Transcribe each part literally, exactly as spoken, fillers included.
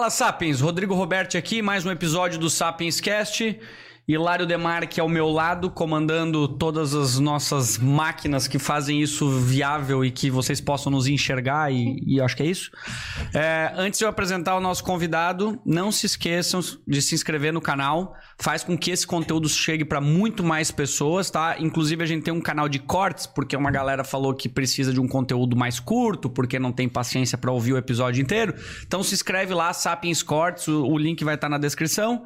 Fala, Sapiens! Rodrigo Roberti aqui, mais um episódio do Sapiens Cast. Hilário Demarque ao meu lado, comandando todas as nossas máquinas que fazem isso viável e que vocês possam nos enxergar, e, e acho que é isso. É, antes de eu apresentar o nosso convidado, não se esqueçam de se inscrever no canal. Faz com que esse conteúdo chegue para muito mais pessoas, tá? Inclusive, a gente tem um canal de cortes, porque uma galera falou que precisa de um conteúdo mais curto, porque não tem paciência para ouvir o episódio inteiro. Então, se inscreve lá, Sapiens Cortes, o, o link vai estar na descrição.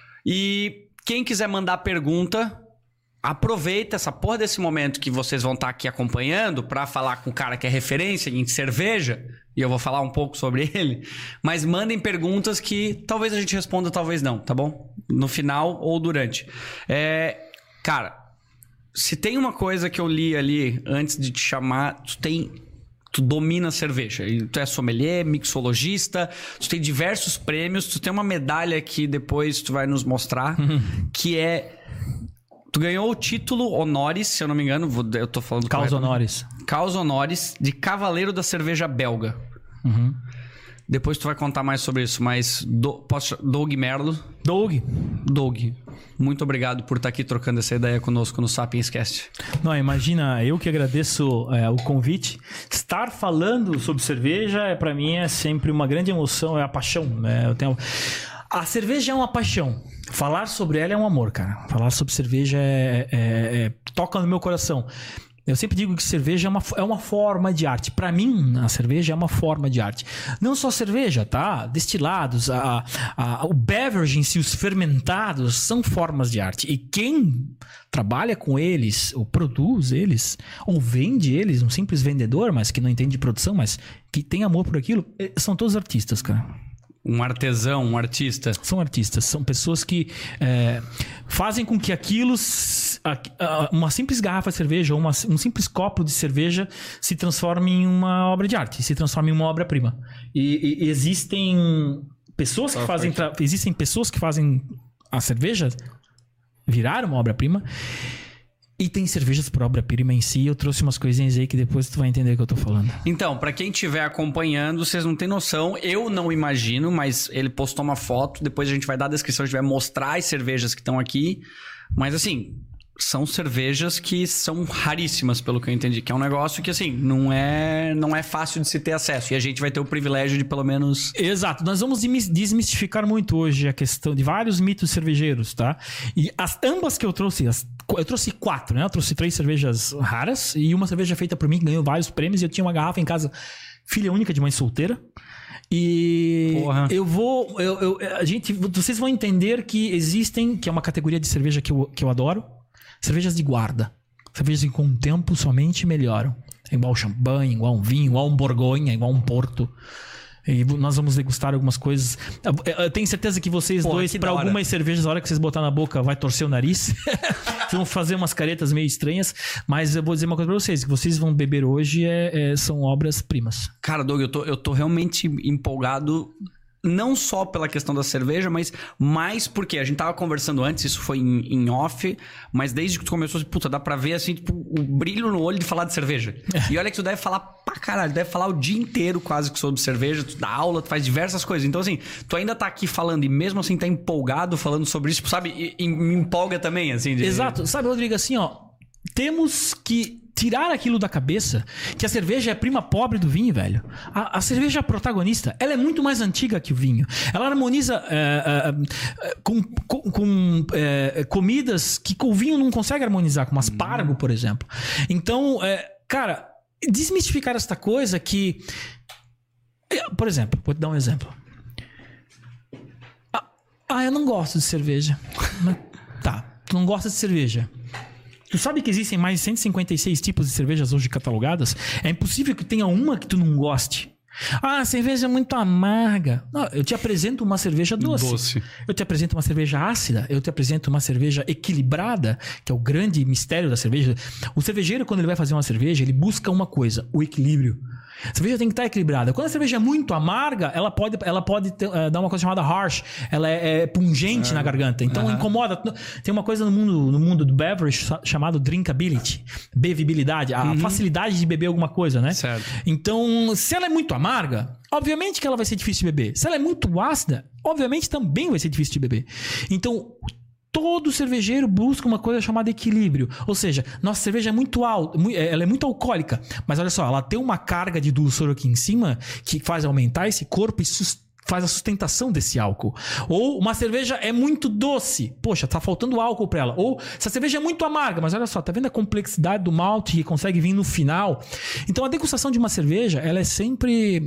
E quem quiser mandar pergunta, aproveita essa porra desse momento que vocês vão estar aqui acompanhando para falar com o cara que é referência em cerveja, e eu vou falar um pouco sobre ele, mas mandem perguntas que talvez a gente responda, talvez não, tá bom? No final ou durante. É, cara, se tem uma coisa que eu li ali antes de te chamar, tu tem... Tu domina a cerveja. Tu é sommelier, mixologista, tu tem diversos prêmios, tu tem uma medalha que depois tu vai nos mostrar, uhum. que é... Tu ganhou o título honoris, se eu não me engano, eu tô falando... Causa honoris. Causa honoris de Cavaleiro da Cerveja Belga. Uhum. Depois tu vai contar mais sobre isso, mas... Do, posso, Doug Merlo. Doug. Doug. Muito obrigado por estar aqui trocando essa ideia conosco no Sapiens Cast. Não, imagina, eu que agradeço é, o convite. Estar falando sobre cerveja, é, para mim, é sempre uma grande emoção, é a paixão. Né? Eu tenho... A cerveja é uma paixão. Falar sobre ela é um amor, cara. Falar sobre cerveja é, é, é, toca no meu coração. Eu sempre digo que cerveja é uma, é uma forma de arte. Para mim, a cerveja é uma forma de arte. Não só cerveja, tá? Destilados, a, a, o beverage em si, os fermentados, são formas de arte. E quem trabalha com eles, ou produz eles, ou vende eles, um simples vendedor, mas que não entende de produção, mas que tem amor por aquilo, são todos artistas, cara. Um artesão, um artista. São artistas, são pessoas que é, fazem com que aquilo, uma simples garrafa de cerveja ou uma, um simples copo de cerveja se transforme em uma obra de arte, se transforme em uma obra-prima. E, e existem pessoas que fazem, existem pessoas que fazem a cerveja virar uma obra-prima. E tem cervejas por obra-prima em si. Eu trouxe umas coisinhas aí que depois tu vai entender o que eu tô falando. Então, pra quem estiver acompanhando, vocês não têm noção. Eu não imagino, mas ele postou uma foto. Depois a gente vai dar a descrição, a gente vai mostrar as cervejas que estão aqui. Mas assim, são cervejas que são raríssimas, pelo que eu entendi. Que é um negócio que, assim, não é, não é fácil de se ter acesso. E a gente vai ter o privilégio de, pelo menos... Exato. Nós vamos desmistificar muito hoje a questão de vários mitos cervejeiros, tá? E as ambas que eu trouxe... As, eu trouxe quatro, né? Eu trouxe três cervejas raras e uma cerveja feita por mim, que ganhou vários prêmios. E eu tinha uma garrafa em casa, filha única de mãe solteira. E Porra. eu vou... Eu, eu, a gente, vocês vão entender que existem... Que é uma categoria de cerveja que eu, que eu adoro. Cervejas de guarda. Cervejas que com o tempo somente melhoram. É igual champanhe, igual um vinho, igual um borgonha, igual um porto. E nós vamos degustar algumas coisas. Eu tenho certeza que vocês Porra, dois, para algumas cervejas, a hora que vocês botar na boca, vai torcer o nariz. Vão fazer umas caretas meio estranhas. Mas eu vou dizer uma coisa pra vocês: que vocês vão beber hoje é, é, são obras-primas. Cara, Doug, eu tô, eu tô realmente empolgado. Não só pela questão da cerveja, mas mais porque a gente tava conversando antes, isso foi em, em off, mas desde que tu começou, puta, dá pra ver assim, tipo, o brilho no olho de falar de cerveja. E olha que tu deve falar pra caralho, deve falar o dia inteiro quase sobre cerveja, tu dá aula, tu faz diversas coisas. Então assim, tu ainda tá aqui falando e mesmo assim tá empolgado falando sobre isso, sabe? E, e me empolga também, assim. De... Exato. Sabe, Rodrigo, assim, ó, temos que... tirar aquilo da cabeça que a cerveja é prima pobre do vinho, velho. A, a cerveja protagonista, ela é muito mais antiga que o vinho. Ela harmoniza é, é, com, com, com é, comidas que o vinho não consegue harmonizar, como aspargo, por exemplo. Então, é, cara, desmistificar esta coisa que... Por exemplo, vou te dar um exemplo. Ah, ah eu não gosto de cerveja. Mas, tá, tu não gosta de cerveja. Tu sabe que existem mais de cento e cinquenta e seis tipos de cervejas hoje catalogadas? É impossível que tenha uma que tu não goste. Ah, a cerveja é muito amarga. Não, eu te apresento uma cerveja doce. doce. Eu te apresento uma cerveja ácida. Eu te apresento uma cerveja equilibrada, que é o grande mistério da cerveja. O cervejeiro, quando ele vai fazer uma cerveja, ele busca uma coisa, o equilíbrio. A cerveja tem que estar equilibrada. Quando a cerveja é muito amarga, ela pode, ela pode ter, uh, dar uma coisa chamada harsh. Ela é, é pungente é. na garganta. Então uhum. incomoda. Tem uma coisa no mundo, no mundo do beverage chamado drinkability. Bevibilidade. A uhum. facilidade de beber alguma coisa, né? Certo. Então, se ela é muito amarga, obviamente que ela vai ser difícil de beber. Se ela é muito ácida, obviamente também vai ser difícil de beber. Então... todo cervejeiro busca uma coisa chamada equilíbrio. Ou seja, nossa cerveja é muito alta, ela é muito alcoólica, mas olha só, ela tem uma carga de dulçor aqui em cima que faz aumentar esse corpo e faz a sustentação desse álcool. Ou uma cerveja é muito doce, poxa, tá faltando álcool para ela. Ou se a cerveja é muito amarga, mas olha só, tá vendo a complexidade do malte que consegue vir no final? Então a degustação de uma cerveja, ela é sempre,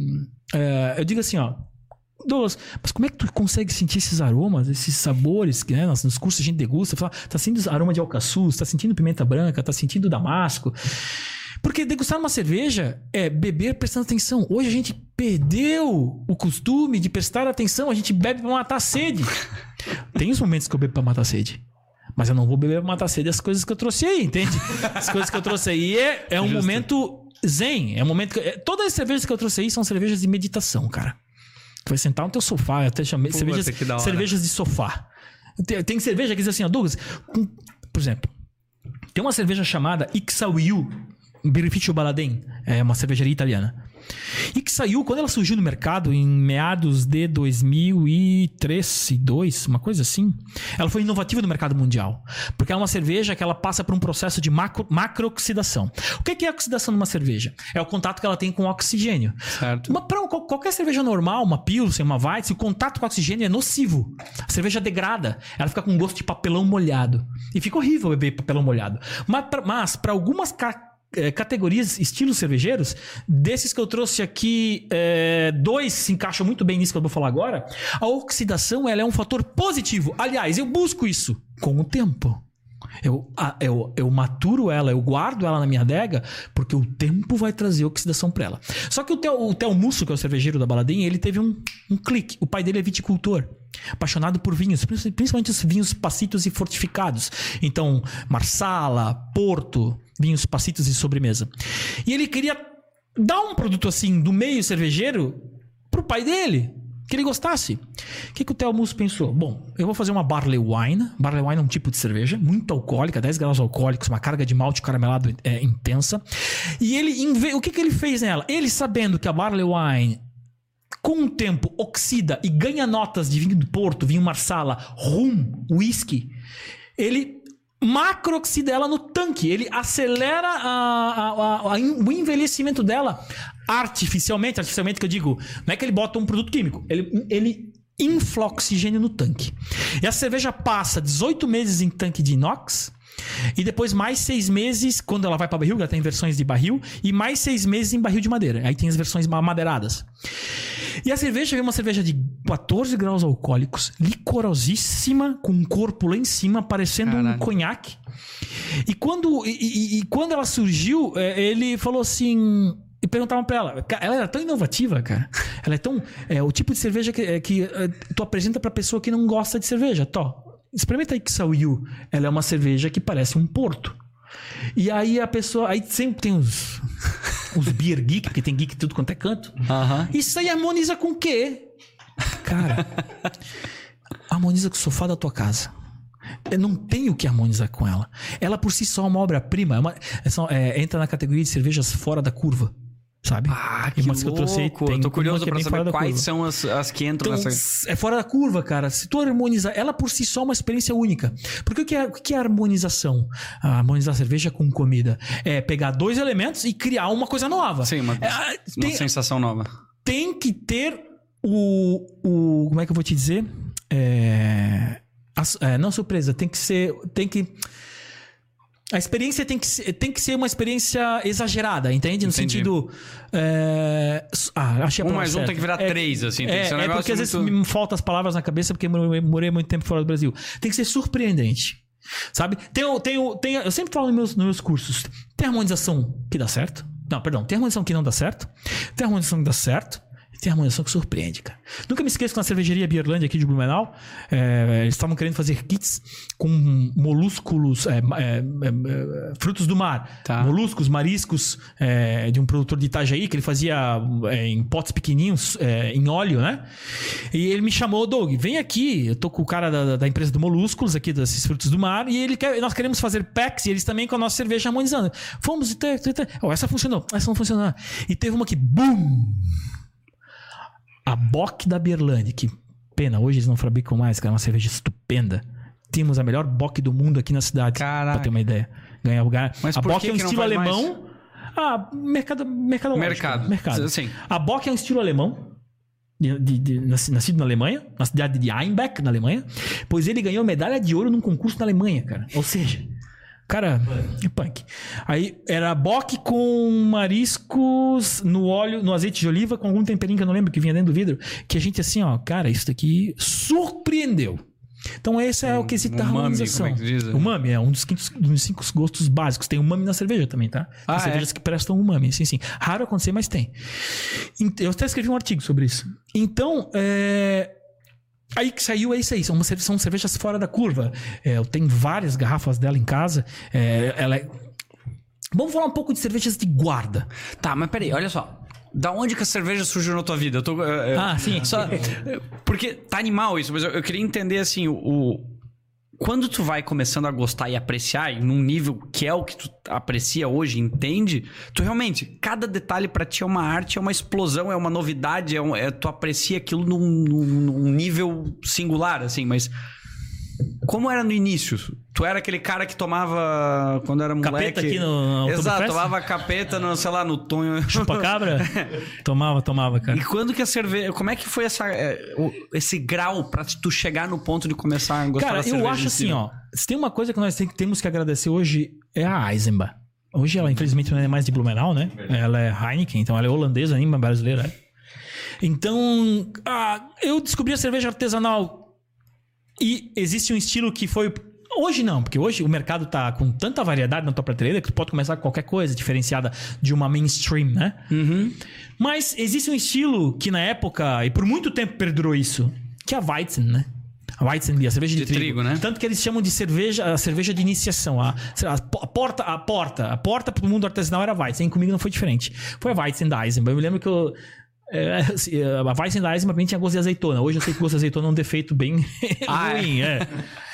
é, eu digo assim, ó, Douglas, mas como é que tu consegue sentir esses aromas, esses sabores que, né, nos, nos cursos a gente degusta, fala, tá sentindo aroma de alcaçuz, tá sentindo pimenta branca, tá sentindo damasco? Porque degustar uma cerveja é beber prestando atenção. Hoje a gente perdeu o costume de prestar atenção, a gente bebe pra matar a sede. Tem os momentos que eu bebo pra matar a sede, mas eu não vou beber pra matar a sede as coisas que eu trouxe aí, entende? As coisas que eu trouxe aí é, é um Justo. momento zen, é um momento que, é, todas as cervejas que eu trouxe aí são cervejas de meditação, cara. Tu vai sentar no teu sofá, eu até chamei Pô, cervejas, cervejas de sofá. Tem, tem cerveja que diz assim, ó, Douglas, com, por exemplo, tem uma cerveja chamada Ixauiu Birrificio Baladin, é uma cervejaria italiana. Ixauiu, quando ela surgiu no mercado em meados de dois mil e três, dois, uma coisa assim, ela foi inovativa no mercado mundial, porque é uma cerveja que ela passa por um processo de macro, macrooxidação. O que é a oxidação numa cerveja? É o contato que ela tem com o oxigênio. Certo. Uma, pra qualquer cerveja normal, uma Pilsen, uma Weizen, o contato com o oxigênio é nocivo. A cerveja degrada, ela fica com gosto de papelão molhado. E fica horrível beber papelão molhado. Mas para algumas características, categorias, estilos cervejeiros, desses que eu trouxe aqui, é, dois se encaixam muito bem nisso que eu vou falar agora. A oxidação, ela é um fator positivo. Aliás, eu busco isso com o tempo. Eu, eu, eu maturo ela, eu guardo ela na minha adega, porque o tempo vai trazer oxidação para ela. Só que o Theo, o Theo Musso, que é o cervejeiro da Baladinha, ele teve um, um clique. O pai dele é viticultor, apaixonado por vinhos, principalmente os vinhos passitos e fortificados. Então, Marsala, Porto, vinhos passitos e sobremesa. E ele queria dar um produto assim do meio cervejeiro pro pai dele, que ele gostasse. O que, que o Theo Musso pensou? Bom, eu vou fazer uma Barley Wine. Barley Wine é um tipo de cerveja muito alcoólica, dez graus alcoólicos, uma carga de malte caramelado é, intensa. E ele, o que, que ele fez nela? Ele, sabendo que a Barley Wine com o tempo oxida e ganha notas de vinho do Porto, vinho Marsala, rum, whisky, ele macrooxida ela no tanque. Ele acelera a, a, a, a, o envelhecimento dela artificialmente. Artificialmente que eu digo, não é que ele bota um produto químico, ele, ele infla oxigênio no tanque. E a cerveja passa dezoito meses em tanque de inox e depois mais seis meses quando ela vai para barril, ela tem versões de barril, e mais seis meses em barril de madeira. Aí tem as versões madeiradas. E a cerveja é uma cerveja de quatorze graus alcoólicos, licorosíssima, com um corpo lá em cima, parecendo Caralho. um conhaque. E quando, e, e, e quando ela surgiu, ele falou assim... E perguntavam pra ela, ela era tão inovativa, cara. Ela é tão... É o tipo de cerveja que, que tu apresenta pra pessoa que não gosta de cerveja. Tó, experimenta aí Ixauiu. Ela é uma cerveja que parece um porto. E aí a pessoa... Aí sempre tem os... Os beer geek, porque tem geek tudo quanto é canto. Uhum. Isso aí harmoniza com o quê? Cara, harmoniza com o sofá da tua casa. Eu não tenho o que harmonizar com ela. Ela por si só é uma obra-prima. É uma, é, é, entra na categoria de cervejas fora da curva. Sabe? Ah, que louco. Que eu trouxe, tem Tô curioso pra saber quais são as, as que entram então, nessa... É fora da curva, cara. Se tu harmonizar, ela por si só é uma experiência única. Porque o que é, o que é harmonização? Ah, harmonizar cerveja com comida. É pegar dois elementos e criar uma coisa nova. Sim, uma, é, uma tem, sensação nova. Tem que ter o... o como é que eu vou te dizer? É, a, é, não surpresa. Tem que ser... Tem que... A experiência tem que, ser, tem que ser uma experiência exagerada, entende? No Entendi. sentido... É... Ah, achei a um mais um tem que virar é, três, assim. Tem é, que ser um é negócio porque às muito... vezes me faltam as palavras na cabeça porque eu morei muito tempo fora do Brasil. Tem que ser surpreendente, sabe? Tem, tem, tem, eu sempre falo nos meus, nos meus cursos, tem harmonização que dá certo. Não, perdão. Tem harmonização que não dá certo. Tem harmonização que dá certo. tem harmonização que surpreende, cara. Nunca me esqueço que na cervejaria Bierlândia aqui de Blumenau, é, eles estavam querendo fazer kits com molúsculos, é, é, é, frutos do mar. Tá. Moluscos, mariscos, é, de um produtor de Itajaí, que ele fazia é, em potes pequenininhos, é, em óleo, né? E ele me chamou, Doug, vem aqui, eu tô com o cara da, da empresa do Molúsculos, aqui desses frutos do mar, e ele quer, nós queremos fazer packs, e eles também com a nossa cerveja harmonizando. Fomos e... Oh, essa funcionou, essa não funcionou. E teve uma que, BUM! A Bock da Bierlândia, que pena, hoje eles não fabricam mais, que é uma cerveja estupenda. Temos a melhor Bock do mundo aqui na cidade. Caraca. Pra ter uma ideia. Ganhar lugar. Mas a por Bock que é um que não estilo faz alemão. mais? Ah, mercado, mercado. Mercado. mercado. Sim. A Bock é um estilo alemão. De, de, de, nascido na Alemanha, na cidade de Einbeck, na Alemanha. Pois ele ganhou medalha de ouro num concurso na Alemanha, cara. Ou seja... Cara, é punk. Aí era bock com mariscos no óleo, no azeite de oliva, com algum temperinho que eu não lembro que vinha dentro do vidro. Que a gente assim, ó, cara, isso daqui surpreendeu. Então esse é o quesito da harmonização. Umami, como é que diz, né? Umami é um dos, quintos, dos cinco gostos básicos. Tem umami na cerveja também, tá? Tem Ah, cervejas é? que prestam umami, sim, sim. Raro acontecer, mas tem. Eu até escrevi um artigo sobre isso. Então, é... Aí que saiu, é isso aí. São, uma, são cervejas fora da curva. É, eu tenho várias garrafas dela em casa. É, ela é... Vamos falar um pouco de cervejas de guarda. Tá, mas peraí, olha só. Da onde que a cerveja surgiu na tua vida? Eu tô, eu, Ah, sim. Só, porque tá animal isso, mas eu, eu queria entender assim, o, o... Quando tu vai começando a gostar e apreciar, em um nível que é o que tu aprecia hoje, entende? Tu realmente, cada detalhe pra ti é uma arte, é uma explosão, é uma novidade, é, um, é tu aprecia aquilo num, num, num nível singular, assim, mas... Como era no início? Tu era aquele cara que tomava, quando era moleque... Capeta aqui no... no Exato, tomava capeta, no, sei lá, no tonho... Chupa-cabra? tomava, tomava, cara. E quando que a cerveja... Como é que foi essa, é, o, esse grau pra tu chegar no ponto de começar a gostar Cara, da cerveja? eu acho em assim, si? ó. Se tem uma coisa que nós tem- temos que agradecer hoje, é a Eisenbach. Hoje ela, infelizmente, não é mais de Blumenau, né? Ela é Heineken, então ela é holandesa ainda, brasileira. É. Então, ah, eu descobri a cerveja artesanal e existe um estilo que foi... Hoje não, porque hoje o mercado tá com tanta variedade na tua prateleira que tu pode começar com qualquer coisa diferenciada de uma mainstream, né? Uhum. Mas existe um estilo que na época, e por muito tempo perdurou isso, que é a Weizen, né? A Weizenbier, a cerveja de, De trigo. trigo, né? Tanto que eles chamam de cerveja, a cerveja de iniciação. A, a, a porta, a porta, a porta pro mundo artesanal era a Weizen. Comigo não foi diferente. Foi a Weizen da Eisenbach. Eu me lembro que eu... É, assim, a Weizen da Eisenbach pra mim tinha gosto de azeitona. Hoje eu sei que o gosto de azeitona é um defeito bem Ah, ruim, é.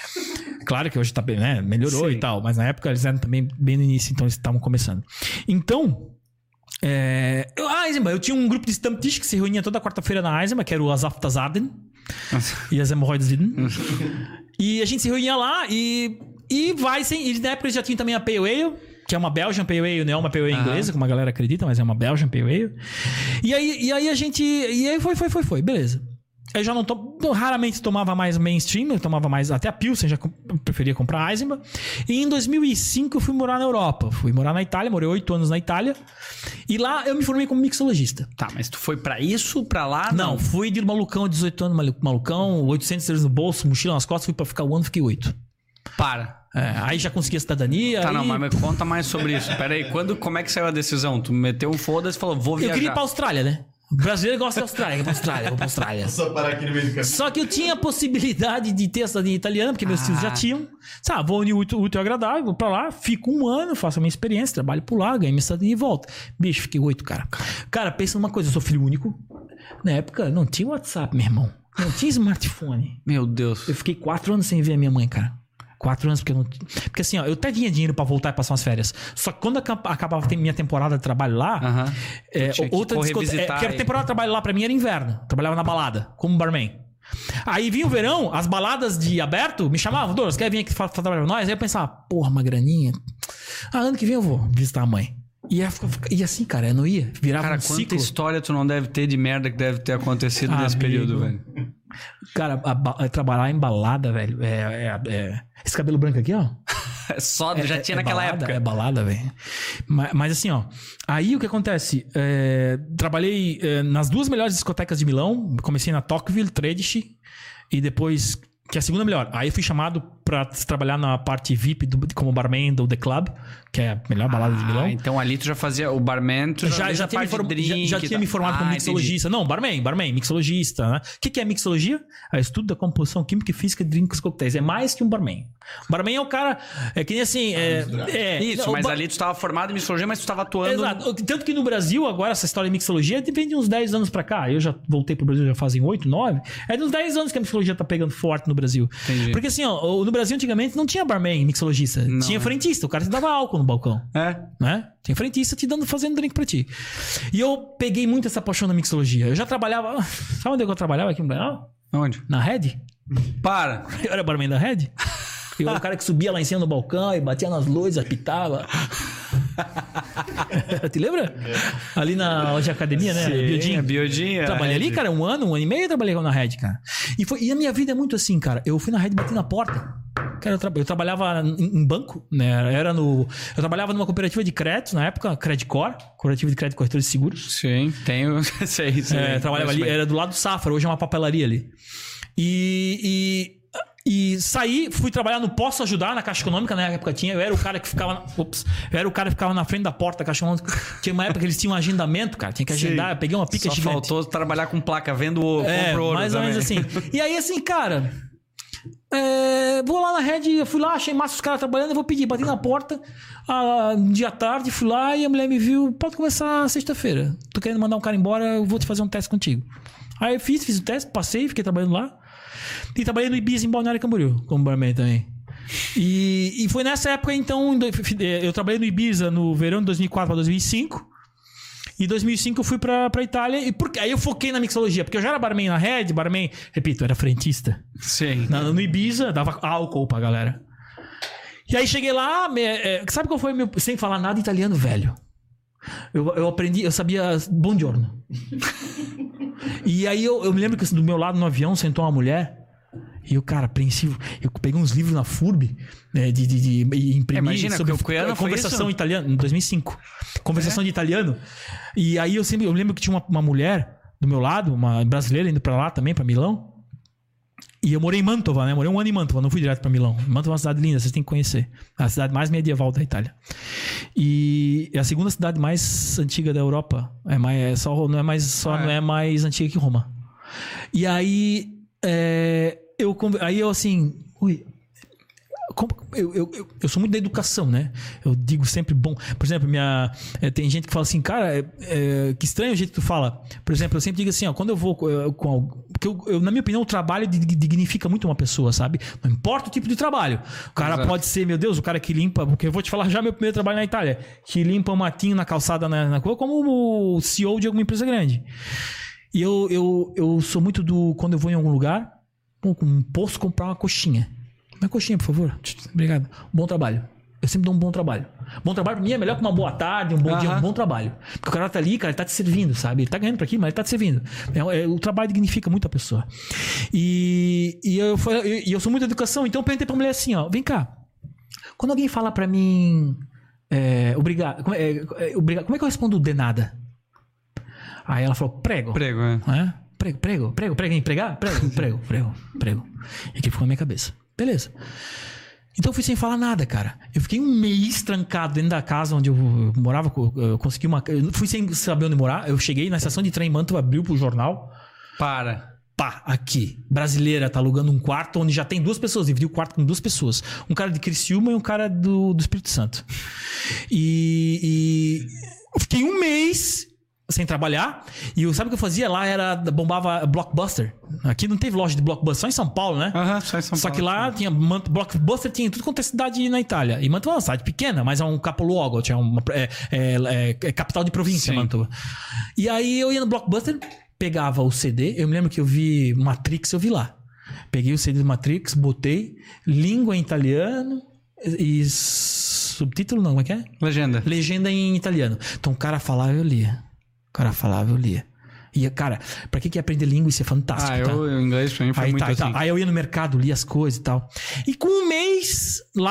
Claro que hoje tá bem, né? Melhorou Sim. e tal. Mas na época eles eram também bem no início, então eles estavam começando. Então... É, eu, a Eisenbach, eu tinha um grupo de Stammtisch que se reunia toda quarta-feira na Eisenbach, que era o Azaftasarden e as Hemorroides Widen. E a gente se reunia lá e, e Weizen, e na época eles já tinham também a Pale Ale, que é uma Belgian Pale Ale, não é uma Pale Ale inglesa, como a galera acredita, mas é uma Belgian Pale Ale. E aí, e aí a gente... E aí foi, foi, foi, foi, beleza. Eu já não to, eu raramente tomava mais mainstream, eu tomava mais... Até a Pilsen já preferia comprar a Eisenbach. E em dois mil e cinco eu fui morar na Europa. Fui morar na Itália, morei oito anos na Itália. E lá eu me formei como mixologista. Tá, mas tu foi pra isso, pra lá? Não, não fui de malucão, dezoito anos, malu- malucão, oitocentos euros no bolso, mochila nas costas, fui pra ficar um ano, fiquei oito. Para. É, aí já consegui a cidadania. Tá, aí... não, mas me conta mais sobre isso. Pera aí, quando, como é que saiu a decisão? Tu meteu um foda-se e falou, vou viajar. Eu queria ir pra Austrália, né? O brasileiro gosta da Austrália, vou pra Austrália, vou pra Austrália. Só parar aqui no meio do caminho. Só que eu tinha a possibilidade de ter a cidadania italiana, porque meus Ah. tios já tinham. Sabe, vou unir o útil útil ao agradável, vou pra lá, fico um ano, faço a minha experiência, trabalho por lá, ganho minha cidadania e volto. Bicho, fiquei oito, cara. Cara, pensa numa coisa, eu sou filho único. Na época não tinha WhatsApp, meu irmão. Não tinha smartphone. Meu Deus. Eu fiquei quatro anos sem ver a minha mãe, cara. Quatro anos porque eu não... Porque assim, ó, eu até tinha dinheiro pra voltar e passar umas férias. Só que quando aca- acabava a minha temporada de trabalho lá... Aham. É, Tu tinha que outra correr discussão. É, visitar porque a e- temporada de trabalho lá pra mim era inverno. Trabalhava na balada, como barman. Aí vinha o verão, as baladas de aberto me chamavam, Douglas, quer vir aqui fa- fa- trabalhar com nós? Aí eu pensava, porra, uma graninha. Ah, ano que vem eu vou visitar a mãe. E, ia ficar- e assim, cara, eu não ia. Virava Cara, um quanta ciclo. história tu não deve ter de merda que deve ter acontecido Ah, nesse amigo. período, velho. Cara, a ba- é trabalhar em balada, velho, é, é- é- Esse cabelo branco aqui, ó. Só, já É- tinha é naquela balada, época. É balada, velho. Mas, mas assim, ó. Aí o que acontece? É, trabalhei é, nas duas melhores discotecas de Milão. Comecei na Tocqueville, Tredici. E depois... Que é a segunda melhor. Aí eu fui chamado pra trabalhar na parte V I P do, como barman do The Club, que é a melhor balada ah, de Milão. Então ali tu já fazia o barman, tu já, já, já, tinha, me form... drink, já, já tinha me formado ah, como mixologista. Entendi. Não, barman, barman, mixologista, né? O que, que é mixologia? É o estudo da composição química e física de drinks e coquetéis. É mais que um barman. Barman é o cara... É que nem assim... É, é, Isso, não, mas bar... ali tu estava formado em mixologia, mas tu estava atuando... Exato. Tanto que no Brasil, agora, essa história de mixologia vem de uns dez anos pra cá. Eu já voltei pro Brasil já fazem oito, nove. É de uns dez anos que a mixologia tá pegando forte no Brasil. Entendi. Porque assim, ó, no Brasil antigamente não tinha barman, mixologista. Não. Tinha frentista. O cara te dava álcool no balcão. É. Né? Tinha frentista te dando, fazendo drink pra ti. E eu peguei muito essa paixão na mixologia. Eu já trabalhava... Sabe onde eu trabalhava aqui no Brasil? Onde? Na Red. Para! Eu era barman da Red. Eu era o cara que subia lá em cima no balcão e batia nas luzes, apitava. Te lembra? É. Ali na loja de academia, né? Sim, Biodin. Biodin. Trabalhei ali, cara, um ano, um ano e meio eu trabalhei na Red, cara. E, foi, e a minha vida é muito assim, cara. Eu fui na Red e bati na porta. Cara, eu, tra eu trabalhava em, em banco, né? Era no... Eu trabalhava numa cooperativa de crédito, na época, Credicor, cooperativa de crédito corretor de seguros. Sim, tenho... sei, sei. É, trabalhava ali, era do lado do Safra, hoje é uma papelaria ali. E... e E saí, fui trabalhar no Posso Ajudar, na Caixa Econômica, na época tinha. Eu era o cara que ficava... Na, ups, eu era o cara que ficava na frente da porta da Caixa Econômica. Tinha uma época que eles tinham um agendamento, cara. Tinha que agendar. Eu peguei uma pica Só gigante. faltou trabalhar com placa, vendo o é, compro ouro mais também. ou menos assim. E aí, assim, cara... É, vou lá na Red, eu fui lá, achei massa os caras trabalhando, eu vou pedir. Bati na porta, ah, um dia à tarde, fui lá e a mulher me viu. Pode começar sexta-feira. Tô querendo mandar um cara embora, eu vou te fazer um teste contigo. Aí eu fiz, fiz o teste, passei, fiquei trabalhando lá. E trabalhei no Ibiza em Balneário Camboriú, como barman também. E, e foi nessa época, então, eu trabalhei no Ibiza no verão de dois mil e quatro para dois mil e cinco. E em dois mil e cinco eu fui pra, pra Itália. E por, aí eu foquei na mixologia, porque eu já era barman na Red, barman, repito, era frentista. Sim. Na, no Ibiza, dava álcool pra galera. E aí cheguei lá, me, é, sabe qual foi meu... Sem falar nada italiano, velho. Eu, eu aprendi, eu sabia buongiorno. E aí eu, eu me lembro que do meu lado no avião sentou uma mulher. E o cara, apreensivo, eu peguei uns livros na F U R B, né, de, de, de, de imprimir é, imagina, sobre que conversação italiana, em dois mil e cinco. Conversação é? de italiano. E aí eu sempre, eu lembro que tinha uma, uma mulher do meu lado, uma brasileira indo pra lá também, pra Milão. E eu morei em Mantova, né? Morei um ano em Mantova, não fui direto pra Milão. Mantova é uma cidade linda, vocês têm que conhecer. É a cidade mais medieval da Itália. E é a segunda cidade mais antiga da Europa. É mais, é só, não é mais, só ah, é. não é mais antiga que Roma. E aí... É, Eu, aí eu assim, ui, eu, eu, eu, eu sou muito da educação, né? Eu digo sempre bom. Por exemplo, minha, é, tem gente que fala assim, cara, é, é, que estranho o jeito que tu fala. Por exemplo, eu sempre digo assim, ó, quando eu vou eu, com porque eu, eu, na minha opinião, o trabalho dignifica muito uma pessoa, sabe? Não importa o tipo de trabalho. O cara Exato. pode ser, meu Deus, o cara que limpa, porque eu vou te falar já meu primeiro trabalho na Itália, que limpa um matinho na calçada na, na rua, como o C E O de alguma empresa grande. E eu, eu, eu sou muito do, quando eu vou em algum lugar, um posto, comprar uma coxinha. Uma coxinha, por favor. Obrigado. Bom trabalho. Eu sempre dou um bom trabalho. Bom trabalho pra mim é melhor que uma boa tarde, um bom uh-huh. dia, um bom trabalho. Porque o cara tá ali, cara, ele tá te servindo, sabe? Ele tá ganhando pra aqui, mas ele tá te servindo. É, é, o trabalho dignifica muito a pessoa. E, e, eu, e eu sou muito da educação, então eu perguntei pra mulher assim, ó, vem cá. Quando alguém fala pra mim é, obrigado, como é, é, obrigado, como é que eu respondo de nada? Aí ela falou, prego. Prego, é. é? Prego, prego, prego, prego, empregar? Prego, prego, prego, prego. E aquilo ficou na minha cabeça. Beleza. Então eu fui sem falar nada, cara. Eu fiquei um mês trancado dentro da casa onde eu morava. Eu consegui uma... Eu fui sem saber onde morar. Eu cheguei na estação de trem em Mantova, abriu pro jornal. Para. Pá, aqui. Brasileira tá alugando um quarto onde já tem duas pessoas. Dividiu o quarto com duas pessoas. Um cara de Criciúma e um cara do, do Espírito Santo. E, e eu fiquei um mês... sem trabalhar. E eu, sabe o que eu fazia? Lá era, bombava Blockbuster. Aqui não teve loja de Blockbuster, só em São Paulo, né? Aham, uhum, só em São Paulo. Só que lá sim. tinha Blockbuster, tinha tudo quanto é cidade na Itália. E Mantova é uma cidade pequena, mas é um capoluogo, é, uma, é, é, é capital de província, sim. Mantova. E aí eu ia no Blockbuster, pegava o C D, eu me lembro que eu vi Matrix, eu vi lá. Peguei o C D do Matrix, botei, língua em italiano e subtítulo não, como é que é? Legenda. Legenda em italiano. Então o cara falava, eu lia. O cara falava, eu lia. E, cara, pra que que aprender língua? Isso é fantástico, ah, tá? eu, o inglês pra mim foi aí, muito tá, assim. Tá. Aí eu ia no mercado, lia as coisas e tal. E com um mês lá,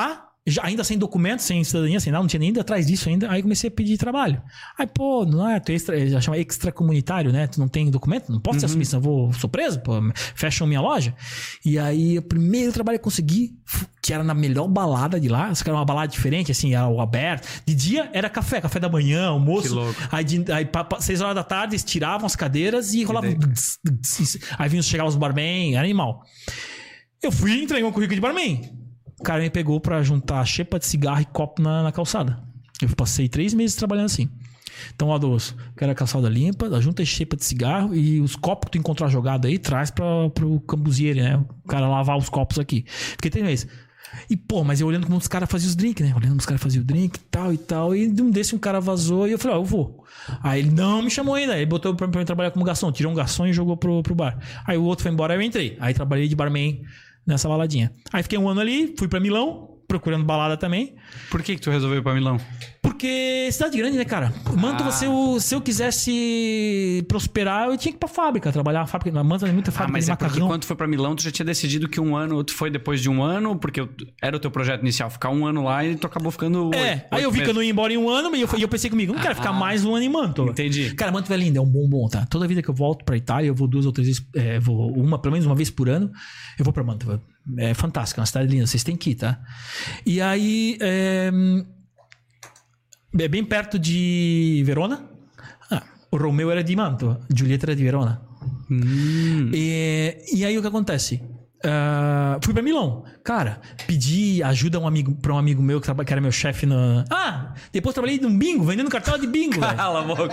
já, ainda sem documento, sem cidadania, sem nada, não tinha nem ido atrás disso ainda. Aí comecei a pedir trabalho. Aí, pô, não é, tu é extra, já chama extracomunitário, né? Tu não tem documento, não posso ter uhum. assumir, senão eu vou, sou preso, pô, fecham minha loja. E aí, o primeiro trabalho que eu consegui, que era na melhor balada de lá, era uma balada diferente, assim, era o aberto. De dia era café, café da manhã, almoço. Que louco. Aí, de, aí pra, pra, seis horas da tarde, eles tiravam as cadeiras e rolavam. Aí vinham chegar os barman, animal. Eu fui e entreguei um currículo de barman. O cara me pegou pra juntar xepa de cigarro e copo na, na calçada. Eu passei três meses trabalhando assim. Então, Adolfo, quero a calçada limpa, junta a xepa de cigarro e os copos que tu encontrar jogado aí, traz pra, pro cambuziere, né? O cara lavar os copos aqui. Fiquei três meses. E, pô, mas eu olhando como os caras faziam os drinks, né? Olhando como os caras faziam o drink e tal e tal. E de um desse um cara vazou e eu falei, ó, eu vou. Aí ele não me chamou ainda. Ele botou pra, pra mim trabalhar como garçom. Tirou um garçom e jogou pro, pro bar. Aí o outro foi embora, aí eu entrei. Aí trabalhei de barman nessa baladinha. Aí fiquei um ano ali, fui pra Milão, procurando balada também. Por que que tu resolveu ir pra Milão? Porque cidade grande, né, cara? Manta, ah. você, se eu quisesse prosperar, eu tinha que ir pra fábrica, trabalhar na fábrica. Na Manta tem muita fábrica ah, mas de é macarrão. Porque quando tu foi pra Milão, tu já tinha decidido que um ano, tu foi depois de um ano, porque era o teu projeto inicial, ficar um ano lá e tu acabou ficando... É, oito, aí eu vi que eu não ia embora em um ano, e eu, eu pensei comigo, não quero ficar ah. mais um ano em Mantova. Entendi. Cara, Mantova é lindo, é um bombom, tá? Toda vida que eu volto pra Itália, eu vou duas ou três vezes, é, vou uma, pelo menos uma vez por ano, eu vou pra Mantova. É fantástico, é uma cidade linda, vocês têm que ir, tá? E aí... É... É bem perto de Verona. Ah, o Romeu era de Mantova, Giulietta era de Verona. Hum. E, e aí o que acontece? Uh, fui pra Milão. Cara, pedi ajuda a um amigo, pra um amigo meu que, que era meu chefe na... Ah, depois trabalhei num bingo, vendendo cartela de bingo. Cala a boca.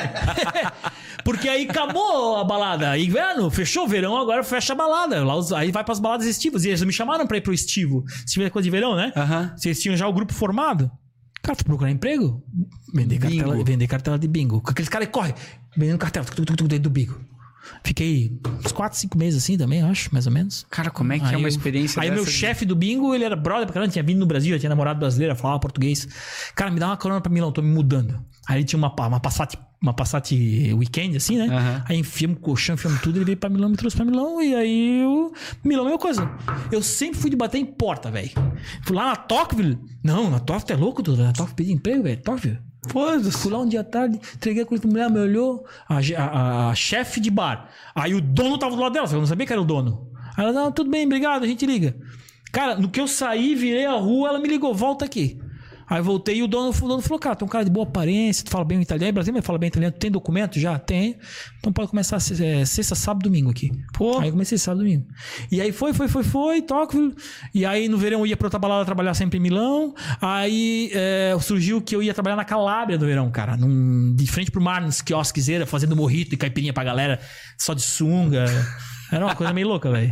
Porque aí acabou a balada. Aí, inverno, fechou o verão, agora fecha a balada. Lá, aí vai pras baladas estivas. E eles me chamaram pra ir pro estivo. Se tiver coisa de verão, né? Uh-huh. Vocês tinham já o grupo formado. Cara, fui procurar emprego. Vender cartela, vender cartela de bingo. Aqueles caras que correm vendendo cartela dentro do bingo. Fiquei uns quatro, cinco meses assim também, acho, mais ou menos. Cara, como é que aí é uma experiência eu, Aí meu de... chefe do bingo, ele era brother pra caramba, tinha vindo no Brasil, já tinha namorado brasileira, falava português. Cara, me dá uma carona pra Milão, tô me mudando. Aí ele tinha uma, uma Passat, uma Passat weekend, assim, né? Uhum. Aí enfiamos colchão, enfiamos tudo, ele veio pra Milão, me trouxe pra Milão, e aí eu... Milão é a mesma coisa. Eu sempre fui de bater em porta, velho. Fui lá na Tocqueville. Não, na Tocqueville é louco, tu na Tocqueville pedi emprego, velho. Tocqueville. Foda-se. Fui lá um dia à tarde, entreguei a coisa pra mulher, me olhou, a, a, a chefe de bar. Aí o dono tava do lado dela, eu não sabia que era o dono. Aí ela, não, tudo bem, obrigado, a gente liga. Cara, no que eu saí, virei a rua, ela me ligou, volta aqui. Aí voltei e o dono, o dono falou, cara, tu é um cara de boa aparência, tu fala bem o italiano, Brasil, mas fala bem italiano, tu tem documento já? Tem. Então pode começar é, sexta, sábado, domingo aqui. Pô. Aí eu comecei sábado, domingo. E aí foi, foi, foi, foi, Tocqueville. E aí no verão eu ia pra outra balada trabalhar sempre em Milão. Aí é, surgiu que eu ia trabalhar na Calábria no verão, cara. Num, de frente pro mar, nos quiosques, fazendo morrito e caipirinha pra galera, só de sunga. Era uma coisa meio louca, velho.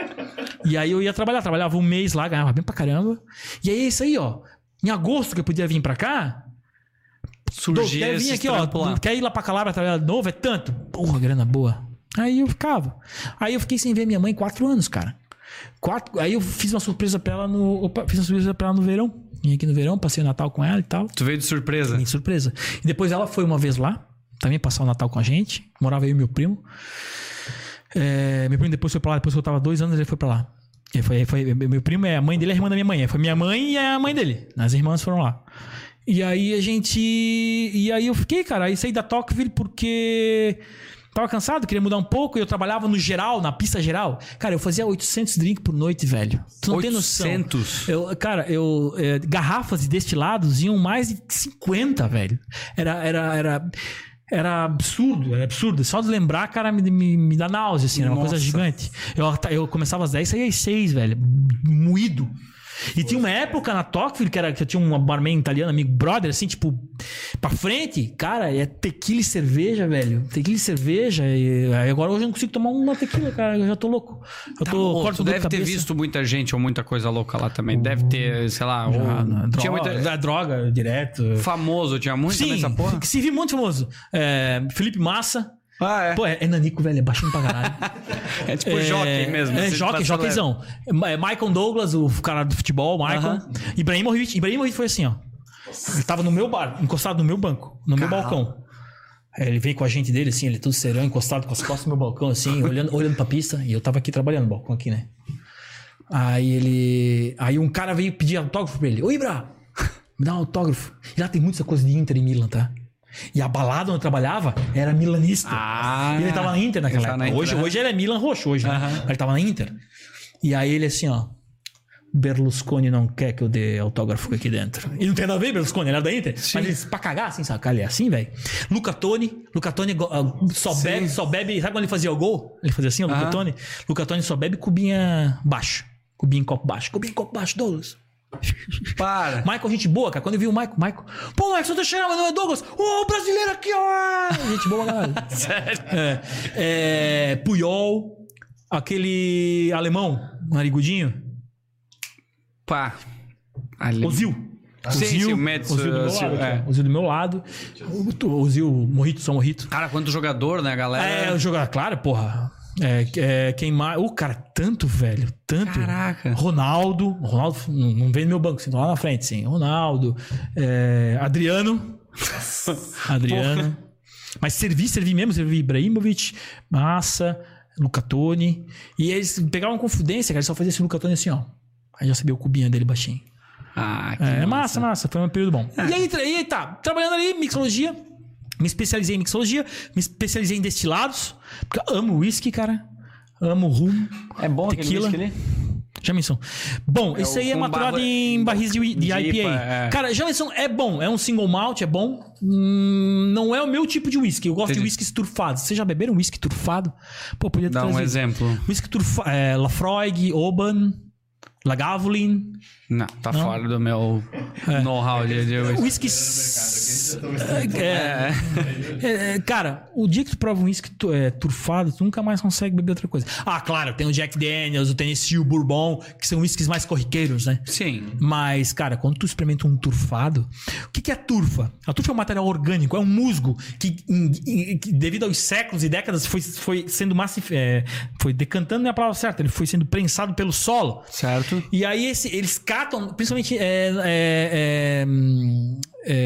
E aí eu ia trabalhar, trabalhava um mês lá, ganhava bem pra caramba. E aí é isso aí, ó. Em agosto que eu podia vir pra cá, surgia quer vir aqui, ó, lá. Quer ir lá pra Calabria trabalhar de novo? É tanto. Porra, grana boa. Aí eu ficava. Aí eu fiquei sem ver minha mãe quatro anos, cara. Quatro... Aí eu fiz uma surpresa pra ela no... Opa, fiz uma surpresa pra ela no verão. Vim aqui no verão, passei o Natal com ela e tal. Tu veio de surpresa? Vim de surpresa. E depois ela foi uma vez lá, também passar o Natal com a gente. Morava eu e meu primo. É... Meu primo depois foi pra lá, depois que eu tava dois anos, ele foi pra lá. Foi, foi, meu primo é a mãe dele, é a irmã da minha mãe. Foi minha mãe e a mãe dele. As irmãs foram lá. E aí a gente... E aí eu fiquei, cara. Aí saí da Tocqueville porque... Tava cansado, queria mudar um pouco. E eu trabalhava no geral, na pista geral. Cara, eu fazia oitocentos drinks por noite, velho. Tu não oitocentos? Tem noção. Eu, cara, eu... É, garrafas de destilados iam mais de cinquenta, velho. Era... era, era Era absurdo, era absurdo. Só de lembrar, cara, me, me, me dá náusea, assim. Era uma Nossa. Coisa gigante. Eu, eu começava às dez, saía às seis, velho. Moído. E tinha uma época na Tocqueville que, era, que eu tinha um barman italiano, amigo, brother, assim, tipo, pra frente, cara, é tequila e cerveja, velho. Tequila e cerveja. E agora hoje eu não consigo tomar uma tequila, cara. Eu já tô louco. Eu tá tô louco. Tu deve ter visto muita gente ou muita coisa louca lá também. Deve ter, sei lá, já, ou... não, tinha droga, muita... droga direto. Famoso, tinha muito Sim, nessa porra? Se vi muito famoso. É, Felipe Massa. Ah, é? Pô, é, é nanico, velho, é baixinho pra caralho. É tipo é, jockey mesmo. É jockey, jockeyzão. É Michael Douglas, o cara do futebol, Michael. Uh-huh. Ibrahimovic, Ibrahimovic foi assim, ó. Ele tava no meu bar, encostado no meu banco, no Caramba. Meu balcão. Ele veio com a gente dele, assim, ele todo serão, encostado com as costas no meu balcão, assim, olhando, olhando pra pista. E eu tava aqui trabalhando no balcão aqui, né? Aí ele... Aí um cara veio pedir autógrafo pra ele. Ô, Ibra, me dá um autógrafo. E lá tem muita coisa de Inter e Milan, tá? E a balada onde eu trabalhava era milanista. Ah, e ele tava na Inter naquela época. Inter, Hoje, né? hoje ele é Milan roxo, hoje. Né? Uhum. Ele tava na Inter. E aí ele assim, ó... Berlusconi não quer que eu dê autógrafo aqui dentro. E não tem nada a ver, Berlusconi, ele era da Inter. Sim. Mas eles, pra cagar, assim, sabe? Ele é assim, velho. Luca Toni. Luca Toni uh, só Sim. bebe, só bebe... Sabe quando ele fazia o gol? Ele fazia assim, o Luca Aham. Toni. Luca Toni só bebe cubinha baixo. Cubinha em copo baixo. Cubinha em copo baixo, Douglas. Para. Michael, gente boa, cara. Quando eu vi o Michael, Michael... Pô, Michael, você tá chegando, mas não é Douglas. Ô, o brasileiro aqui, ó. Gente boa, galera. Sério? É, é, Puyol. Aquele alemão, narigudinho. Pá. Ali. Ozil. Sim, Ozil, sim, o Metz, Ozil do meu Ozil, lado. é. Ozil do meu lado. O Ozil, Morrito, São Morrito. Cara, quanto jogador, né, galera? É, o jogador, claro, porra. É, é, quem mais... O cara, tanto, velho. Tanto. Caraca. Ronaldo. Ronaldo não, não vem no meu banco, assim, tô lá na frente, sim. Ronaldo. É, Adriano. Adriano. Mas servi, servi mesmo. Servi Ibrahimovic, Massa, Luca Toni. E eles pegavam confidência, cara. Eles só faziam esse Luca Toni assim, ó. Aí já sabia o cubinho dele baixinho. Ah, que É massa, massa. Foi um período bom. É. E aí, tra- e aí, tá. Trabalhando ali, mixologia. Me especializei em mixologia. Me especializei em destilados. Porque eu amo whisky, cara. Amo rum. É bom Tequila. aquele whisky ali? Jameson. Bom, É isso o aí é com maturado barra- em barris de, de de I P A. I P A, é. Cara, Jameson é bom. É um single malt, é bom. Hum, não é o meu tipo de whisky. Eu gosto Entendi. de whiskies turfados. Vocês já beberam whisky turfado? Pô, podia ter Dá um trazido. exemplo. Whisky turfado. É, Lafroig, Oban, Lagavulin. Não, tá fora do meu know-how de, de whisky. Whisky. É, é, é, cara, o dia que tu prova um whisky tu- é, turfado, tu nunca mais consegue beber outra coisa. Ah, claro, tem o Jack Daniels, o Tennessee, o Bourbon, que são whiskies mais corriqueiros, né? Sim. Mas, cara, quando tu experimenta um turfado, o que, que é turfa? A turfa é um material orgânico, é um musgo que, em- em- que devido aos séculos e décadas, foi, foi sendo massif... é, foi decantando, não é a palavra certa, ele foi sendo prensado pelo solo. Certo. E aí esse, eles catam, principalmente é, é, é, hum,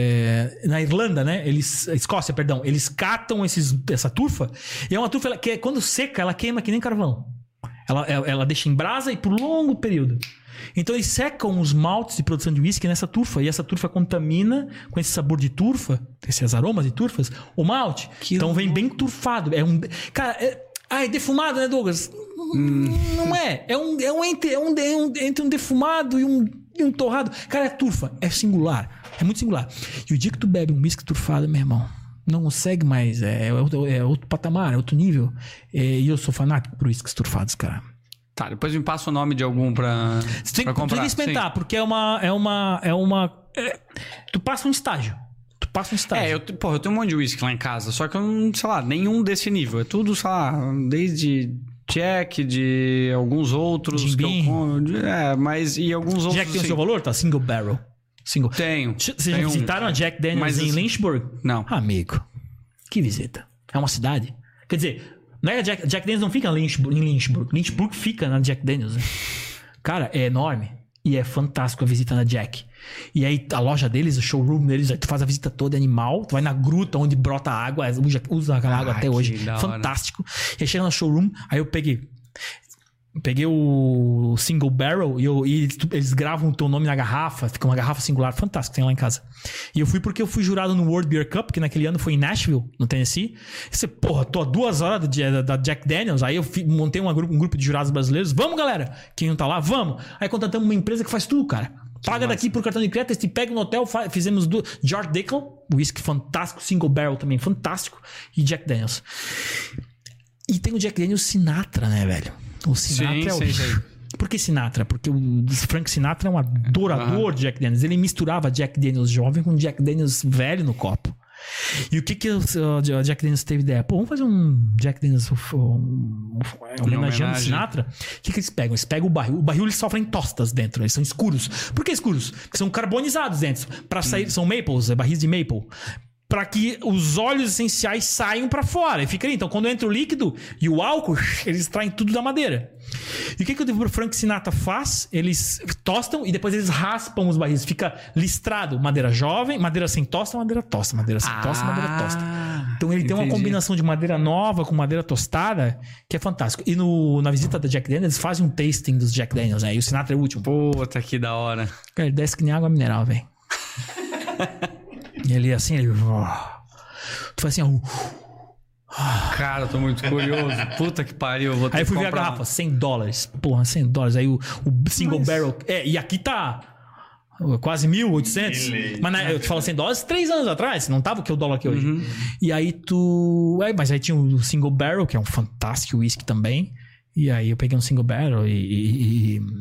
é, na Irlanda, né? Eles, Escócia, perdão. Eles catam esses, essa turfa. E é uma turfa que quando seca, ela queima que nem carvão. Ela, ela, ela deixa em brasa e por longo período. Então eles secam os maltes de produção de uísque nessa turfa. E essa turfa contamina com esse sabor de turfa, esses aromas de turfas, o malte. Que então vem louco. bem turfado. É um, cara, é, ah, é defumado, né, Douglas? Hum. Não é. É um, é um, entre, é um, é um entre um defumado e um, e um torrado. Cara, é turfa. É singular. É muito singular. E o dia que tu bebe um whisky turfado, meu irmão, não consegue mais. É, é, outro, é outro patamar, é outro nível. É, e eu sou fanático por whiskies turfados, cara. Tá, depois me passa o nome de algum pra, Você tem, pra tu tem comprar. que experimentar, porque é uma. É uma. É uma é, tu passa um estágio. Tu passa um Sim. estágio. É, eu, te- porra, eu tenho um monte de whisky lá em casa, só que eu não, sei lá, nenhum desse nível. É tudo, sei lá, desde Jack, de alguns outros. Jim que eu Beam. como, de- é, mas e alguns outros. Jack tem o assim. seu valor? Tá, single barrel. Single. Tenho. Vocês já Tenho um. visitaram a Jack Daniels Mas em assim- Lynchburg? Não. Amigo, que visita. É uma cidade. Quer dizer, não é Jack, Jack Daniels não fica em Lynchburg, em Lynchburg. Lynchburg fica na Jack Daniels. Né? Cara, é enorme. E é fantástico a visita na Jack. E aí a loja deles, o showroom deles, aí tu faz a visita toda animal, tu vai na gruta onde brota água, usa, usa aquela água Ah, até que hoje. da hora. Fantástico. E aí chega no showroom, aí eu peguei... Peguei o single barrel e, eu, e eles, eles gravam o teu nome na garrafa. Fica uma garrafa singular. Fantástico, tem lá em casa. E eu fui porque eu fui jurado no World Beer Cup, que naquele ano foi em Nashville, no Tennessee. E você, porra, tô a duas horas da, da Jack Daniels. Aí eu fi, montei uma grupo, um grupo de jurados brasileiros. Vamos, galera! Quem não tá lá, vamos! Aí contratamos uma empresa que faz tudo, cara. Paga daqui por cartão de crédito, te pega no hotel, fa- fizemos do George Dickel, whisky fantástico, single barrel também fantástico, e Jack Daniels. E tem o Jack Daniels Sinatra, né, velho? O Sinatra Sim, é o... sim, sim. Por que Sinatra? Porque o Frank Sinatra é um adorador de Jack Daniels. Ele misturava Jack Daniels jovem com Jack Daniels velho no copo. E o que que o o Jack Daniels teve ideia? Pô, vamos fazer um Jack Daniels um, um, homenageando homenagem. Sinatra. O que que eles pegam? Eles pegam o barril. O barril eles sofrem tostas dentro. Eles são escuros. Por que escuros? Porque são carbonizados dentro. Para sair, Hum. são maples, é barris de maple. Para que os óleos essenciais saiam para fora. E fica ali. Então, quando entra o líquido e o álcool, eles extraem tudo da madeira. E o que, que o Frank Sinatra faz? Eles tostam e depois eles raspam os barris. Fica listrado. Madeira jovem, madeira sem tosta, madeira tosta, madeira sem tosta, madeira tosta. Então ele tem uma Entendi. combinação de madeira nova com madeira tostada que é fantástico. E no, na visita da Jack Daniels, eles fazem um tasting dos Jack Daniels, né? E o Sinatra é o último. Puta, que da hora. Cara, ele desce que nem água mineral, velho. E ele assim, ele... Tu faz assim, ó... Cara, eu tô muito curioso. Puta que pariu. Eu vou ter Aí eu fui que ver a comprar. garrafa, cem dólares. Porra, cem dólares. Aí o, o single Mas- barrel... É, e aqui tá... Quase mil e oitocentos. Mas né, eu te falo cem dólares três anos atrás. Não tava o que é o dólar aqui hoje. Uhum. E aí tu... É, mas aí tinha o single barrel, que é um fantástico whisky também. E aí eu peguei um single barrel e... e, e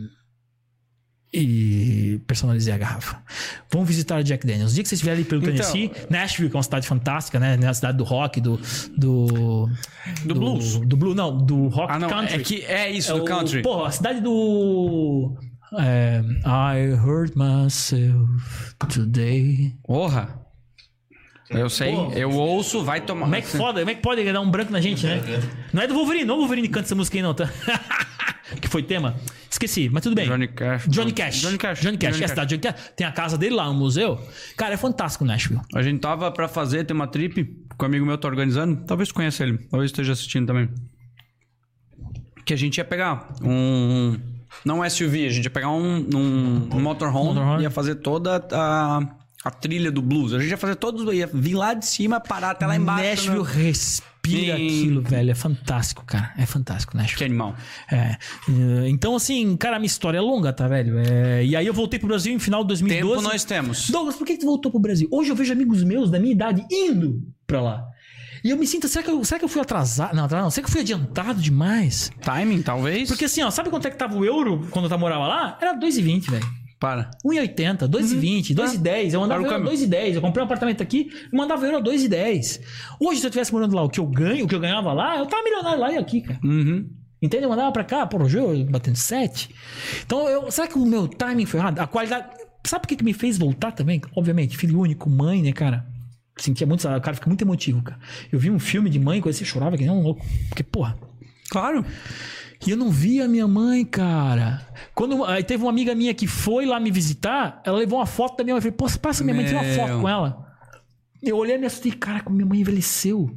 e personalizei a garrafa. Vamos visitar a Jack Daniels. O dia que vocês estiverem ali pelo Então- Tennessee, Nashville, que é uma cidade fantástica, né? A cidade do rock, do... Do, Do blues. Do blue, não. Do rock Ah, não. country. É, que, é isso, É do o- country. Pô, a cidade do... É, I hurt myself today. Porra. Eu sei. Pô. Eu ouço, vai tomar... Como é que foda? Como é que pode dar um branco na gente, né? Não é do Wolverine. Não é o Wolverine que canta essa música aí, não, tá? Que foi tema. Esqueci, mas tudo bem. Johnny Cash. Johnny Cash. Johnny Cash. Johnny Cash. Johnny É a cidade de Johnny Cash. Tem a casa dele lá no museu. Cara, é fantástico Nashville. A gente tava pra fazer, tem uma trip que um amigo meu tá organizando. Talvez tu conheça ele. Talvez esteja assistindo também. Que a gente ia pegar um... Não um S U V, a gente ia pegar um, um, um motorhome, Motorhome. ia fazer toda a, a trilha do blues. A gente ia fazer todos, ia vir lá de cima, parar até lá embaixo. Nashville né? respira Sim. aquilo, velho. É fantástico, cara. É fantástico, Nashville. Que animal. É. Eh, Então, assim, cara, a minha história é longa, tá, velho? É, E aí eu voltei pro Brasil em final de dois mil e doze. Tempo nós temos. Douglas, por que que tu voltou pro Brasil? Hoje eu vejo amigos meus da minha idade indo pra lá. E eu me sinto, será que eu, será que eu fui atrasado? Não, não, será que eu fui adiantado demais? Timing, talvez? Porque assim, ó, sabe quanto é que tava o euro quando eu morava lá? Era dois e vinte, velho. Para. um e oitenta, dois e vinte, dois e dez. Eu mandava Para o euro a câmbio. dois e dez. Eu comprei um apartamento aqui e mandava euro a dois e dez. Hoje, se eu estivesse morando lá, o que eu ganho, o que eu ganhava lá, eu tava milionário lá e aqui, cara. Uhum. Entende? Eu mandava pra cá, pô, hoje eu batendo sete. Então, eu, será que o meu timing foi errado? A qualidade... Sabe por que que me fez voltar também? Obviamente, filho único, mãe, né, cara? Sentia muito... O cara fica muito emotivo, cara. Eu vi um filme de mãe, coisa assim, chorava que nem um louco. Porque, porra... Claro. E eu não vi a minha mãe, cara. Quando aí teve uma amiga minha que foi lá me visitar, ela levou uma foto da minha mãe. Eu falei, pô, passa minha mãe, tira uma Meu. foto com ela. Eu olhei e me assustei, cara, como minha mãe envelheceu.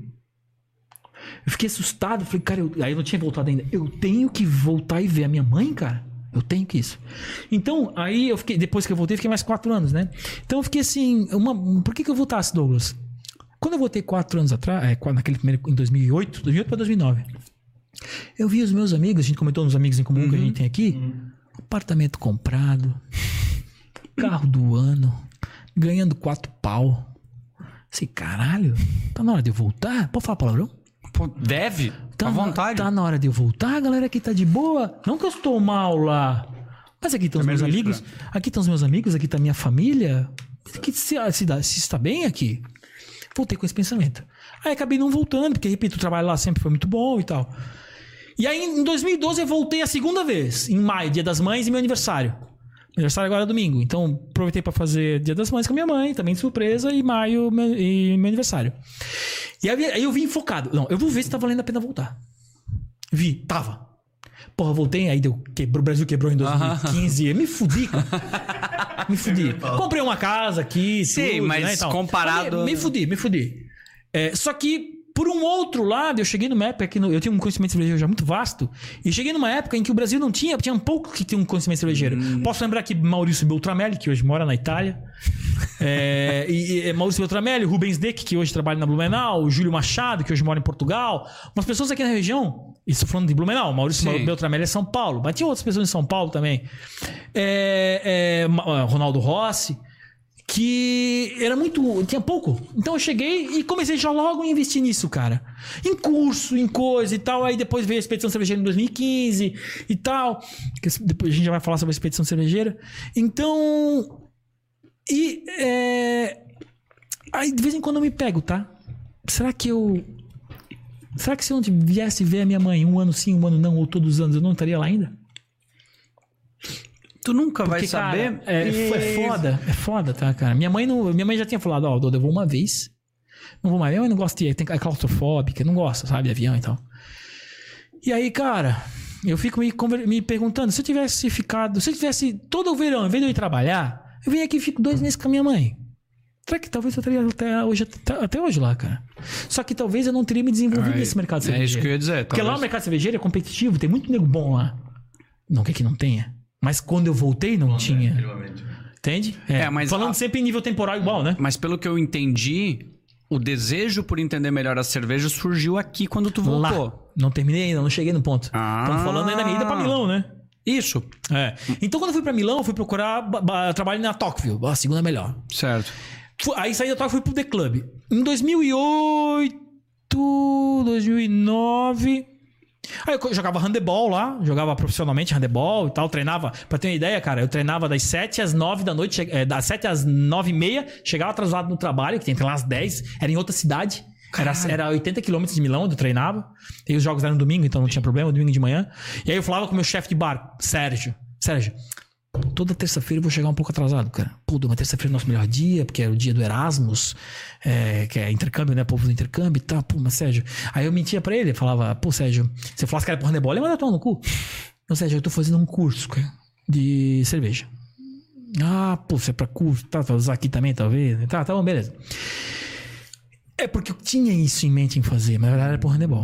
Eu fiquei assustado. Falei, cara, eu... aí eu não tinha voltado ainda. Eu tenho que voltar e ver a minha mãe, cara. Eu tenho que isso. Então, aí eu fiquei, depois que eu voltei, fiquei mais quatro anos, né? Então eu fiquei assim, uma... por que que eu voltasse, Douglas? Quando eu voltei quatro anos atrás, é, naquele primeiro, em dois mil e oito, dois mil e oito para dois mil e nove, eu vi os meus amigos, a gente comentou nos amigos em comum que a gente tem aqui, apartamento comprado, carro do ano, ganhando quatro pau. Assim, caralho, tá na hora de eu voltar? Pode falar palavrão? Pô, deve. Tá à na- vontade. Tá na hora de eu voltar, a galera aqui tá de boa. Não que eu estou mal lá. Mas aqui estão os meus mesmo isso, amigos. Aqui estão os meus amigos, aqui tá a minha família. Aqui se, se, dá- se está bem aqui. Voltei com esse pensamento. Aí acabei não voltando, porque, repito, o trabalho lá sempre foi muito bom e tal. E aí, em dois mil e doze, eu voltei a segunda vez. Em maio, dia das mães e meu aniversário. Meu aniversário agora é domingo. Então, aproveitei pra fazer dia das mães com a minha mãe, também de surpresa, e maio meu, e meu aniversário. E aí, aí eu vim focado. Não, eu vou ver se tá valendo a pena voltar. Vi, tava. Porra, voltei, aí deu, quebrou, o Brasil quebrou em dois mil e quinze. Eu me fudi, cara. Me fudi. Comprei uma casa aqui, Sim, tudo, mas né, e tal. comparado- Me, me fudi, me fudi. É, só que, por um outro lado, eu cheguei numa época que no- eu tinha um conhecimento cervejeiro já muito vasto, e cheguei numa época em que o Brasil não tinha, tinha um pouco que tinha um conhecimento cervejeiro. Hum. Posso lembrar que Maurício Beltramelli, que hoje mora na Itália, é, e, e Maurício Beltramelli, Rubens Deck, que hoje trabalha na Blumenau, Júlio Machado, que hoje mora em Portugal, umas pessoas aqui na região, isso falando de Blumenau, Maurício Sim. Beltramelli é São Paulo, mas tinha outras pessoas em São Paulo também. É, é, Ma- Ronaldo Rossi, que era muito... tinha pouco. Então eu cheguei e comecei já logo a investir nisso, cara. Em curso, em coisa e tal. Aí depois veio a Expedição Cervejeira em dois mil e quinze e tal. Que depois a gente já vai falar sobre a Expedição Cervejeira. Então... E... é, aí de vez em quando eu me pego, tá? Será que eu... Será que se eu não viesse ver a minha mãe um ano sim, um ano não, ou todos os anos, eu não estaria lá ainda? Tu nunca vai Porque, saber. cara, é, E- é foda, é foda, tá, cara? Minha mãe, não, minha mãe já tinha falado, ó, Dodo, eu vou uma vez. Não vou mais. Minha mãe não gosta de... é claustrofóbica, não gosta, sabe, de avião e tal. E aí, cara, eu fico me, conver- me perguntando, se eu tivesse ficado... Se eu tivesse todo o verão, em vez de eu ir trabalhar, eu venho aqui e fico dois meses com a minha mãe. Será que talvez eu teria até hoje, até hoje lá, cara? Só que talvez eu não teria me desenvolvido nesse mercado cervejeiro. É isso que eu ia dizer. Porque talvez. lá o mercado cervejeiro é competitivo, tem muito nego bom lá. Não quer que não tenha. Mas quando eu voltei, não, não tinha. É, entende? É, é, mas falando a... sempre em nível temporal igual, né? Mas pelo que eu entendi, o desejo por entender melhor a cerveja surgiu aqui quando tu voltou. Lá. Não terminei ainda, não cheguei no ponto. Ah. Estamos falando ainda da minha ida pra Milão, né? Isso. É. Então quando eu fui pra Milão, eu fui procurar trabalho na Tocqueville, a segunda melhor. Certo. Aí saí da Tocqueville e fui pro The Club. Em dois mil e oito, dois mil e nove... Aí eu jogava handebol lá, jogava profissionalmente handebol e tal, treinava. Pra ter uma ideia, cara, eu treinava das sete às nove da noite, é, das sete às nove e meia, chegava atrasado no trabalho, que tem que ir lá às dez, era em outra cidade, era, era oitenta quilômetros de Milão, onde eu treinava, e os jogos eram no domingo, então não tinha problema, domingo de manhã. E aí eu falava com o meu chefe de bar, Sérgio, Sérgio, toda terça-feira eu vou chegar um pouco atrasado, cara. Pô, uma terça-feira é o nosso melhor dia, porque é o dia do Erasmus, é, que é intercâmbio, né? Povo do intercâmbio e tal. Pô, mas Sérgio... Aí eu mentia pra ele, falava, pô, Sérgio, se eu falasse que era pro handebol, ele ia mandar tomar no cu. Não, Sérgio, eu tô fazendo um curso, cara, de cerveja. Ah, pô, você é pra curso, tá, tá, usar aqui também, talvez. Tá, tá bom, beleza. É porque eu tinha isso em mente em fazer, mas na verdade era pro handebol.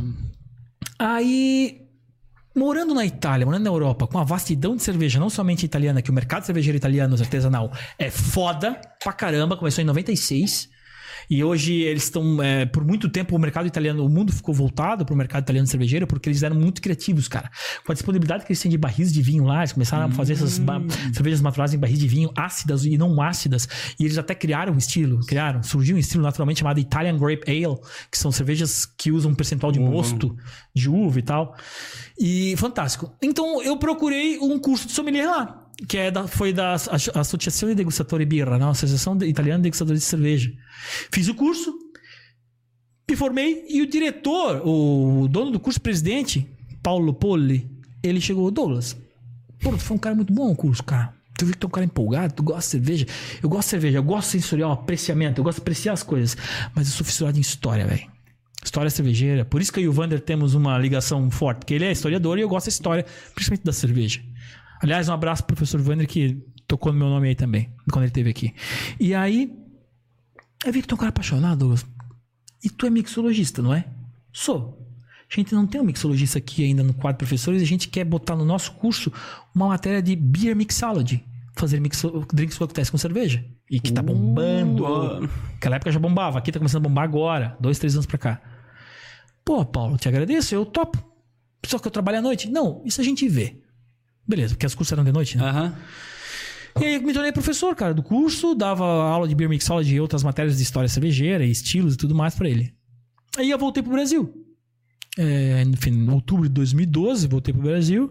Aí... Morando na Itália, morando na Europa, com a vastidão de cerveja, não somente italiana, que o mercado cervejeiro italiano artesanal é foda pra caramba, começou em noventa e seis. E hoje eles estão, é, por muito tempo, o mercado italiano, o mundo ficou voltado pro mercado italiano cervejeiro, porque eles eram muito criativos, cara. Com a disponibilidade que eles têm de barris de vinho lá, eles começaram hum. a fazer essas ba- cervejas maturadas em barris de vinho, ácidas e não ácidas. E eles até criaram um estilo, criaram, surgiu um estilo naturalmente chamado Italian Grape Ale, que são cervejas que usam um percentual de uhum. mosto, de uva e tal. E fantástico. Então eu procurei um curso de sommelier lá, que é da, foi da Associazione Degustatori Birra, não? Associação Italiana de Degustadores de Cerveja. Fiz o curso, me formei e o diretor, o dono do curso, presidente, Paulo Polli, ele chegou, Douglas, pô, tu foi um cara muito bom no curso, cara. Tu viu que tu é um cara empolgado, tu gosta de cerveja. Eu gosto de cerveja, eu gosto de sensorial, apreciamento, eu gosto de apreciar as coisas, mas eu sou fissurado em história, velho. História cervejeira. Por isso que eu e o Vander temos uma ligação forte, porque ele é historiador e eu gosto da história, principalmente da cerveja. Aliás, um abraço pro professor Vander, que tocou no meu nome aí também, quando ele esteve aqui. E aí, eu vi que tu é um cara apaixonado, Douglas. E tu é mixologista, não é? Sou. A gente não tem um mixologista aqui ainda no quadro de professores, e a gente quer botar no nosso curso uma matéria de Beer Mixology. Fazer mixo, drinks coquetéis com cerveja. E que tá bombando. Uh, Naquela época já bombava. Aqui tá começando a bombar agora. Dois, três anos pra cá. Pô, Paulo, te agradeço. Eu topo. Só que eu trabalho à noite. Não, isso a gente vê. Beleza, porque as cursos eram de noite, né? Uhum. E aí eu me tornei professor, cara, do curso. Dava aula de Beer Mixology e outras matérias de história cervejeira e estilos e tudo mais pra ele. Aí eu voltei pro Brasil. É, enfim, em outubro de dois mil e doze, voltei pro Brasil.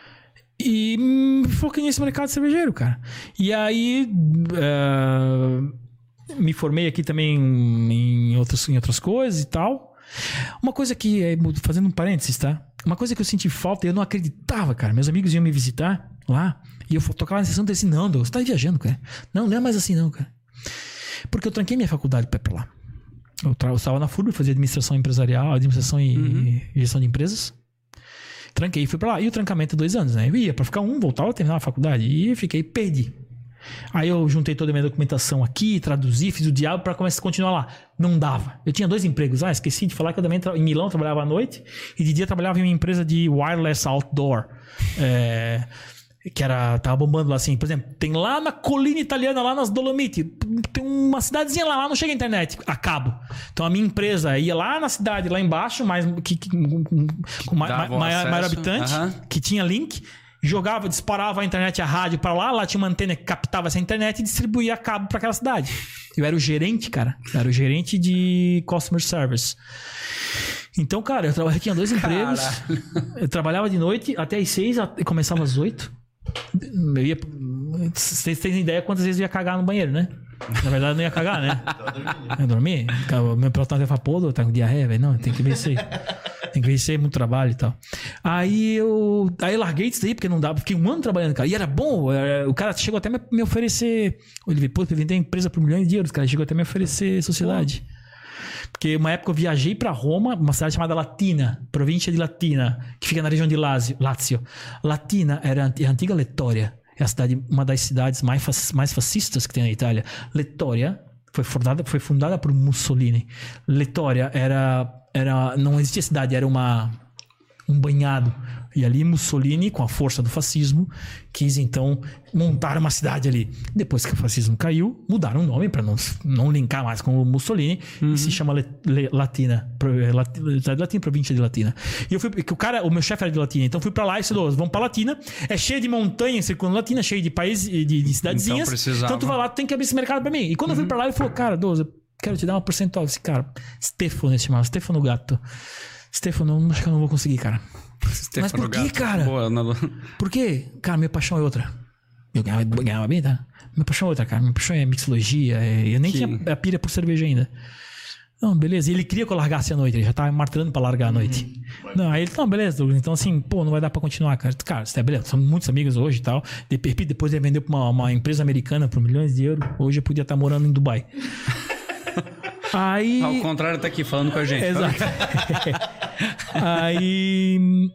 E me foquei nesse mercado cervejeiro, cara. E aí uh, me formei aqui também em outras, em outras coisas e tal. Uma coisa que, fazendo um parênteses, tá? Uma coisa que eu senti falta e eu não acreditava, cara. Meus amigos iam me visitar lá e eu tocava na sessão e disse, não, Douglas, você tá viajando, cara. Não, não é mais assim não, cara. Porque eu tranquei minha faculdade pra ir pra lá. Eu, tra- eu estava na F U R B, fazia administração empresarial, administração e uhum. gestão de empresas. Tranquei e fui pra lá. E o trancamento é dois anos, né? Eu ia pra ficar um, voltava, terminar a faculdade. E fiquei, perdi. Aí eu juntei toda a minha documentação aqui, traduzi, fiz o diabo pra começar a continuar lá. Não dava. Eu tinha dois empregos. Ah, esqueci de falar que eu também tra- em Milão trabalhava à noite. E de dia trabalhava em uma empresa de wireless outdoor. É... Que era, tava bombando lá assim, por exemplo, tem lá na colina italiana, lá nas Dolomites, tem uma cidadezinha lá, lá não chega a internet, a cabo. Então a minha empresa ia lá na cidade, lá embaixo, mais, que, que, com mais, maior, maior habitante, uhum. que tinha link, jogava, disparava a internet, a rádio para lá, lá tinha uma antena que captava essa internet e distribuía a cabo para aquela cidade. Eu era o gerente, cara, eu era o gerente de customer service. Então, cara, eu, eu tinha dois empregos, Caralho. Eu trabalhava de noite até às seis e começava às oito. Eu ia, vocês têm ideia quantas vezes eu ia cagar no banheiro, né? Na verdade eu não ia cagar, né? Eu dormi. O meu pelotão ia falar, pô, tá com diarreia, velho. Não, tem que vencer. Tem que vencer, muito trabalho e tal. Aí eu aí eu larguei disso daí, porque não dava. Fiquei um ano trabalhando, cara. E era bom. Era, o cara chegou até me oferecer. Ele pô, eu vendi a empresa por milhões de euros. O cara chegou até me oferecer sociedade. Pô. Porque uma época eu viajei pra Roma, uma cidade chamada Latina, província de Latina, que fica na região de Lazio. Lazio. Latina era a antiga Letória. É a cidade, uma das cidades mais, mais fascistas que tem na Itália. Letória, Foi fundada, foi fundada por Mussolini. Letória era, era... Não existia cidade, era uma, um banhado. E ali Mussolini, com a força do fascismo, quis então montar uma cidade ali. Depois que o fascismo caiu, mudaram o nome para não, não linkar mais com o Mussolini. Uhum. E se chama Le, Le, Latina. Latina, Latina, província de Latina. E eu fui, que o cara, o meu chefe era de Latina. Então fui para lá e disse, vamos para Latina. É cheio de montanhas circulando Latina, cheio de países, de, de cidadezinhas. Então, então tu vai lá, tu tem que abrir esse mercado para mim. E quando uhum. eu fui para lá, ele falou, cara, Doze, quero te dar uma percentual. Esse cara, Stefano, ele se chamava, Stefano Gato. Stefano, acho que eu não vou conseguir, cara. Mas por que, cara? Boa, não... Por quê? Cara, minha paixão é outra. Eu ganhava, ganhava bem, tá? Minha paixão é outra, cara. Minha paixão é mixologia. É... Eu nem que... tinha a pira por cerveja ainda. Não, beleza. Ele queria que eu largasse a noite. Ele já tava martelando pra largar a noite. Uhum. Não, aí ele, não, beleza, Douglas. Então, assim, pô, não vai dar pra continuar, cara. Cara, você é beleza. Somos muitos amigos hoje e tal. Depois ele vendeu pra uma, uma empresa americana por milhões de euros. Hoje eu podia estar morando em Dubai. Aí... Ao contrário, tá aqui falando com a gente. Exato. aí...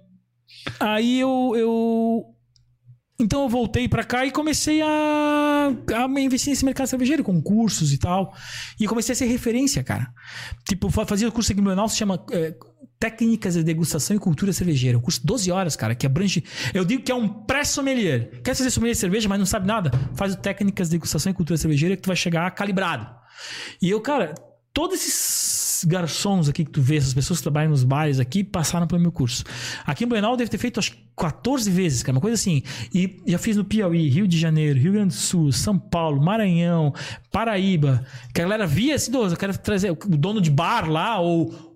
Aí eu, eu... Então eu voltei pra cá e comecei a, a investir nesse mercado cervejeiro, com cursos e tal. E comecei a ser referência, cara. Tipo, fazia o curso aqui no Blumenau, se chama... É, Técnicas de Degustação e Cultura Cervejeira. Um curso de doze horas, cara, que abrange... Eu digo que é um pré-sommelier. Quer fazer sommelier de cerveja, mas não sabe nada? Faz o Técnicas de Degustação e Cultura Cervejeira que tu vai chegar calibrado. E eu, cara... Todos esses garçons aqui que tu vê, essas pessoas que trabalham nos bares aqui, passaram pelo meu curso. Aqui em Blumenau deve ter feito acho que quatorze vezes, cara, uma coisa assim. E já fiz no Piauí, Rio de Janeiro, Rio Grande do Sul, São Paulo, Maranhão, Paraíba. Que a galera via assim, eu quero trazer o dono de bar lá, ou,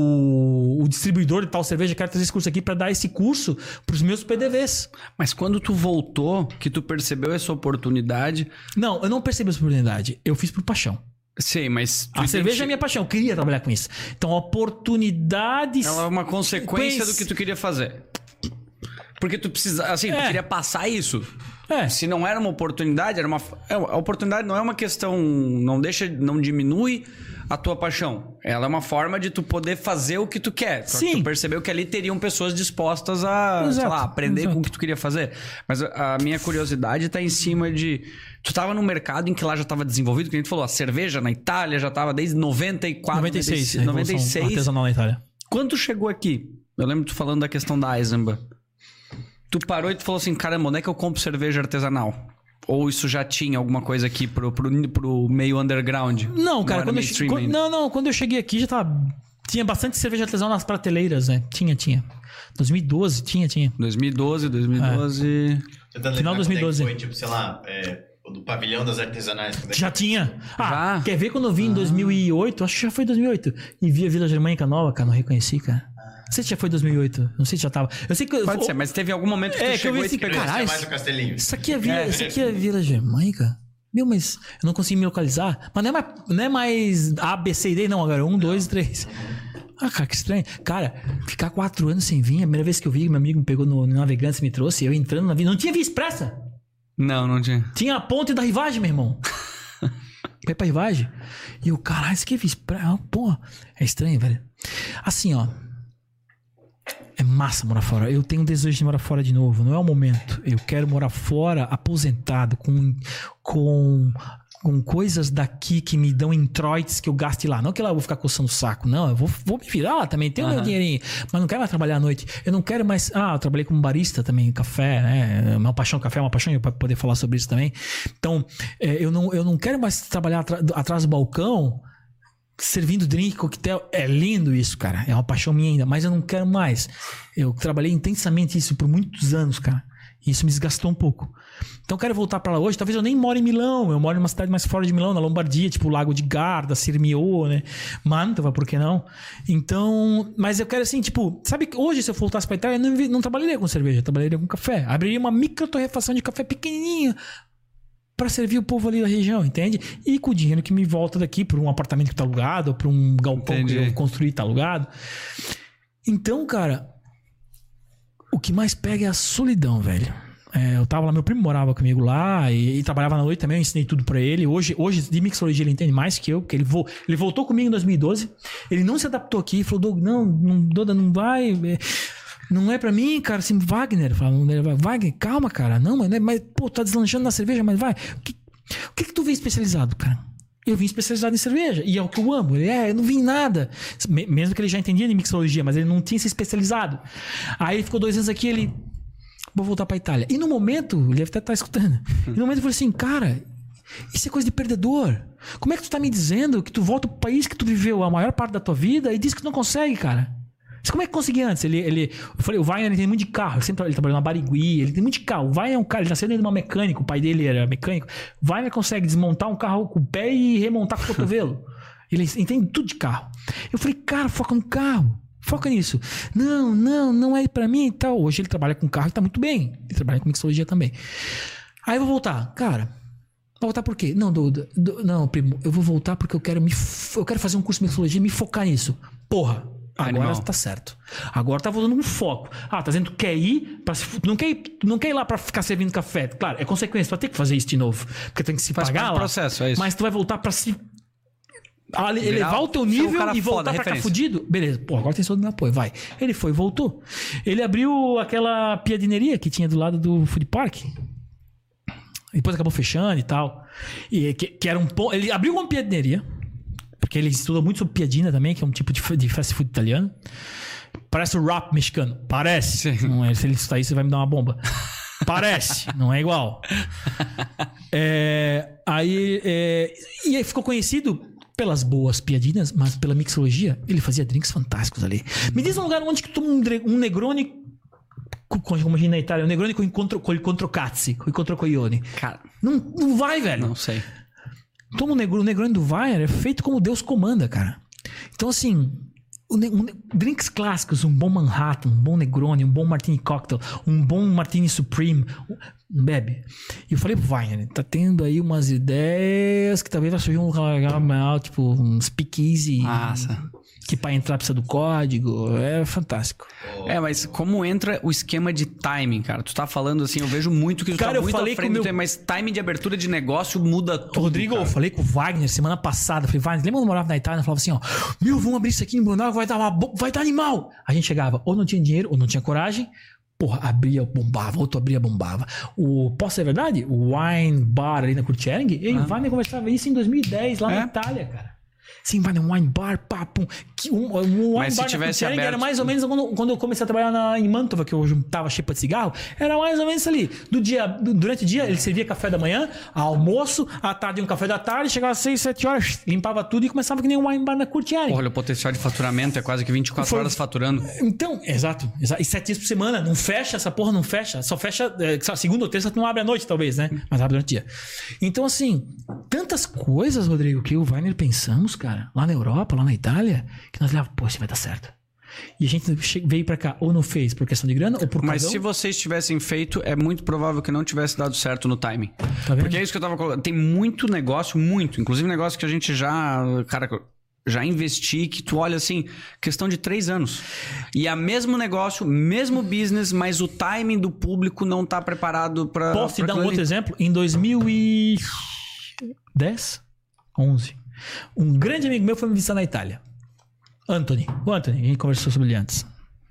ou o distribuidor de tal cerveja, eu quero trazer esse curso aqui para dar esse curso pros meus P D Vs. Mas quando tu voltou, que tu percebeu essa oportunidade... Não, eu não percebi essa oportunidade. Eu fiz por paixão. Sei, mas... A cerveja é minha paixão, eu queria trabalhar com isso. Então, a oportunidade... Ela é uma consequência do que tu queria fazer. Porque tu precisa... Assim, é. tu queria passar isso. É. Se não era uma oportunidade, era uma... A oportunidade não é uma questão... Não deixa... Não diminui a tua paixão. Ela é uma forma de tu poder fazer o que tu quer. Só Sim. que tu percebeu que ali teriam pessoas dispostas a, Exato. sei lá, aprender Exato. com o que tu queria fazer. Mas a minha curiosidade tá em cima de... Tu tava num mercado em que lá já tava desenvolvido, que a gente falou, a cerveja na Itália já tava desde noventa e quatro, noventa e seis, noventa e seis. Artesanal na Itália. Quando tu chegou aqui, eu lembro tu falando da questão da Eisenbahn. Tu parou e tu falou assim, caramba, onde é que eu compro cerveja artesanal? Ou isso já tinha alguma coisa aqui pro, pro, pro meio underground? Não, cara, quando eu, quando, não, não, quando eu cheguei aqui já tava... Tinha bastante cerveja artesanal nas prateleiras, né? Tinha, tinha. dois mil e doze, tinha, tinha. dois mil e doze, dois mil e doze... É. Final de dois mil e doze. Foi, tipo, sei lá... É... do pavilhão das artesanais. Já tinha. Ah, já? Quer ver quando eu vim ah. em dois mil e oito? Acho que já foi dois mil e oito. E vi a Vila Germânica Nova, cara, não reconheci, cara. Não sei se já foi dois mil e oito. Não sei se já tava. Eu sei que Pode eu, ser, mas teve algum momento que é, tu que chegou eu vi e assim, pegou. Caralho, mais o Castelinho. Isso aqui é Vila, é. isso aqui é Vila Germânica? Meu, mas eu não consegui me localizar. Mas não é mais, não é mais A, B, C e D, não. Agora um, dois, três. Ah, cara, que estranho. Cara, ficar quatro anos sem vir. A primeira vez que eu vi, meu amigo me pegou no, no Navegantes e me trouxe. Eu entrando na Vila. Não tinha Via Expressa. Não, não tinha. Tinha a ponte da Rivagem, meu irmão. Vai pra Rivagem. E eu, caralho, isso aqui é Via Expressa. Porra, é estranho, velho. Assim, ó. É massa morar fora. Eu tenho um desejo de morar fora de novo. Não é o momento. Eu quero morar fora, aposentado, com, com, com coisas daqui que me dão introites que eu gaste lá. Não que lá eu vou ficar coçando o saco. Não, eu vou, vou me virar lá também. Tenho uhum. meu dinheirinho. Mas não quero mais trabalhar à noite. Eu não quero mais... Ah, eu trabalhei como barista também, café, né? Uma paixão, café é uma paixão. Eu posso poder falar sobre isso também. Então, é, eu, não, eu não quero mais trabalhar atrás do balcão servindo drink, coquetel. É lindo isso, cara. É uma paixão minha ainda. Mas eu não quero mais. Eu trabalhei intensamente isso por muitos anos, cara. E isso me desgastou um pouco. Então eu quero voltar pra lá hoje. Talvez eu nem more em Milão. Eu moro em uma cidade mais fora de Milão, na Lombardia, tipo o Lago de Garda, Sirmio, né? Mantova, por que não? Então, mas eu quero assim, tipo, sabe que hoje se eu voltasse pra Itália, eu não, não trabalharia com cerveja, eu trabalharia com café. Abriria uma micro torrefação de café pequenininha pra servir o povo ali da região, entende? E com o dinheiro que me volta daqui por um apartamento que tá alugado, ou por um galpão Entendi. que eu construí tá alugado. Então, cara, o que mais pega é a solidão, velho. É, eu tava lá, meu primo morava comigo lá e, e trabalhava na noite também, eu ensinei tudo pra ele. Hoje, hoje de mixologia ele entende mais que eu, porque ele, vo, ele voltou comigo em dois mil e doze, ele não se adaptou aqui, falou, Doug, não, não, Doda, não vai... É, não é pra mim, cara, assim, Wagner, fala, Wagner, calma, cara, não, mas, mas pô, tá deslanchando na cerveja, mas vai, o que, o que que tu vê especializado, cara? Eu vim especializado em cerveja. E é o que eu amo. Ele, é, eu não vim em nada. Mesmo que ele já entendia de mixologia, mas ele não tinha se especializado. Aí ele ficou dois anos aqui, ele... Vou voltar pra Itália. E no momento, ele deve até estar escutando. E no momento eu falei assim, cara, isso é coisa de perdedor. Como é que tu tá me dizendo que tu volta pro país que tu viveu a maior parte da tua vida e diz que tu não consegue, cara? Mas como é que conseguia antes? Ele, ele, eu falei, o Wagner ele tem muito de carro. Ele sempre ele trabalhou na Barigui, ele tem muito de carro. O Wagner é um cara, ele nasceu dentro de uma mecânica, o pai dele era mecânico. O Wagner consegue desmontar um carro com o pé e remontar com o cotovelo. Ele entende tudo de carro. Eu falei, cara, foca no carro. Foca nisso. Não, não, não é pra mim e tal. Hoje ele trabalha com carro e tá muito bem. Ele trabalha com mixologia também. Aí eu vou voltar. Cara, vou voltar por quê? Não, Duda, du, não, primo, eu vou voltar porque eu quero me eu quero fazer um curso de mixologia e me focar nisso. Porra, agora Animal. Tá certo. Agora tá voltando um foco. Ah, tá dizendo que quer ir, pra, não, quer ir não quer ir lá pra ficar servindo café. Claro, é consequência, tu vai ter que fazer isso de novo. Porque tem que se Faz pagar lá. Processo, é isso. Mas tu vai voltar pra se... elevar o teu nível e voltar pra cá fudido. Beleza, pô, agora tem todo o meu apoio, vai. Ele foi e voltou. Ele abriu aquela piadineria que tinha do lado do Food Park. Depois acabou fechando e tal. E que, que era um ponto. Ele abriu uma piadineria, porque ele estuda muito sobre piadina também, que é um tipo de, de fast food italiano. Parece o rap mexicano. Parece. Não é, se ele estudar isso, vai me dar uma bomba. Parece, não é igual. É, aí. É, e aí ficou conhecido pelas boas piadinas, mas pela mixologia, ele fazia drinks fantásticos ali. Me diz um lugar onde que toma um, um Negroni, como a gente na Itália, um Negroni com encontro com encontro cazzi, com encontro coglione. Cara, não, não vai, velho. Não sei. Toma um Negroni, o Negroni do Wagner é feito como Deus comanda, cara. Então, assim, um, um, drinks clássicos, um bom Manhattan, um bom Negroni, um bom Martini Cocktail, um bom Martini Supreme... Não bebe. E eu falei pro Wagner, tá tendo aí umas ideias que talvez vai surgir um legal, tipo um speakeasy. Nossa. Que pra entrar precisa do código. É fantástico. É, mas como entra o esquema de timing, cara? Tu tá falando assim, eu vejo muito que tu cara, tá eu muito falei à frente, com meu... mas timing de abertura de negócio muda tudo. Rodrigo, cara. eu falei com o Wagner semana passada. Falei, Wagner, lembra quando eu morava na Itália? Eu falava assim, ó, meu, vamos abrir isso aqui em Brunel, vai dar uma bo... vai dar animal. A gente chegava, ou não tinha dinheiro, ou não tinha coragem. Porra, abria, bombava, outro abria, bombava. O, posso ser verdade? O Wine Bar ali na Kurtjering, eu e o Wagner conversava isso em dois mil e dez, lá é? na Itália, cara. Sim, vai num wine bar, papo. Um, um wine Mas bar se tivesse na aberto... era mais ou menos quando, quando eu comecei a trabalhar na, em Mantova, que eu juntava chipa de cigarro, era mais ou menos ali. Do dia, do, durante o dia, ele servia café da manhã, almoço, à tarde um café da tarde, chegava às seis, sete horas, limpava tudo e começava que nem um wine bar na Kurtjering. Olha, o potencial de faturamento é quase que vinte e quatro Foi... horas faturando. Então, exato, exato. E sete dias por semana, não fecha, essa porra não fecha. Só fecha, é, segunda ou terça, tu não abre à noite, talvez, né? Mas abre durante o dia. Então, assim, tantas coisas, Rodrigo, que eu e o Wagner pensamos, cara, lá na Europa, lá na Itália, que nós olhávamos, pô, isso vai dar certo. E a gente veio pra cá, ou não fez por questão de grana, ou por Mas casão. se vocês tivessem feito, é muito provável que não tivesse dado certo no timing. Tá vendo? Porque é isso que eu tava colocando. Tem muito negócio, muito. Inclusive negócio que a gente já... Cara, já investi, que tu olha assim, questão de três anos. E é mesmo negócio, mesmo business, mas o timing do público não tá preparado pra... Posso te pra dar um ali. outro exemplo? Em dois mil e dez, onze, um grande amigo meu foi me visitar na Itália. Anthony. O Anthony, a gente conversou sobre ele antes.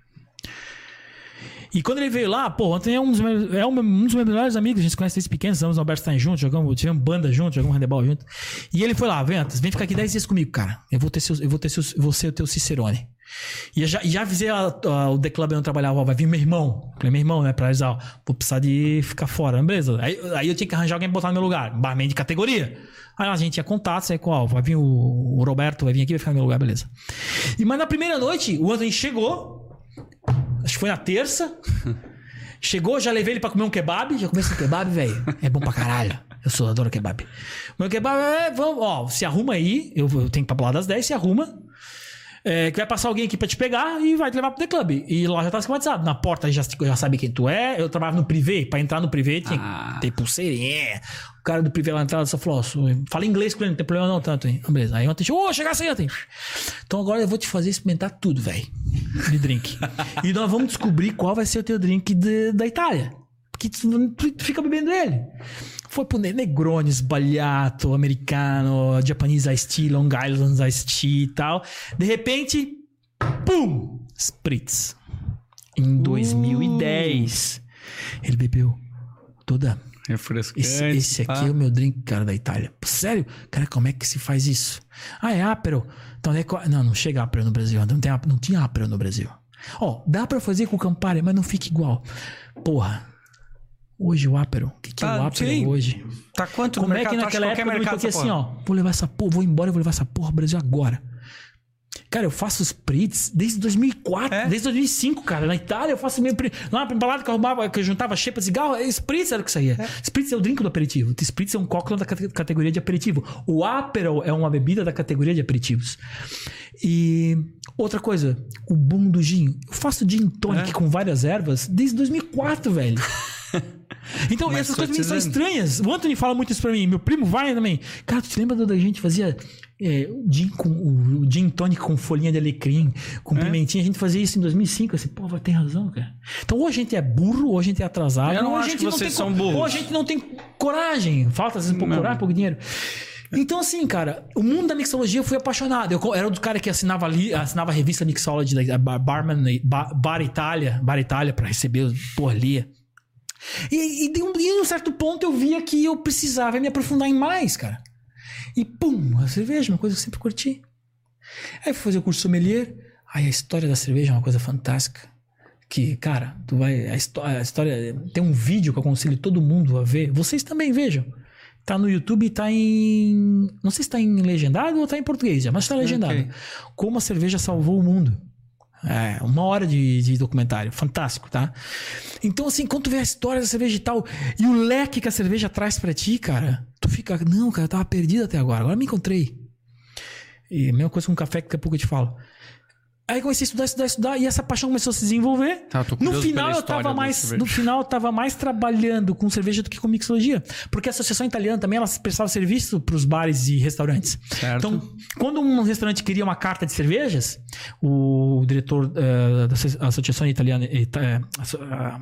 E quando ele veio lá, pô, o Anthony é um dos meus, é um dos meus melhores amigos. A gente se conhece desde pequenos, estamos no Alberstein juntos, jogamos, tivemos banda juntos, jogamos handebol junto. E ele foi lá, vem, Anthony, vem ficar aqui dez dias comigo, cara. Eu vou ter seu, eu vou ter seu, eu vou ser o teu Cicerone. E eu já, já avisei a, a, o The Club onde eu trabalhava, ó, vai vir meu irmão. Falei, meu irmão, né, pra eles, ó, vou precisar de ficar fora, beleza. Aí, aí eu tinha que arranjar alguém pra botar no meu lugar, barman de categoria. Aí a gente tinha contatos, aí qual, vai vir o, o Roberto, vai vir aqui, vai ficar no meu lugar, beleza. E, mas na primeira noite, o Anthony chegou, acho que foi na terça, chegou, já levei ele pra comer um kebab, já comecei um kebab, velho, é bom pra caralho. Eu sou, adoro kebab. Meu kebab é, vamos, ó, se arruma aí, eu, eu tenho que ir pra lá das dez, se arruma. É, que vai passar alguém aqui pra te pegar e vai te levar pro The Club. E lá já tá esquematizado. Na porta já, já sabe quem tu é. Eu trabalhava no privê. Pra entrar no privê tinha ah. que ter pulseirinha. O cara do privê lá na entrada só falou: ó, fala inglês com ele, não tem problema não tanto, hein? Beleza. Aí ontem, ô, oh, chegasse aí ontem. Então agora eu vou te fazer experimentar tudo, velho. De drink. E nós vamos descobrir qual vai ser o teu drink de, da Itália. Porque tu, tu, tu fica bebendo ele. Foi pro Negroni, Sbagliato, americano, Japanese Iced Tea, Long Island Iced Tea e tal. De repente, pum! Spritz. Em dois mil e dez. Uh. Ele bebeu toda Refrescante. Esse, esse aqui pá. é o meu drink, cara, da Itália. Sério? Cara, como é que se faz isso? Ah, é Aperol. Então, é... Não, não chega Aperol no Brasil. Não, tem, não tinha Aperol no Brasil. Ó, dá pra fazer com o Campari, mas não fica igual. Porra. Hoje o Aperol. O que, que Ah, é o Aperol sim. hoje? Tá quanto Como no é mercado? que Tu acha naquela qualquer época eu me mercado toquei essa assim, porra? ó, vou levar essa porra, vou embora, eu vou levar essa porra pro Brasil agora. Cara, eu faço spritz desde dois mil e quatro, É? desde dois mil e cinco, cara. Na Itália eu faço meio... Lá pra balada que eu arrumava, que eu juntava xepa de cigarro, spritz era o que saía. É. Spritz é o drink do aperitivo. Spritz é um cocktail da cate- categoria de aperitivo. O Aperol é uma bebida da categoria de aperitivos. E outra coisa, o boom do gin. Eu faço gin tonic É. com várias ervas desde dois mil e quatro, velho. Então, Mas essas tô coisas te me são dizendo. estranhas. O Anthony fala muito isso pra mim. Meu primo vai também. Cara, tu te lembra da gente fazia é, o, gin com, o, o gin tonic com folhinha de alecrim, com É. pimentinha? A gente fazia isso em dois mil e cinco. Assim, pô, tem razão, cara. Então, ou a gente é burro, ou a gente é atrasado. Eu não ou a acho gente que não vocês tem são co- burros. Ou a gente não tem coragem. Falta, às vezes, um pouco Não. coragem, um pouco de dinheiro. Então, assim, cara, o mundo da mixologia eu fui apaixonado. Eu co- era do cara que assinava, ali, assinava a revista Mixology da Bar- Barman, Bar, Bar Itália, Bar Itália, pra receber, porra, lia. E, e de um, de um certo ponto eu via que eu precisava me aprofundar em mais, cara. E pum, a cerveja, uma coisa que eu sempre curti. Aí fui fazer o curso sommelier. Aí a história da cerveja é uma coisa fantástica. Que, cara, tu vai. A, histó- a história. Tem um vídeo que eu aconselho todo mundo a ver. Vocês também vejam. Tá no YouTube e tá em. Não sei se tá em legendado ou tá em português já, mas tá legendado. Ok. Como a cerveja salvou o mundo. É, uma hora de, de documentário. Fantástico, tá? Então, assim, quando tu vê a história da cerveja e tal, e o leque que a cerveja traz pra ti, cara, tu fica, não, cara, eu tava perdido até agora, agora me encontrei. E a mesma coisa com o café que daqui a pouco eu te falo. Aí comecei a estudar, estudar, estudar, e essa paixão começou a se desenvolver. Tá, eu tô No curioso final pela eu história tava da mais, cerveja. no final eu tava mais trabalhando com cerveja do que com mixologia, porque a Associação Italiana também ela prestava serviço pros bares e restaurantes. Certo. Então, quando um restaurante queria uma carta de cervejas, o diretor eh, da Asso- Associação Italiana, Ita- eh, asso- a-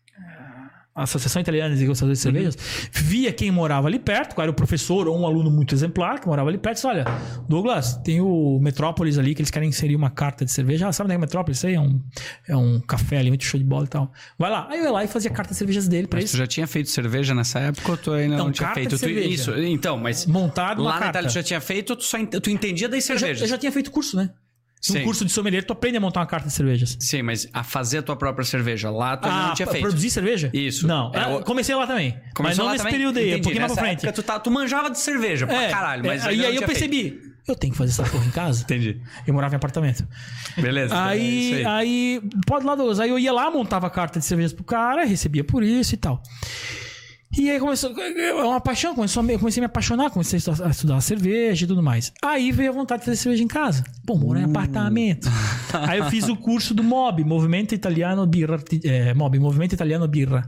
a Associação Italiana de Gostadores de Cervejas, via quem morava ali perto, qual era o professor ou um aluno muito exemplar que morava ali perto, e disse, olha, Douglas, tem o Metrópolis ali que eles querem inserir uma carta de cerveja. Ah, sabe onde é o Metrópolis? Isso aí é um, é um café ali, muito show de bola e tal. Vai lá. Aí eu ia lá e fazia carta de cervejas dele pra Mas eles. tu já tinha feito cerveja nessa época ou tu ainda não, Não, tinha carta feito? de Tu- cerveja. isso, então, mas Montado uma lá na carta. Itália tu já tinha feito ou tu, só ent- tu entendia das Eu já, cervejas? eu já tinha feito curso, né? Sim. Um curso de sommelier, tu aprende a montar uma carta de cervejas. Sim, mas a fazer a tua própria cerveja lá tu ainda Ah, não tinha pra feito. produzir cerveja? Isso. Não, É, ah, o- comecei lá também. mas Começou não lá nesse também? período aí, Entendi. um pouquinho mais Nessa pra frente. época tu, tá, tu manjava de cerveja pra É, caralho, mas é, ainda e não aí eu tinha feito. percebi, eu tenho que fazer essa porra em casa. Entendi. Eu morava em apartamento. Beleza. é Aí, isso aí. aí, pode lá, Douglas. Aí eu ia lá, montava a carta de cervejas pro cara, recebia por isso e tal. E aí começou, é uma paixão, começou a me- eu comecei a me apaixonar, comecei a estudar, a estudar cerveja e tudo mais. Aí veio a vontade de fazer cerveja em casa. Pô, morar em apartamento. Aí eu fiz o curso do M O B, Movimento Italiano Birra, é, M O B, Movimento Italiano Birra.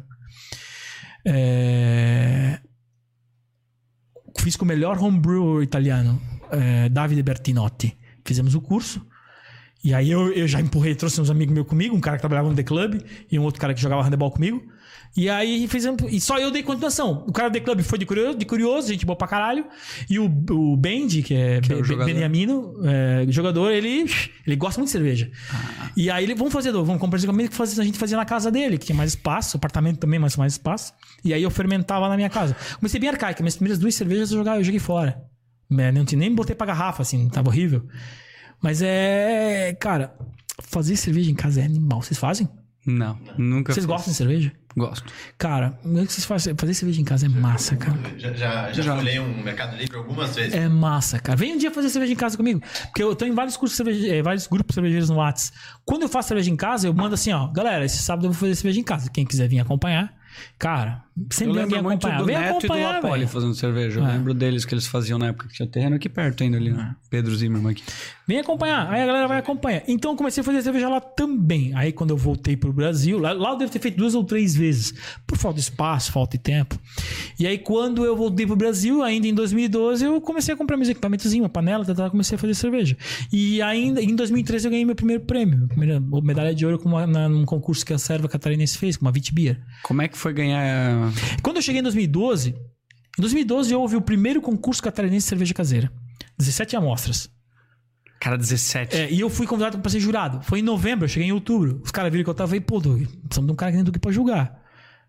É, fiz com o melhor homebrewer italiano, é, Davide Bertinotti. Fizemos o curso. E aí eu, eu já empurrei, trouxe uns amigos meus comigo, um cara que trabalhava no The Club e um outro cara que jogava handebol comigo. E aí fizemos. E só eu dei continuação. O cara do The Club foi de curioso, de curioso gente boa pra caralho. E o, o Benji, que é, Que é o Be- jogador. Beniamino, é, jogador, ele, ele gosta muito de cerveja. Ah. E aí ele, vamos fazer, vamos comprar esse que a gente fazia na casa dele, que tinha mais espaço, apartamento também, mas mais espaço. E aí eu fermentava na minha casa. Comecei bem arcaico, minhas primeiras duas cervejas eu, jogava, eu joguei fora. Né, não tinha, nem botei pra garrafa, assim, tava horrível. Mas é. Cara, fazer cerveja em casa é animal. Vocês fazem? Não, nunca Vocês fiz. gostam de cerveja? Gosto. Cara, o que vocês fazem? Fazer cerveja em casa é massa, cara. Já, já, já, Já. folhei um Mercado Livre algumas vezes. É massa, cara. Vem um dia fazer cerveja em casa comigo. Porque eu tô em vários cursos, cerveja, eh, vários grupos cervejeiros no Whats. Quando eu faço cerveja em casa, eu mando assim, ó. Galera, esse sábado eu vou fazer cerveja em casa. Quem quiser vir acompanhar. Cara, Eu sempre vem lembro alguém muito acompanhar. do Vem Neto e do acompanhar, Lapoli velho. fazendo cerveja. Eu É. lembro deles que eles faziam na época que tinha terreno aqui perto ainda ali, né? Pedro Zimmermann aqui. Vem acompanhar. Aí a galera vai acompanhar. Então eu comecei a fazer cerveja lá também. Aí quando eu voltei pro Brasil, lá, lá eu devo ter feito duas ou três vezes. Por falta de espaço, falta de tempo. E aí quando eu voltei pro Brasil, ainda em dois mil e doze, eu comecei a comprar meus equipamentos, uma panela, tá, tá, comecei a fazer cerveja. E ainda em dois mil e treze eu ganhei meu primeiro prêmio. Minha primeira medalha de ouro com uma, na, num concurso que a Serva Catarinense fez, com uma Witbier. Como é que foi ganhar... Quando eu cheguei em dois mil e doze, em dois mil e doze houve o primeiro concurso catarinense de cerveja caseira. dezessete amostras. Cara, dezessete. É, e eu fui convidado pra ser jurado. Foi em novembro, eu cheguei em outubro. Os caras viram que eu tava aí, pô, Doug, precisamos de um cara que nem Doug pra julgar.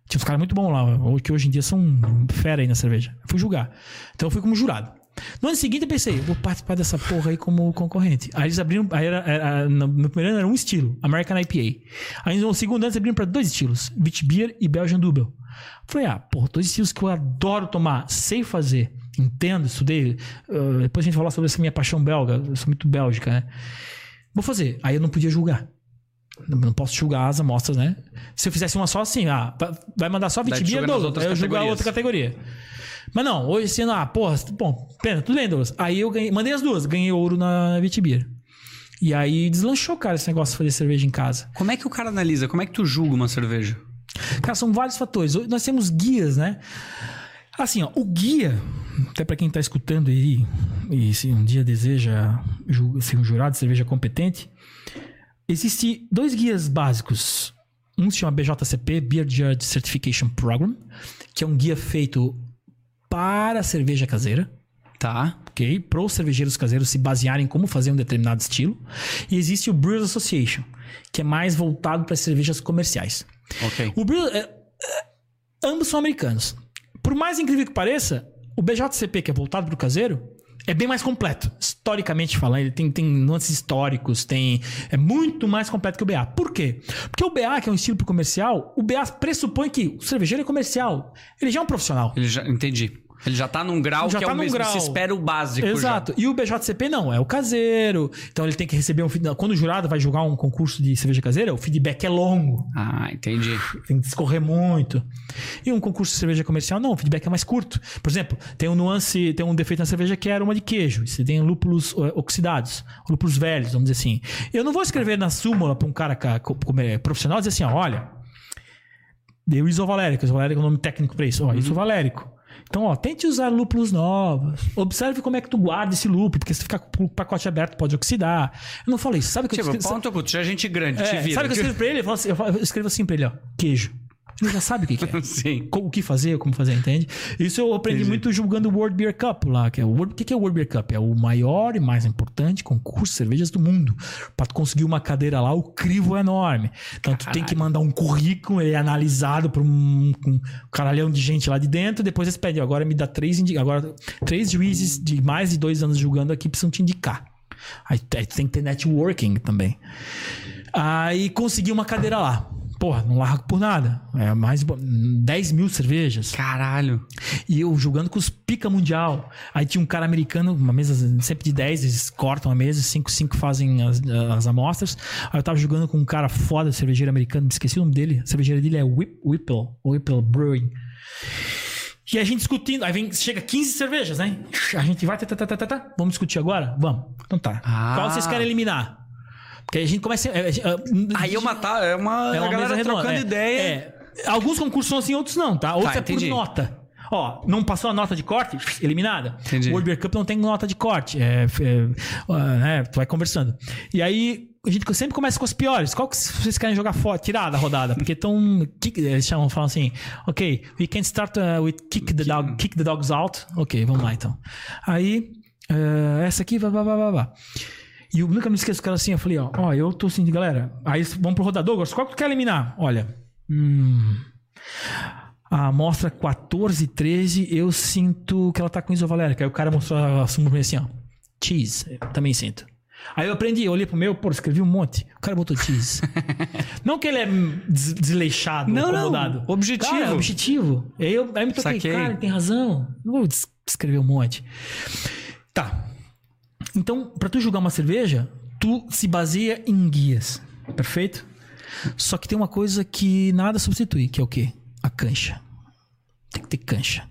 Tinha uns caras muito bons lá, que hoje em dia são fera aí na cerveja. Eu fui julgar. Então eu fui como jurado. No ano seguinte eu pensei, vou participar dessa porra aí como concorrente. Aí eles abriram, aí era, era, no meu primeiro ano era um estilo, American I P A. Aí no segundo ano eles abriram para dois estilos, Witbier e Belgian Double. Falei, ah, porra, dois estilos que eu adoro tomar, sei fazer, entendo, estudei. Uh, depois a gente vai falar sobre essa minha paixão belga, eu sou muito bélgica, né? Vou fazer. Aí eu não podia julgar. Não posso julgar as amostras, né? Se eu fizesse uma só assim, ah, vai mandar só Witbier, Douglas, aí eu julgar outra categoria. Mas não, hoje assim, ah, porra, bom, pena, tudo bem, Douglas. Aí eu ganhei, mandei as duas, ganhei ouro na Witbier. E aí deslanchou, cara, esse negócio de fazer cerveja em casa. Como é que o cara analisa? Como é que tu julga uma cerveja? Cara, são vários fatores. Nós temos guias, né? Assim, ó, o guia, até pra quem tá escutando aí, e se um dia deseja ser um jurado de cerveja competente, existem dois guias básicos. Um se chama B J C P, Beer Judge Certification Program, que é um guia feito para a cerveja caseira. Tá. Ok? Para os cervejeiros caseiros se basearem em como fazer um determinado estilo. E existe o Brewers Association, que é mais voltado para as cervejas comerciais. Ok. O Brewers, é, é, ambos são americanos. Por mais incrível que pareça, o B J C P, que é voltado para o caseiro, é bem mais completo. Historicamente falando, ele tem, tem nuances históricos, tem, é muito mais completo que o B A. Por quê? Porque o B A, que é um estilo pro comercial, o B A pressupõe que o cervejeiro é comercial. Ele já é um profissional. Ele já, entendi. Ele já tá num grau já que tá é o num mesmo grau. que se espera o básico. Exato. Já. E o B J C P não, é o caseiro. Então ele tem que receber um feedback. Quando o jurado vai julgar um concurso de cerveja caseira, o feedback é longo. Ah, entendi. Tem que discorrer muito. E um concurso de cerveja comercial, não, o feedback é mais curto. Por exemplo, tem um nuance, tem um defeito na cerveja que é aroma de queijo. Você tem lúpulos oxidados, lúpulos velhos, vamos dizer assim. Eu não vou escrever na súmula para um cara profissional dizer assim, ó, olha, deu isovalérico. Isovalérico é o nome técnico para isso. Ó, uhum. Isovalérico. Então, ó, tente usar lúpulos novos. Observe como é que tu guarda esse lúpulo, porque se ficar com o pacote aberto pode oxidar. Eu não falei isso. Sabe o que tipo, eu escrevo? Ponto, sabe... já é gente grande, é, te vira. Sabe o que eu escrevo pra ele? Eu, falo assim, eu escrevo assim pra ele, ó. Queijo. Ele já sabe o que, que é. Sim. O que fazer, como fazer, entende? Isso eu aprendi Entendi. muito julgando o World Beer Cup lá. Que é o, World... o que é o World Beer Cup? É o maior e mais importante concurso de cervejas do mundo. Pra tu conseguir uma cadeira lá, o crivo é enorme. Então Caralho. tu tem que mandar um currículo, ele é analisado por um, um caralhão de gente lá de dentro. Depois eles pedem, agora me dá três indi... agora três juízes de mais de dois anos julgando aqui precisam te indicar. Aí, aí tu tem que ter networking também. Aí consegui uma cadeira lá. Porra, não largo por nada. É mais de dez mil cervejas. Caralho. E eu jogando com os pica mundial. Aí tinha um cara americano, uma mesa sempre de dez, eles cortam a mesa, cinco, cinco fazem as, as amostras. Aí eu tava jogando com um cara foda, cervejeiro americano, me esqueci o nome dele. A cervejeira dele é Whip, Whipple, Whipple Brewing. E a gente discutindo, aí vem, chega quinze cervejas, né? A gente vai, tá, tá, tá, tá, tá. Vamos discutir agora? Vamos. Então tá. Ah. Qual vocês querem eliminar? Porque a gente começa... É, é, aí é uma, tá, é uma, é uma a galera mesa trocando é, ideia. É. Alguns concursos são assim, outros não, tá? Outros tá, é por entendi. nota. Ó, não passou a nota de corte? Eliminada. Entendi. O World Beer Cup não tem nota de corte. É, é, é, tu vai conversando. E aí, a gente sempre começa com as piores. Qual que vocês querem jogar fora, tirar da rodada? Porque estão... Eles chamam, falam assim, ok, we can start uh, with kick the, dog, kick the dogs out. Ok, vamos lá então. Aí, uh, essa aqui, vá, vá, vá, vá, vá. E eu nunca me esqueço do cara assim, eu falei, ó, ó, eu tô assim, galera, aí vamos pro rodador, qual que tu quer eliminar? Olha, hum, a amostra quatorze e treze, eu sinto que ela tá com isovalérica. Aí o cara mostrou a súmula pra mim assim, ó, cheese, eu também sinto. Aí eu aprendi, eu olhei pro meu, pô, escrevi um monte, o cara botou cheese. Não que ele é des- desleixado, não, incomodado. Não, objetivo. Cara, objetivo. Aí eu aí me toquei, Saquei. cara, ele tem razão, não vou escrever um monte. Tá. Então, para tu julgar uma cerveja, tu se baseia em guias, perfeito? Só que tem uma coisa que nada substitui, que é o quê? A cancha. Tem que ter cancha.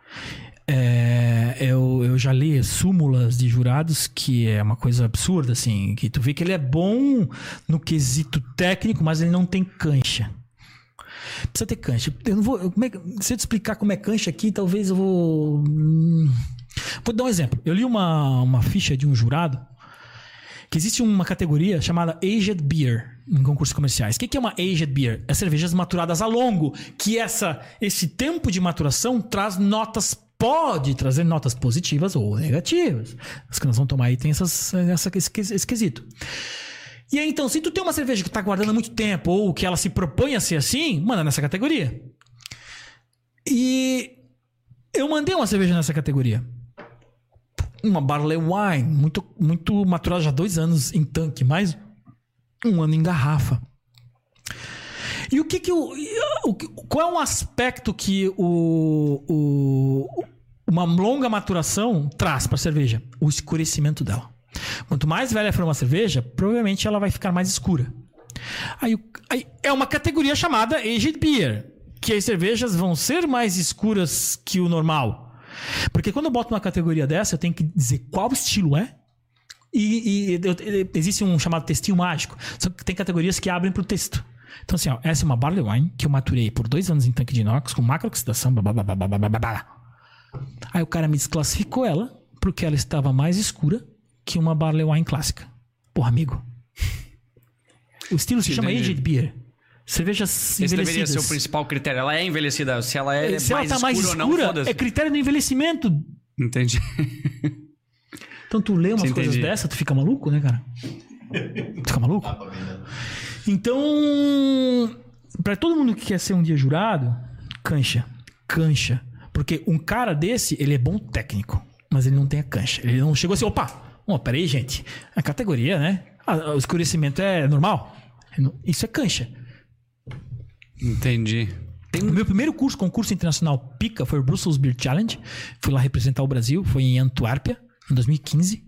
É, eu, eu já li súmulas de jurados que é uma coisa absurda, assim, que tu vê que ele é bom no quesito técnico, mas ele não tem cancha. Precisa ter cancha. Eu não vou, eu, como é, se eu te explicar como é cancha aqui, talvez eu vou... Hum, vou dar um exemplo. Eu li uma, uma ficha de um jurado que existe uma categoria chamada Aged Beer em concursos comerciais. O que é uma Aged Beer? É cervejas maturadas a longo, que essa, esse tempo de maturação traz notas, pode trazer notas positivas ou negativas. As que nós vamos tomar aí tem essas, essa, esse, esse quesito. E aí, então, se tu tem uma cerveja que tá guardando há muito tempo ou que ela se propõe a ser assim, manda nessa categoria. E eu mandei uma cerveja nessa categoria. Uma Barley Wine, muito, muito maturada, já há dois anos em tanque, mais um ano em garrafa. E o que que o, o qual é um aspecto que o, o uma longa maturação traz para a cerveja? O escurecimento dela. Quanto mais velha for uma cerveja, provavelmente ela vai ficar mais escura. Aí, aí é uma categoria chamada Aged Beer, que as cervejas vão ser mais escuras que o normal. Porque quando eu boto uma categoria dessa, eu tenho que dizer qual estilo é. E, e eu, existe um chamado textinho mágico. Só que tem categorias que abrem para o texto. Então assim, ó, essa é uma Barley Wine que eu maturei por dois anos em tanque de inox com macrooxidação. Blá, blá, blá, blá, blá, blá, blá. Aí o cara me desclassificou ela porque ela estava mais escura que uma Barley Wine clássica. Porra, amigo. O estilo se chama Aged Beer. Cervejas Esse envelhecidas. deveria ser o principal critério. Ela é envelhecida. Se ela é se mais ela tá mais escura, escura, ou não, é critério do envelhecimento. Entendi. Então tu lê umas Sim, coisas entendi. dessa, tu fica maluco, né, cara? Tu fica maluco? Então, pra todo mundo que quer ser um dia jurado, cancha. Cancha. Porque um cara desse, ele é bom técnico, mas ele não tem a cancha. Ele não chegou assim, opa, oh, peraí, gente. A categoria, né? Ah, o escurecimento é normal. Isso é cancha. Entendi. Tem... O meu primeiro curso, concurso internacional pica, foi o Brussels Beer Challenge. Fui lá representar o Brasil. Foi em Antuérpia, em dois mil e quinze.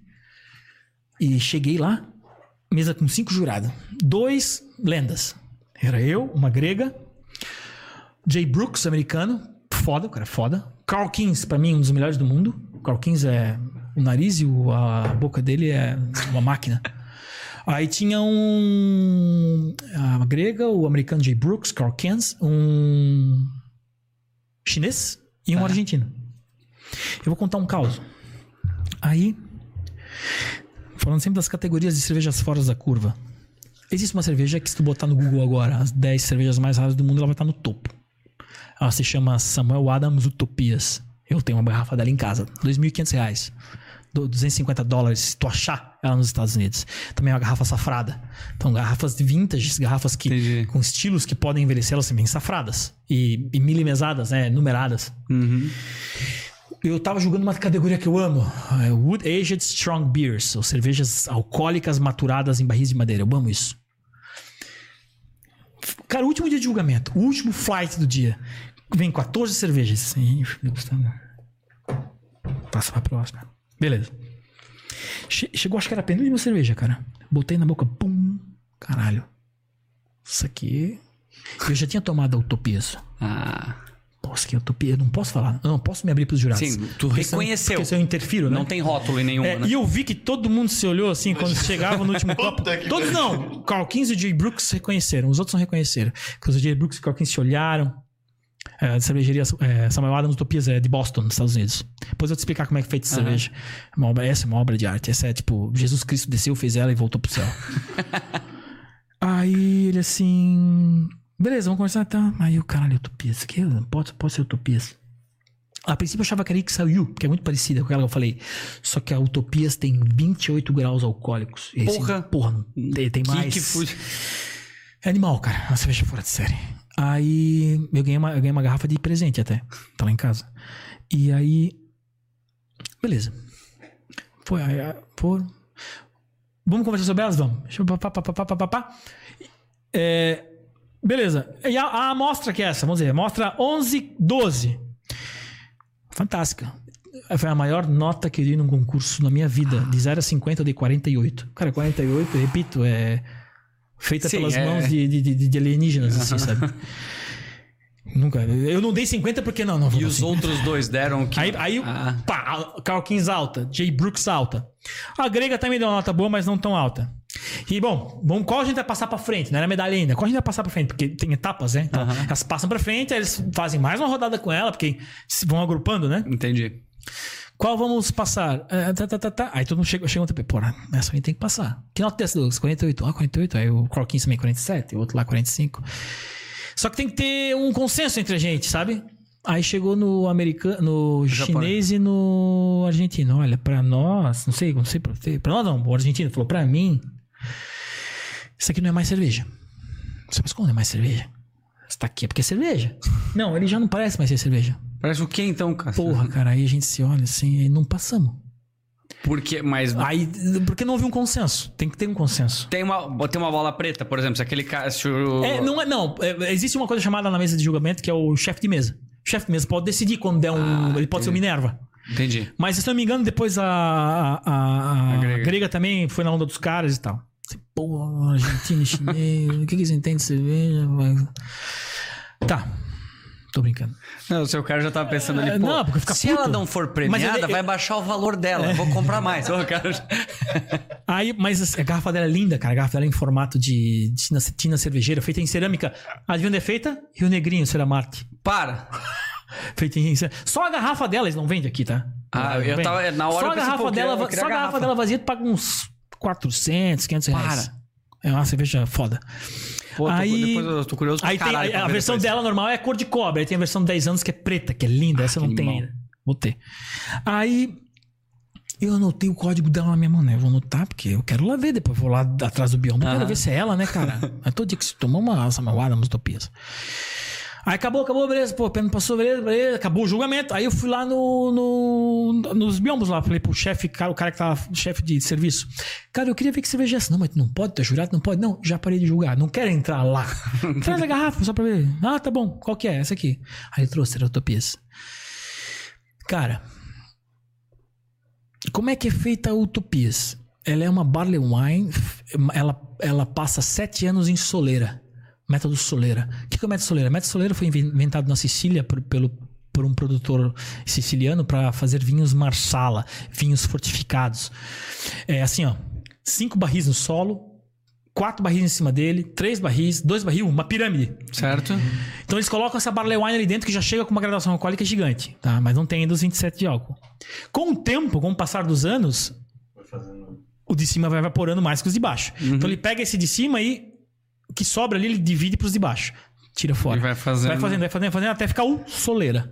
E cheguei lá, mesa com cinco jurados. Dois lendas. Era eu, uma grega. Jay Brooks, americano. Foda, o cara é foda. Carl Kins, pra mim, um dos melhores do mundo. Carl Kins é... O nariz e o, a boca dele é uma máquina. Aí tinha um... A grega, o americano Jay Brooks, Carl Kins, um chinês e um ah. argentino. Eu vou contar um caos. Aí, falando sempre das categorias de cervejas fora da curva. Existe uma cerveja que se tu botar no Google agora, as dez cervejas mais raras do mundo, ela vai estar no topo. Ela se chama Samuel Adams Utopias. Eu tenho uma garrafa dela em casa. dois mil e quinhentos reais. duzentos e cinquenta dólares se tu achar ela nos Estados Unidos. Também é uma garrafa safrada. Então, garrafas vintage, garrafas que, Entendi. com estilos que podem envelhecer, elas são bem safradas. E, e milimesadas, né? Numeradas. Uhum. Eu tava jogando uma categoria que eu amo. É Wood Aged Strong Beers. Ou cervejas alcoólicas maturadas em barris de madeira. Eu amo isso. Cara, o último dia de julgamento. O último flight do dia. Vem quatorze cervejas. Passa pra próxima. Beleza. Che- chegou, acho que era a penúltima cerveja, cara. Botei na boca, pum. Caralho. Isso aqui... Eu já tinha tomado a Utopias. Ah. Poxa, que Utopia. Eu não posso falar. Eu não posso me abrir pros jurados. Sim, tu Porque se eu- reconheceu. Porque se eu interfiro, né? Não tem rótulo em nenhuma, É, né? E eu vi que todo mundo se olhou assim quando chegava no último copo. Puta que Todos pariu. não. Carl Kins e Jay Brooks reconheceram. Os outros não reconheceram. Porque os Jay Brooks e Carl Kins se olharam. É, a cervejaria é, Samuel Adams Utopias é de Boston, nos Estados Unidos. Depois eu vou te explicar como é que é feita essa Aham. cerveja. É uma obra, essa é uma obra de arte. Essa é tipo, Jesus Cristo desceu, fez ela e voltou pro céu. Aí ele assim... Beleza, vamos conversar. Tá. Aí o caralho, Utopias. Isso aqui pode, pode ser Utopias. A princípio eu achava que era Ixaú, que é muito parecida com aquela que eu falei. Só que a Utopias tem vinte e oito graus alcoólicos. E esse, Porra. porra, tem, tem Que mais. que foi? É animal, cara. Uma cerveja fora de série. Aí eu ganhei, uma, eu ganhei uma garrafa de presente até. Tá lá em casa. E aí... Beleza. Foi, aí, aí, foram. Vamos conversar sobre elas? Vamos. Deixa eu... Pá, pá, pá, pá, pá, pá, pá. É... Beleza. E a, a amostra que é essa? Vamos dizer, amostra onze, doze. Fantástica. Foi a maior nota que eu dei num concurso na minha vida. De zero a cinquenta eu dei quarenta e oito. Cara, quarenta e oito, repito, é feita Sim, pelas é... mãos de, de, de alienígenas, assim, sabe? Nunca. Eu não dei cinquenta porque não, não vou E dar os cinquenta. outros dois deram que... Aí, aí Ah. pá, Carl Kins alta, Jay Brooks alta. A grega também deu uma nota boa, mas não tão alta. E bom, vamos, qual a gente vai passar pra frente? Não era medalha ainda. Qual a gente vai passar pra frente? Porque tem etapas, né? Então, Aham. elas passam pra frente, aí eles fazem mais uma rodada com ela, porque se vão agrupando, né? Entendi. Qual vamos passar? Ah, tá, tá, tá, tá. Aí todo mundo chega, chega um tempo, porra, essa aí tem que passar. Que nota dessa, Douglas? quarenta e oito. Ah, quarenta e oito. Aí o Carl Kins também quarenta e sete, o outro lá quarenta e cinco. Só que tem que ter um consenso entre a gente, sabe? Aí chegou no americano, no chinês e no argentino. Olha, pra nós, não sei, não sei pra você. Pra nós não, o argentino falou, pra mim, isso aqui não é mais cerveja. Você pensa, como não é mais cerveja? Você tá aqui é porque é cerveja. Não, ele já não parece mais ser cerveja. Parece o quê então, cara? Porra, cara, aí a gente se olha assim e não passamos. Porque, mas... Aí, porque não houve um consenso. Tem que ter um consenso. Tem uma, tem uma bola preta, por exemplo, se aquele cara... Se o... É, não, é, não, é, existe uma coisa chamada na mesa de julgamento que é o chefe de mesa. O chefe de mesa pode decidir quando der um... Ah, ele pode entendi. ser o Minerva. Entendi. Mas, se não me engano, depois a, a, a, A a grega. grega também foi na onda dos caras e tal. Assim, pô, argentino, chinês, o que, que eles entendem de cerveja? Tá. Tô brincando. Não, o seu cara já tava pensando ali, pô, Não, porque fica se puto. ela não for premiada, Mas ele- vai baixar o valor dela. Eu vou comprar mais. Ô, cara... Aí, mas a garrafa dela é linda, cara. A garrafa dela é em formato de tina, tina cervejeira, feita em cerâmica. Adivinha onde é feita? Rio Negrinho, Ceramarte. Para. Feita em cerâmica. Só a garrafa dela eles não vendem aqui, tá? Ah, Não eu vende. tava... Na hora Só eu a pensei, garrafa pô, eu queria- dela, eu queria só a garrafa dela vazia tu paga uns quatrocentos, quinhentos reais. Para. É uma cerveja foda. Pô, tô- Aí- depois eu tô curioso pra Aí tem caralho. a, pra a ver versão depois. dela normal é cor de cobre. Aí tem a versão de dez anos que é preta, que é linda. Essa eu que não tem animal. ainda. Vou ter. Aí eu anotei o código dela na minha mão, né? Eu vou anotar porque eu quero lá ver. Depois eu vou lá atrás do bioma. Eu quero Aham. ver se é ela, né, cara? É todo dia que se toma uma samauada, umas utopias. Aí acabou, acabou, beleza. Pô, pena passou, beleza, beleza. Acabou o julgamento. Aí eu fui lá no, no, nos biombos lá. Falei pro chefe, cara, o cara que tava chefe de serviço. Cara, eu queria ver que cerveja é essa. Não, mas tu não pode, tu é jurado? Não pode. Não, já parei de julgar. Não quero entrar lá. Traz a garrafa só pra ver. Ah, tá bom. Qual que é? Essa aqui. Aí eu trouxe, era utopias. Cara, como é que é feita a utopias? Ela é uma barley wine. Ela, ela passa sete anos em soleira. Método soleira. O que é o método soleira? O método soleira foi inventado na Sicília por, pelo, por um produtor siciliano para fazer vinhos marsala, vinhos fortificados. É assim, ó. Cinco barris no solo, quatro barris em cima dele, três barris, dois barris, uma pirâmide. Certo? Então eles colocam essa barley wine ali dentro que já chega com uma graduação alcoólica gigante, tá? Mas não tem ainda os vinte e sete de álcool. Com o tempo, com o passar dos anos, Vai fazendo... o de cima vai evaporando mais que os de baixo. Uhum. Então ele pega esse de cima e o que sobra ali ele divide pros de baixo. Tira fora. E vai fazendo. Vai fazendo, vai fazendo, vai fazendo até ficar o soleira.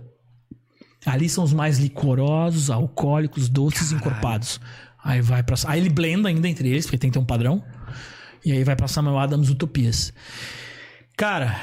Ali são os mais licorosos, alcoólicos, doces, encorpados. Aí vai para, aí ele blenda ainda entre eles, porque tem que ter um padrão. E aí vai pra Samuel Adams Utopias. Cara,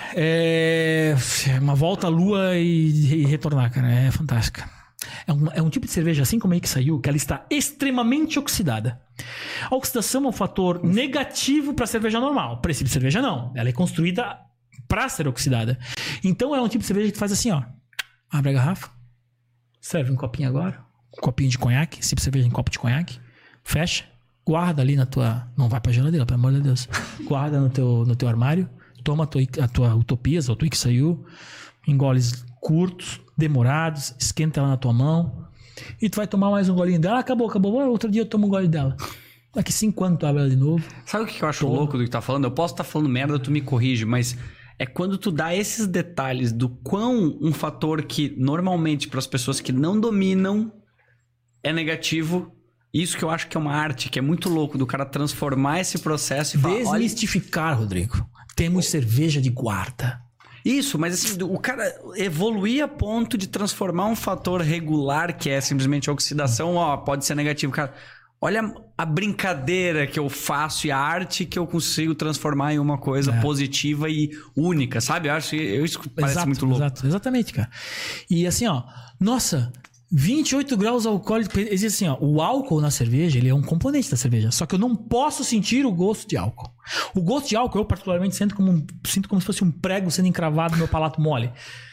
é uma volta à lua e, e retornar, cara. É fantástica. É um, é um tipo de cerveja, assim como aí que saiu, que ela está extremamente oxidada. A oxidação é um fator negativo para cerveja normal. Para esse tipo de cerveja, não. Ela é construída para ser oxidada. Então é um tipo de cerveja que tu faz assim, ó. Abre a garrafa. Serve um copinho agora. Um copinho de conhaque. Se cerveja em copo de conhaque. Fecha. Guarda ali na tua... Não vai pra geladeira, pelo amor de Deus. Guarda no teu, no teu armário. Toma a tua, a tua Utopias, a tua que saiu. Engoles curtos, demorados. Esquenta ela na tua mão. E tu vai tomar mais um golinho dela. Ah, acabou, acabou. Outro dia eu tomo um gole dela. Daqui cinco anos tu abre ela de novo. Sabe o que eu acho Toma. louco do que tu tá falando? Eu posso estar falando merda, tu me corrige, mas é quando tu dá esses detalhes do quão um fator que normalmente para as pessoas que não dominam é negativo. Isso que eu acho que é uma arte, que é muito louco do cara transformar esse processo e falar, olha... Desmistificar, Rodrigo. Temos cerveja de guarda. Isso, mas assim, o cara evoluir a ponto de transformar um fator regular, que é simplesmente a oxidação, ó, pode ser negativo, cara. Olha a brincadeira que eu faço e a arte que eu consigo transformar em uma coisa É. positiva e única, sabe? Eu acho que eu, isso parece Exato, muito louco. Exato, exatamente, cara. E assim, ó, nossa, vinte e oito graus alcoólicos. Existe assim, ó, o álcool na cerveja, ele é um componente da cerveja. Só que eu não posso sentir o gosto de álcool. O gosto de álcool, eu particularmente sinto como, um, sinto como se fosse um prego sendo encravado no meu palato mole.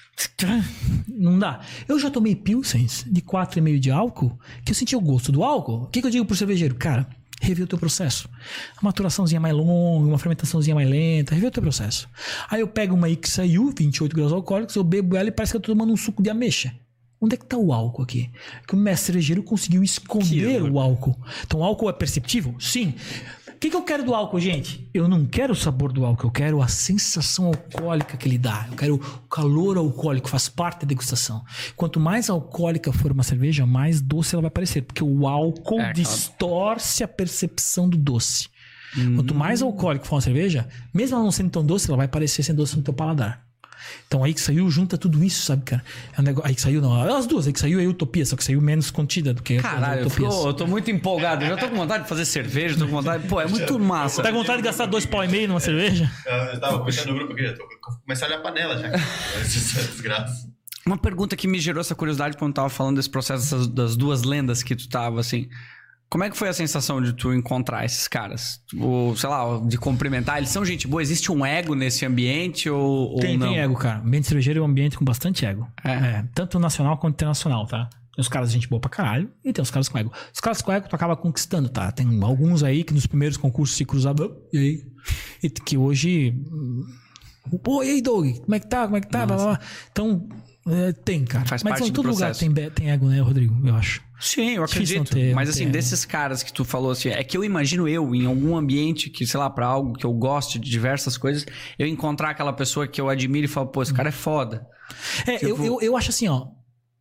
Não dá. Eu já tomei pilsens de quatro vírgula cinco de álcool que eu senti o gosto do álcool. O que, que eu digo pro cervejeiro? Cara, revê o teu processo. A maturaçãozinha mais longa, uma fermentaçãozinha mais lenta. Revê o teu processo. Aí eu pego uma X I U, vinte e oito graus alcoólicos, eu bebo ela e parece que eu tô tomando um suco de ameixa. Onde é que tá o álcool aqui? Que o mestre cervejeiro conseguiu esconder o álcool. Então o álcool é perceptível? Sim. O que, que eu quero do álcool, gente? Eu não quero o sabor do álcool, eu quero a sensação alcoólica que ele dá. Eu quero o calor alcoólico, faz parte da degustação. Quanto mais alcoólica for uma cerveja, mais doce ela vai parecer. Porque o álcool É, distorce a percepção do doce. Hum. Quanto mais alcoólico for uma cerveja, mesmo ela não sendo tão doce, ela vai parecer ser doce no teu paladar. Então aí que saiu, junta tudo isso, sabe, cara? É um negócio, aí que saiu, não, as duas, aí que saiu é Utopia, só que saiu menos contida do que Caralho, eu, fico, eu tô muito empolgado. Eu já tô com vontade de fazer cerveja, tô com vontade. Pô, é muito massa. Tá com vontade de gastar dois pau e meio numa cerveja? Eu tava começando no grupo aqui, eu tô começando a olhar a panela já. Desgraça. Uma pergunta que me gerou essa curiosidade quando eu tava falando desse processo dessas, das duas lendas que tu tava, assim. Como é que foi a sensação de tu encontrar esses caras? Ou, sei lá, de cumprimentar? Eles são gente boa? Existe um ego nesse ambiente ou, ou tem, não? Tem ego, cara. O ambiente cervejeiro é um ambiente com bastante ego. É. É, tanto nacional quanto internacional, tá? Tem os caras de gente boa pra caralho e tem os caras com ego. Os caras com ego tu acaba conquistando, tá? Tem alguns aí que nos primeiros concursos se cruzavam. E aí? E que hoje... Pô, e aí, Doug? Como é que tá? Como é que tá? Blá, blá, blá. Então... É, tem, cara. Faz mas parte em todo do lugar processo. tem, tem ego, né, Rodrigo? Eu acho. Sim, eu Difícil acredito. não ter- Mas não assim, ter- desses caras que tu falou assim, é que eu imagino eu, em algum ambiente que, sei lá, pra algo que eu goste de diversas coisas, eu encontrar aquela pessoa que eu admiro e falo, pô, esse cara é foda. É, Tipo- eu, eu, eu acho assim, ó.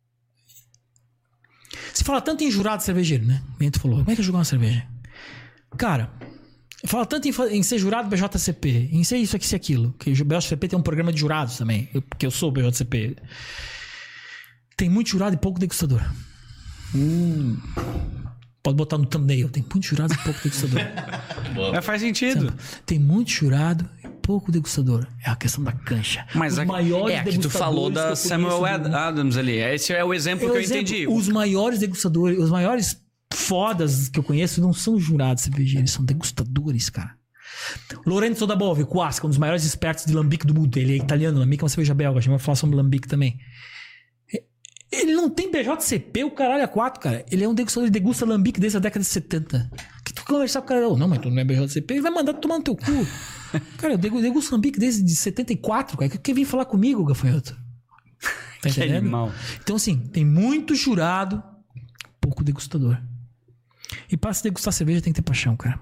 Se fala tanto em jurado cervejeiro, né? Nem tu falou, como é que é jogar uma cerveja? Cara, fala tanto em, fa- em ser jurado B J C P, em ser isso aqui, isso e aquilo. Que o B J C P tem um programa de jurados também, eu- porque eu sou B J C P. Tem muito jurado e pouco degustador. Hum. Pode botar no thumbnail, tem muito jurado e pouco degustador. Mas faz sentido. Tem muito jurado e pouco degustador. É a questão da cancha. Mas Os é, maiores é que tu falou da degustadores que eu Samuel conheço do mundo. Adams ali. Esse é o exemplo É o que eu exemplo, entendi. Os maiores degustadores, os maiores fodas que eu conheço não são jurados cervejeiros, são degustadores, cara. Lorenzo da Bove, Quasca, um dos maiores expertos de lambique do mundo. Ele é italiano, lambique é uma cerveja belga, a gente vai falar sobre lambique também. Ele não tem B J C P, o caralho é quatro, cara. Ele é um degustador, ele degusta lambique desde a década de setenta. Que tu conversar com o cara, oh, não, mas tu não é B J C P, ele vai mandar tu tomar no teu cu. Cara, eu degu- degusto lambique desde de setenta e quatro, cara. Quer vir falar comigo, gafanhoto? Tá Que entendendo? animal. Então, assim, tem muito jurado, pouco degustador. E para se degustar cerveja tem que ter paixão, cara.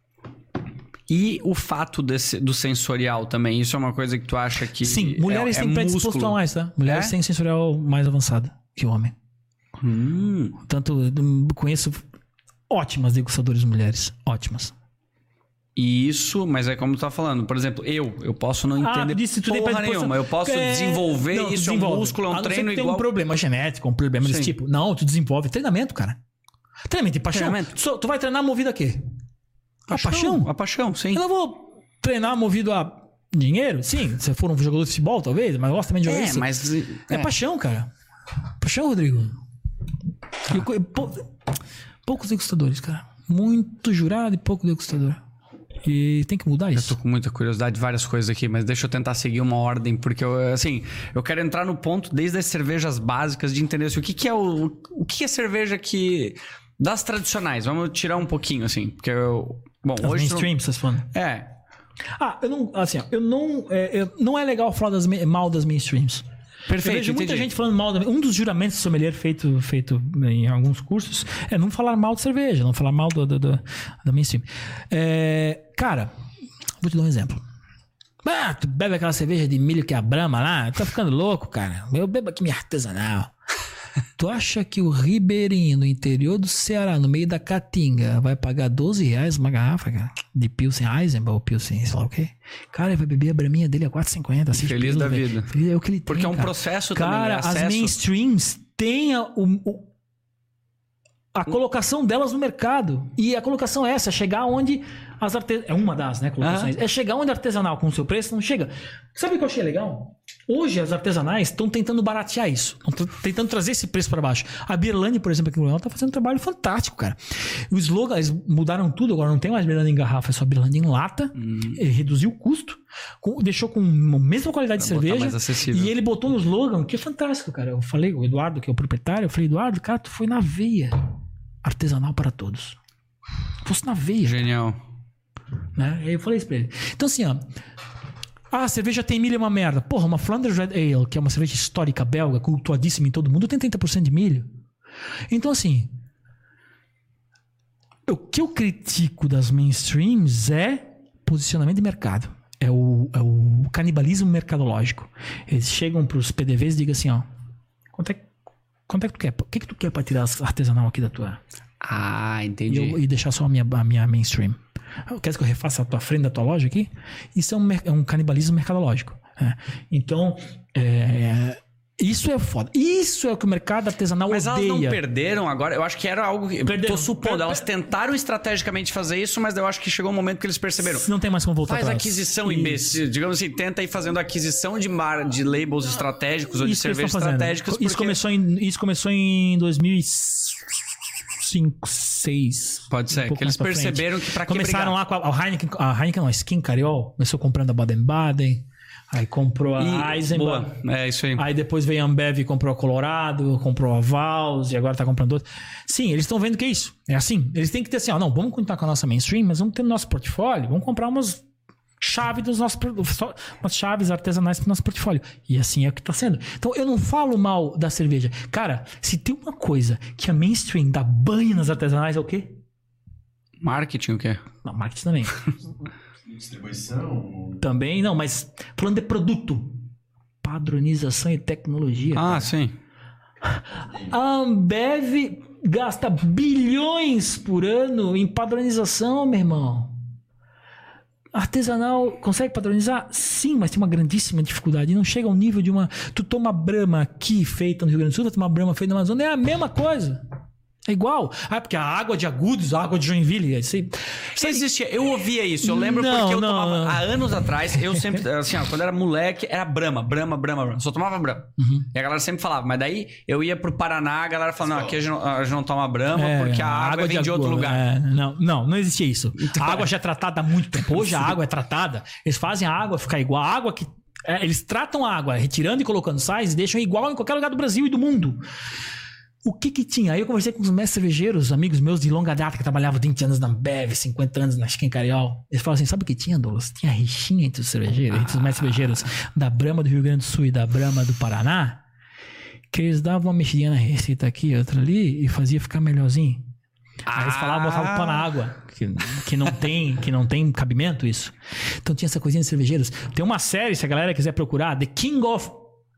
E o fato desse, do sensorial também, isso é uma coisa que tu acha que... Sim, mulheres é, têm é predisposto músculo. a mais, tá? Mulheres É? têm sensorial mais avançado que o homem. Hum. Tanto hum, conheço ótimas degustadoras mulheres. Ótimas. E isso, mas é como tu tá falando. Por exemplo, eu, eu posso não entender disse, tu tem porra predisposição. nenhuma. Eu posso É, desenvolver não, tu isso, é um desenvolve. músculo, é A um não ser treino que tem igual... um problema genético, um problema desse Sim. tipo. Não, tu desenvolve treinamento, cara. Treinamento e paixão. Treinamento. Só- tu vai treinar movido a quê? A paixão? A paixão, sim. Eu não vou treinar movido a dinheiro? Sim, se for um jogador de futebol, talvez, mas eu gosto também de jogar É, isso. mas... É, é. paixão, cara. Paixão, Rodrigo. Eu co- pou- poucos degustadores, cara. Muito jurado e pouco degustador. E tem que mudar Eu isso. tô com muita curiosidade de várias coisas aqui, mas deixa eu tentar seguir uma ordem, porque eu, assim, eu quero entrar no ponto desde as cervejas básicas de entender assim, o que, que é o, o que é cerveja que das tradicionais. Vamos tirar um pouquinho assim, porque eu, bom, As hoje tu não- mainstream, vocês falam. é, Ah, eu não, assim, ó, eu não, é, eu- não é legal falar das, ma- mal das mainstreams. perfeito, Eu vejo muita entendi. gente falando mal da, um dos juramentos de sommelier feito, feito em alguns cursos é não falar mal de cerveja, não falar mal do, do, do- da mainstream. É, cara, vou te dar um exemplo. Ah, tu bebe aquela cerveja de milho que é a Brahma lá, tá ficando louco, cara. Eu bebo aqui minha artesanal. Tu acha que o ribeirinho no interior do Ceará, no meio da Caatinga, vai pagar doze reais uma garrafa, cara, de Pilsen Eisenbahn ou Pilsen, sei lá o quê? Cara, ele vai beber a braminha dele a quatro e cinquenta. assiste Feliz pila, da velho. vida. Feliz é o que ele tem, Porque é um cara. processo Cara, também, é as acesso. mainstreams têm a, o, o- a colocação delas no mercado. E a colocação é essa, é chegar onde as artesanais... É uma das, né, colocações. É chegar onde artesanal com o seu preço não chega. Sabe o que eu achei legal? Hoje as artesanais estão tentando baratear isso. Estão tentando trazer esse preço para baixo. A Birlane, por exemplo, aqui no Rio, está fazendo um trabalho fantástico, cara. O slogan, eles mudaram tudo. Agora não tem mais Birlane em garrafa, é só Birlane em lata. Ele reduziu o custo. com- deixou com a mesma qualidade de Pra botar cerveja. mais acessível. E ele botou no slogan, que é fantástico, cara. Eu falei, o Eduardo, que é o proprietário, eu falei, Eduardo, cara, tu foi na veia. Artesanal para todos. Fosse na veia. Genial. Né? Aí eu falei isso pra ele. Então assim, ó. Ah, a cerveja tem milho é uma merda. Porra, uma Flanders Red Ale, que é uma cerveja histórica belga, cultuadíssima em todo mundo, tem trinta por cento de milho. Então assim, o que eu critico das mainstreams é posicionamento de mercado. É o, é o canibalismo mercadológico. Eles chegam pros P D Vs e digam assim, ó. Quanto é, quanto é que tu quer? O que, que tu quer pra tirar artesanal aqui da tua... Ah, E, entendi. eu- e deixar só a minha, a minha mainstream. Quer que eu refaça a tua frente da tua loja aqui? Isso é um, mer- é um canibalismo mercadológico. É. Então, é, isso é foda. Isso é o que o mercado artesanal mas odeia. Mas elas não perderam agora? Eu acho que era algo... que Perderam. Tô supondo. Elas tentaram estrategicamente fazer isso, mas eu acho que chegou um momento que eles perceberam. Não tem mais como voltar Faz atrás. aquisição, Isso. imbecil. Digamos assim, tenta ir fazendo aquisição de, mar, de labels estratégicos ou de Isso que eles cervejas estão fazendo. estratégicas. Isso, porque... começou em, isso começou em dois mil e cinco, seis. Pode ser. Um pouco que eles mais pra perceberam frente. que pra que Começaram brigar? lá com a, a Heineken, a Heineken não, a Skin Cariol. Começou comprando a Baden-Baden. Aí comprou a E- Eisenbahn. Boa. É isso aí. Aí depois veio a Ambev e comprou a Colorado, comprou a Vals e agora tá comprando outro. Sim, eles estão vendo que é isso. É assim. Eles têm que ter assim, ó, não, vamos contar com a nossa mainstream, mas vamos ter no nosso portfólio, vamos comprar umas chaves dos nossos só- umas chaves artesanais pro nosso portfólio. E assim é o que tá sendo. Então eu não falo mal da cerveja. Cara, se tem uma coisa que a mainstream dá banho nas artesanais é o quê? Marketing o quê? Não, marketing também. Distribuição. Também não, mas falando de produto. Padronização e tecnologia. Ah, cara. sim. A Ambev gasta bilhões por ano em padronização, meu irmão. Artesanal consegue padronizar? Sim, mas tem uma grandíssima dificuldade. Não chega ao nível de uma... Tu toma Brahma aqui, feita no Rio Grande do Sul, vai tomar Brahma feita na Amazônia, é a mesma coisa. É igual. Ah, porque a água de Agudos, a água de Joinville, é isso aí. Isso existia. Eu ouvia isso. Eu lembro Não, porque eu não, tomava... não. Há anos atrás, eu sempre... Assim, ó, quando eu era moleque, era Brahma, Brahma, Brahma, Brahma. Só tomava Brahma. Uhum. E a galera sempre falava. Mas daí, eu ia pro Paraná, a galera falando, não, aqui a gente não, a gente não toma Brahma É, porque a água, vem de outro Agu- lugar. é, não, não, não existia isso. Então, a água já é tratada há muito tempo. Hoje a água é tratada. Eles fazem a água ficar igual. A água que... é, eles tratam a água, retirando e colocando sais, e deixam igual em qualquer lugar do Brasil e do mundo. O que que tinha? Aí eu conversei com os mestres cervejeiros, amigos meus de longa data, que trabalhavam vinte anos na Ambev, cinquenta anos na Skin Cariol. Eles falaram assim, sabe o que tinha, Douglas? Tinha rixinha entre os cervejeiros, entre os mestres cervejeiros da Brahma do Rio Grande do Sul e da Brahma do Paraná, que eles davam uma mexidinha na receita aqui, outra ali, e fazia ficar melhorzinho. Aí eles falavam, botavam pão na água, que, que, não tem, que não tem cabimento isso. Então tinha essa coisinha de cervejeiros. Tem uma série, se a galera quiser procurar, The King of...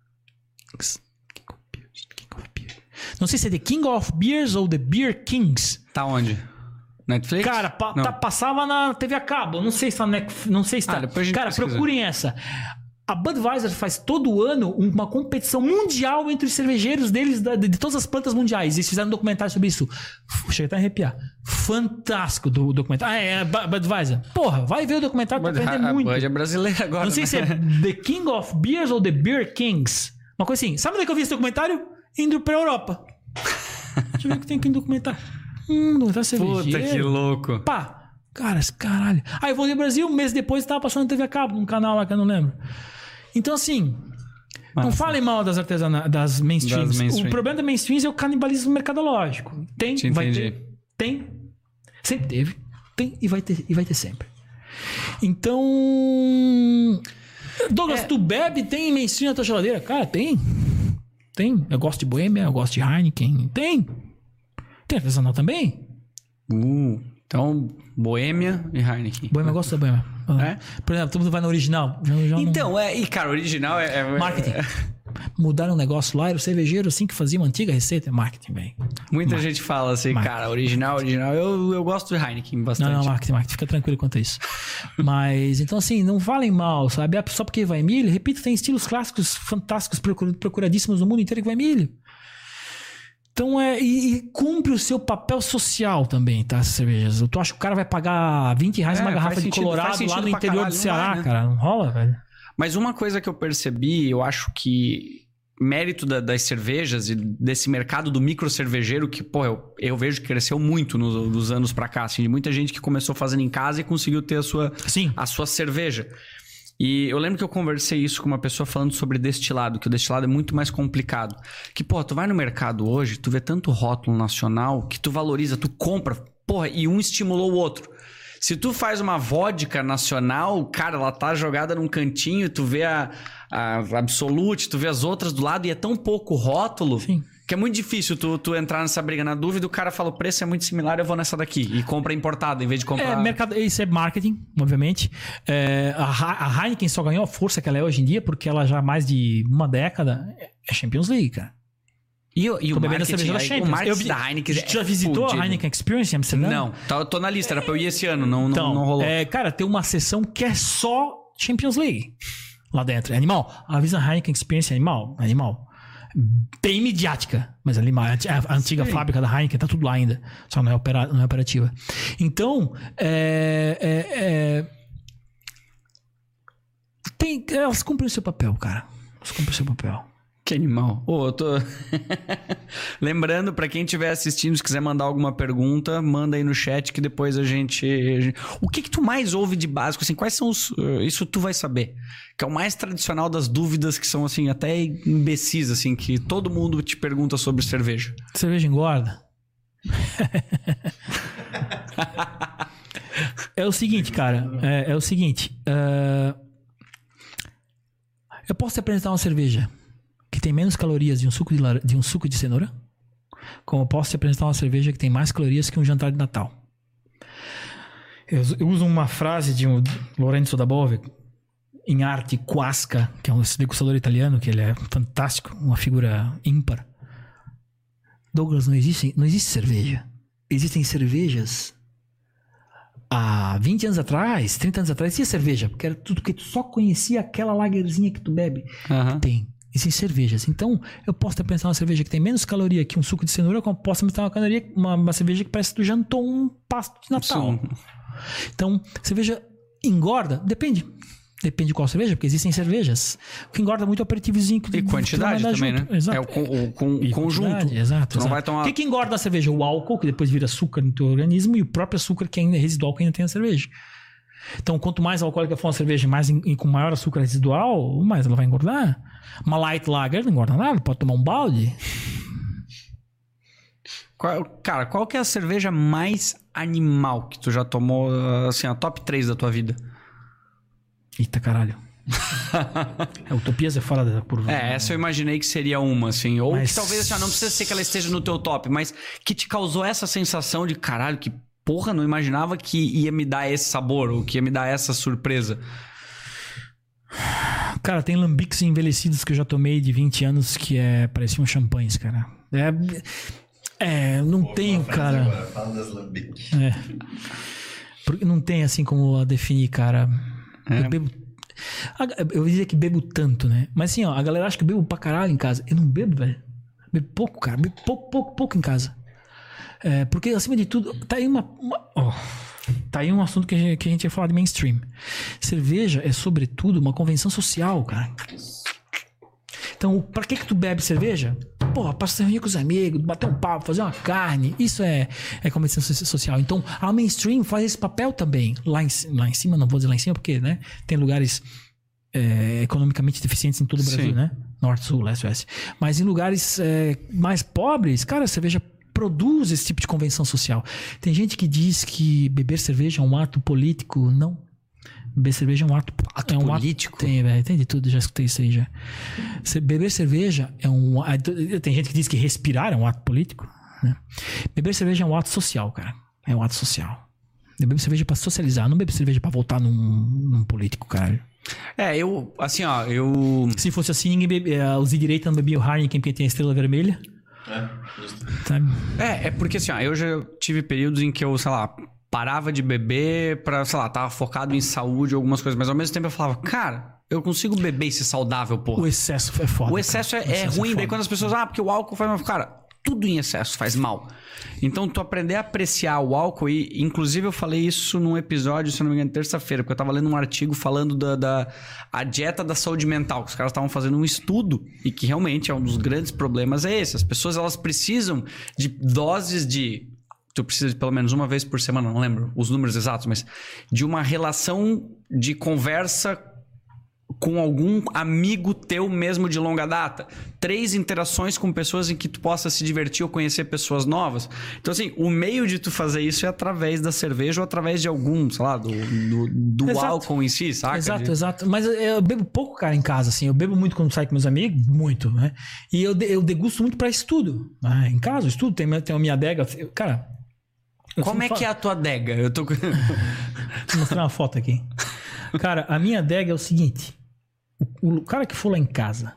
Não sei se é The King of Beers ou The Beer Kings. Tá onde? Netflix? Cara, pa- Não. tá- passava na T V a cabo. Não sei se tá... Netf- Não sei se tá. Ah, depois a gente Cara, pesquisa. procurem essa. A Budweiser faz todo ano uma competição mundial entre os cervejeiros deles, da- de, de todas as plantas mundiais. Eles fizeram um documentário sobre isso. F- Chega até a arrepiar. Fantástico do documentário. Ah, é Bu- Budweiser. Porra, vai ver o documentário pra Bud- aprender a muito. Bud é brasileira agora. Não sei né? se é The King of Beers ou The Beer Kings. Uma coisa assim. Sabe onde é que eu vi esse documentário? Indo pra Europa. Deixa eu ver o que tem aqui no documentário. Hum, documentário cervejeiro. Puta que louco. Pá, cara, esse caralho. Aí eu voltei ao Brasil, um mês depois tava passando na T V a cabo, num canal lá que eu não lembro. Então, assim, não Massa. falem mal das artesanais, das mainstreams. Das mainstream. O problema da mainstreams é o canibalismo mercadológico. Tem, Te vai entendi. ter. Tem. Sempre teve. Tem e vai ter, e vai ter sempre. Então. Douglas, É. tu bebe, tem mainstream na tua geladeira? Cara, tem. Tem. Eu gosto de Boêmia, eu gosto de Heineken. Tem. Tem artesanal também? Uh, então, Boêmia e Heineken. Boêmia, eu gosto da Boêmia. É? Por exemplo, todo mundo vai no original. Já- já não- Então, é... E, cara, o original é... é- Marketing. é- Mudaram o negócio lá, era o cervejeiro assim que fazia uma antiga receita. É marketing, velho. Muita gente fala assim, Marketing. cara, original, original. Eu, eu gosto de Heineken bastante. Não, não, marketing, marketing. Fica tranquilo quanto a isso. Mas, então assim, não falem mal, sabe? Ah, só porque vai milho, repito, tem estilos clássicos fantásticos, procur- procuradíssimos no mundo inteiro que vai milho. Então é... E, e cumpre o seu papel social também, tá? Essas cervejas. Tu acha que o cara vai pagar vinte reais É, uma garrafa faz de sentido, Colorado faz sentido lá no pra interior caralho, do não Ceará, vai, né? cara? Não rola, velho? Mas uma coisa que eu percebi, eu acho que mérito da- das cervejas e desse mercado do micro cervejeiro que, pô, eu, eu vejo que cresceu muito nos, dos anos pra cá, assim, de muita gente que começou fazendo em casa e conseguiu ter a sua, Sim. a sua cerveja. E eu lembro que eu conversei isso com uma pessoa falando sobre destilado, que o destilado é muito mais complicado. Que, pô, tu vai no mercado hoje, tu vê tanto rótulo nacional que tu valoriza, tu compra, porra, e um estimulou o outro. Se tu faz uma vodka nacional, cara, ela tá jogada num cantinho, tu vê a, a Absolute, tu vê as outras do lado e é tão pouco rótulo Sim. que é muito difícil tu, tu entrar nessa briga. Na dúvida, o cara fala, o preço é muito similar, eu vou nessa daqui. E compra importado, em vez de comprar... É, mercado, isso é marketing, obviamente. É, a, Ha- a Heineken só ganhou a força que ela é hoje em dia porque ela já há mais de uma década é Champions League, cara. E, o- e o Tô bebendo a marketing, cerveja da aí, Champions. o marketing Eu vi- da Heineken Tu já visitou fudido. a Heineken Experience em Amsterdã? Não, tô, tô na lista, era pra eu ir esse ano, não, não, Então, não rolou. é, cara, tem uma sessão que é só Champions League. lá dentro. É animal. A Visa Heineken Experience é animal. É animal. Bem midiática, mas ali a antiga Sim. fábrica da Heineken tá tudo lá ainda, só não é, opera, não é operativa. Então, é, é, é, tem, elas cumprem o seu papel, cara. Elas cumprem o seu papel. Que animal. Oh, eu tô... Lembrando, pra quem estiver assistindo, se quiser mandar alguma pergunta, manda aí no chat que depois a gente... O que que tu mais ouve de básico? Assim, quais são os... Isso tu vai saber. Que é o mais tradicional das dúvidas que são, assim, até imbecis, assim, que todo mundo te pergunta sobre cerveja. Cerveja engorda? É o seguinte, cara. É, é o seguinte. Uh... Eu posso te apresentar uma cerveja que tem menos calorias de um suco de, lar... de um suco de cenoura, como eu posso te apresentar uma cerveja que tem mais calorias que um jantar de Natal. Eu, eu uso uma frase de um Lorenzo da Bove em arte Quasca, que é um degustador italiano, que ele é fantástico, uma figura ímpar. Douglas, não existe, não existe cerveja. Existem cervejas. Há vinte anos atrás, trinta anos atrás, tinha cerveja, porque era tudo que tu só conhecia aquela lagerzinha que tu bebe. Uhum. Tem. Existem cervejas. Então, eu posso ter pensado uma cerveja que tem menos caloria que um suco de cenoura, como posso pensar uma, caloria, uma, uma cerveja que parece que tu jantou um pasto de Natal. Sim. Então, cerveja engorda? Depende. Depende de qual cerveja, porque existem cervejas. O que engorda muito é o aperitivozinho. Que e quantidade também, junto. Né? Exato. É o, o, o conjunto. Exato. Não vai tomar... O que, que engorda a cerveja? O álcool, que depois vira açúcar no teu organismo, e o próprio açúcar que ainda é residual que ainda tem na cerveja. Então, quanto mais alcoólica for uma cerveja, mais em, com maior açúcar residual, mais ela vai engordar. Uma light lager não engorda nada, pode tomar um balde. Qual, cara, qual que é a cerveja mais animal que tu já tomou, assim, a top três da tua vida? Eita, caralho. A Utopias é fora da curva. É, essa eu imaginei que seria uma, assim. Ou mas... que talvez, assim, não precisa ser que ela esteja no teu top, mas que te causou essa sensação de, caralho, que porra, não imaginava que ia me dar esse sabor, ou que ia me dar essa surpresa. Cara, tem lambiques envelhecidos que eu já tomei de vinte anos que é, pareciam champanhes, cara. É, é não Pô, tenho, cara. Agora, fala das lambiques. É. Porque não tem assim como a definir, cara. É. Eu bebo. Eu diria que bebo tanto, né? Mas assim, ó, a galera acha que eu bebo pra caralho em casa. Eu não bebo, velho. Bebo pouco, cara. Bebo pouco, pouco, pouco em casa. É, porque, acima de tudo, tá aí uma... uma oh, tá aí um assunto que a, gente, que a gente ia falar de mainstream. Cerveja é, sobretudo, uma convenção social, cara. Então, pra que que tu bebe cerveja? Porra, pra se reunir com os amigos, bater um papo, fazer uma carne. Isso é, é convenção social. Então, a mainstream faz esse papel também. Lá em, lá em cima, não vou dizer lá em cima, porque, né, tem lugares é, economicamente deficientes em todo o Brasil, Sim. né? Norte, sul, leste, oeste. Mas em lugares é, mais pobres, cara, a cerveja produz esse tipo de convenção social. Tem gente que diz que beber cerveja é um ato político. Não. Beber cerveja é um ato... Ato é um político? Ato, tem, velho. Tem de tudo. Já escutei isso aí já. Beber cerveja é um... Tem gente que diz que respirar é um ato político. Né? Beber cerveja é um ato social, cara. É um ato social. Eu bebo cerveja pra socializar. Não bebo cerveja pra votar num, num político, caralho. É, eu... Assim, ó, eu... Se fosse assim, ninguém bebe... Os de direita não bebiam Heineken porque tem a estrela vermelha. É, justo. É, é porque assim, ó, eu já tive períodos em que eu, sei lá, parava de beber pra, sei lá, tava focado em saúde, algumas coisas, mas ao mesmo tempo eu falava, cara, eu consigo beber e ser saudável, porra. O excesso é foda. O excesso, é, o excesso é ruim, é daí quando as pessoas, ah, porque o álcool faz mal, cara, tudo em excesso faz mal. Então, tu aprender a apreciar o álcool, e inclusive eu falei isso num episódio, se não me engano, terça-feira, porque eu tava lendo um artigo falando da, da a dieta da saúde mental, que os caras estavam fazendo um estudo, e que realmente é um dos grandes problemas é esse. As pessoas, elas precisam de doses de... Tu precisa de pelo menos uma vez por semana, não lembro os números exatos, mas de uma relação de conversa com algum amigo teu mesmo de longa data. Três interações com pessoas em que tu possa se divertir ou conhecer pessoas novas. Então, assim, o meio de tu fazer isso é através da cerveja ou através de algum, sei lá, do, do, do álcool em si, saca? Exato, de... exato. Mas eu bebo pouco, cara, em casa, assim. Eu bebo muito quando saio com meus amigos, muito, né? E eu, eu degusto muito pra estudo. Né? Em casa, eu estudo, tem, tem a minha adega. Eu, cara... Como é falo... que é a tua adega? Eu tô... Vou mostrar uma foto aqui. Cara, a minha adega é o seguinte... O, o cara que for lá em casa...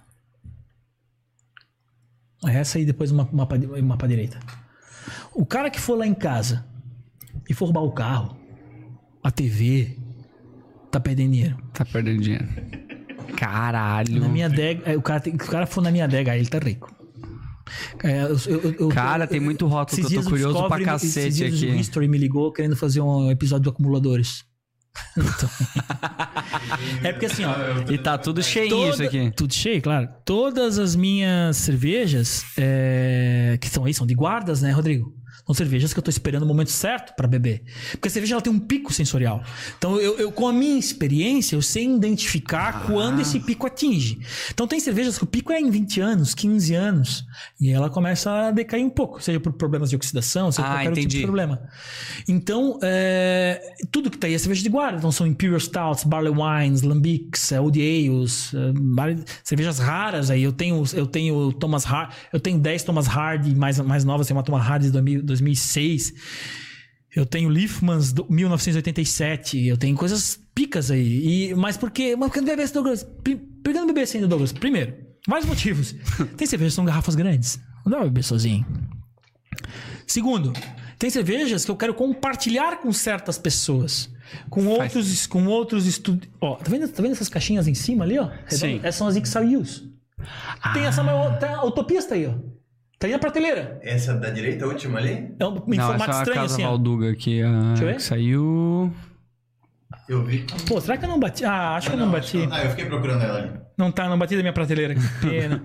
Essa aí depois uma, uma, uma pra direita. O cara que for lá em casa e for roubar o carro, a T V, tá perdendo dinheiro. Tá perdendo dinheiro. Caralho. Na minha adega, é, o cara, tem, o cara for na minha adega, aí ele tá rico. É, eu, eu, eu, Cara, eu, tem muito rótulo que eu tô curioso pra cacete esses dias aqui. O History me ligou querendo fazer um episódio do acumuladores. Então... é porque assim, ó. E tá tudo cheinho toda, isso aqui. Tudo cheio, claro. Todas as minhas cervejas, é, que são aí, são de guardas, né, Rodrigo? São cervejas que eu tô esperando o momento certo pra beber. Porque a cerveja ela tem um pico sensorial. Então, eu, eu com a minha experiência, eu sei identificar ah. quando esse pico atinge. Então, tem cervejas que o pico é em vinte anos, quinze anos. E ela começa a decair um pouco. Seja por problemas de oxidação, seja por ah, qualquer entendi. tipo de problema. Então, é, tudo que tá aí é cerveja de guarda. Então, são Imperial Stouts, Barley Wines, Lambics, Old Ales, cervejas raras aí. Eu tenho, eu tenho Thomas Hard, eu tenho dez Thomas Hardy mais, mais novas. Tem uma Thomas Hardy de dois mil e seis. Eu tenho Liefmans do mil novecentos e oitenta e sete. Eu tenho coisas picas aí. E, mas por que? Mas por que não beber esse Douglas? Por que não beber assim, Douglas? Primeiro, vários motivos. Tem cervejas que são garrafas grandes. Não dá pra beber sozinho. Segundo, tem cervejas que eu quero compartilhar com certas pessoas. Com Faz. outros com outros estudos. Ó, tá vendo, tá vendo essas caixinhas em cima ali, ó? Sim. Essas são as Ixaius. Ah. Tem essa maior. Tem a Utopia tá aí, ó. Tá aí na prateleira. Essa da direita, a última ali? É um em não, formato essa estranho, é a Casa assim. Valduga aqui, a... Deixa eu ver. Que saiu... Eu vi. Pô, será que eu não bati? Ah, acho não, que eu não, não bati. Eu... Ah, eu fiquei procurando ela ali. Não tá, não bati da minha prateleira. Que pena.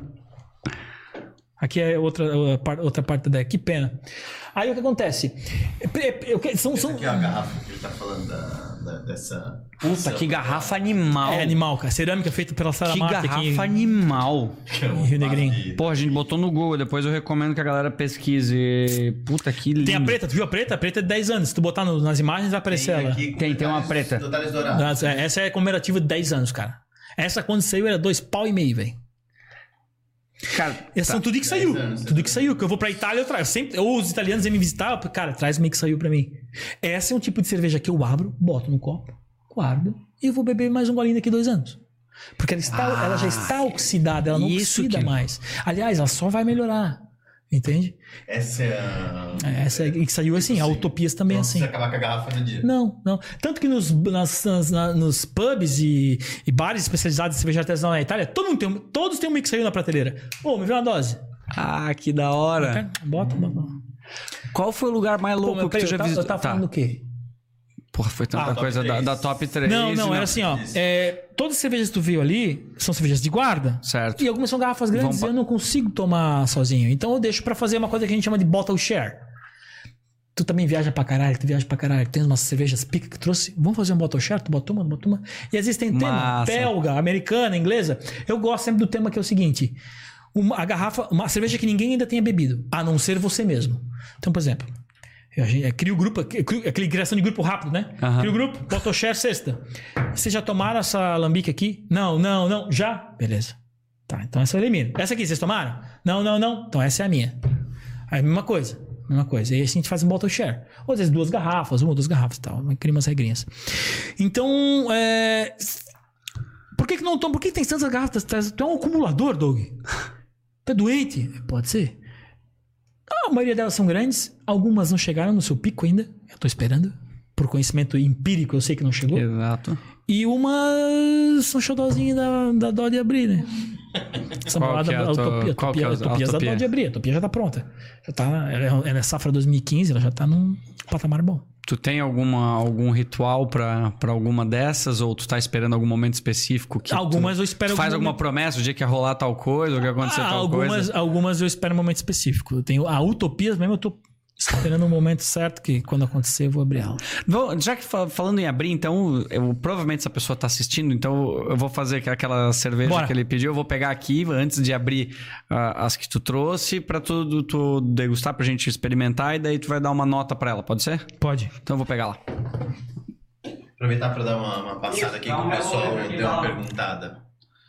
Aqui é outra, outra parte da deck. Que pena. Aí o que acontece? Eu, eu, são, são... Essa aqui é a garrafa que ele tá falando da, da, dessa... Puta, que garrafa animal. É animal, cara. Cerâmica feita pela Sara Que Marta garrafa aqui em... animal. Em Rio Negrinho. Pô, a gente botou no Google. Depois eu recomendo que a galera pesquise. Puta, que lindo. Tem a preta. Tu viu a preta? A preta é de dez anos. Se tu botar no, nas imagens, vai aparecer tem ela. Tem, tem uma preta. Detalhes dourados. Essa é comemorativa de dez anos, cara. Essa quando saiu era dois pau e meio, velho. Cara, essas tá. são tudo que saiu. Anos, tudo que saiu. Que eu vou pra Itália, eu trago. Sempre, ou os italianos vêm me visitar, eu, cara, traz meio que saiu pra mim. Essa é um tipo de cerveja que eu abro, boto no copo, guardo e eu vou beber mais um golinho daqui a dois anos. Porque ela, está, ah, ela já está oxidada, ela não oxida que... mais. Aliás, ela só vai melhorar. Entende? Essa é a... Essa é que saiu assim, a Utopias também não assim. Não precisa acabar com a garrafa no dia. Não, não. Tanto que nos, nas, nas, na, nos pubs e, e bares especializados em cerveja artesanal na Itália, todo mundo tem, todos têm um mix aí na prateleira. Pô, me vê uma dose. Ah, que da hora. Bota, bota. Qual foi o lugar mais louco Pô, que tu já visitou? Eu tava falando do quê? Porra, foi tanta ah, coisa da, da top três. Não, não, era assim, ó. É, todas as cervejas que tu viu ali são cervejas de guarda. Certo. E algumas são garrafas grandes e eu não consigo tomar sozinho. Então eu deixo pra fazer uma coisa que a gente chama de bottle share. Tu também viaja pra caralho, tu viaja pra caralho. Tem umas cervejas pica que trouxe. Vamos fazer um bottle share? Tu bota uma, tu bota uma. E às vezes tem tema Massa. belga, americana, inglesa. Eu gosto sempre do tema que é o seguinte. Uma, a garrafa, uma cerveja que ninguém ainda tenha bebido. A não ser você mesmo. Então, por exemplo... A gente cria o grupo, aquele criação de grupo rápido, né? Uhum. Cria o grupo, bottle share sexta. Vocês já tomaram essa lambique aqui? Não, não, não. Já? Beleza. Tá, então essa eu elimino. Essa aqui, vocês tomaram? Não, não, não. Então essa é a minha. Aí a mesma coisa. Mesma coisa. E aí a gente faz um bottle share. Ou às vezes duas garrafas, uma ou duas garrafas e tal. Cria umas regrinhas. Então, é... Por que que não toma? Por que tem tantas garrafas? Tu é um acumulador, Doug? Tu é doente? Pode ser. A maioria delas são grandes, algumas não chegaram no seu pico ainda. Eu tô esperando. Por conhecimento empírico, eu sei que não chegou. Exato. E umas são xodózinhas da, da dó de abrir, né? Essa Qual que é a Utopia, Qual Utopia, que é a Utopias da dó de abrir. A Utopia já tá pronta. Já tá, ela é safra dois mil e quinze, ela já tá num patamar bom. Tu tem alguma, algum ritual pra, pra alguma dessas? Ou tu tá esperando algum momento específico? Que algumas tu, eu espero... Tu faz algum... alguma promessa, o dia que ia rolar tal coisa, ou que ia acontecer ah, tal algumas, coisa? Algumas eu espero um momento específico. Eu tenho a Utopias mesmo, eu tô esperando um momento certo que quando acontecer eu vou abrir ela. Bom, já que falando em abrir, então, eu, provavelmente essa pessoa tá assistindo, então eu vou fazer aquela cerveja Bora. que ele pediu, eu vou pegar aqui antes de abrir uh, as que tu trouxe pra tu, tu degustar, pra gente experimentar e daí tu vai dar uma nota pra ela, pode ser? Pode. Então eu vou pegar lá. Aproveitar pra dar uma, uma passada aqui que o pessoal deu uma perguntada.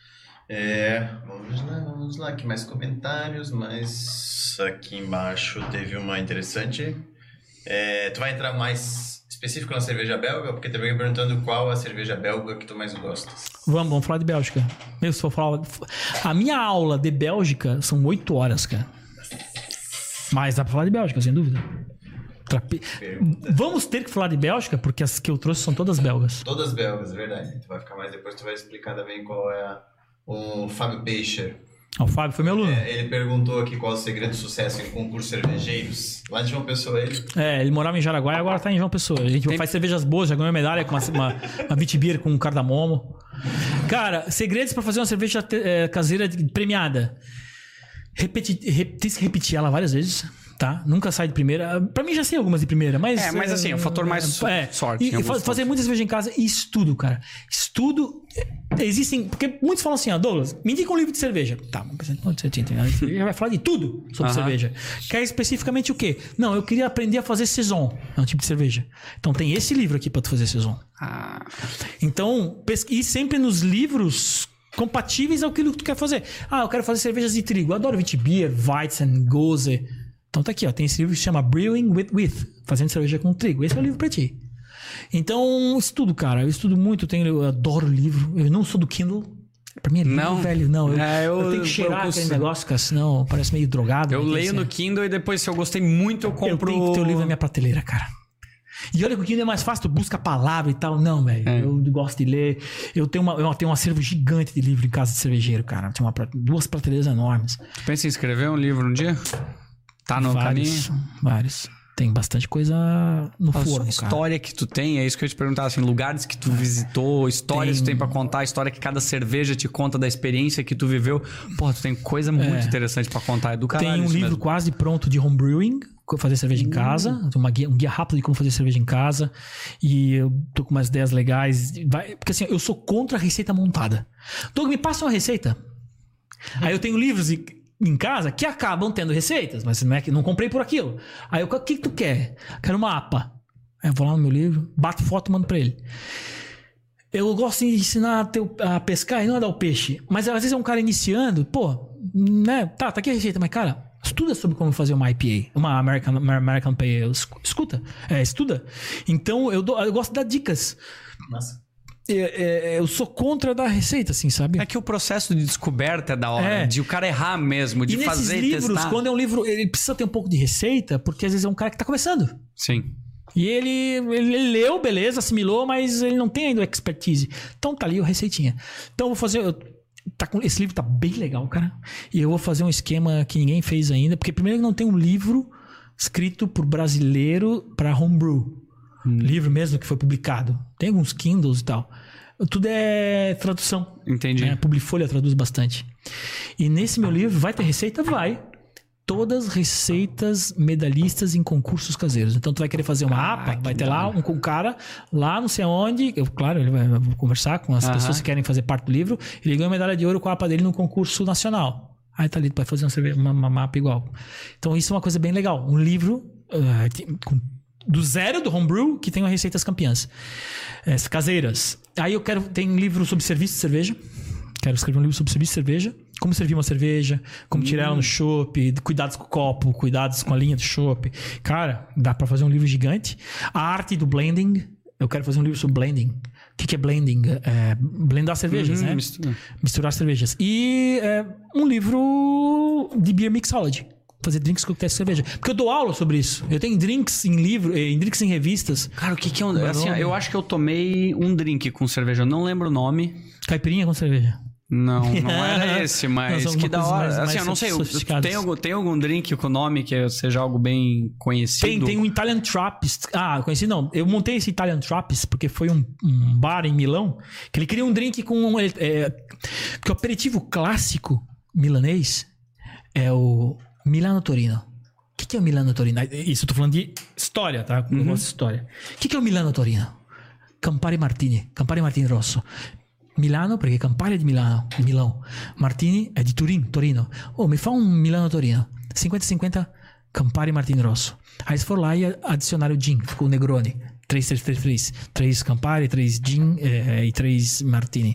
É, vamos lá, vamos lá, aqui mais comentários, mas aqui embaixo teve uma interessante. É, tu vai entrar mais específico na cerveja belga? Porque também perguntando qual a cerveja belga que tu mais gosta. Vamos, vamos falar de Bélgica. Meu, se for falar... A minha aula de Bélgica são oito horas, cara. Mas dá pra falar de Bélgica, sem dúvida. Trape... Vamos ter que falar de Bélgica, porque as que eu trouxe são todas belgas. Todas belgas, verdade. Tu vai ficar mais depois, tu vai explicar também qual é a... o Fábio Peixer. O Fábio foi meu aluno. É, ele perguntou aqui qual é o segredo do sucesso em concursos cervejeiros. Lá de João Pessoa, ele. É, ele morava em Jaraguá e agora tá em João Pessoa. A gente Tem... faz cervejas boas, já ganhou medalha com uma, uma, uma Vitibir com um cardamomo. Cara, segredos pra fazer uma cerveja é, caseira premiada. Repeti... Rep... Tem que repetir ela várias vezes. Tá? Nunca sai de primeira. Pra mim já sei algumas de primeira, mas... É, mas assim, é o fator mais é, sorte. E, e fazer muita cerveja em casa e estudo, cara. Estudo... Existem... Porque muitos falam assim, ó, Douglas, me indica um livro de cerveja. Tá, mas você já vai falar de tudo sobre uh-huh. cerveja. Quer especificamente o quê? Não, eu queria aprender a fazer saison. É um tipo de cerveja. Então tem esse livro aqui pra tu fazer saison. Ah. Então, pesquise sempre nos livros... compatíveis ao que tu quer fazer. Ah, eu quero fazer cervejas de trigo. Eu adoro Vitibir, Weizen, Gose... Então tá aqui, ó, tem esse livro que se chama Brewing with With, fazendo cerveja com trigo. Esse é o livro pra ti. Então, estudo, cara. Eu estudo muito, eu, tenho, eu adoro livro. Eu não sou do Kindle. Pra mim é livro, não. velho. Não, eu, é, eu, eu tenho que cheirar eu, aquele negócio, cara, senão parece meio drogado. Eu leio no Kindle e depois, se eu gostei muito, eu compro... Eu tenho que ter o livro na minha prateleira, cara. E olha que o Kindle é mais fácil, tu busca a palavra e tal. Não, velho. É. Eu gosto de ler. Eu tenho, uma, eu tenho um acervo gigante de livro em casa de cervejeiro, cara. Tinha uma, duas prateleiras enormes. Tu pensa em escrever um livro um dia? Tá no vários, caminho? Vários. Tem bastante coisa no a forno, história cara. que tu tem, é isso que eu ia te perguntar, assim, lugares que tu visitou, histórias tem... que tu tem pra contar, história que cada cerveja te conta da experiência que tu viveu. Pô, tu tem coisa muito é. interessante pra contar, é do caralho. Tem um livro mesmo. quase pronto de homebrewing, como fazer cerveja em casa, uh. uma guia, um guia rápido de como fazer cerveja em casa, e eu tô com umas ideias legais, vai, porque assim, eu sou contra a receita montada. Doug, me passa uma receita. Hum. Aí eu tenho livros e em casa que acabam tendo receitas, mas não é que não comprei por aquilo. Aí eu, o que, que tu quer? Quero uma A P A. Aí eu vou lá no meu livro, bato foto e mando pra ele. Eu gosto de ensinar a, teu, a pescar e não a dar o peixe. Mas às vezes é um cara iniciando, pô, né? Tá, tá aqui a receita, mas cara, estuda sobre como fazer uma I P A, uma American, American Pale. Escuta, é, estuda. Então eu, dou, eu gosto de dar dicas. Nossa. Eu sou contra dar receita, assim, sabe? É que o processo de descoberta é da hora, é. de o cara errar mesmo, de e fazer e livros, testar. Quando é um livro, ele precisa ter um pouco de receita, porque às vezes é um cara que tá começando. Sim. E ele, ele, ele leu, beleza, assimilou, mas ele não tem ainda expertise. Então tá ali a receitinha. Então eu vou fazer... Eu, tá com, esse livro tá bem legal, cara. E eu vou fazer um esquema que ninguém fez ainda, porque primeiro não tem um livro escrito por brasileiro para homebrew. Hum. Livro mesmo que foi publicado. Tem alguns Kindles e tal. Tudo é tradução. Entendi. Né? Publifolha traduz bastante. E nesse meu livro vai ter receita? Vai. Todas receitas medalhistas em concursos caseiros. Então tu vai querer fazer uma ah, A P A, vai ter lá um, um cara lá não sei onde, eu, claro, ele vai vou conversar com as uh-huh. pessoas que querem fazer parte do livro, ele ganhou medalha de ouro com a A P A dele no concurso nacional. Aí tá ali, tu vai fazer uma, cerveja, uma, uma mapa igual. Então isso é uma coisa bem legal. Um livro uh, com do zero do homebrew que tem receitas campeãs é, caseiras. Aí eu quero tem um livro sobre serviço de cerveja, quero escrever um livro sobre serviço de cerveja, como servir uma cerveja, como tirar ela no chopp, cuidados com o copo, cuidados com a linha do chopp. Cara, dá pra fazer um livro gigante. A arte do blending, eu quero fazer um livro sobre blending. O que, que é blending? É blendar cervejas, uhum, né? Mistura. Misturar cervejas. E é, um livro de beer mixology. Fazer drinks com coquetéis de cerveja. Porque eu dou aula sobre isso. Eu tenho drinks em livro, em drinks em revistas. Cara, o que que é um... Assim, eu acho que eu tomei um drink com cerveja. Eu não lembro o nome. Caipirinha com cerveja. Não, não era esse, mas não, que da hora. Mais, assim, mais eu não sei, tem algum, tem algum drink com nome que seja algo bem conhecido? Tem, tem um Italian Trappist. Ah, conheci não. Eu montei esse Italian Trappist porque foi um, um bar em Milão que ele queria um drink com... Um, é, porque o aperitivo clássico milanês é o Milano Torino. O que, que é o Milano Torino? Isso eu tô falando de história, tá? Eu gosto de história. O que, que é o Milano Torino? Campari Martini. Campari Martini Rosso. Milano, perché Campari è di Milano, di Milão. Martini è di Turin, Torino. Oh, mi fa un Milano-Torino. cinquenta cinquenta Campari Martini Rosso. Aí eles foram lá e adicionaram o gin, ficou o Negroni. três, três, três, três. três Campari, três gin eh, e três Martini.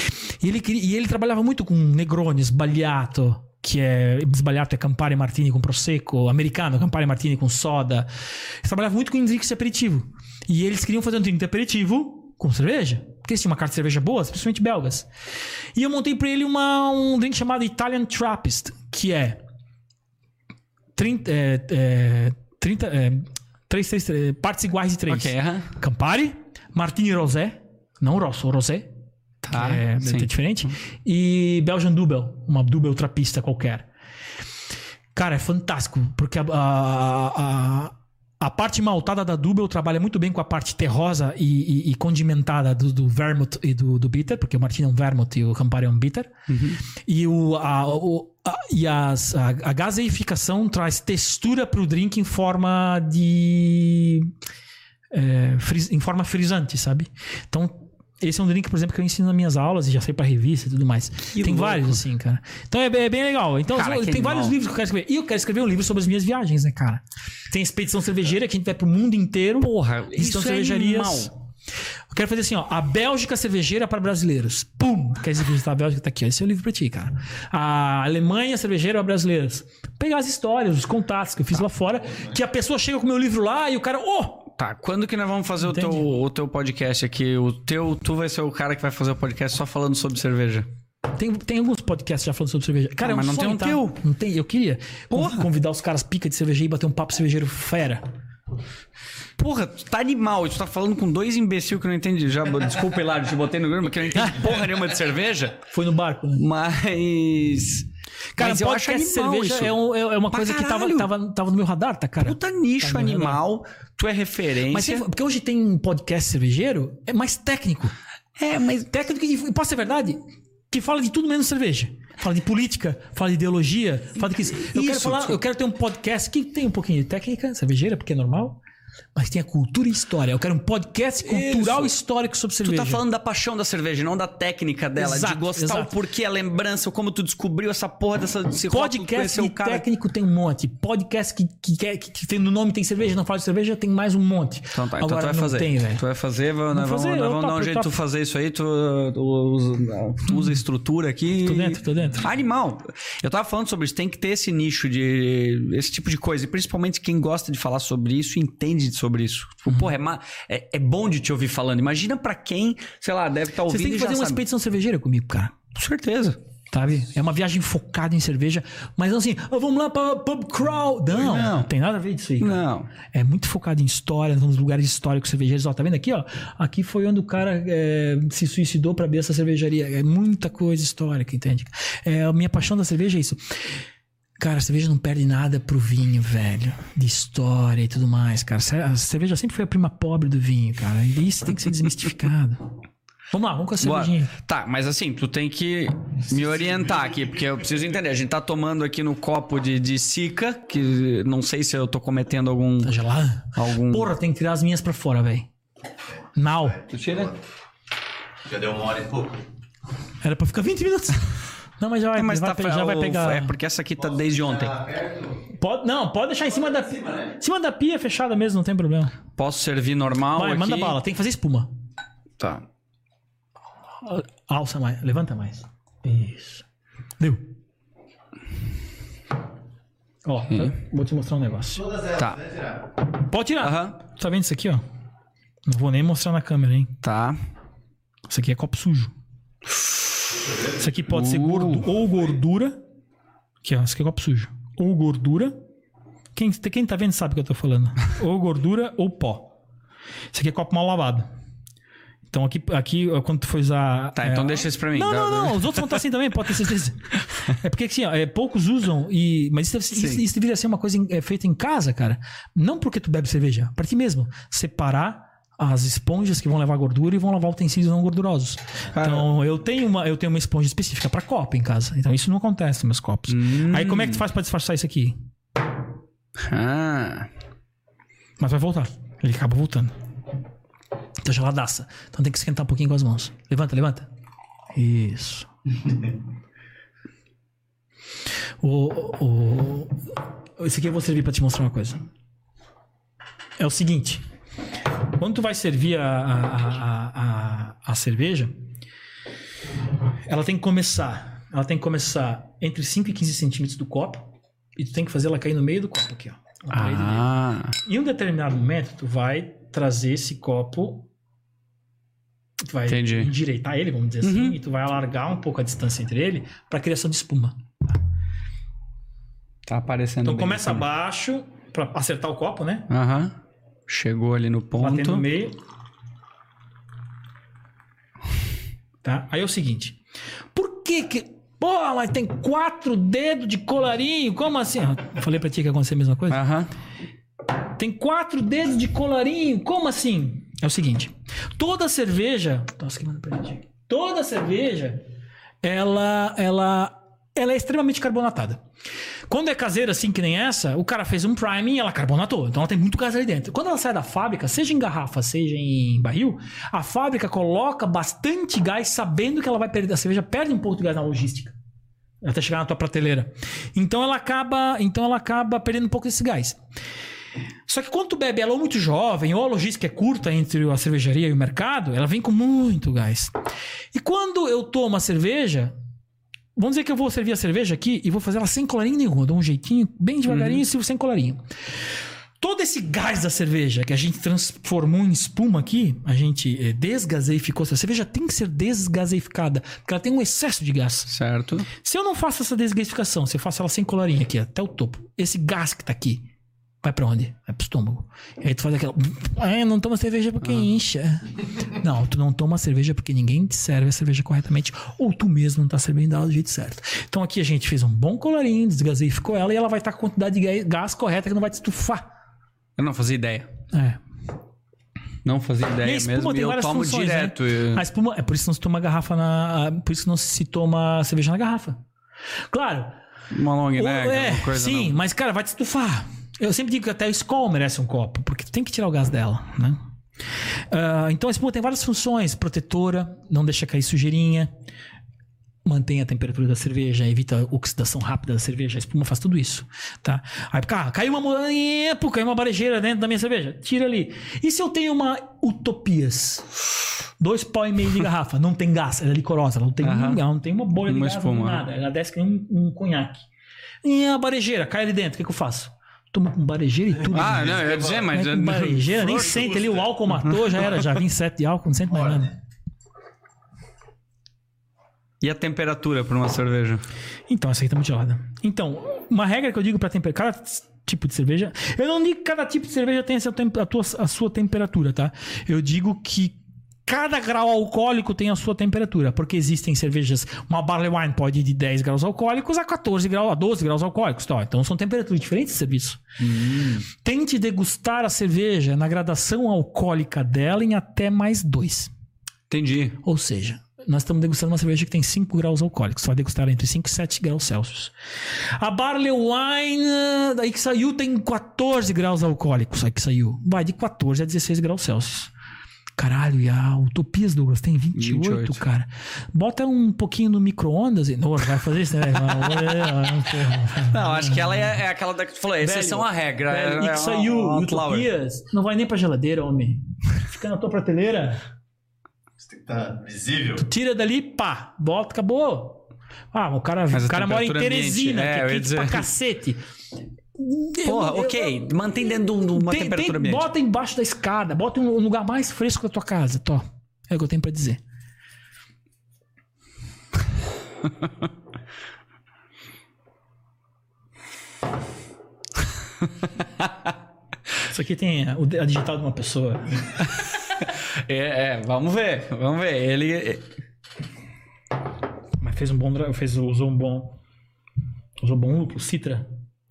E ele, e ele trabalhava muito com Negroni, sbagliato, que é sbagliato é Campari Martini com Prosecco, americano, Campari Martini com soda. Ele trabalhava muito com drinks de aperitivo. E eles queriam fazer um drink de aperitivo com cerveja. Porque eles tinham uma carta de cerveja boa, principalmente belgas. E eu montei pra ele uma, um drink chamado Italian Trappist, que é trinta, é, é, trinta, é Três, três, três. Partes iguais de três. Ok, aham. Campari, Martini Rosé. Não Rosso, Rosé. Tá, é sim. diferente. E Belgian Double. Uma Double trapista qualquer. Cara, é fantástico. Porque a, a, a, a parte maltada da Double trabalha muito bem com a parte terrosa e, e, e condimentada do, do Vermouth e do, do Bitter. Porque o Martini é um Vermouth e o Campari é um Bitter. Uhum. E, o, a, o, a, e as, a, a gaseificação traz textura pro drink em forma de... É, fris, em forma frisante, sabe? Então, esse é um drink, por exemplo, que eu ensino nas minhas aulas e já sei pra revista e tudo mais. Que tem louco. Vários, assim, cara. Então é, é bem legal. Então, cara, tem animal. Vários livros que eu quero escrever. E eu quero escrever um livro sobre as minhas viagens, né, cara? Tem a expedição cervejeira que a gente vai pro mundo inteiro. Porra, isso é animal. Eu quero fazer assim, ó. A Bélgica cervejeira para brasileiros. Pum! Quer dizer que a Bélgica tá aqui, ó. Esse é o livro pra ti, cara. A Alemanha cervejeira para brasileiros. Pegar as histórias, os contatos que eu fiz lá fora. Que a pessoa chega com o meu livro lá e o cara... Oh! Tá, quando que nós vamos fazer o teu, o teu podcast aqui? O teu, tu vai ser o cara que vai fazer o podcast só falando sobre cerveja. Tem, tem alguns podcasts já falando sobre cerveja. Cara, ah, mas é um não sonho, tem um tá? teu. Não tem, eu queria Porra. convidar os caras pica de cerveja e bater um papo cervejeiro fera. Porra, tu tá animal. Tu tá falando com dois imbecil que eu não entendi. Já, desculpa, Hilário, te botei no grupo, que eu não entendi porra nenhuma de cerveja. Foi no barco, né? Mas... Cara, Mas eu acho animal cerveja isso. É, um, é uma pra coisa caralho. que tava, tava, tava no meu radar, tá, cara? Puta nicho tá animal. Radar. Tu é referência. Mas porque hoje tem um podcast cervejeiro, é mais técnico. É, mas técnico e pode ser verdade, que fala de tudo menos cerveja. Fala de política, fala de ideologia, fala de que... Eu, isso, quero falar, eu quero ter um podcast que tem um pouquinho de técnica cervejeira, porque é normal. Mas tem a cultura e história. Eu quero um podcast cultural e histórico sobre cerveja. Tu tá falando da paixão da cerveja, não da técnica dela. Exato, de gostar exato. O porquê, a lembrança, como tu descobriu essa porra dessa... Desse podcast de cara. Técnico tem um monte. Podcast que, que, que, que, que tem no nome tem cerveja, não fala de cerveja, tem mais um monte. Então tá, então Agora, tu vai fazer. Tem, tu vai fazer, vamos, vamos, fazer, vamos, vamos dar um jeito de tu fazer isso aí. Tu, tu, usa, tu usa a estrutura aqui. Tô dentro, tô dentro. Animal. Eu tava falando sobre isso, tem que ter esse nicho de... Esse tipo de coisa. E principalmente quem gosta de falar sobre isso, entende sobre isso. Uhum. Porra, é, ma... é, é bom de te ouvir falando. Imagina pra quem, sei lá, deve estar tá ouvindo. Vocês têm que fazer uma sabe. expedição cervejeira comigo, cara. Com certeza. Sabe? É uma viagem focada em cerveja. Mas não assim, oh, vamos lá pra pub crawl. Não, não, não tem nada a ver disso aí, cara. Não. É muito focado em história, nos lugares históricos cervejeiros. Ó, tá vendo aqui, ó? Aqui foi onde o cara é, se suicidou pra abrir essa cervejaria. É muita coisa histórica, entende? É, a minha paixão da cerveja é isso. Cara, a cerveja não perde nada pro vinho, velho. De história e tudo mais, cara. A cerveja sempre foi a prima pobre do vinho, cara. E isso tem que ser desmistificado. Vamos lá, vamos com a cervejinha. Boa. Tá, mas assim, tu tem que me orientar aqui, porque eu preciso entender. A gente tá tomando aqui no copo de, de Sica, que não sei se eu tô cometendo algum... Tá gelado? Algum... Porra, tem que tirar as minhas pra fora, velho. Now. Tu tira? Já deu uma hora e pouco. Era pra ficar vinte minutos. Não, mas já vai, é, mas vai, tá, já vai pegar... É porque essa aqui tá Posso desde ontem. Pode, não, pode deixar em cima da... Em cima, né? Em cima da pia fechada mesmo, não tem problema. Posso servir normal vai, aqui? Manda bala, tem que fazer espuma. Tá. Alça mais, levanta mais. Isso. Deu. Ó, hum. vou te mostrar um negócio. Tá. Pode tirar. Aham. Uhum. Tá vendo isso aqui, ó? Não vou nem mostrar na câmera, hein? Tá. Isso aqui é copo sujo. Isso aqui pode uh. ser gordo, ou gordura. Aqui, ó. Isso aqui é copo sujo. Ou gordura. Quem, quem tá vendo sabe o que eu tô falando. Ou gordura ou pó. Isso aqui é copo mal lavado. Então aqui, aqui quando tu for usar... Tá, é... então deixa isso pra mim. Não, não, não. Os outros vão estar assim também, pode ter certeza. É porque assim, ó, é, poucos usam e... Mas isso, isso, isso deveria ser uma coisa em, é, feita em casa, cara. Não porque tu bebe cerveja. Pra ti mesmo. Separar as esponjas que vão levar gordura e vão lavar utensílios não gordurosos. Cara. Então eu tenho, uma, eu tenho uma esponja específica pra copo em casa. Então isso não acontece nos meus copos. Hum. Aí como é que tu faz pra disfarçar isso aqui? Ah. Mas vai voltar. Ele acaba voltando. Tá geladaça. Então tem que esquentar um pouquinho com as mãos. Levanta, levanta. Isso. o, o, esse aqui eu vou servir pra te mostrar uma coisa. É o seguinte. Quando tu vai servir a, a, a, a, a cerveja, ela tem que começar. Ela tem que começar entre cinco e quinze centímetros do copo. E tu tem que fazer ela cair no meio do copo aqui, ó. Ah. Em um determinado momento, tu vai trazer esse copo. Tu vai Entendi. endireitar ele, vamos dizer uhum. assim, e tu vai alargar um pouco a distância entre ele para criação de espuma. Tá aparecendo. Então bem começa também. abaixo para acertar o copo, né? Aham. Uhum. Chegou ali no ponto. Batendo no meio. Tá? Aí é o seguinte. Por que que... Pô, mas tem quatro dedos de colarinho. Como assim? Eu falei pra ti que ia acontecer a mesma coisa? Aham. Tem quatro dedos de colarinho. Como assim? É o seguinte. Toda cerveja... Nossa, que manda pra gente. Toda cerveja, ela, ela, ela é extremamente carbonatada. Quando é caseira, assim, que nem essa, o cara fez um priming e ela carbonatou. Então ela tem muito gás ali dentro. Quando ela sai da fábrica, seja em garrafa, seja em barril, a fábrica coloca bastante gás sabendo que ela vai perder. A cerveja perde um pouco de gás na logística. Até chegar na tua prateleira. Então ela acaba, então ela acaba perdendo um pouco desse gás. Só que quando tu bebe ela ou muito jovem, ou a logística é curta entre a cervejaria e o mercado, ela vem com muito gás. E quando eu tomo a cerveja, vamos dizer que eu vou servir a cerveja aqui e vou fazer ela sem colarinho nenhum. Eu dou um jeitinho, bem devagarinho, uhum. e sem colarinho. Todo esse gás da cerveja que a gente transformou em espuma aqui, a gente é, desgaseificou. A cerveja tem que ser desgaseificada, porque ela tem um excesso de gás. Certo. Se eu não faço essa desgaseificação, se eu faço ela sem colarinho aqui, até o topo, esse gás que tá aqui, vai pra onde? Vai pro estômago. E aí tu faz aquela... Ah, não toma cerveja porque uhum. incha. Não, tu não toma cerveja porque ninguém te serve a cerveja corretamente. Ou tu mesmo não tá servindo ela do jeito certo. Então aqui a gente fez um bom colarinho, desgaseificou ela e ela vai estar com a quantidade de gás correta que não vai te estufar. Eu não fazia ideia. É. Não fazia ideia mesmo e eu tomo funções, direto. Né? A espuma... É por isso que não se toma garrafa na... Por isso que não se toma cerveja na garrafa. Claro. Uma long neck, é, alguma coisa sim, não. Mas cara, vai te estufar. Eu sempre digo que até o Skol merece um copo, porque tu tem que tirar o gás dela, né? Uh, então a espuma tem várias funções. Protetora, não deixa cair sujeirinha, mantém a temperatura da cerveja, evita a oxidação rápida da cerveja. A espuma faz tudo isso, tá? Aí, cara, caiu uma moranha, caiu uma varejeira dentro da minha cerveja, tira ali. E se eu tenho uma Utopias? Dois pau e meio de garrafa, não tem gás, ela é licorosa, ela não tem, uh-huh. ela não tem uma bolha de uma gás, espuma. Nada. Ela desce que nem um, um conhaque. E a varejeira, cai ali dentro, o que, que eu faço? Toma com barejeira e tudo. Ah, não, eu ia dizer, mas... Com barejeira, nem sente ali, o álcool matou, já era, já vinte e sete de álcool, não sente mais nada. E a temperatura para uma cerveja? Então, essa aqui tá muito gelada. Então, uma regra que eu digo para temperatura, cada tipo de cerveja... Eu não digo que cada tipo de cerveja tem a sua, a tua, a sua temperatura, tá? Eu digo que cada grau alcoólico tem a sua temperatura, porque existem cervejas, uma barley wine pode ir de dez graus alcoólicos a quatorze graus, a doze graus alcoólicos, tá? Então são temperaturas diferentes de serviço. Hum. Tente degustar a cerveja na gradação alcoólica dela em até mais dois. Entendi. Ou seja, nós estamos degustando uma cerveja que tem cinco graus alcoólicos. Você vai degustar entre cinco e sete graus Celsius. A barley wine, daí que saiu, tem quatorze graus alcoólicos. Aí que saiu. Vai de quatorze a dezesseis graus Celsius. Caralho, e a Utopias, Douglas, tem vinte e oito, vinte e oito, cara. Bota um pouquinho no micro-ondas e... Não, vai fazer isso, né? Não, acho que ela é, é aquela da que tu falou, exceção à regra. Velho, é, e que é saiu, uma, uma Utopias, não vai nem pra geladeira, homem. Fica na tua prateleira. Você tem que estar visível. Tu tira dali, pá, bota, acabou. Ah, o cara, o cara mora em Teresina, ambiente, é, que é quente dizer... pra cacete. Porra, eu, ok. Eu, Mantém dentro de uma tem, temperatura tem, ambiente. Bota embaixo da escada. Bota um lugar mais fresco da tua casa. Tó. É o que eu tenho pra dizer. Isso aqui tem a, a digital de uma pessoa. é, é, vamos ver. Vamos ver. Ele... Mas fez um bom... Fez, usou um bom... Usou um bom lúpulo. Citra.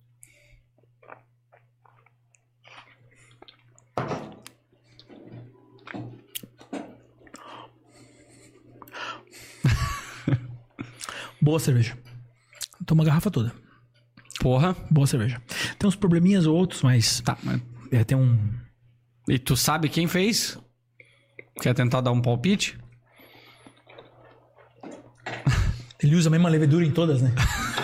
Boa cerveja. Toma a garrafa toda. Porra. Boa cerveja. Tem uns probleminhas ou outros, mas... Tá, mas... É, tem um... E tu sabe quem fez? Quer tentar dar um palpite? Ele usa a mesma levedura em todas, né?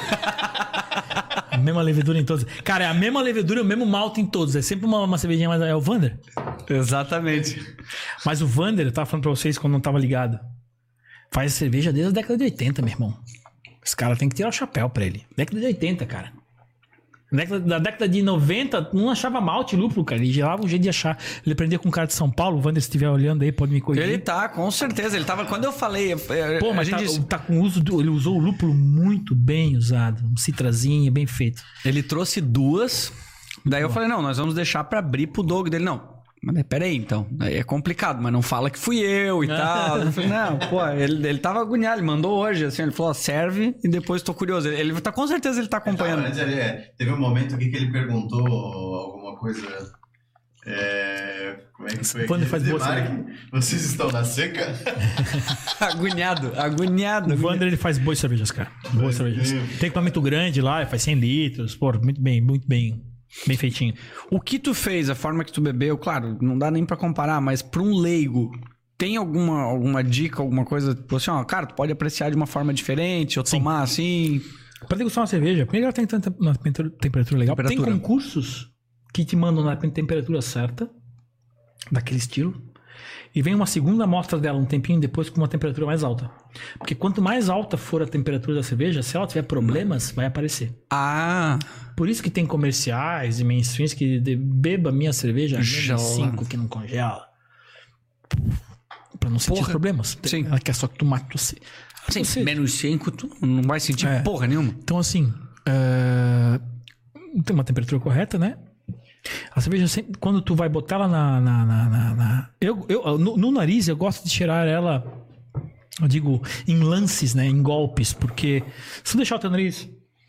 A mesma levedura em todas. Cara, é a mesma levedura e o mesmo malte em todos. É sempre uma, uma cervejinha mais... É o Vander. Exatamente. Mas o Vander, eu tava falando pra vocês quando não tava ligado. Faz cerveja desde a década de oitenta, meu irmão. Esse cara tem que tirar o chapéu pra ele. Década de oitenta, cara. Na década de noventa, não achava malte lúpulo, cara. Ele gelava um jeito de achar. Ele aprendia com um cara de São Paulo. O Wander, se estiver olhando aí, pode me corrigir. Ele tá, com certeza. Ele tava... Quando eu falei... Pô, mas a gente tá, disse... tá com uso... Do, ele usou o lúpulo muito bem usado. Um citrazinho, bem feito. Ele trouxe duas. Daí Pô. eu falei, não, nós vamos deixar pra abrir pro Doug dele. Não. Mas né, peraí, então. Aí é complicado, mas não fala que fui eu e tal. Eu falei, não, pô, ele, ele tava agoniado, ele mandou hoje, assim, ele falou, ó, serve e depois tô curioso. Ele, ele tá, com certeza ele tá acompanhando. Então, ele, é, teve um momento aqui que ele perguntou alguma coisa... É... Como é que foi? Quando faz boa cerveja. Vocês estão na seca? agoniado, agoniado. O Wander, ele faz boas cervejas, cara. Boas cervejas. Tem equipamento grande lá, faz cem litros. Pô, muito bem, muito bem. Bem feitinho. O que tu fez, a forma que tu bebeu, claro, não dá nem pra comparar, mas pra um leigo, tem alguma, alguma dica, alguma coisa, tipo assim, ó, cara, tu pode apreciar de uma forma diferente, ou Sim. tomar assim... Pra degustar uma cerveja, primeiro ela tem tanta uma temperatura legal. Temperatura. Tem concursos que te mandam na temperatura certa, daquele estilo, e vem uma segunda amostra dela um tempinho depois com uma temperatura mais alta. Porque quanto mais alta for a temperatura da cerveja, se ela tiver problemas, vai aparecer. Ah! Por isso que tem comerciais e mainstreams que de, beba minha cerveja menos cinco que não congela. Pra não sentir porra. problemas. Sim. Ela quer só que tu mate você. Sim, você... menos cinco tu não vai sentir é. porra nenhuma. Então assim, uh, tem uma temperatura correta, né? A cerveja sempre, quando tu vai botar ela na... na, na, na, na eu, eu, no, no nariz eu gosto de cheirar ela, eu digo, em lances, né? Em golpes, porque se tu deixar o teu nariz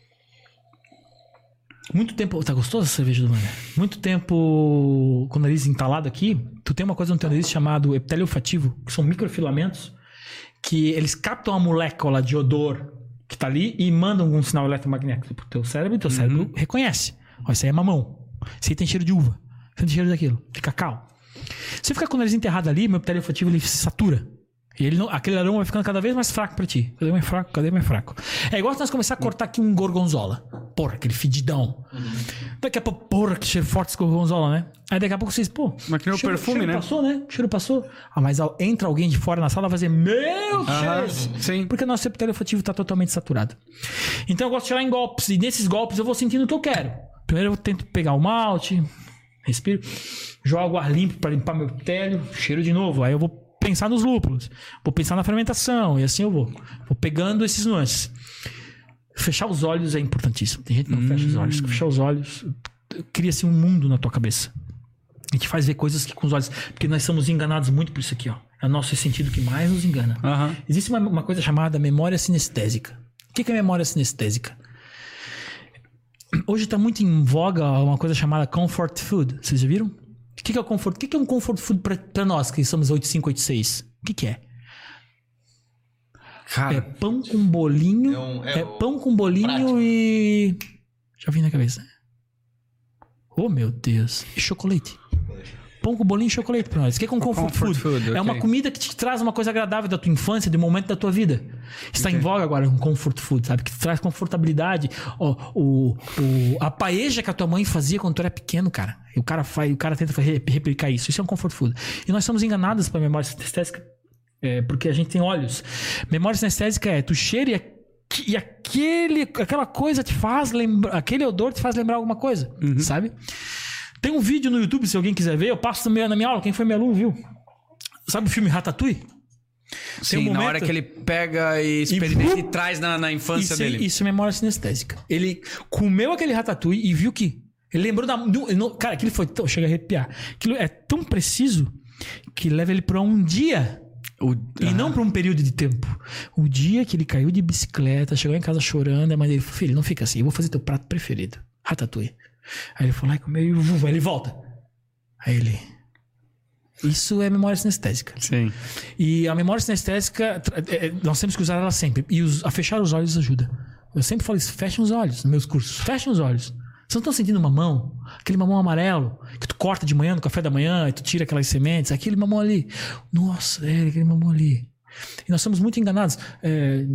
muito tempo... Tá gostosa a cerveja do Wander? Muito tempo com o nariz entalado aqui, tu tem uma coisa no teu nariz chamado epitélio olfativo, que são microfilamentos que eles captam a molécula de odor que tá ali e mandam um sinal eletromagnético pro teu cérebro, e teu uhum. cérebro reconhece. Ó, isso aí é mamão. Isso aí tem cheiro de uva. Isso aí tem cheiro daquilo. De cacau. Se ficar com o nariz enterrado ali, meu epitélio olfativo ele se satura. E ele não, aquele aroma vai ficando cada vez mais fraco pra ti. Cada vez mais fraco, cada vez mais fraco. É igual se nós começar a cortar aqui um gorgonzola. Porra, aquele fedidão. Uhum. Daqui a pouco, porra, que cheiro forte esse gorgonzola, né? Aí daqui a pouco vocês, pô... Mas que nem o perfume, cheiro né? passou, né? O cheiro passou. Ah, mas entra alguém de fora na sala e vai dizer, meu Deus! Ah, sim. Porque nosso epitélio olfativo tá totalmente saturado. Então eu gosto de tirar em golpes. E nesses golpes eu vou sentindo o que eu quero. Primeiro eu tento pegar o malte, respiro, jogo ar limpo para limpar meu epitélio, cheiro de novo. Aí eu vou pensar nos lúpulos, vou pensar na fermentação, e assim eu vou. Vou pegando esses nuances. Fechar os olhos é importantíssimo. Tem gente que não hum. fecha os olhos. Fechar os olhos cria-se um mundo na tua cabeça. A gente faz ver coisas que com os olhos... Porque nós somos enganados muito por isso aqui, ó. É o nosso sentido que mais nos engana. Uhum. Existe uma, uma coisa chamada memória sinestésica. O que é memória sinestésica? Hoje está muito em voga uma coisa chamada comfort food. Vocês já viram? O que é o comfort? O que é um comfort food para nós que somos oitenta e cinco, oitenta e seis? O que, que é? Cara, é pão com bolinho. É, um, é, é pão com bolinho prático. E. Já vim na cabeça. Oh, meu Deus. E chocolate. Pão com bolinho e chocolate pra nós. O que é um comfort, comfort food? food okay. É uma comida que te traz uma coisa agradável da tua infância, do momento da tua vida. Está okay. em voga agora um comfort food, sabe? Que te traz confortabilidade. O, o, o, a paeja que a tua mãe fazia quando tu era pequeno, cara. E o cara, faz, o cara tenta replicar isso. Isso é um comfort food. E nós somos enganados pela memória sinestésica é, porque a gente tem olhos. Memória sinestésica é tu cheira e, e aquele, aquela coisa te faz lembrar, aquele odor te faz lembrar alguma coisa, uhum. sabe? Tem um vídeo no YouTube, se alguém quiser ver, eu passo na minha aula, quem foi meu aluno viu. Sabe o filme Ratatouille? Sim, um momento... na hora que ele pega e experimenta e, e traz na, na infância isso, dele. Isso é memória sinestésica. Ele comeu aquele Ratatouille e viu que... Ele lembrou da... Do, cara, aquilo foi tão... Chega a arrepiar. Aquilo é tão preciso que leva ele para um dia... O, e ah. não para um período de tempo. O dia que ele caiu de bicicleta, chegou em casa chorando, a mãe dele falou, filho, não fica assim, eu vou fazer teu prato preferido. Ratatouille. Aí ele foi lá e comeu e aí ele volta. Aí ele... Isso é memória sinestésica. Sim. E a memória sinestésica, nós temos que usar ela sempre. E os, a fechar os olhos ajuda. Eu sempre falo isso, fechem os olhos nos meus cursos. Fechem os olhos. Vocês não estão sentindo mamão? Aquele mamão amarelo que tu corta de manhã, no café da manhã, e tu tira aquelas sementes. Aquele mamão ali. Nossa, é aquele mamão ali. E nós somos muito enganados. É,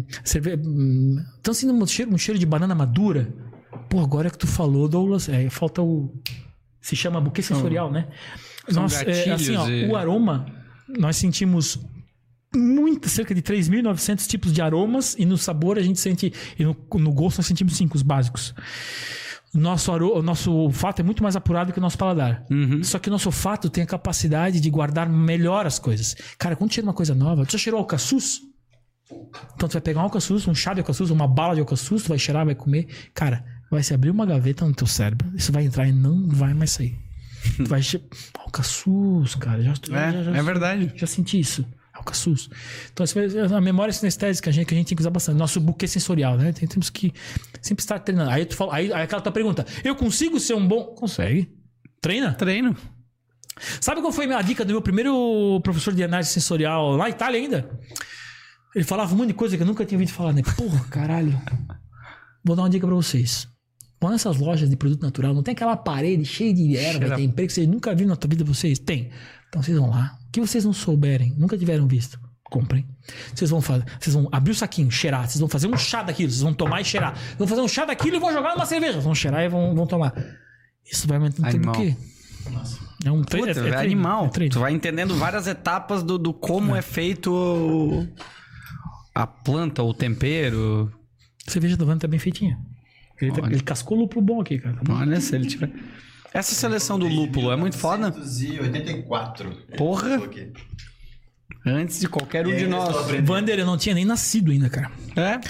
estão sentindo um cheiro, um cheiro de banana madura. Pô, agora é que tu falou, Douglas, é, falta o... Se chama buquê sensorial, né? Nós, é, assim, ó, e... O aroma, nós sentimos muito, cerca de três mil e novecentos tipos de aromas, e no sabor a gente sente, e no, no gosto nós sentimos cinco, os básicos. O nosso, o nosso olfato é muito mais apurado que o nosso paladar. Uhum. Só que o nosso olfato tem a capacidade de guardar melhor as coisas. Cara, quando cheira uma coisa nova, tu já cheirou alcaçuz? Então tu vai pegar um alcaçuz, um chá de alcaçuz, uma bala de alcaçuz, tu vai cheirar, vai comer. Cara, vai se abrir uma gaveta no teu cérebro, isso vai entrar e não vai mais sair. vai... Alcaçuz, cara. Já, É, já, já, é verdade. Já senti isso. Alcaçuz. Então, a memória sinestésica, a gente, que a gente tem que usar bastante. Nosso buquê sensorial, né? Tem, temos que sempre estar treinando. Aí tu fala, aí, aí aquela tua pergunta, eu consigo ser um bom... Consegue. Treina. Treino. Sabe qual foi a dica do meu primeiro professor de análise sensorial lá na Itália ainda? Ele falava um monte de coisa que eu nunca tinha ouvido falar, né? Porra, caralho. Vou dar uma dica pra vocês. Vão nessas lojas de produto natural, não tem aquela parede cheia de erva, Cheira... tem emprego que vocês nunca viram na tua vida de vocês? Tem. Então vocês vão lá. O que vocês não souberem, nunca tiveram visto, comprem. Vocês vão fazer, vocês vão abrir o saquinho, cheirar, vocês vão fazer um chá daquilo, vocês vão tomar e cheirar. Vocês vão fazer um chá daquilo e vão jogar numa cerveja. Vocês vão cheirar e vão, vão tomar. Isso vai aumentando o quê? Nossa. É um treino. Puta, é, é, é treino, animal. é treino. Tu vai entendendo várias etapas do, do como é. é feito a planta, o tempero. A cerveja do Vando tá bem feitinha. Ele, tá, ele cascou lúpulo bom aqui, cara. Olha, se ele tiver... Essa seleção do lúpulo é muito foda. mil novecentos e oitenta e quatro. Porra! Antes de qualquer um de nós. O Vander, eu não tinha nem nascido ainda, cara. É?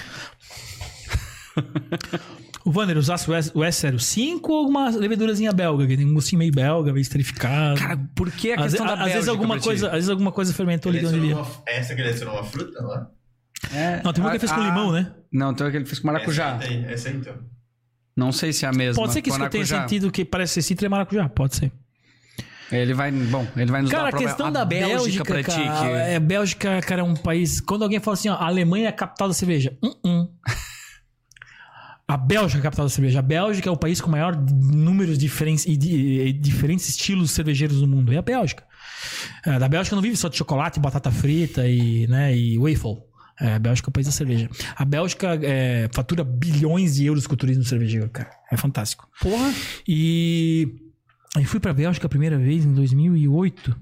O Vander usasse o S zero cinco ou alguma levedurazinha belga, que tem um gostinho meio belga, meio esterificado. Cara, por que a às questão ve- da às vezes alguma coisa, Às vezes alguma coisa fermentou ali onde devia. Essa que ele adicionou uma fruta lá? É, Não, tem uma que ele fez com ah, limão, né? Não, tem uma que ele fez com maracujá. Essa aí, essa aí então. Não sei se é a mesma. Pode ser que isso que eu tenha sentido que parece ser citra e maracujá, pode ser. Ele vai, bom, ele vai nos Cara, dar a prova. questão da Bélgica, pra ti, cara, que... é, Bélgica, cara, é um país... Quando alguém fala assim, ó, a Alemanha é a capital da cerveja. Uh -uh. A Bélgica é a capital da cerveja. A Bélgica é o país com maior número de diferentes, e de, e diferentes estilos cervejeiros do mundo. É a Bélgica. É, da Bélgica não vive só de chocolate, batata frita e, né, e waffle. É, a Bélgica é o país da cerveja. A Bélgica é, fatura bilhões de euros com o turismo cervejeiro, cara. É fantástico. Porra! E... Aí fui pra Bélgica a primeira vez em dois mil e oito.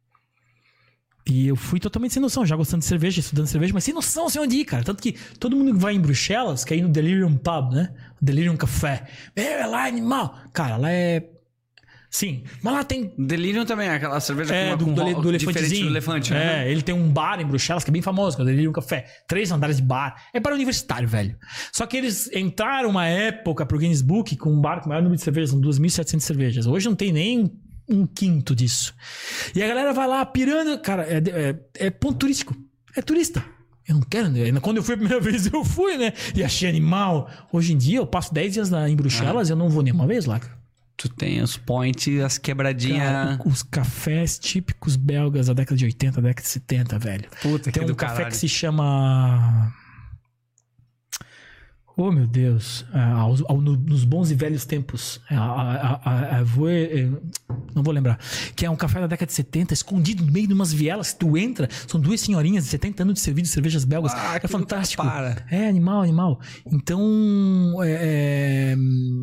E eu fui totalmente sem noção, já gostando de cerveja, estudando cerveja, mas sem noção sem onde ir, cara. Tanto que todo mundo que vai em Bruxelas quer ir no Delirium Pub, né? Delirium Café. É, lá é animal. Cara, lá é... Sim, mas lá tem... Delirium também, aquela cerveja é, com, do, com do, do diferente elefantezinho. do elefante, é, né? ele tem um bar em Bruxelas que é bem famoso, que é o Delirium Café. Três andares de bar. É para universitário, velho. Só que eles entraram uma época pro Guinness Book com um bar com o maior número de cervejas, são duas mil e setecentas cervejas. Hoje não tem nem um quinto disso. E a galera vai lá pirando. Cara, é, é, é ponto turístico. É turista. Eu não quero, né? Quando eu fui a primeira vez, eu fui, né? E achei animal. Hoje em dia, eu passo dez dias lá em Bruxelas e ah. eu não vou nenhuma vez lá, cara. Tu tem os points, as quebradinhas. Os cafés típicos belgas da década de oitenta, década de setenta, velho. Puta, tem que um do café caralho. que se chama... Oh, meu Deus. Ah, aos, ao, no, nos bons e velhos tempos. A, a, a, a, vou, não vou lembrar. Que é um café da década de setenta, escondido no meio de umas vielas. Tu entra, são duas senhorinhas de setenta anos de serviço de cervejas belgas. Ah, é fantástico. Para. É animal, animal. Então, é...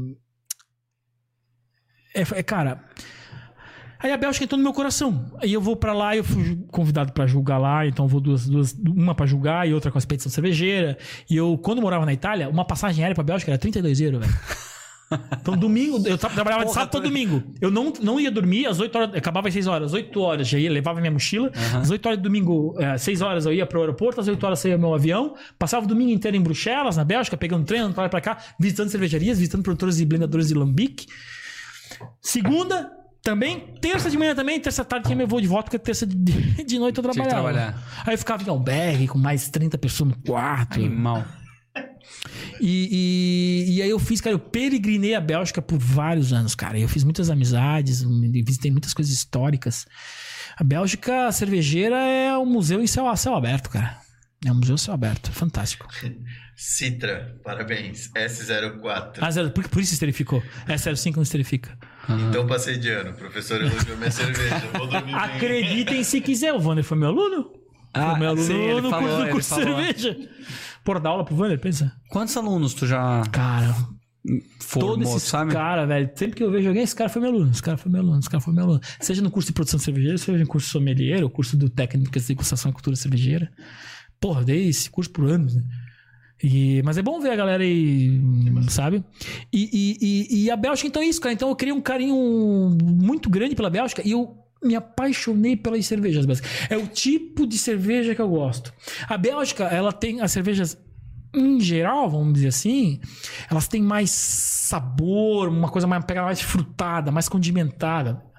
é, é cara... Aí a Bélgica entrou no meu coração. Aí eu vou pra lá, eu fui convidado pra julgar lá, então eu vou duas, duas, uma pra julgar e outra com a expedição cervejeira. E eu, quando morava na Itália, uma passagem aérea pra Bélgica era trinta e dois euros, velho. Então domingo, eu tra trabalhava de sábado pra domingo. Eu não, não ia dormir às oito horas, acabava às seis horas. Às oito horas já ia, levava minha mochila. Uhum. Às oito horas de domingo, às seis horas eu ia pro aeroporto, às oito horas saía meu avião. Passava o domingo inteiro em Bruxelas, na Bélgica, pegando trem, pra lá e pra cá, visitando cervejarias, visitando produtores e blendadores de lambique. Segunda... Também, terça de manhã também, terça tarde tinha meu voo de volta, porque terça de, de noite eu trabalhava. trabalhar. Aí eu ficava em albergue com mais trinta pessoas no quarto. Animal. E, e, e aí eu fiz, cara, eu peregrinei a Bélgica por vários anos, cara. Eu fiz muitas amizades, visitei muitas coisas históricas. A Bélgica cervejeira é um museu em céu, céu aberto, cara. É um museu céu aberto, fantástico. Citra, parabéns. S zero quatro. Ah, zero, por, por isso esterificou. S zero cinco não esterifica. Uhum. Então passei de ano. O professor elogiou minha cerveja. Vou dormir bem. Acreditem se quiser. O Wander foi meu aluno. Ah, foi meu aluno sim, ele no falou, curso, no ele curso de falou. cerveja. Por dar aula pro Wander, pensa. Quantos alunos tu já Cara, formou, todos esses sabe? cara, velho. Sempre que eu vejo alguém, esse cara foi meu aluno. Esse cara foi meu aluno. Esse cara foi meu aluno. Seja no curso de produção cervejeira, seja no curso sommelier, ou curso do técnicas de degustação e cultura cervejeira. Porra, dei esse curso por anos, né? E, mas é bom ver a galera aí, sabe? E, e, e, e a Bélgica, então é isso, cara. Então eu criei um carinho muito grande pela Bélgica e eu me apaixonei pelas cervejas bélgicas. É o tipo de cerveja que eu gosto. A Bélgica, ela tem as cervejas, em geral, vamos dizer assim, elas têm mais sabor, uma coisa mais, pegada mais frutada, mais condimentada.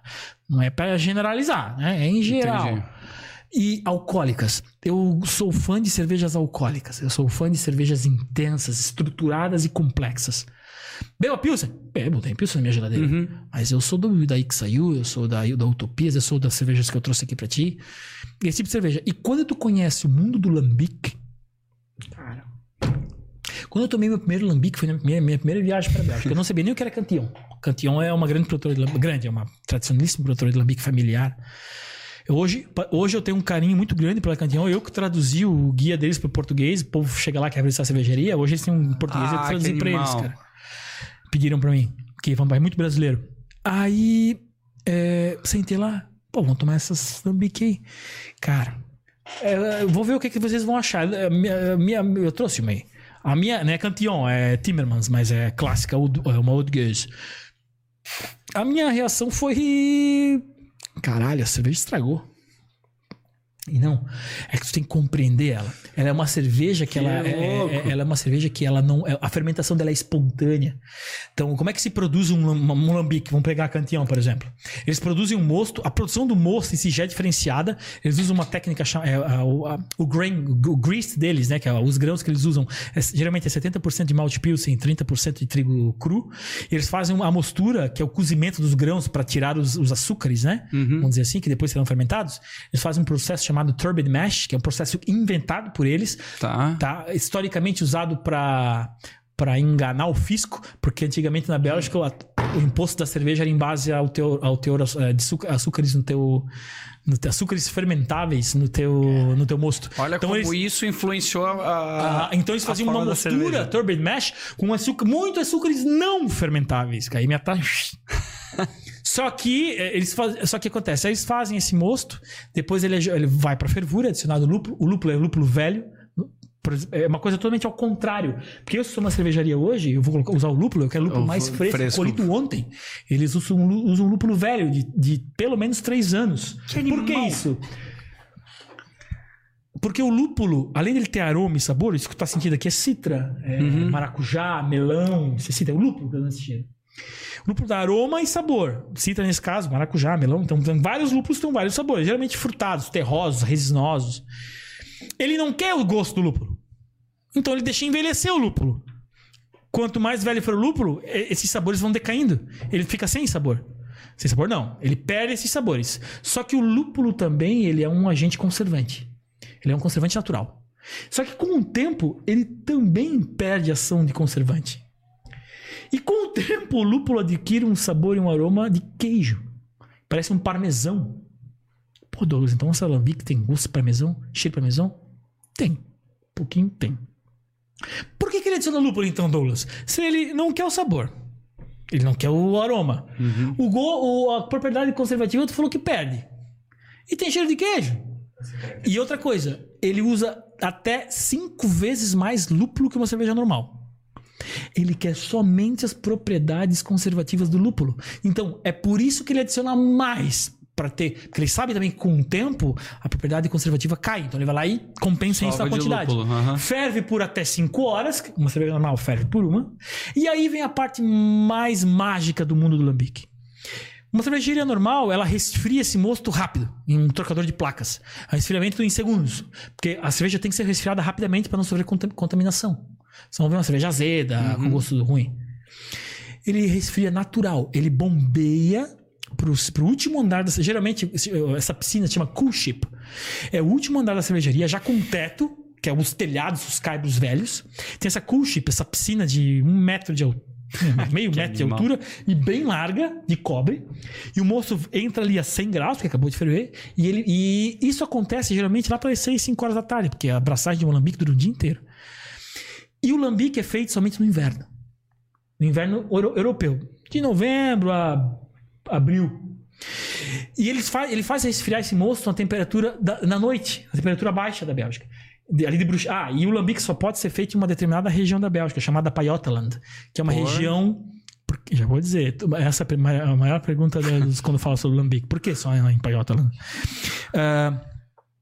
Não é para generalizar, né? É em geral. Entendi. E alcoólicas. Eu sou fã de cervejas alcoólicas. Eu sou fã de cervejas intensas, estruturadas e complexas. Bebo a Pilsen? Bebo, tem Pilsen na minha geladeira. Uhum. Mas eu sou do, daí que saiu, eu sou da, da Utopias, eu sou das cervejas que eu trouxe aqui pra ti. Esse tipo de cerveja. E quando tu conhece o mundo do lambique... Cara... Quando eu tomei meu primeiro lambique, foi na minha, minha primeira viagem pra Bélgica. Eu não sabia nem o que era Cantillon. Cantillon é uma grande produtora de lambique. Grande, é uma tradicionalíssima produtora de lambique familiar. Eu, hoje, hoje eu tenho um carinho muito grande pela Cantillon. Eu que traduzi o guia deles pro português. O povo chega lá, quer abrir essa cervejaria. Hoje eles têm um português. Ah, eu traduzi que pra eles, animal. cara. Pediram pra mim, que é muito brasileiro. Aí, é, sentei lá, pô, vamos tomar essas lambique aí. Cara, é, eu vou ver o que, que vocês vão achar. A minha, minha, eu trouxe uma aí. A minha, não é Cantillon, é Timmermans, mas é clássica, é uma Old Goose. A minha reação foi... Caralho, a cerveja estragou. E não, é que tu tem que compreender ela. Ela é uma cerveja que, que ela, é, é, ela é uma cerveja que ela não, a fermentação dela é espontânea. Então, como é que se produz um, um lambique? Vamos pegar a Cantillon, por exemplo. Eles produzem um mosto, a produção do mosto em si já é diferenciada. Eles usam uma técnica chamada, é, a, a, o grain, o grist deles, né, que é os grãos que eles usam, é, geralmente é setenta por cento de malte pilsen, trinta por cento de trigo cru. Eles fazem uma mostura, que é o cozimento dos grãos para tirar os, os açúcares, né? Uhum. Vamos dizer assim, que depois serão fermentados. Eles fazem um processo chamado turbid mash, que é um processo inventado por eles, tá, tá historicamente usado para para enganar o fisco, porque antigamente na Bélgica o, o imposto da cerveja era em base ao teor, ao teor de açúcares no teu, no teu açúcares fermentáveis no teu no teu mosto. Olha então, como eles, isso influenciou a, a então eles faziam uma mistura turbid mash com açúcar, muitos açúcares não fermentáveis, que aí me ata... Só que eles faz... só que acontece, eles fazem esse mosto, depois ele, ele vai para fervura, adicionado lúpulo, o lúpulo é lúpulo velho, é uma coisa totalmente ao contrário, porque eu sou uma cervejaria hoje, eu vou usar o lúpulo, eu quero lúpulo mais fresco, fresco. colhido ontem. Eles usam, usam lúpulo velho de, de pelo menos três anos. Que Por que isso? Porque o lúpulo, além de ele ter aroma e sabor, isso que tu tá sentindo aqui é citra, é uhum. maracujá, melão, você sente, é o lúpulo que eu tô sentindo. O lúpulo dá aroma e sabor. Citra nesse caso, maracujá, melão. Então, vários lúpulos têm vários sabores. Geralmente frutados, terrosos, resinosos. Ele não quer o gosto do lúpulo. Então, ele deixa envelhecer o lúpulo. Quanto mais velho for o lúpulo, esses sabores vão decaindo. Ele fica sem sabor. Sem sabor, não. Ele perde esses sabores. Só que o lúpulo também, ele é um agente conservante. Ele é um conservante natural. Só que com o tempo, ele também perde a ação de conservante. E com o tempo, o lúpulo adquire um sabor e um aroma de queijo. Parece um parmesão. Pô, Douglas, então essa lambique tem gosto de parmesão? Cheiro de parmesão? Tem. Um pouquinho tem. Por que, que ele adiciona lúpulo, então, Douglas? Se ele não quer o sabor. Ele não quer o aroma. Uhum. O go, o, a propriedade conservativa, tu falou que perde. E tem cheiro de queijo. E outra coisa, ele usa até cinco vezes mais lúpulo que uma cerveja normal. Ele quer somente as propriedades conservativas do lúpulo. Então, é por isso que ele adiciona mais para ter... Porque ele sabe também que com o tempo a propriedade conservativa cai. Então ele vai lá e compensa Sova isso na quantidade. Uhum. Ferve por até cinco horas. Uma cerveja normal ferve por uma. E aí vem a parte mais mágica do mundo do lambique. Uma cervejaria normal, ela resfria esse mosto rápido, em um trocador de placas. O resfriamento em segundos. Porque a cerveja tem que ser resfriada rapidamente para não sofrer contaminação. Senão vem uma cerveja azeda, uhum. com gosto ruim. Ele resfria natural. Ele bombeia pro, pro último andar da... Geralmente, essa piscina se chama cool ship. É o último andar da cervejaria, já com teto, que é os telhados, os caibros velhos. Tem essa cool ship, essa piscina de um metro de altura. Meio metro de altura e bem larga, de cobre. E o moço entra ali a cem graus, porque acabou de ferver. E, ele, e isso acontece geralmente lá para as seis, cinco horas da tarde, porque a abraçagem de um lambique dura o dia inteiro. E o lambique é feito somente no inverno. No inverno euro, europeu. De novembro a abril. E ele faz, ele faz resfriar esse mosto na temperatura da, na noite, na temperatura baixa da Bélgica. De, ali de Bruxa. Ah, e o lambique só pode ser feito em uma determinada região da Bélgica, chamada Pajottenland, que é uma Por... região... Já vou dizer, essa é a maior pergunta deles quando fala sobre o lambique. Por que só em Pajottenland? Uh,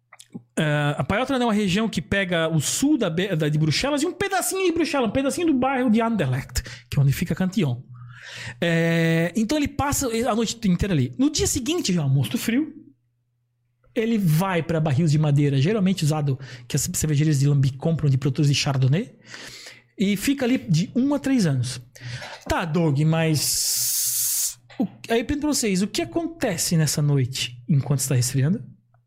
Uh, a Pajottenland é uma região que pega o sul da, da, de Bruxelas e um pedacinho de Bruxelas, um pedacinho do bairro de Anderlecht, que é onde fica Cantillon. É, então ele passa a noite inteira ali. No dia seguinte, já almoço frio, ele vai para barris de madeira, geralmente usado, que as cervejarias de Lambic compram de produtores de Chardonnay, e fica ali de um a três anos. Tá, Doug, mas... O... Aí eu pergunto pra vocês, o que acontece nessa noite enquanto está resfriando?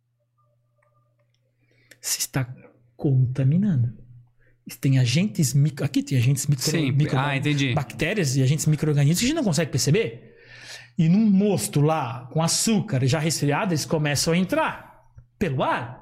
Se está contaminando. Tem agentes micro... Aqui tem agentes micro... Sim, micro... ah, entendi. bactérias e agentes micro-organismos que a gente não consegue perceber. E num mosto lá, com açúcar já resfriado, eles começam a entrar pelo ar.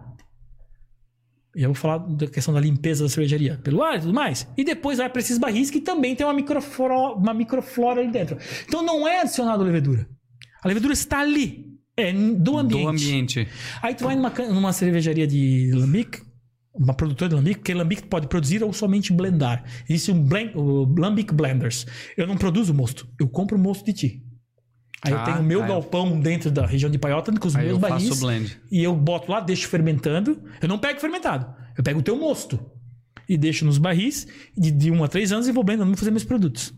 E eu vou falar da questão da limpeza da cervejaria. Pelo ar e tudo mais. E depois vai para esses barris que também tem uma microflora, uma microflora ali dentro. Então não é adicionado a levedura. A levedura está ali. É do ambiente. Do ambiente. Aí tu vai numa, numa cervejaria de Lambic, uma produtora de Lambic, porque Lambic pode produzir ou somente blendar. Existe um blend, o Lambic Blenders. Eu não produzo mosto. Eu compro o mosto de ti. Aí ah, eu tenho o meu galpão eu... dentro da região de Paiota com os aí meus eu barris. Faço blend. E eu boto lá, deixo fermentando. Eu não pego fermentado. Eu pego o teu mosto e deixo nos barris de, de um a três anos e vou blendando e fazer meus produtos.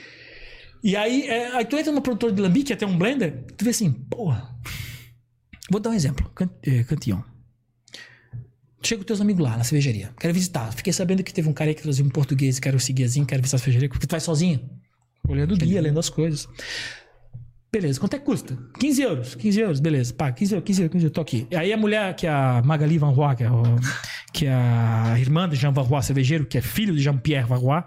E aí, é, aí tu entra no produtor de Lambic, até um blender, tu vê assim, porra. Vou dar um exemplo. Cant, é, Cantillon. Chega com teus amigos lá na cervejaria. Quero visitar. Fiquei sabendo que teve um cara aí que trazia um português, quero seguir assim, quero visitar a cervejaria, porque tu vai sozinho. Olhando o guia, lendo as coisas. Beleza, quanto é que custa? quinze euros. quinze euros, beleza. Pá, quinze euros, quinze euros, quinze euros, tô aqui. Aí a mulher, que é a Magali Van Roy, que é, o, que é a irmã de Jean Van Roy, cervejeiro, que é filho de Jean-Pierre Van Roy,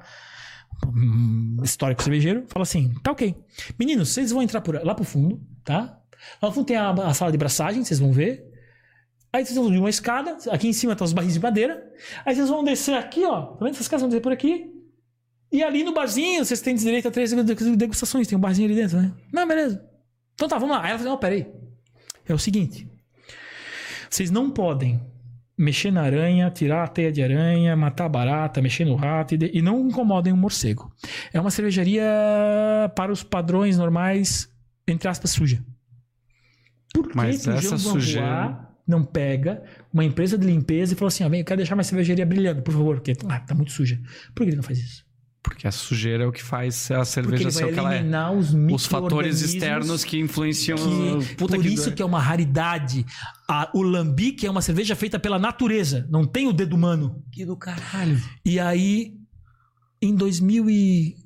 um histórico cervejeiro, fala assim, tá ok. Meninos, vocês vão entrar por, lá pro fundo, tá? Lá no fundo tem a, a sala de braçagem, vocês vão ver. Aí vocês vão subir uma escada, aqui em cima tá os barris de madeira. Aí vocês vão descer aqui, ó. Tá vendo? Essas casas vão descer por aqui. E ali no barzinho, vocês têm direito a três degustações. Tem um barzinho ali dentro, né? Não, beleza. Então tá, vamos lá. Aí ela falou, não, peraí. É o seguinte. Vocês não podem mexer na aranha, tirar a teia de aranha, matar a barata, mexer no rato e, de... e não incomodem o morcego. É uma cervejaria para os padrões normais, entre aspas, suja. Por que Mas que essa o sujeira... não pega uma empresa de limpeza e fala assim, ó, eu quero deixar minha cervejaria brilhando, por favor, porque ah, tá muito suja. Por que ele não faz isso? Porque a sujeira é o que faz a cerveja ser o que ela é. Os, os fatores externos que influenciam... Que, Puta por que isso do... que é uma raridade. A, o Lambic é uma cerveja feita pela natureza. Não tem o dedo humano. Que do caralho. E aí, em dois mil e...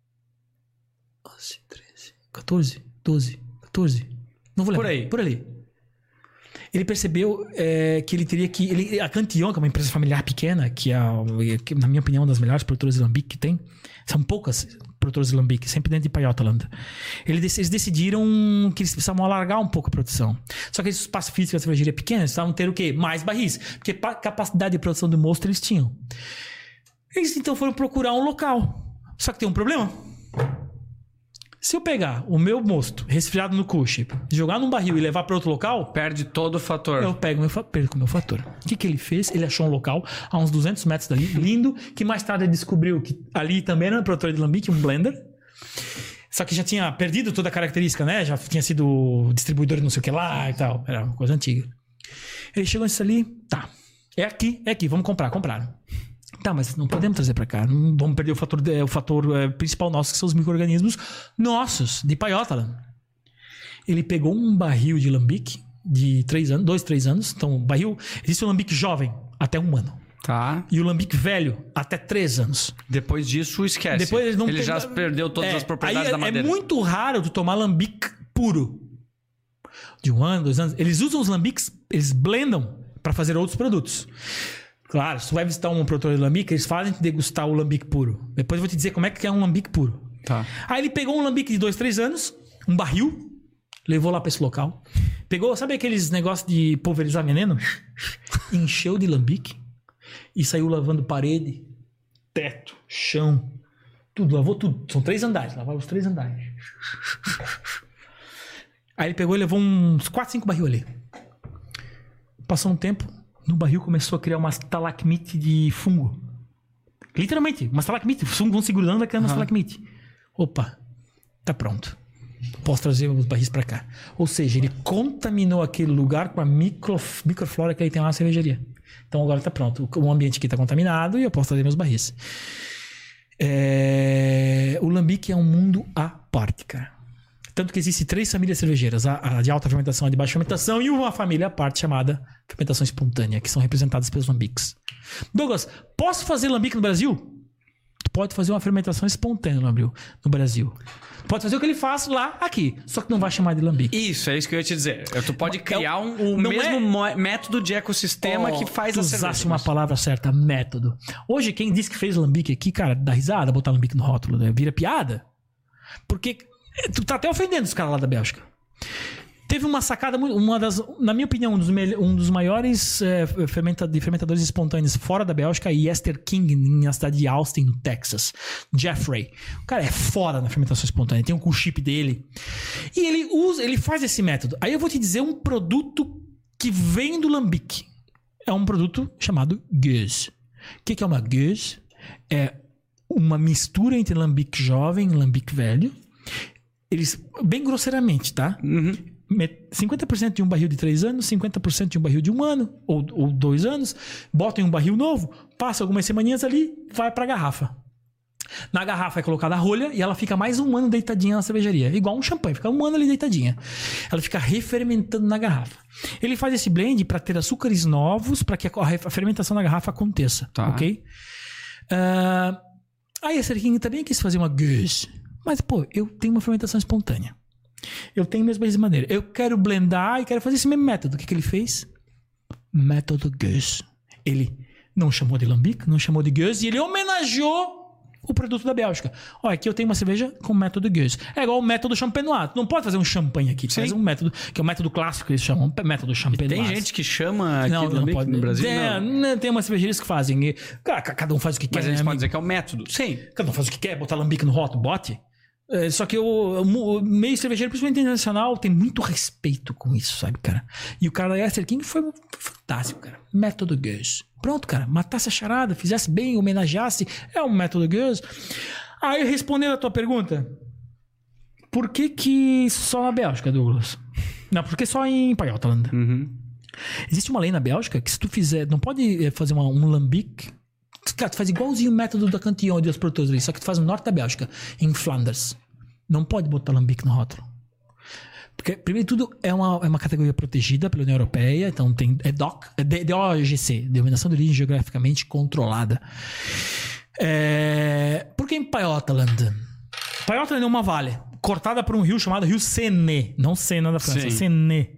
treze, catorze, doze, catorze. Não vou lembrar. Por aí. Por ali. Ele percebeu é, que ele teria que... Ele, a Cantillon, que é uma empresa familiar pequena, que é, que, na minha opinião, uma das melhores produtoras de Lambic que tem. São poucas produtoras de Lambic, sempre dentro de Paiota-Land. Eles, eles decidiram que eles precisavam alargar um pouco a produção. Só que esse espaço físico da cervejaria é pequeno, eles precisavam ter o quê? Mais barris. Porque capacidade de produção do mosto eles tinham. Eles então foram procurar um local. Só que tem um problema. Se eu pegar o meu mosto resfriado no couche, jogar num barril e levar para outro local... Perde todo o fator. Eu pego meu, perco o meu fator. O que, que ele fez? Ele achou um local a uns duzentos metros dali, lindo, que mais tarde ele descobriu que ali também era um produtor de Lambic, um blender. Só que já tinha perdido toda a característica, né? Já tinha sido distribuidor de não sei o que lá e tal. Era uma coisa antiga. Ele chegou nisso ali, tá. É aqui, é aqui, vamos comprar. Compraram. Tá, mas não podemos trazer pra cá. Não vamos perder o fator, o fator é, principal nosso, que são os micro-organismos nossos, de Paiota. Ele pegou um barril de Lambic de três anos, dois, três anos. Então, barril... Existe o Lambic jovem, até um ano. Tá. E o Lambic velho, até três anos. Depois disso, esquece. Depois ele não ele tem... já perdeu todas é, as propriedades aí da é, madeira. É muito raro tu tomar Lambic puro. De um ano, dois anos. Eles usam os Lambics, eles blendam para fazer outros produtos. Claro, se tu vai visitar um produtor de Lambic, eles fazem te degustar o Lambic puro. Depois eu vou te dizer como é que é um Lambic puro. Tá. Aí ele pegou um Lambic de dois, três anos, um barril, levou lá pra esse local. Pegou, sabe aqueles negócios de pulverizar veneno? Encheu de Lambic e saiu lavando parede, teto, chão, tudo, lavou tudo. São três andares, lavava os três andares. Aí ele pegou e levou uns quatro, cinco barril ali. Passou um tempo, no barril começou a criar uma estalacmite de fungo. Literalmente, uma estalacmite. Os fungos vão segurando, vai criando uma estalacmite. Opa, tá pronto. Posso trazer os barris pra cá. Ou seja, ele contaminou aquele lugar com a micro, microflora que ele tem lá na cervejaria. Então agora tá pronto. O ambiente aqui tá contaminado e eu posso trazer meus barris. É... O Lambic é um mundo à parte, cara. Tanto que existem três famílias cervejeiras. A, a de alta fermentação, a de baixa fermentação e uma família à parte chamada fermentação espontânea, que são representadas pelos lambiques. Douglas, posso fazer lambique no Brasil? Tu pode fazer uma fermentação espontânea no Brasil. Pode fazer o que ele faz lá, aqui. Só que não vai chamar de lambique. Isso, é isso que eu ia te dizer. Tu pode criar um, o não mesmo é... método de ecossistema oh, que faz tu a cerveja. usasse uma palavra certa, método. Hoje, quem disse que fez lambique aqui, cara, dá risada, botar lambique no rótulo, né? Vira piada. Porque tu tá até ofendendo os caras lá da Bélgica. Teve uma sacada, uma das, na minha opinião, um dos, um dos maiores é, fermenta, de fermentadores espontâneos fora da Bélgica, é Esther King, na cidade de Austin, no Texas. Jeffrey. O cara é foda na fermentação espontânea. Tem um cool chip dele. E ele usa, ele faz esse método. Aí eu vou te dizer um produto que vem do lambique. É um produto chamado Gueuze. O que, que é uma Gueuze? É uma mistura entre lambique jovem e lambique velho. Eles, bem grosseiramente, tá? Uhum. cinquenta por cento de um barril de três anos, cinquenta por cento de um barril de um ano ou, ou dois anos, botam em um barril novo, passa algumas semaninhas ali, vai pra garrafa. Na garrafa é colocada a rolha e ela fica mais um ano deitadinha na cervejaria. Igual um champanhe, fica um ano ali deitadinha. Ela fica refermentando na garrafa. Ele faz esse blend para ter açúcares novos, para que a, a fermentação na garrafa aconteça. Tá. Ok? Uh, aí a Cerquinha também quis fazer uma Gueuze. Mas, pô, eu tenho uma fermentação espontânea. Eu tenho minhas bases de maneira. Eu quero blendar e quero fazer esse mesmo método. O que, que ele fez? Método Gueuze. Ele não chamou de lambique, não chamou de Gueuze e ele homenageou o produto da Bélgica. Olha, aqui eu tenho uma cerveja com método Gueuze. É igual o método champenois. Tu não pode fazer um champanhe aqui. Tu faz um método, que é o método clássico que eles chamam, método champenois. Tem gente que chama aqui não, do não pode, no Brasil? Tem, não. Tem umas cervejarias que fazem. E, cara, cada um faz o que Mas quer. Mas eles né, podem dizer que é o método. Sim. Cada um faz o que quer. Botar lambique no rótulo, bote. É, só que o, o meio cervejeiro, principalmente internacional, tem muito respeito com isso, sabe, cara? E o cara da Esther King foi, foi fantástico, cara. Método Gueuze. Pronto, cara. Matasse a charada, fizesse bem, homenageasse. É um método Gueuze. Aí, respondendo a tua pergunta, por que que só na Bélgica, Douglas? Não, por que só em Pajottenland? Uhum. Existe uma lei na Bélgica que se tu fizer... Não pode fazer uma, um lambique... Cara, tu faz igualzinho o método da Cantillon e dos produtores ali, só que tu faz no norte da Bélgica, em Flanders. Não pode botar lambique no rótulo. Porque, primeiro de tudo, é uma, é uma categoria protegida pela União Europeia, então tem, é D O C, é D O G C, Denominação de Origem Geograficamente Controlada. É, por que em Pajottenland? Pajottenland é uma vale, cortada por um rio chamado Rio Sene, não Sena da França, Sim. Sene.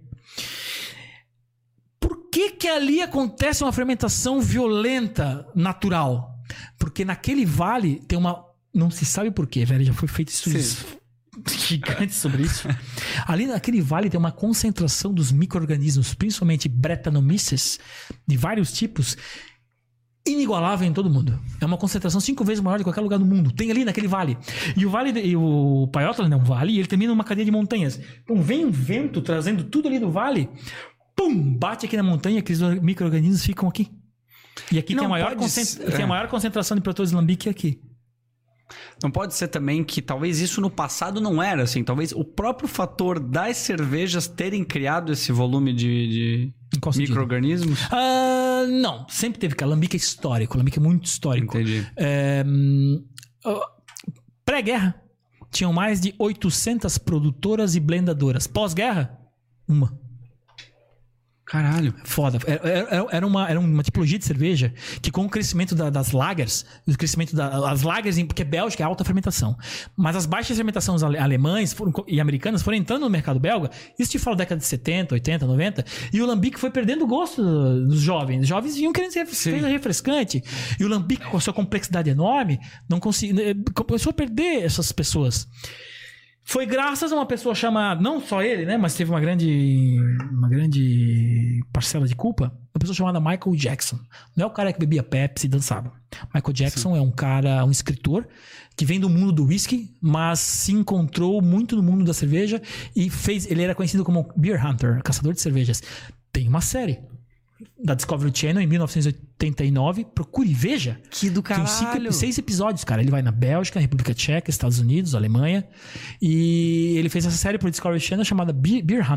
Por que que ali acontece uma fermentação violenta, natural? Porque naquele vale tem uma... Não se sabe por quê, velho. Já foi feito estudos gigantes sobre isso. Ali naquele vale tem uma concentração dos micro-organismos, principalmente Brettanomyces, de vários tipos, inigualável em todo mundo. É uma concentração cinco vezes maior de qualquer lugar do mundo. Tem ali naquele vale. E o vale, e o Pajottenland é um vale, e ele termina numa cadeia de montanhas. Então vem um vento trazendo tudo ali do vale... Pum! Bate aqui na montanha, aqueles micro-organismos ficam aqui. E aqui tem a, maior concentra... tem a maior concentração de produtores de lambique aqui. Não pode ser também que talvez isso no passado não era assim. Talvez o próprio fator das cervejas terem criado esse volume de, de micro-organismos? Uh, não, sempre teve. Cara. Lambique é histórico. Lambique é muito histórico. Entendi. É, uh, pré-guerra, tinham mais de oitocentas produtoras e blendadoras. Pós-guerra, uma. Caralho. Foda. Era, era, uma, era uma tipologia de cerveja que com o crescimento da, das lagers, o crescimento das lagers, porque Bélgica é alta fermentação, mas as baixas fermentações alemães foram, e americanas foram entrando no mercado belga, isso te fala da década de setenta, oitenta, noventa, e o lambique foi perdendo o gosto dos jovens. Os jovens vinham querendo ser cerveja refrescante, e o lambique com a sua complexidade enorme, não conseguia, começou a perder essas pessoas. Foi graças a uma pessoa chamada, não só ele, né, mas teve uma grande, uma grande parcela de culpa, uma pessoa chamada Michael Jackson. Não é o cara que bebia Pepsi e dançava. Michael Jackson Sim. é um cara, um escritor que vem do mundo do whisky, mas se encontrou muito no mundo da cerveja e fez, ele era conhecido como Beer Hunter, caçador de cervejas. Tem uma série da Discovery Channel em mil novecentos e oitenta e nove, procure e veja. Que do caralho. Tem cinco, seis episódios, cara. Ele vai na Bélgica, República Tcheca, Estados Unidos, Alemanha. E ele fez essa série pro Discovery Channel chamada Beer Hunter.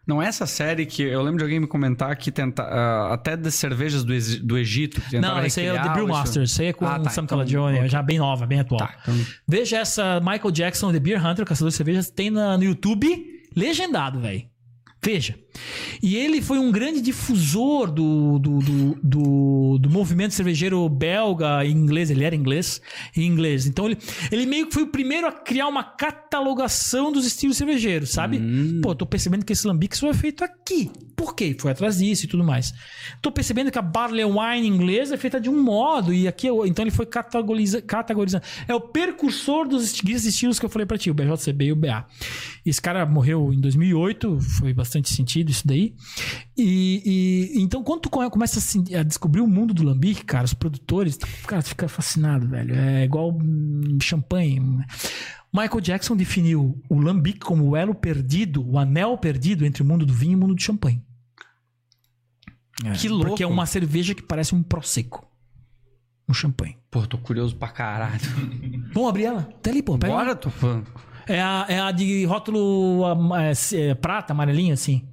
Não é essa série que eu lembro de alguém me comentar que tenta uh, até das cervejas do, Ex- do Egito. Que Não, esse aí é o The Brew Master. Esse aí é com Ah, tá, Sam então, Calagione, ok. já bem nova, bem atual. Tá, então... Veja essa Michael Jackson, The Beer Hunter, Caçador de Cervejas, tem na, no YouTube, legendado, velho. Veja. E ele foi um grande difusor do, do, do, do, do movimento cervejeiro belga e inglês. Ele era inglês e inglês. Então ele, ele meio que foi o primeiro a criar uma catalogação dos estilos cervejeiros, sabe? Hum. Pô, tô percebendo que esse lambique só é feito aqui. Por quê? Foi atrás disso e tudo mais. Tô percebendo que a barley wine inglesa é feita de um modo e aqui... Então ele foi categoriza, categorizando. É o precursor dos estilos que eu falei pra ti, o B J C B e o B A. Esse cara morreu em dois mil e oito, foi bastante sentido isso daí. E, e então quando tu começa a, a descobrir o mundo do lambique, cara, os produtores, cara, tu fica fascinado, velho. É igual hum, champanhe. Michael Jackson definiu o lambique como o elo perdido, o anel perdido entre o mundo do vinho e o mundo do champanhe. É, que louco. Porque é uma cerveja que parece um prosecco. Um champanhe. Pô, tô curioso pra caralho. Vamos abrir ela? Até ali, pô. Pega Bora, lá. tô falando. É a, é a de rótulo é, é, prata, amarelinho, assim.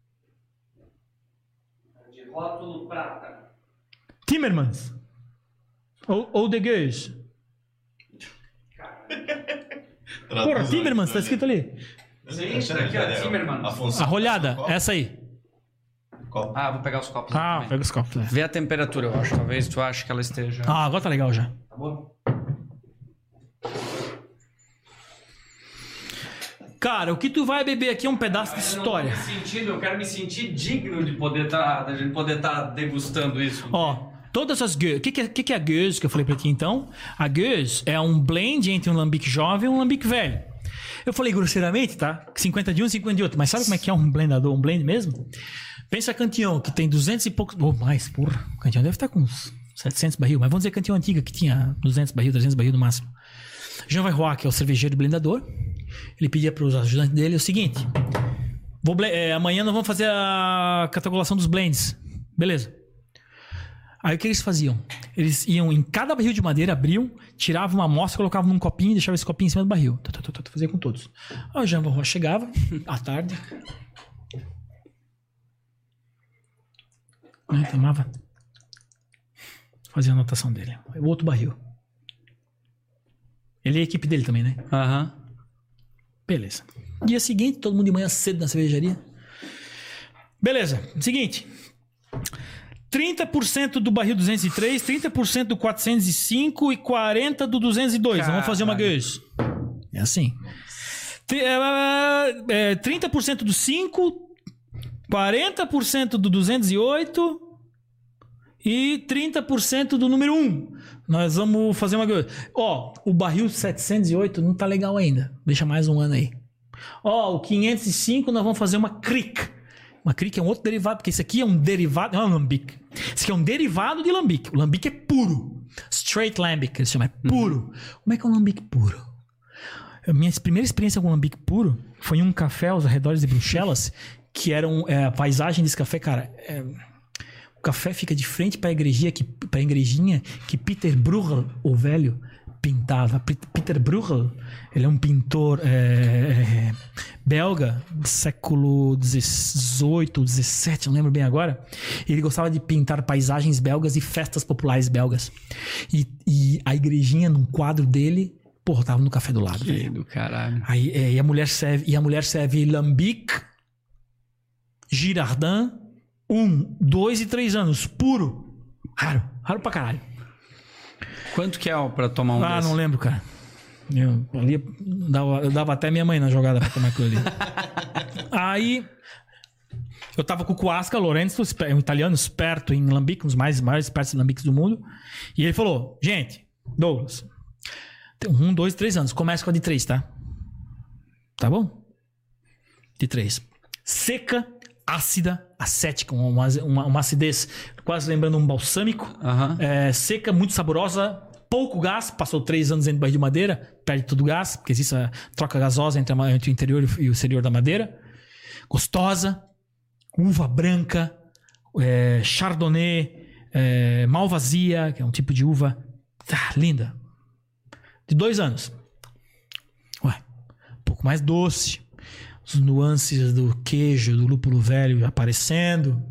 De rótulo prata. Timmermans. Ou, ou The Gueuse. Porra, Timmermans, tá escrito ali. Sim, aqui, ó, Timmermans. A rolhada, essa aí. Copo. Ah, vou pegar os copos. Ah, também. pega os copos. É. Vê a temperatura, eu acho. Talvez tu ache que ela esteja... Ah, agora tá legal já. Tá bom? Cara, o que tu vai beber aqui é um pedaço de história. Eu, não tô me sentindo, eu quero me sentir digno de poder tá, de poder estar tá degustando isso. Ó, todas as Gueuse. O que, que, é, que, que é a Gueuse que eu falei pra ti então? A Gueuse é um blend entre um lambique jovem e um lambique velho. Eu falei grosseiramente, tá? cinquenta de um e cinquenta de outro. Mas sabe como é que é um blendador, um blend mesmo? Pensa a Cantillon, que tem duzentos e poucos... Ou oh, mais, porra. Cantillon deve estar com uns setecentos barril. Mas vamos dizer Cantillon antiga, que tinha duzentos barril, trezentos barril no máximo. Jean Vairois, que é o cervejeiro blendador, ele pedia para os ajudantes dele o seguinte: vou é, amanhã nós vamos fazer a catalogação dos blends. Beleza. Aí o que eles faziam? Eles iam em cada barril de madeira, abriam, tiravam uma amostra, colocavam num copinho e deixavam esse copinho em cima do barril. Fazia com todos. Aí o Jean Vairois chegava, à tarde, né, tomava, fazia a anotação dele. O outro barril. Ele é a equipe dele também, né? Aham. Uhum. Beleza. Dia seguinte, todo mundo de manhã cedo na cervejaria. Beleza. Seguinte. trinta por cento do barril duzentos e três, trinta por cento do quatrocentos e cinco e quarenta por cento do duzentos e dois. Caralho. Vamos fazer uma Gueuse. É assim. É, trinta por cento do cinco, quarenta por cento do duzentos e oito e trinta por cento do número um. Nós vamos fazer uma coisa. Ó, o barril setecentos e oito não tá legal ainda. Deixa mais um ano aí. Ó, o quinhentos e cinco nós vamos fazer uma Crick. Uma Crick é um outro derivado, porque esse aqui é um derivado... Não é um lambique. Esse aqui é um derivado de lambique. O lambique é puro. Straight lambic, que eles chamam. É puro. Uhum. Como é que é um lambique puro? A minha primeira experiência com um lambique puro foi em um café aos arredores de Bruxelas, que era um, é, a paisagem desse café, cara... É, o café fica de frente para a igrejinha que, para a igrejinha que Peter Bruegel, o velho, pintava. Peter Bruegel, ele é um pintor é, é, belga do século dezoito, dezessete, não lembro bem agora. Ele gostava de pintar paisagens belgas e festas populares belgas. E, e a igrejinha, num quadro dele, porra, tava no café do lado. Que do caralho. Aí, é, e a mulher serve, e a mulher serve lambique, Girardin, um, dois e três anos, puro. Raro, raro pra caralho. Quanto que é pra tomar um Ah, desse? não lembro, cara. Eu, ali, eu, dava, eu dava até minha mãe na jogada pra tomar aquilo ali. Aí, eu tava com o Cuasca Lorenzo, um italiano esperto em lambique, um dos mais maiores espertos em lambiques do mundo. E ele falou, gente, Douglas, tem um, dois, três anos. Começa com a de três, tá? Tá bom? De três. Seca, ácida, acética, uma, uma, uma acidez quase lembrando um balsâmico. Uhum. É, seca, muito saborosa, pouco gás. Passou três anos dentro de barril de madeira, perde todo o gás, porque existe a troca gasosa entre, a, entre o interior e o exterior da madeira. Gostosa, uva branca, é, chardonnay, é, malvasia, que é um tipo de uva ah, linda. De dois anos. Ué, um pouco mais doce. As nuances do queijo, do lúpulo velho aparecendo.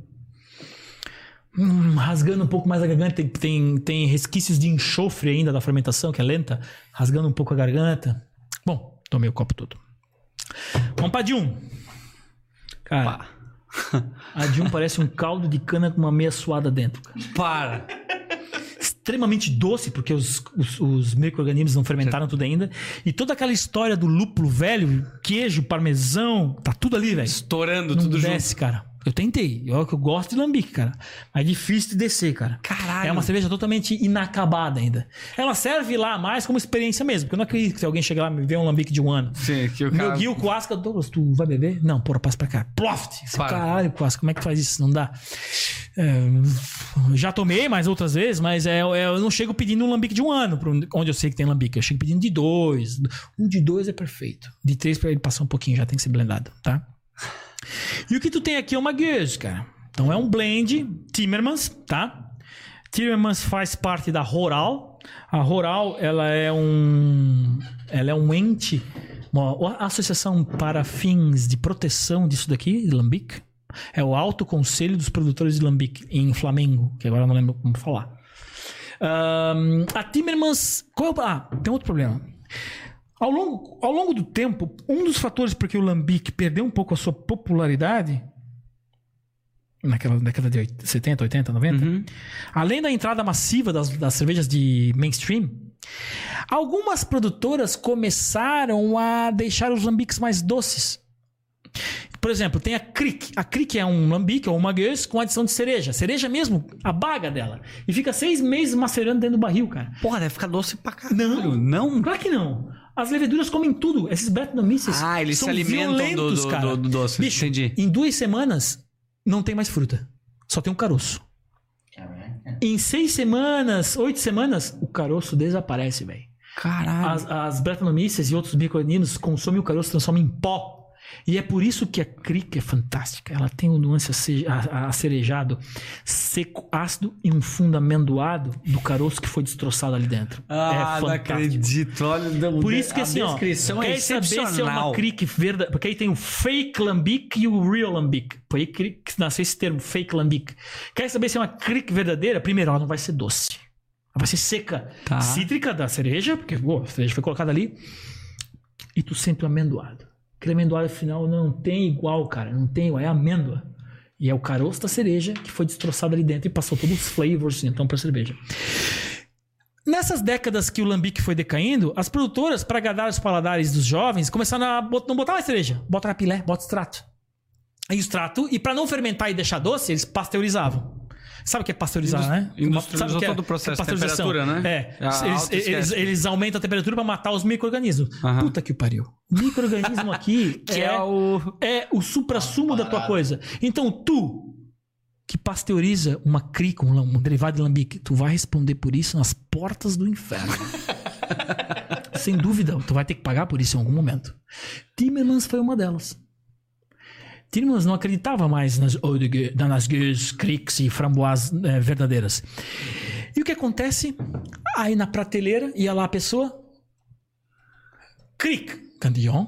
Hum, rasgando um pouco mais a garganta. Tem, tem, tem resquícios de enxofre ainda da fermentação, que é lenta. Rasgando um pouco a garganta. Bom, tomei o copo todo. Vamos pra Dium. Cara, Pá. a Dium parece um caldo de cana com uma meia suada dentro. Cara. Para! Extremamente doce, porque os, os, os micro-organismos não fermentaram tudo ainda. E toda aquela história do lúpulo velho, queijo, parmesão, tá tudo ali, velho. Estourando não tudo desce, junto. cara. Eu tentei. Eu, eu gosto de lambique, cara. Mas é difícil de descer, cara. Caralho. É uma cerveja totalmente inacabada ainda. Ela serve lá mais como experiência mesmo. Porque eu não acredito que se alguém chegar lá e ver um lambique de um ano. Sim, que o Meu cara... guio com asca, Douglas, tu vai beber? Não, porra, passa pra cá. Ploft! Caralho, com asca, como é que faz isso? Não dá. É, já tomei mais outras vezes, mas é, é, eu não chego pedindo um lambique de um ano, pra onde eu sei que tem lambique. Eu chego pedindo de dois. Um de dois é perfeito. De três pra ele passar um pouquinho, já tem que ser blendado, tá? E o que tu tem aqui é uma Gueuze, cara. Então é um blend Timmermans, tá? Timmermans faz parte da Roral. A Roral, ela é um... Ela é um ente... Uma associação para fins de proteção disso daqui, de lambique. É o Alto Conselho dos Produtores de Lambique, em Flamengo, que agora eu não lembro como falar. Um, a Timmermans... Qual é o... Ah, tem outro problema. Ao longo, ao longo do tempo, um dos fatores por que o lambique perdeu um pouco a sua popularidade, naquela década de setenta, oitenta, noventa, uhum. além da entrada massiva das, das cervejas de mainstream, algumas produtoras começaram a deixar os lambiques mais doces. Por exemplo, tem a Kriek. A Kriek é um lambique ou uma Gueuze com adição de cereja. Cereja mesmo, a baga dela. E fica seis meses macerando dentro do barril, cara. Porra, deve ficar doce pra caralho. Não, não. Claro que não. As leveduras comem tudo. Esses Brettanomyces Ah, eles são se alimentam violentos, do, do, cara. do, do doce. Bicho, entendi. Em duas semanas, não tem mais fruta. Só tem um caroço. Caraca. Em seis semanas, oito semanas, o caroço desaparece, velho. Caralho. As, as Brettanomyces e outros micro-organismos consomem o caroço e transformam em pó. E é por isso que a Kriek é fantástica. Ela tem um nuance acerejado, seco, ácido e um fundo amendoado do caroço que foi destroçado ali dentro. Ah, é não acredito. Olha, por isso que assim, ó, descrição quer é saber excepcional. se é uma Kriek verdade, porque aí tem o fake lambique e o real lambique. Foi aí que nasceu esse termo, fake lambique. Quer saber se é uma Kriek verdadeira? Primeiro, ela não vai ser doce. Ela vai ser seca, tá. Cítrica da cereja, porque pô, a cereja foi colocada ali. E tu sente o amendoado. Aquele amendoado final não tem igual, cara. Não tem igual. É amêndoa. E é o caroço da cereja que foi destroçado ali dentro e passou todos os flavors então pra cerveja. Nessas décadas que o lambique foi decaindo, as produtoras, para agradar os paladares dos jovens, começaram a bot- não botar mais cereja. Bota na pilé, bota extrato. Aí o extrato, e para não fermentar e deixar doce, eles pasteurizavam. Sabe o que é pasteurizar, Indust- né? Industrializou Sabe o que é? todo o processo que é de temperatura, né? É. A Eles, eles, eles aumentam a temperatura para matar os micro-organismos. Uhum. Puta que pariu. O micro-organismo aqui que é, é o... é o supra-sumo da tua coisa. Então, tu que pasteuriza uma crica, um, um derivado de lambique, tu vai responder por isso nas portas do inferno. Sem dúvida, tu vai ter que pagar por isso em algum momento. Timmermans foi uma delas. Timmermans não acreditava mais nas, nas Gueuze, Krieks e framboises é, verdadeiras. E o que acontece? Aí na prateleira ia lá a pessoa. Kriek, Cantillon.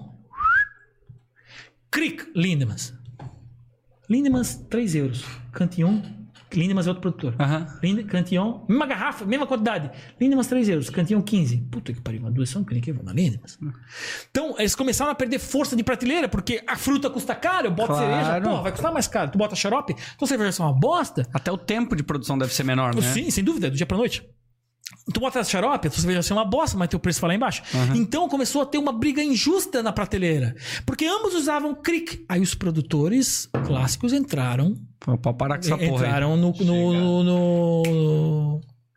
Kriek, Lindemans. Lindemans, três euros. Cantillon, Lindemans é outro produtor. Uhum. Cantillon, mesma garrafa, mesma quantidade. Lindemans, três euros. Cantillon, quinze. Puta que pariu, uma duas são Kriek, eu vou na Lindemans. Uhum. Então, eles começaram a perder força de prateleira, porque a fruta custa caro, eu boto claro. cereja, porra, vai custar mais caro. Tu bota xarope, então cerveja é uma bosta. Até o tempo de produção deve ser menor, né? Sim, sem dúvida, do dia pra noite. Tu bota xarope, a tua cerveja vai ser uma bosta, mas teu preço vai lá embaixo. Uhum. Então começou a ter uma briga injusta na prateleira. Porque ambos usavam Kriek. Aí os produtores clássicos entraram. Pô, pra parar com essa porra entraram no no, no, no,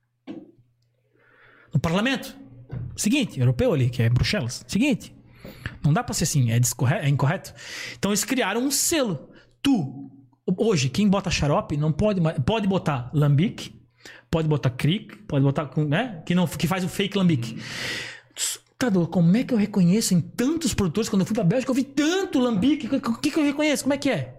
no parlamento. Seguinte, europeu ali, que é Bruxelas. Seguinte, não dá pra ser assim, é, é incorreto. Então eles criaram um selo. Tu, hoje, quem bota xarope não pode, pode botar lambique, pode botar Kriek, pode botar, né? Que, não, que faz o fake lambique. Tador, como é que eu reconheço em tantos produtores? Quando eu fui pra Bélgica, eu vi tanto lambique. O que, que eu reconheço? Como é que é?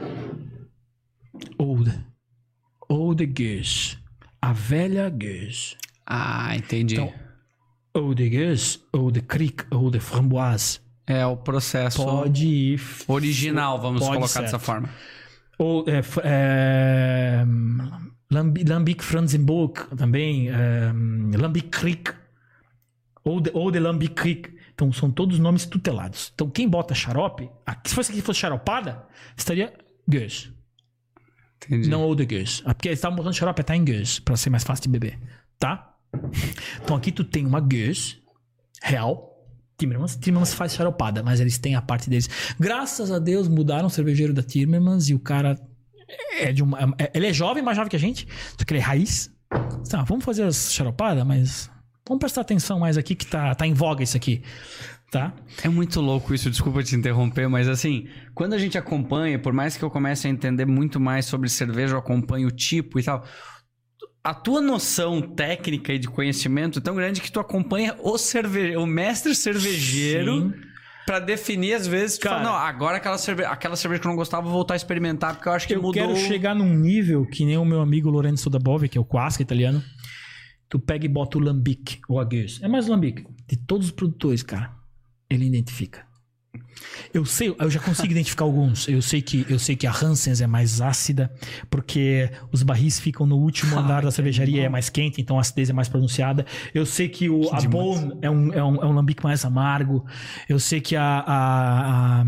Old. Old Gueuze. A velha Gueuze. Ah, entendi. Então, Old Gueuze, Old Kriek, Old Framboise. É o processo pode ir... original, vamos pode colocar certo. dessa forma. Ou é, é, Lambi, Lambic Franzenburg também, é, Lambic Creek, ou de, ou de Lambic Creek. Então são todos nomes tutelados. Então quem bota xarope, se fosse aqui fosse xaropada, estaria Goes. Entendi. Não ou de Goes. Porque eles estavam botando xarope até em Goes, para ser mais fácil de beber. Tá? Então aqui tu tem uma Goes real. Timmermans. Timmermans faz xaropada, mas eles têm a parte deles. Graças a Deus mudaram o cervejeiro da Timmermans e o cara é de uma... É, ele é jovem, mais jovem que a gente, só que ele é raiz. Tá, vamos fazer as xaropadas, mas vamos prestar atenção mais aqui que tá, tá em voga isso aqui. Tá? É muito louco isso, desculpa te interromper, mas assim, quando a gente acompanha, por mais que eu comece a entender muito mais sobre cerveja, eu acompanho o tipo e tal... A tua noção técnica e de conhecimento é tão grande que tu acompanha o, cerve... o mestre cervejeiro para definir, às vezes, tu Cara, fala, não, agora aquela, cerve... aquela cerveja que eu não gostava, vou voltar a experimentar, porque eu acho que eu mudou... quero chegar num nível que nem o meu amigo Lorenzo da Bove, que é o Quasca italiano. Tu pega e bota o Lambic ou a Goes. É mais Lambic. De todos os produtores, cara, ele identifica. Eu sei, eu já consigo identificar alguns. Eu sei que eu sei que a Hansens é mais ácida, porque os barris ficam no último andar da cervejaria e é mais quente, então a acidez é mais pronunciada. Eu sei que o Que a demais. Bone é um, é, um, é um lambic mais amargo. Eu sei que a a, a,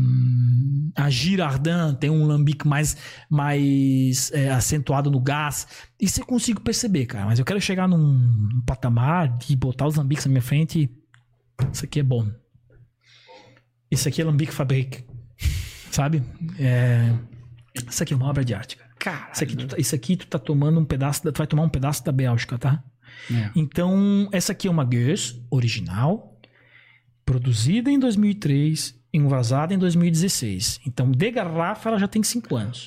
a Girardin tem um lambic mais, mais é, acentuado no gás. Isso eu consigo perceber, cara. Mas eu quero chegar num, num patamar de botar os lambics na minha frente e... Isso aqui é bom. Isso aqui é Lambic Fabrique. Sabe? É... Isso aqui é uma obra de arte, cara. Caralho. Isso aqui, tu tá, isso aqui tu tá tomando um pedaço... Da, tu vai tomar um pedaço da Bélgica, tá? É. Então, essa aqui é uma Goes original, produzida em dois mil e três, envasada em dois mil e dezesseis. Então, de garrafa, ela já tem cinco anos.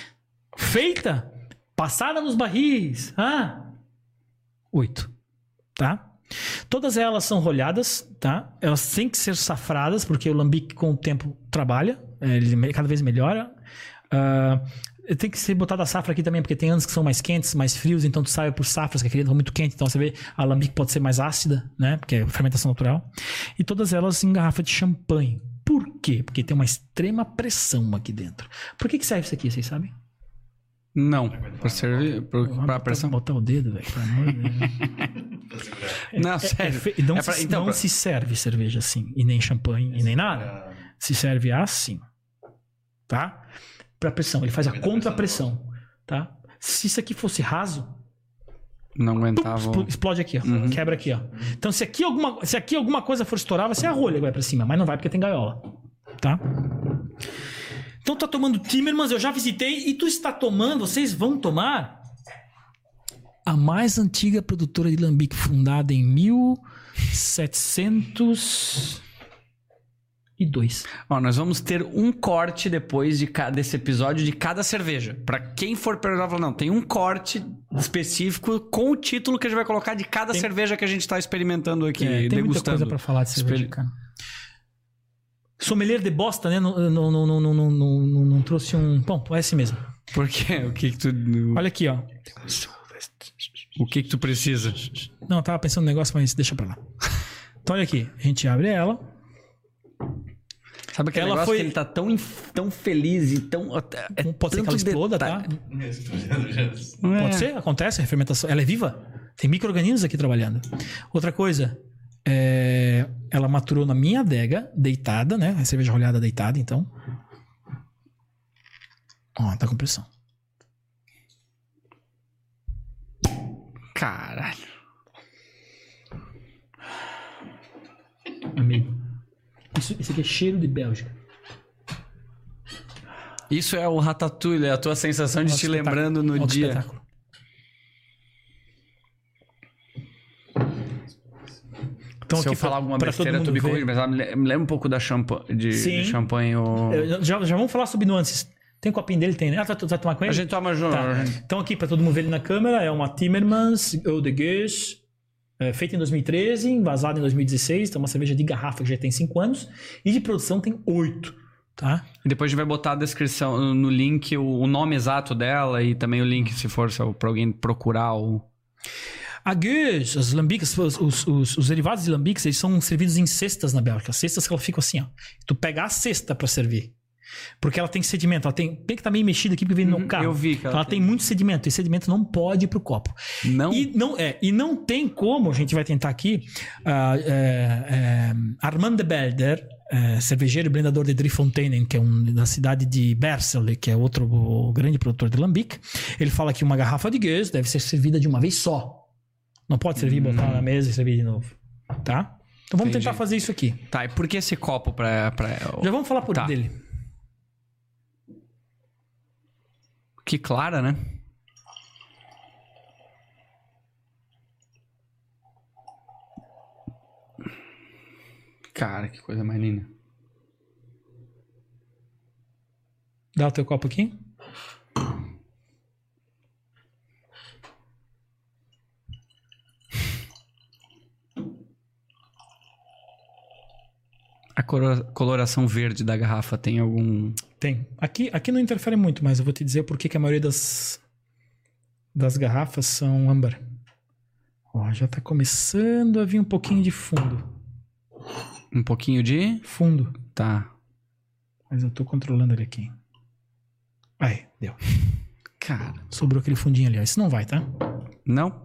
Feita, passada nos barris, ah, oito, tá? Todas elas são rolhadas, tá? Elas têm que ser safradas, porque o lambic com o tempo trabalha, ele cada vez melhora. Uh, tem que ser botada a safra aqui também, porque tem anos que são mais quentes, mais frios, então tu sai por safras que aquele ano muito quente, então você vê a lambic pode ser mais ácida, né? Porque é fermentação natural. E todas elas em garrafa de champanhe. Por quê? Porque tem uma extrema pressão aqui dentro. Por que que serve isso aqui, vocês sabem? Não, pra servir, pra, pra pressão. Botar o dedo, velho, pelo amor de Deus. Não, É, sério. fe- não É pra- se, então, não pra- se serve cerveja assim, e nem champanhe, e nem nada. Se serve assim, tá? Pra pressão, ele faz a contrapressão, tá? Se isso aqui fosse raso, Não pum, aguentava. explo- explode aqui, ó. Uhum. Quebra aqui, ó. Então se aqui, alguma, se aqui alguma coisa for estourar, vai ser a rolha que vai pra cima, mas não vai porque tem gaiola, tá? Então tá tomando Timmermans, eu já visitei, e tu está tomando, vocês vão tomar a mais antiga produtora de lambic, fundada em mil setecentos e dois. Ó, nós vamos ter um corte depois de ca- desse episódio de cada cerveja. Pra quem for perguntar, falar, não, tem um corte específico com o título que a gente vai colocar de cada Tem- cerveja que a gente tá experimentando aqui, É, tem muita degustando. coisa pra falar de cerveja, Espelho- cara. Sommelier de bosta, né? Não, não, não, não, não, não, não, não trouxe um... Bom, é esse mesmo. Por quê? O que que tu... Olha aqui, ó. O que que tu precisa? Não, eu tava pensando no negócio, mas deixa pra lá. Então olha aqui. A gente abre ela. Sabe aquele Ela negócio foi- que ele tá tão, inf- tão feliz e tão... É Pode ser que ela tanto exploda, tá? detalhe. Pode É. ser, acontece, a fermentação. Ela é viva. Tem micro-organismos aqui trabalhando. Outra coisa, é, ela maturou na minha adega, deitada, né? A cerveja rolhada deitada, então. Ó, tá com pressão. Caralho. Amigo. Isso, isso aqui é cheiro de Bélgica. Isso é o Ratatouille, é a tua sensação de Olha te que espetáculo. lembrando no Olha que dia. espetáculo. Então, Se eu aqui falar pra- alguma pra besteira, todo tu mundo me ver. corrige, mas ela me le- me lembra um pouco da champanhe, de, Sim. de champanhe. O... Eu- Já, já vamos falar sobre nuances. Tem um copinho dele? Tem, né? Ah, tu vai, vai tomar com ele? A gente toma junto. Tá. Então aqui, para todo mundo ver ele na câmera, é uma Timmermans Eau de Goes, é, feita em dois mil e treze, envasada em dois mil e dezesseis. Então uma cerveja de garrafa que já tem cinco anos. E de produção tem oito, tá? E depois a gente vai botar a descrição no link, o, o nome exato dela e também o link, se for para alguém procurar o... A gueuse, as lambiques, os, os, os, os derivados de lambiques, eles são servidos em cestas na Bélgica. Cestas que ela ficam assim, ó. Tu pega a cesta pra servir. Porque ela tem sedimento. Ela tem... Bem que tá meio mexida aqui, porque vem no Uhum, carro. eu vi que ela ela tem. tem muito sedimento. E sedimento não pode ir pro copo. Não? E não, é, e não tem como, a gente vai tentar aqui, uh, é, é, Armand de Belder, é, cervejeiro e blendador de Driefonteinen, que é um, da cidade de Bersele, que é outro grande produtor de lambic, ele fala que uma garrafa de gueuse deve ser servida de uma vez só. Não pode servir, hum. botar na mesa e servir de novo. Tá? Então vamos Entendi. tentar fazer isso aqui. Tá, e por que esse copo pra... pra... Já vamos falar por tá. dele. Que clara, né? Cara, que coisa mais linda. Dá o teu copo aqui. A coloração verde da garrafa tem algum... Tem. Aqui, aqui não interfere muito, mas eu vou te dizer por que a maioria das, das garrafas são âmbar. Ó, já tá começando a vir um pouquinho de fundo. Um pouquinho de... Fundo. Tá. Mas eu tô controlando ele aqui. Aí, deu. Cara. Sobrou aquele fundinho ali, ó. Isso não vai, tá? Não?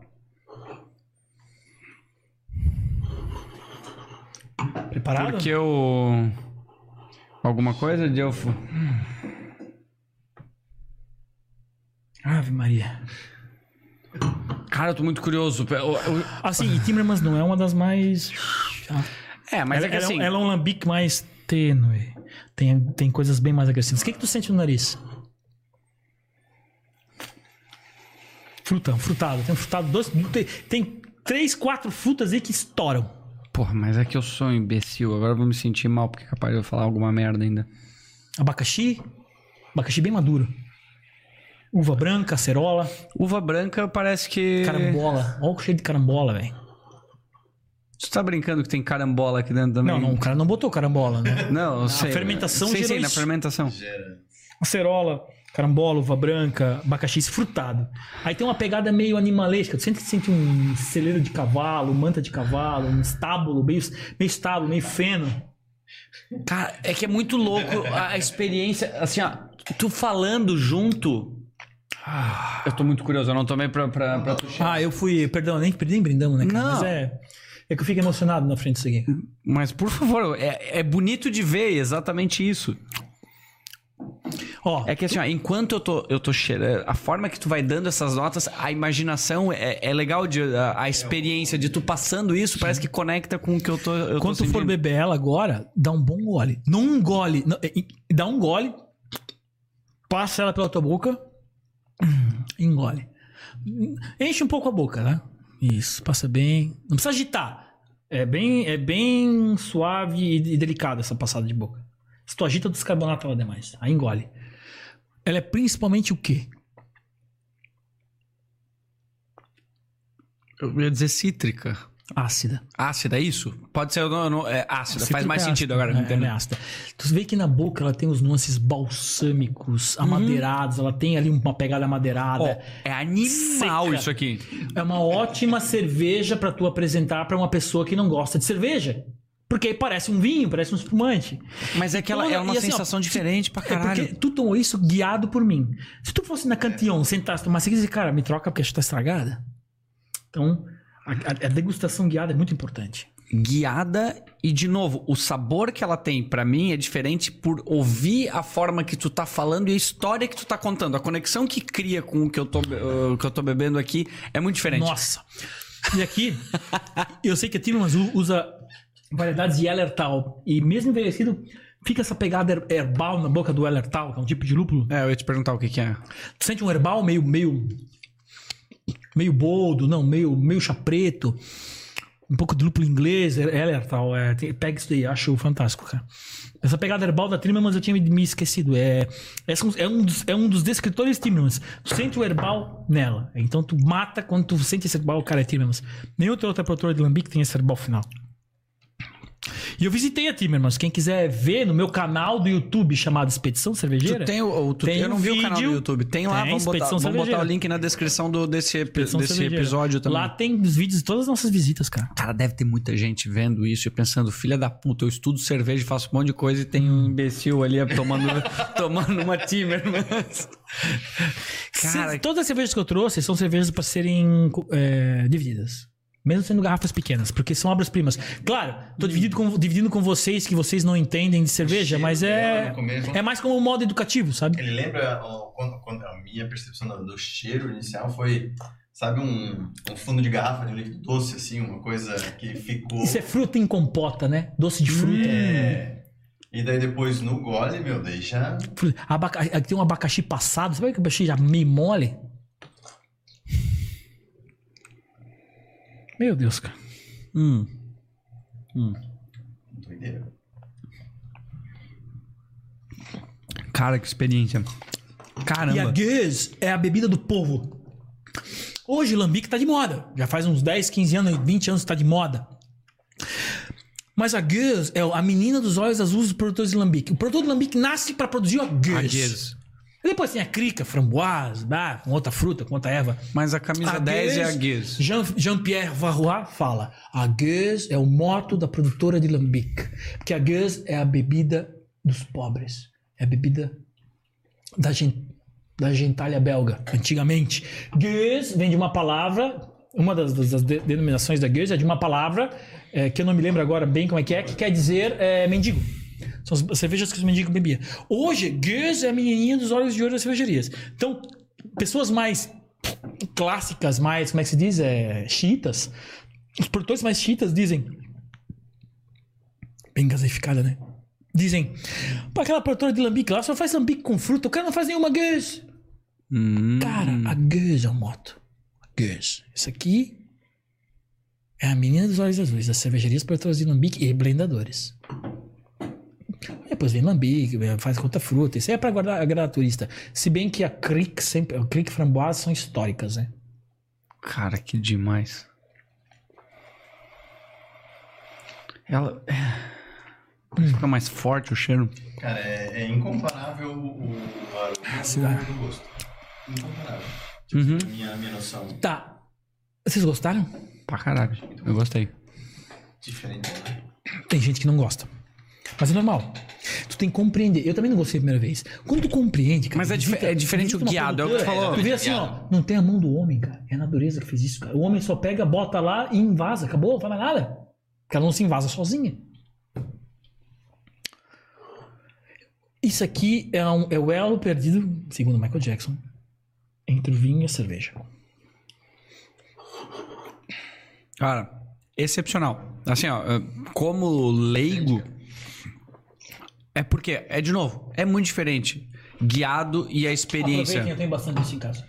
Preparado? Porque eu... Alguma coisa, Delfo? Hum. Ave Maria. Cara, eu tô muito curioso. Eu, eu... Assim, e Timmermans não é uma das mais... É, mas ela, é que assim... Ela é um lambique mais tênue. Tem, tem coisas bem mais agressivas. O que, que tu sente no nariz? Frutão, frutado. Tem um frutado doce. Tem, tem três, quatro frutas aí que estouram. Porra, mas é que eu sou um imbecil. Agora eu vou me sentir mal porque é capaz de eu falar alguma merda ainda. Abacaxi. Abacaxi bem maduro. Uva branca, acerola. Uva branca parece que... Carambola. Olha o cheiro de carambola, velho. Você tá brincando que tem carambola aqui dentro também? Não, não, o cara não botou carambola, né? Não, eu sei. A fermentação sei, gerou sei, isso. na fermentação. Acerola, carambola, uva branca, abacaxi frutado. Aí tem uma pegada meio animalesca. Tu sempre sente um celeiro de cavalo, manta de cavalo, um estábulo, meio, meio estábulo, meio feno. Cara, é que é muito louco a, a experiência. Assim, ó, tu falando junto... Ah, eu tô muito curioso, eu não tomei pra, pra, pra tu chegar. Ah, eu fui... Perdão, nem, nem brindamos, né, cara? Não. Mas é... É que eu fico emocionado na frente disso aqui. Mas, por favor, é, é bonito de ver exatamente isso. Ó, é que assim, ó, enquanto eu tô, eu tô cheirando, a forma que tu vai dando essas notas, a imaginação é, é legal, de, a, a experiência de tu passando isso, parece que conecta com o que eu tô eu Quando tô tu for beber ela agora, dá um bom gole. Não um gole, não, dá um gole, passa ela pela tua boca, engole. Enche um pouco a boca, né? Isso, passa bem. Não precisa agitar. É bem, é bem suave e delicada essa passada de boca. Se tu agita, descarbonata ela demais. Aí engole. Ela é principalmente o quê? Eu ia dizer cítrica. Ácida. Ácida, é isso? Pode ser, não, não, é ácida, Cítrica faz mais é sentido ácida. agora. É, ela é ácida. Tu vê que na boca ela tem os nuances balsâmicos, amadeirados, ela tem ali uma pegada amadeirada. Ó, é animal seca. isso aqui. É uma ótima cerveja pra tu apresentar pra uma pessoa que não gosta de cerveja. Porque aí parece um vinho, parece um espumante. Mas é que ela Então, é uma e assim, sensação ó, diferente pra É caralho. porque tu tomou isso guiado por mim. Se tu fosse na Cantillon, sentasse, tomasse aqui e dizer, cara, me troca porque a gente tá estragada. Então, a, a, a degustação guiada é muito importante. Guiada e, de novo, o sabor que ela tem pra mim é diferente por ouvir a forma que tu tá falando e a história que tu tá contando. A conexão que cria com o que eu tô, uh, que eu tô bebendo aqui é muito diferente. Nossa! E aqui, eu sei que a Timmermans usa variedades de Ellertal. E mesmo envelhecido, fica essa pegada herbal na boca do Ellertal, que é um tipo de lúpulo. É, eu ia te perguntar o que que é. Tu sente um herbal meio... meio meio boldo, não, meio, meio chá preto. Um pouco de lúpulo inglês, Ellertal. É, tem, pega isso daí, acho fantástico, cara. Essa pegada herbal da Timmermans eu tinha me esquecido. É, é, um, dos, é um dos descritores Timmermans. Tu sente o herbal nela. Então tu mata quando tu sente esse herbal, o cara é Timmermans. Nem outra outra produtora de lambique tem esse herbal final. E eu visitei a Timmermans. Quem quiser ver no meu canal do YouTube chamado Expedição Cervejeira. Tu tem o, o tu, tem eu não um vi o canal do vídeo, YouTube. Tem lá, tem vamos, botar, Expedição vamos botar Cervejeira. o link na descrição do, desse, epi- Expedição desse Cervejeira. episódio também. Lá tem os vídeos de todas as nossas visitas, cara. Cara, deve ter muita gente vendo isso e pensando, filha da puta, eu estudo cerveja, faço um monte de coisa e tem um imbecil ali tomando, tomando uma Timmermans. Cara, Se- todas as cervejas que eu trouxe são cervejas para serem é, divididas. Mesmo sendo garrafas pequenas, porque são obras-primas. Claro, tô dividindo com, dividindo com vocês que vocês não entendem de cerveja, mas dela é, no começo. é mais como um modo educativo, sabe? Ele lembra, ó, quando, quando a minha percepção do, do cheiro inicial foi, sabe, um, um fundo de garrafa de leite doce, assim, uma coisa que ficou... Isso é fruta em compota, né? Doce de fruta. É. E daí depois no gole, meu, daí já... Fruta- abaca- Aqui tem um abacaxi passado. Sabe que o abacaxi já meio mole? Meu Deus, cara. Hum. Hum. Doideira. Cara, que experiência. Caramba. E a Gueuze é a bebida do povo. Hoje o lambique tá de moda. Já faz uns dez, quinze anos, vinte anos que tá de moda. Mas a Gueuze é a menina dos olhos azuis dos produtores de lambique. O produtor de lambique nasce para produzir a Gueuze. A Gueuze. E depois tem a crica, framboise, bah, com outra fruta, com outra erva. Mas a camisa A dez é a Gueuze, Gueuze. Jean, Jean-Pierre Varrois fala: a Gueuze é o moto da produtora de lambique. Porque a Gueuze é a bebida dos pobres. É a bebida da, gen, da gentalha belga, antigamente. Gueuze vem de uma palavra, uma das, das, das denominações da Gueuze é de uma palavra é, que eu não me lembro agora bem como é que é, que quer dizer é, mendigo. São as cervejas que os mendigos bebiam. Hoje, Gueuze é a menininha dos olhos de ouro das cervejarias. Então, pessoas mais clássicas, mais, como é que se diz? É, chiitas. Os produtores mais chiitas dizem... Bem gaseificada, né? Dizem... Pô, aquela produtora de lambique lá só faz lambique com fruta. O cara não faz nenhuma Gueuze. Hum. Cara, a Gueuze é o moto. A Gueuze. Isso aqui... É a menina dos olhos azuis. Das cervejarias produtoras de lambique e blendadores. Depois vem lambique, faz conta fruta. Isso aí é pra guardar, agradar turista. Se bem que a Cric sempre, a Cric framboise são históricas, né? Cara, que demais. Ela... Hum. Fica mais forte o cheiro. Cara, é, é incomparável o, o aroma do gosto. Incomparável. Tipo, Uhum. a minha, a minha noção. Tá. Vocês gostaram? Pra caralho. Eu gostei. Diferente, né? Tem gente que não gosta. Mas é normal. Tu tem que compreender. Eu também não gostei a primeira vez. Quando tu compreende, cara... Mas é, visita- dif- é diferente visita o uma guiado, é o que tu produtora, falou. Tu vê assim, ó... Não tem a mão do homem, cara. É a natureza que fez isso, cara. O homem só pega, bota lá e invasa. Acabou, não faz mais nada. Porque ela não se invasa sozinha. Isso aqui é, um, é o elo perdido, segundo Michael Jackson, entre o vinho e a cerveja. Cara, excepcional. Assim, ó, como leigo... É porque, é de novo, é muito diferente. Guiado e a experiência. Aproveitem, eu tenho bastante disso em casa.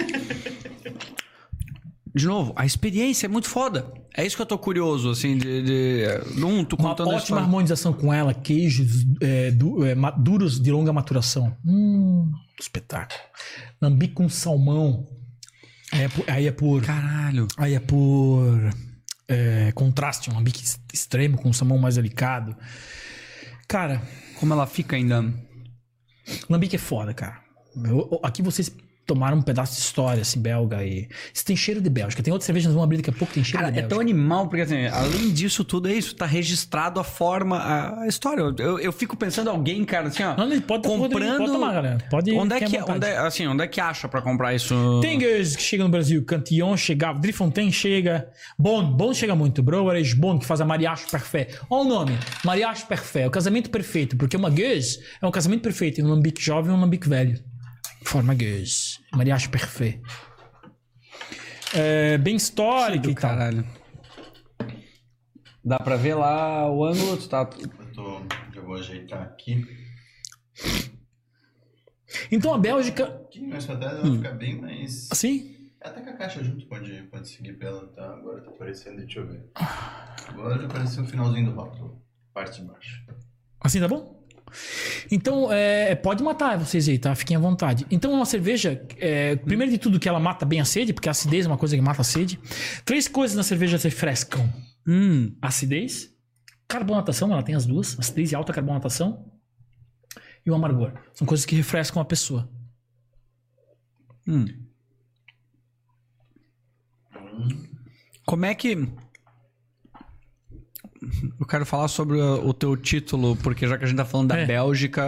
De novo, a experiência é muito foda. É isso que eu tô curioso, assim, de... de um, tu Uma contando a ótima história. harmonização com ela, queijos é, du- é, ma- duros de longa maturação. Hum, espetáculo. Lambique com salmão. Aí é por... Aí é por, Caralho. aí é por é, contraste, um lambique ex- extremo com salmão mais delicado. Cara, Como ela fica ainda... lambique é foda, cara. Eu- eu- aqui vocês tomaram um pedaço de história, assim, belga e... Isso tem cheiro de Bélgica. Tem outras cervejas, nós vamos abrir daqui a pouco, tem cheiro Cara, de é Bélgica. tão animal, porque assim, além disso tudo é isso, tá registrado a forma, a, a história. Eu, eu fico pensando alguém, cara, assim, ó, Não, ele pode, comprando... pode tomar, galera. Pode Onde é ficar à que, vontade. onde é, assim, onde é que acha pra comprar isso? Tem Gueuze que chega no Brasil, Cantillon chegava, Drifontaine chega, Bon, Bon chega muito, Breweries Bon, que faz a Mariage Parfait. Olha o nome, Mariage Parfait, é o casamento perfeito, porque uma Gueuze é um casamento perfeito, um lambique jovem e um lambique velho. Forma Gueuze, Mariage Parfait. É bem histórica Do e tal. caralho. Dá pra ver lá o ângulo, tu tá... Eu tô... Já vou ajeitar aqui. Então a Bélgica, Um pouquinho mais pra trás, ela fica bem mais... assim, Até com a caixa junto pode, pode seguir pela, tá? Agora tá aparecendo, deixa eu ver. Agora já apareceu o finalzinho do rótulo. Parte de baixo. assim tá bom? Então, é, pode matar vocês aí, tá? Fiquem à vontade. Então, uma cerveja, é, primeiro de tudo que ela mata bem a sede, porque a acidez é uma coisa que mata a sede. Três coisas na cerveja se refrescam. Hum, Acidez, carbonatação, ela tem as duas, acidez e alta carbonatação, e o amargor. São coisas que refrescam a pessoa. Hum. Como é que... Eu quero falar sobre o teu título, porque já que a gente tá falando da É. Bélgica...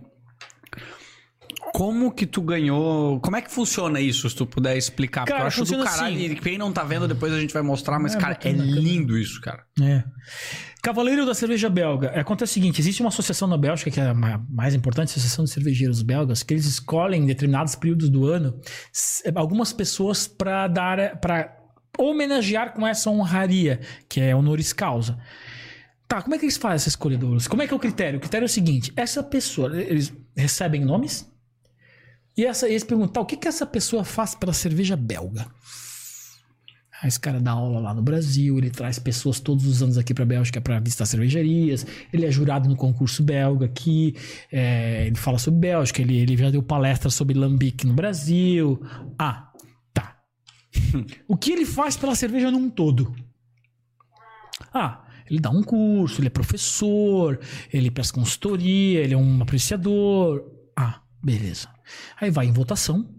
Como que tu ganhou... Como é que funciona isso, se tu puder explicar? Porque Cara, eu acho do funciona caralho, assim. e quem não tá vendo, depois a gente vai mostrar, mas, É, cara, é bacana, bacana. lindo isso, cara. É. Cavaleiro da cerveja belga. Acontece o seguinte, existe uma associação na Bélgica, que é a ma- mais importante, a Associação de Cervejeiros Belgas, que eles escolhem em determinados períodos do ano s- algumas pessoas para dar... para homenagear com essa honraria, que é honoris causa. Tá, como é que eles fazem essa escolha, Douglas? Como é que é o critério? O critério é o seguinte, essa pessoa, eles recebem nomes e essa, eles perguntam, tá, o que, que essa pessoa faz pela cerveja belga? Ah, esse cara dá aula lá no Brasil, ele traz pessoas todos os anos aqui pra Bélgica para visitar cervejarias, ele é jurado no concurso belga aqui, é, ele fala sobre Bélgica, ele, ele já deu palestra sobre lambic no Brasil. Ah, tá. O que ele faz pela cerveja num todo? Ah, ele dá um curso, ele é professor, ele presta consultoria, ele é um apreciador. Ah, beleza. Aí vai em votação.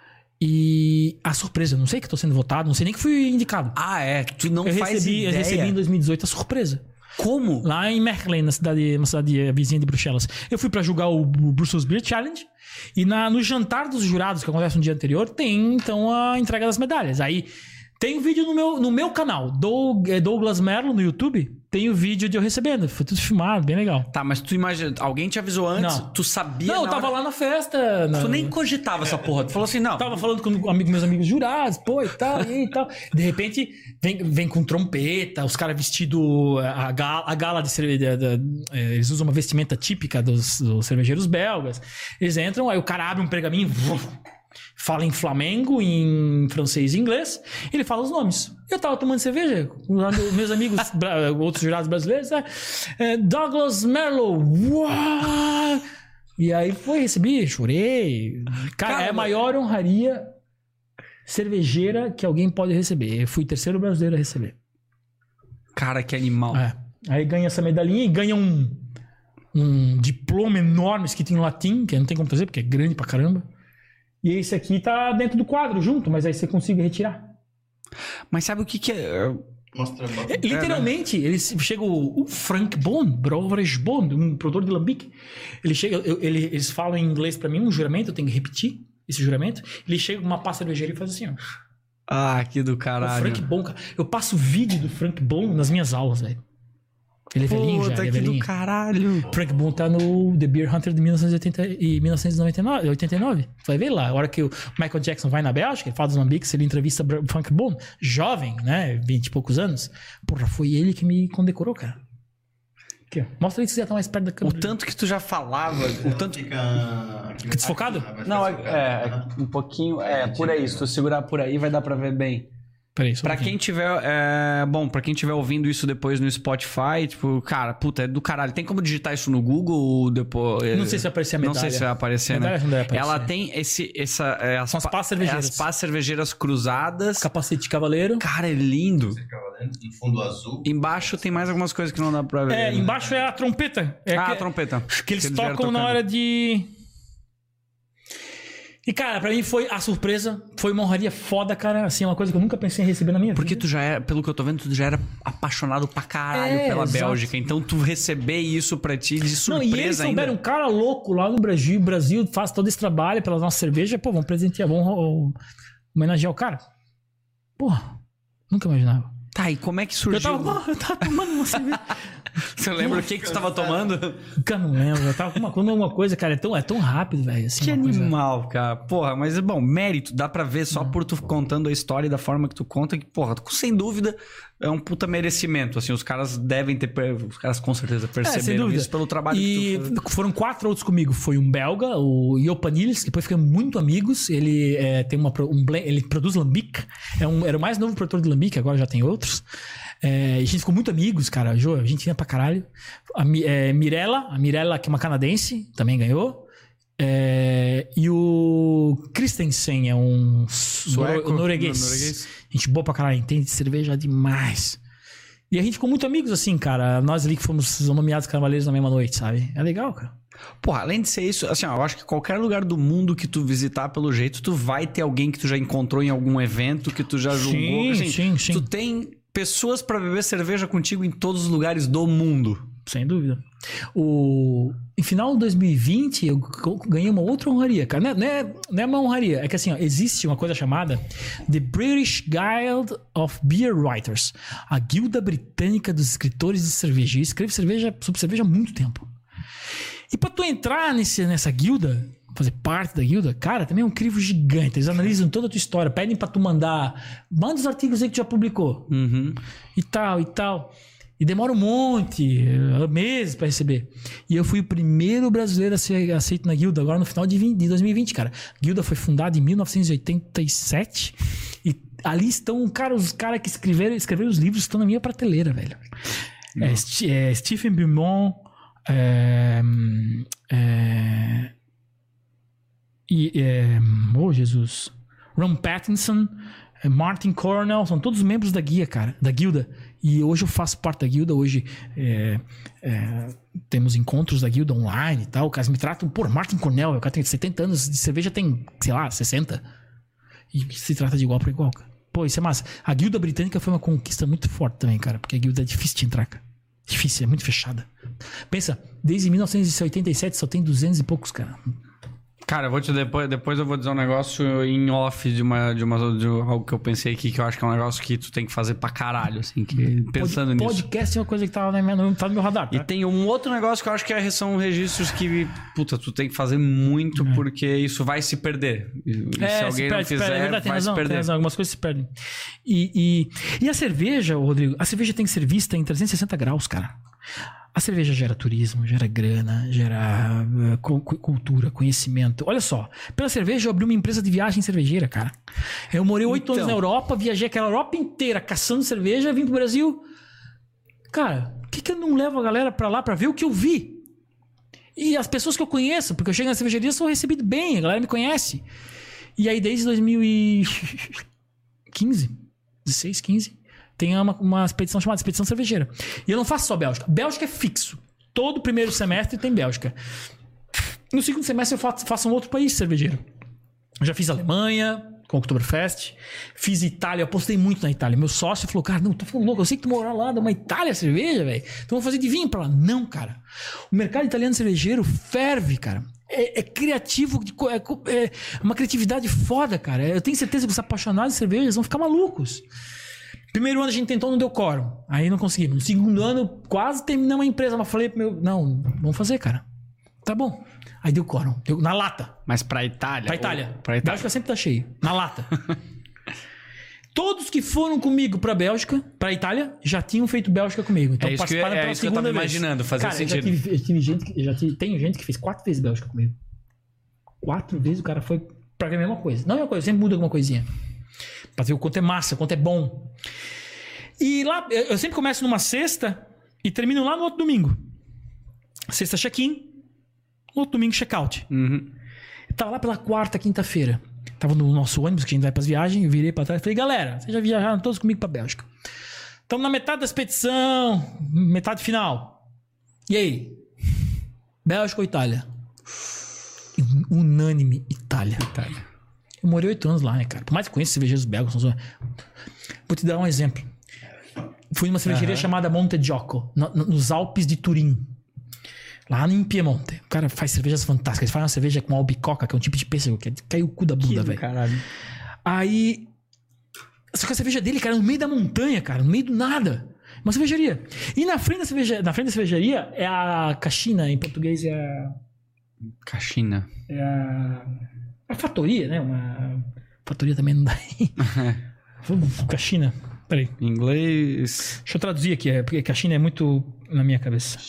E a surpresa, eu não sei que tô sendo votado, não sei nem que fui indicado. Ah, é? Tu não eu faz recebi, ideia. eu recebi em dois mil e dezoito a surpresa. Como? Lá em Mechelen, na cidade, uma cidade vizinha de Bruxelas. Eu fui pra julgar o Brussels Beer Challenge. E na, no jantar dos jurados, que acontece no dia anterior, tem então a entrega das medalhas. Aí tem um vídeo no meu, no meu canal, Doug, é Douglas Merlo, no YouTube. Tem o vídeo de eu recebendo. Foi tudo filmado, bem legal. Tá, mas tu imagina, alguém te avisou antes? Não. Tu sabia? Não, eu na tava hora- lá na festa. Tu na- nem cogitava essa porra. Tu falou assim, não. Tava falando com amigo- meus amigos jurados, pô, e tal, e, aí, e tal. De repente, vem, vem com trompeta, os caras vestidos. A gala, a gala de cerveja. Eles usam uma vestimenta típica dos, dos cervejeiros belgas. Eles entram, aí o cara abre um pergaminho, fala em Flamengo, em francês e inglês, e ele fala os nomes. Eu tava tomando cerveja com meus amigos, bra- outros jurados brasileiros, né? É, Douglas Merlo, uau! E aí foi, recebi, chorei. Cara, Cara, é a maior honraria cervejeira que alguém pode receber. Eu fui o terceiro brasileiro a receber. Cara, que animal. É. Aí ganha essa medalhinha e ganha um, um diploma enorme escrito em latim, que não tem como fazer, porque é grande pra caramba. E esse aqui tá dentro do quadro junto, mas aí você consegue retirar. Mas sabe o que que é... Mostra a bola. É, literalmente, eles chega o, o Frank Bond, Brovers Bond, um produtor de lambic. Ele chega, eu- ele- eles falam em inglês pra mim um juramento, eu tenho que repetir esse juramento. Ele chega com uma pasta cervejeira e faz assim, ó. Ah, que do O caralho. Frank Bond, cara. Eu passo vídeo do Frank Bond nas minhas aulas, velho. Ele é velhinho já, Puta, ele é que do velhinho. caralho. Frank Boone tá no The Beer Hunter de mil novecentos e oitenta e mil novecentos e noventa e nove, oitenta e nove. Vai ver lá. A hora que o Michael Jackson vai na Bélgica, ele fala dos lambiques, ele entrevista Br- Frank Boone, jovem, né? vinte e poucos anos. Porra, foi ele que me condecorou, cara. Aqui, ó. Mostra aí se você já tá mais perto da O câmera. tanto que tu já falava, o tanto... Fica... aqui- Fica desfocado? aqui, vai ficar Não, é, desfocado. é, Aham. um pouquinho, é, por aí. Se tu segurar por aí, vai dar pra ver bem. Peraí, só um Pra pouquinho. quem tiver, é, bom, pra quem tiver ouvindo isso depois no Spotify, tipo, cara, puta, é do caralho. Tem como digitar isso no Google ou depois? Não sei se vai aparecer a Não medalha. sei se vai aparecer, Medalha né? não deve aparecer. Ela tem esse, essa, é, as, São as pa- pás cervejeiras. é as pás cervejeiras cruzadas. Capacete de cavaleiro. Cara, é lindo. Você ficava dentro, no fundo azul. Embaixo tem mais algumas coisas que não dá pra ver. É, né? embaixo é a trompeta. É Ah, que- a trompeta. Que eles, vieram tocam na tocando. hora de... E, cara, pra mim foi a surpresa. Foi uma honraria foda, cara. Assim, uma coisa que eu nunca pensei em receber na minha Porque vida. tu já era, pelo que eu tô vendo, tu já era apaixonado pra caralho É, pela exato. Bélgica. Então tu receber isso pra ti de Não, surpresa e eles ainda. souberam, um cara louco lá no Brasil, Brasil faz todo esse trabalho pela nossa cerveja. Pô, vamos presentear, vamos ó, homenagear o cara. Porra, nunca imaginava. Tá, e como é que Eu surgiu? tava, eu tava tomando uma cerveja. Você lembra o que que tu tava tomando? Cara, não lembro. Eu tava com uma, com uma coisa, cara. É tão, é tão rápido, velho. Assim, Que uma coisa- animal, cara. Porra, mas, bom, mérito. Dá pra ver só por tu contando a história e da forma que tu conta que, porra, sem dúvida é um puta merecimento. Assim, os caras devem ter... per- Os caras com certeza É, sem perceberam dúvida. isso pelo trabalho e que tu faz. foram quatro outros comigo. Foi um belga, o Jopa Niels, que depois ficamos muito amigos. Ele é, tem uma, pro- um blend, ele produz lambic. É um, era o mais novo produtor de lambic, agora já tem outros. É, a gente ficou muito amigos, cara. Jo, a gente ia pra caralho. A Mi- é, Mirella, a Mirella, que é uma canadense, também ganhou. É, e o Christensen é um Sueco, nor- norueguês. norueguês. Gente boa pra caralho, entende de cerveja demais. E a gente ficou muito amigos, assim, cara. Nós ali que fomos nomeados cavaleiros na mesma noite, sabe? É legal, cara. Porra, além de ser isso, assim, ó, eu acho que qualquer lugar do mundo que tu visitar, pelo jeito, tu vai ter alguém que tu já encontrou em algum evento, que tu já julgou. Sim, assim, sim, sim. Tu tem pessoas pra beber cerveja contigo em todos os lugares do mundo. Sem dúvida. O... Em final de dois mil e vinte, eu ganhei uma outra honraria, cara. Não é, não é, não é uma honraria. É que assim, ó, existe uma coisa chamada The British Guild of Beer Writers. A guilda britânica dos escritores de cerveja. Eu escrevo cerveja, sobre cerveja há muito tempo. E pra tu entrar nesse, nessa guilda, fazer parte da guilda, cara, também é um crivo gigante. Eles analisam toda a tua história, pedem pra tu mandar... Manda os artigos aí que tu já publicou. Uhum. E tal, e tal... E demora um monte, meses pra receber. E eu fui o primeiro brasileiro a ser aceito na guilda, agora no final de, vinte, de dois mil e vinte, cara. A guilda foi fundada em mil novecentos e oitenta e sete. E ali estão, cara, os caras que escreveram, escreveram os livros estão na minha prateleira, velho. É, é, Stephen Beaumont, é, é, e, é, oh, Jesus. Ron Pattinson, é, Martin Cornell, são todos membros da guia, cara, da guilda. E hoje eu faço parte da guilda, hoje é, é, temos encontros da guilda online e tal. Os caras me tratam, pô, Martin Cornell, o cara tem setenta anos de cerveja, tem, sei lá, sessenta. E se trata de igual para igual, cara. Pô, isso é massa. A guilda britânica foi uma conquista muito forte também, cara, porque a guilda é difícil de entrar, cara. Difícil, é muito fechada. Pensa, desde mil novecentos e oitenta e sete só tem duzentos e poucos, cara. Cara, eu vou te depois, depois eu vou dizer um negócio em off de uma de uma de algo que eu pensei aqui, que eu acho que é um negócio que tu tem que fazer pra caralho, assim, que, pensando Pod, nisso. Podcast é uma coisa que tá, né, tá no meu radar, tá? E tem um outro negócio que eu acho que é, são registros que, puta, tu tem que fazer muito, é. porque isso vai se perder. E, é, se alguém se perde, não fizer, se perde, é verdade, vai tem razão, se perder. Tem razão, algumas coisas se perdem. E, e, e a cerveja, Rodrigo, a cerveja tem que ser vista em trezentos e sessenta graus, cara. A cerveja gera turismo, gera grana, gera uh, cultura, conhecimento. Olha só, pela cerveja eu abri uma empresa de viagem cervejeira, cara. Eu morei oito então. anos na Europa, viajei aquela Europa inteira caçando cerveja, vim pro Brasil. Cara, por que, que eu não levo a galera pra lá pra ver o que eu vi? E as pessoas que eu conheço, porque eu chego na cervejaria, sou recebido bem, a galera me conhece. E aí desde dois mil e quinze, dezesseis, quinze... tem uma, uma expedição chamada Expedição Cervejeira. E eu não faço só Bélgica. Bélgica é fixo. Todo primeiro semestre tem Bélgica. No segundo semestre eu faço, faço um outro país cervejeiro. Eu já fiz Alemanha, com o Oktoberfest. Fiz Itália, eu apostei muito na Itália. Meu sócio falou, cara, não, tô ficando louco. Eu sei que tu mora lá, dá uma Itália cerveja, velho. Então vamos fazer de vinho pra lá. Não, cara. O mercado italiano cervejeiro ferve, cara. É, é criativo, é, é uma criatividade foda, cara. Eu tenho certeza que os apaixonados de cerveja vão ficar malucos. Primeiro ano a gente tentou, não deu quórum. Aí não conseguimos. No segundo ano, quase terminamos a empresa. Mas falei pro meu... Não, vamos fazer, cara. Tá bom. Aí deu quórum. Deu na lata. Mas pra Itália? Pra Itália. Ou... Pra Itália. Bélgica sempre tá cheio. Na lata. Todos que foram comigo pra Bélgica, pra Itália, já tinham feito Bélgica comigo. Então é isso participaram que eu, é pela isso que eu segunda tava vez. imaginando, fazer cara, sentido. Eu já tive, eu tive gente que, já tive, tenho gente que fez quatro vezes Bélgica comigo. Quatro vezes o cara foi pra ver a mesma coisa. Não é uma coisa, sempre muda alguma coisinha. Pra ver o quanto é massa, o quanto é bom. E lá, eu sempre começo numa sexta e termino lá no outro domingo. Sexta check-in, no outro domingo check-out. Uhum. Tava lá pela quarta, quinta-feira. Tava no nosso ônibus, que a gente vai pras viagens, eu virei pra trás e falei, galera, vocês já viajaram todos comigo pra Bélgica. Estamos na metade da expedição, metade final. E aí? Bélgica ou Itália? Unânime, Itália. Itália. Eu morei oito anos lá, né, cara? Por mais que conheça cervejeiros belgas. Vou te dar um exemplo. Fui numa cervejaria uhum. chamada Monte Giocco, no, no, nos Alpes de Turim. Lá em Piemonte. O cara faz cervejas fantásticas. Ele faz uma cerveja com albicoca, que é um tipo de pêssego, que é, cai o cu da bunda, velho. Caralho. Aí... Só que a cerveja dele, cara, no meio da montanha, cara, no meio do nada. Uma cervejaria. E na frente da, cerveja, na frente da cervejaria é a Caixina, em português é a... Caixina. É a... a fatoria, né? Uma... Fatoria também não dá. Caixina. Peraí. Em inglês... Deixa eu traduzir aqui, é, porque Caixina é muito na minha cabeça.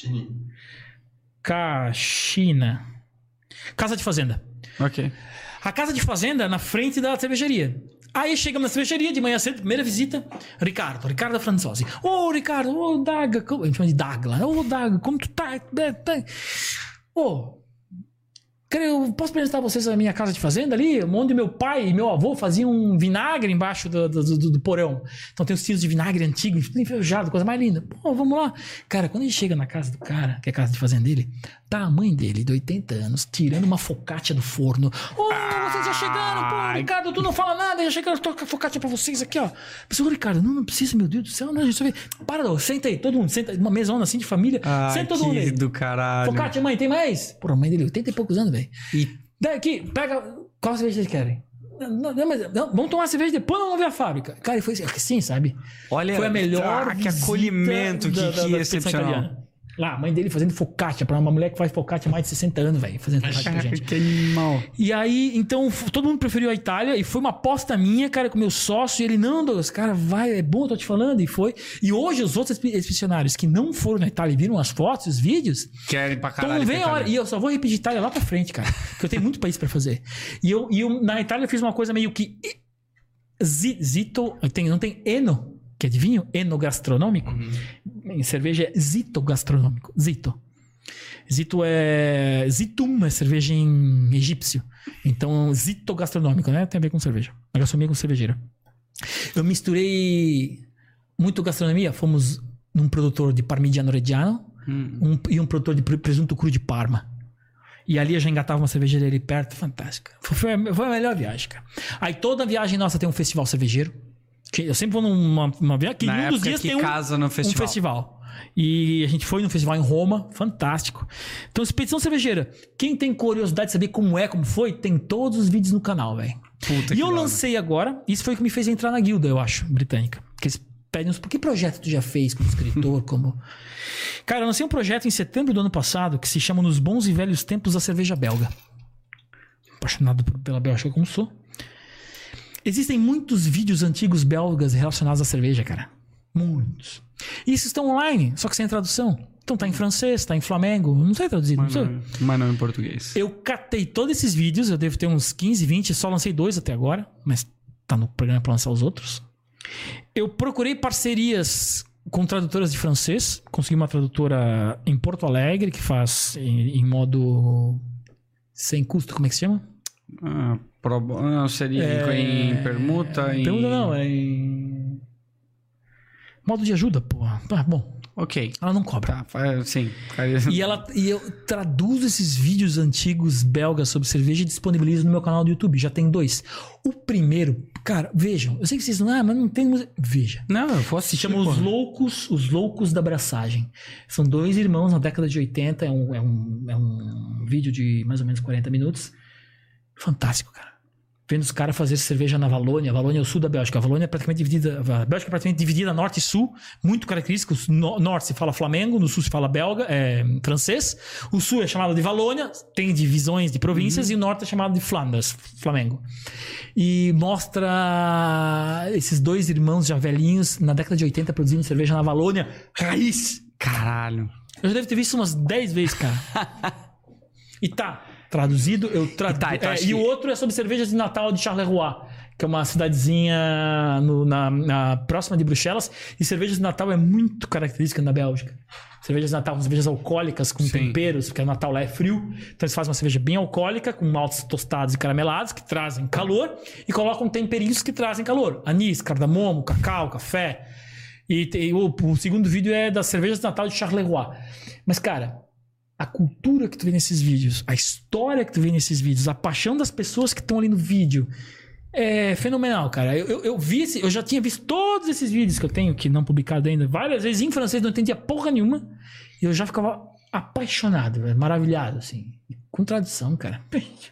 Caixina. Casa de fazenda. Ok. A casa de fazenda na frente da cervejaria. Aí chegamos na cervejaria de manhã cedo, primeira visita. Ricardo, Ricardo Franzosi. Ô, oh, Ricardo, ô, oh, Daga. A gente chama de Daga lá. Ô, oh, Daga, como tu tá? Ô, oh, Cara, eu posso apresentar vocês a minha casa de fazenda ali, onde meu pai e meu avô faziam um vinagre embaixo do, do, do, do porão. Então tem os tiros de vinagre antigo, enferrujado, coisa mais linda. Pô, vamos lá. Cara, quando a gente chega na casa do cara, que é a casa de fazenda dele, tá a mãe dele, de oitenta anos, tirando uma focaccia do forno. Ô, oh, vocês já chegaram, pô, Ricardo, tu não fala nada, já chegaram, tô com a focaccia pra vocês aqui, ó. Pessoal, Ricardo, não, não precisa, meu Deus do céu, não, a gente só vê. Para, não, senta aí, todo mundo, senta, uma mesona assim de família, Ai, senta todo mundo aí. do caralho. Focaccia, mãe, tem mais? Pô, a mãe dele, oitenta e poucos anos, velho. E daqui, pega. Qual cerveja vocês querem? Não, não, mas, não, vamos tomar cerveja depois, não vamos ver a fábrica. Cara, e foi assim, sabe? Olha, foi a melhor. Ah, que acolhimento, que, da, da, que da excepcional. Lá, a mãe dele fazendo focaccia pra uma mulher que faz focaccia há mais de sessenta anos, velho. Fazendo focaccia pra gente. Que animal. E aí, então, todo mundo preferiu a Itália e foi uma aposta minha, cara, com meu sócio. E ele, não, Douglas, cara, vai, é bom, eu tô te falando. E foi. E hoje, os outros expedicionários que não foram na Itália e viram as fotos, os vídeos. Querem pra caralho. Então, vem a hora. E eu só vou repetir Itália lá pra frente, cara. Porque eu tenho muito país pra fazer. E eu, e eu na Itália, eu fiz uma coisa meio que. Zito. Tem, não tem eno, que é de vinho? Enogastronômico. Uhum. Em cerveja é zito gastronômico. Zito. Zito é... Zitum é cerveja em egípcio. Então, zito gastronômico, né? Tem a ver com cerveja. A gastronomia com cervejeira. Eu misturei muito gastronomia. Fomos num produtor de parmigiano reggiano hum. um, e um produtor de presunto cru de Parma. E ali eu já engatava uma cervejaria ali perto. Fantástica. Foi, foi a melhor viagem, cara. Aí toda viagem nossa tem um festival cervejeiro. Eu sempre vou numa uma viagem que Na um dos dias que tem um, casa no festival. um festival. E a gente foi num festival em Roma, fantástico. Então, Expedição Cervejeira. Quem tem curiosidade de saber como é, como foi, tem todos os vídeos no canal, velho. E eu lancei agora, isso foi o que me fez entrar na guilda, eu acho, britânica. Porque eles pedem uns, por que projeto tu já fez como escritor, como... Cara, eu lancei um projeto em setembro do ano passado que se chama Nos Bons e Velhos Tempos da Cerveja Belga. Apaixonado pela Bélgica como sou. Existem muitos vídeos antigos belgas relacionados à cerveja, cara. Muitos. E esses estão online, só que sem tradução. Então tá em francês, tá em flamengo. Não sei traduzir, mas não, não sei. Mas não em português. Eu catei todos esses vídeos, eu devo ter uns quinze, vinte, só lancei dois até agora, mas tá no programa pra lançar os outros. Eu procurei parcerias com tradutoras de francês. Consegui uma tradutora em Porto Alegre que faz em, em modo sem custo, como é que se chama? Ah, pro, não, seria é... em permuta? Em... Permuta não, é em... modo de ajuda, pô. Ah, bom. Ok. Ela não cobra. Tá, sim. E, ela, e eu traduzo esses vídeos antigos belgas sobre cerveja e disponibilizo no meu canal do YouTube. Já tem dois. O primeiro, cara, vejam. Eu sei que vocês não... Ah, mas não tem... Veja. Não, eu vou assistir. Se chama Os Loucos, Os Loucos da Braçagem. São dois irmãos na década de oitenta. É um, é um, é um vídeo de mais ou menos quarenta minutos. Fantástico, cara. Vendo os caras fazer cerveja na Valônia. A Valônia é o sul da Bélgica. A Valônia é praticamente dividida... A Bélgica é praticamente dividida norte e sul. Muito característico. No norte se fala Flamengo. No sul se fala belga, é, francês. O sul é chamado de Valônia. Tem divisões de províncias. Uhum. E o norte é chamado de Flanders, Flamengo. E mostra esses dois irmãos já velhinhos na década de oitenta produzindo cerveja na Valônia. Raiz. Caralho. Eu já devo ter visto umas dez vezes, cara. E tá... Traduzido, eu traduzo. E, tá, é, e que... o outro é sobre cervejas de Natal de Charleroi, que é uma cidadezinha no, na, na, próxima de Bruxelas. E cervejas de Natal é muito característica na Bélgica. Cervejas de Natal são cervejas alcoólicas com Sim. temperos, porque o Natal lá é frio. Então eles fazem uma cerveja bem alcoólica, com maltes tostados e caramelados, que trazem calor. E colocam temperinhos que trazem calor. Anis, cardamomo, cacau, café. E, e o, o segundo vídeo é das cervejas de Natal de Charleroi. Mas, cara... A cultura que tu vê nesses vídeos, a história que tu vê nesses vídeos, a paixão das pessoas que estão ali no vídeo é fenomenal, cara. Eu, eu, eu vi esse, eu já tinha visto todos esses vídeos que eu tenho, que não publicado ainda, várias vezes em francês, não entendia porra nenhuma. E eu já ficava apaixonado, velho, maravilhado, assim. Com tradução, cara.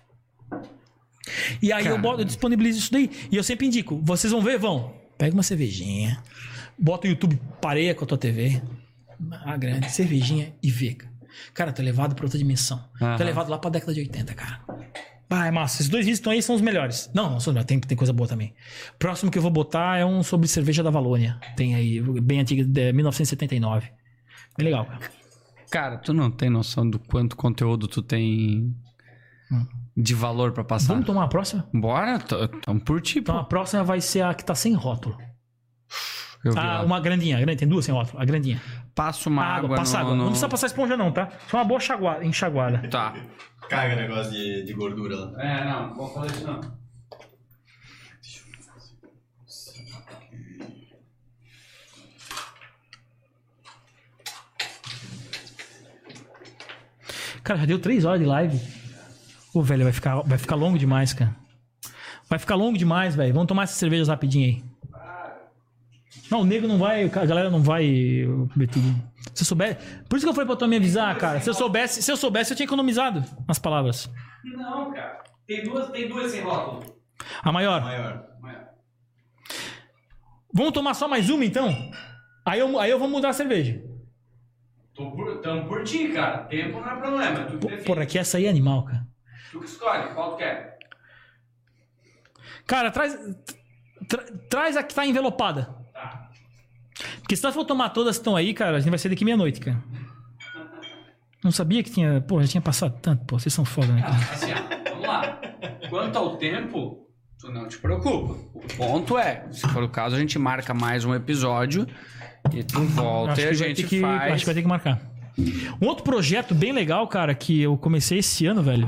E aí eu, boto, eu disponibilizo isso daí. E eu sempre indico, vocês vão ver? Vão. Pega uma cervejinha, bota o YouTube, pareia com a tua T V, a grande, cervejinha e vê, cara. Cara, tô levado pra outra dimensão. Uhum. Tô levado lá pra década de oitenta, cara. Ah, é massa. Esses dois vídeos estão aí, são os melhores. Não, não são os melhores. Tem, tem coisa boa também. Próximo que eu vou botar é um sobre cerveja da Valônia. Tem aí, bem antiga, de mil novecentos e setenta e nove. Bem legal, cara. Cara, tu não tem noção do quanto conteúdo tu tem hum. de valor pra passar. Vamos tomar a próxima? Bora, tamo por ti, Então pô. a próxima vai ser a que tá sem rótulo. Eu vi Ah, lá. uma grandinha, a grande, tem duas sem rótulo, a grandinha. Passa uma água, água, passa no, água. no- Não precisa passar esponja não, tá? Só uma boa enxaguada. enxaguada. Tá. Caga negócio de, de gordura lá. É, não, vou fazer isso não. Cara, já deu três horas de live. Ô, velho, vai ficar, vai ficar longo demais, cara. Vai ficar longo demais, velho. Vamos tomar essas cervejas rapidinho aí. Não, o nego não vai, a galera não vai beber tudo. Se eu soubesse. Por isso que eu falei pra tu me avisar, cara. Se eu soubesse, se eu soubesse, eu tinha economizado nas palavras. Não, cara. Tem duas, tem duas sem rótulo. A maior. Maior. Vamos tomar só mais uma, então? Aí eu, aí eu vou mudar a cerveja. Tô por, tamo por ti, cara. Tempo não é problema. Tu que Pô, define. porra, que essa aí é animal, cara. Tu que escolhe. Qual tu quer? Cara, traz. Tra, traz a que tá envelopada. Tá. Porque se nós for tomar todas que estão aí, cara, a gente vai sair daqui meia-noite, cara. Não sabia que tinha. Pô, já tinha passado tanto, pô. Vocês são foda, né, cara? Ah, assim, ó, vamos lá. Quanto ao tempo, tu não te preocupa. O ponto é, se for o caso, a gente marca mais um episódio e tu volta Acho e a que vai gente ter que- faz. Acho que vai ter que marcar. Um outro projeto bem legal, cara, que eu comecei esse ano, velho.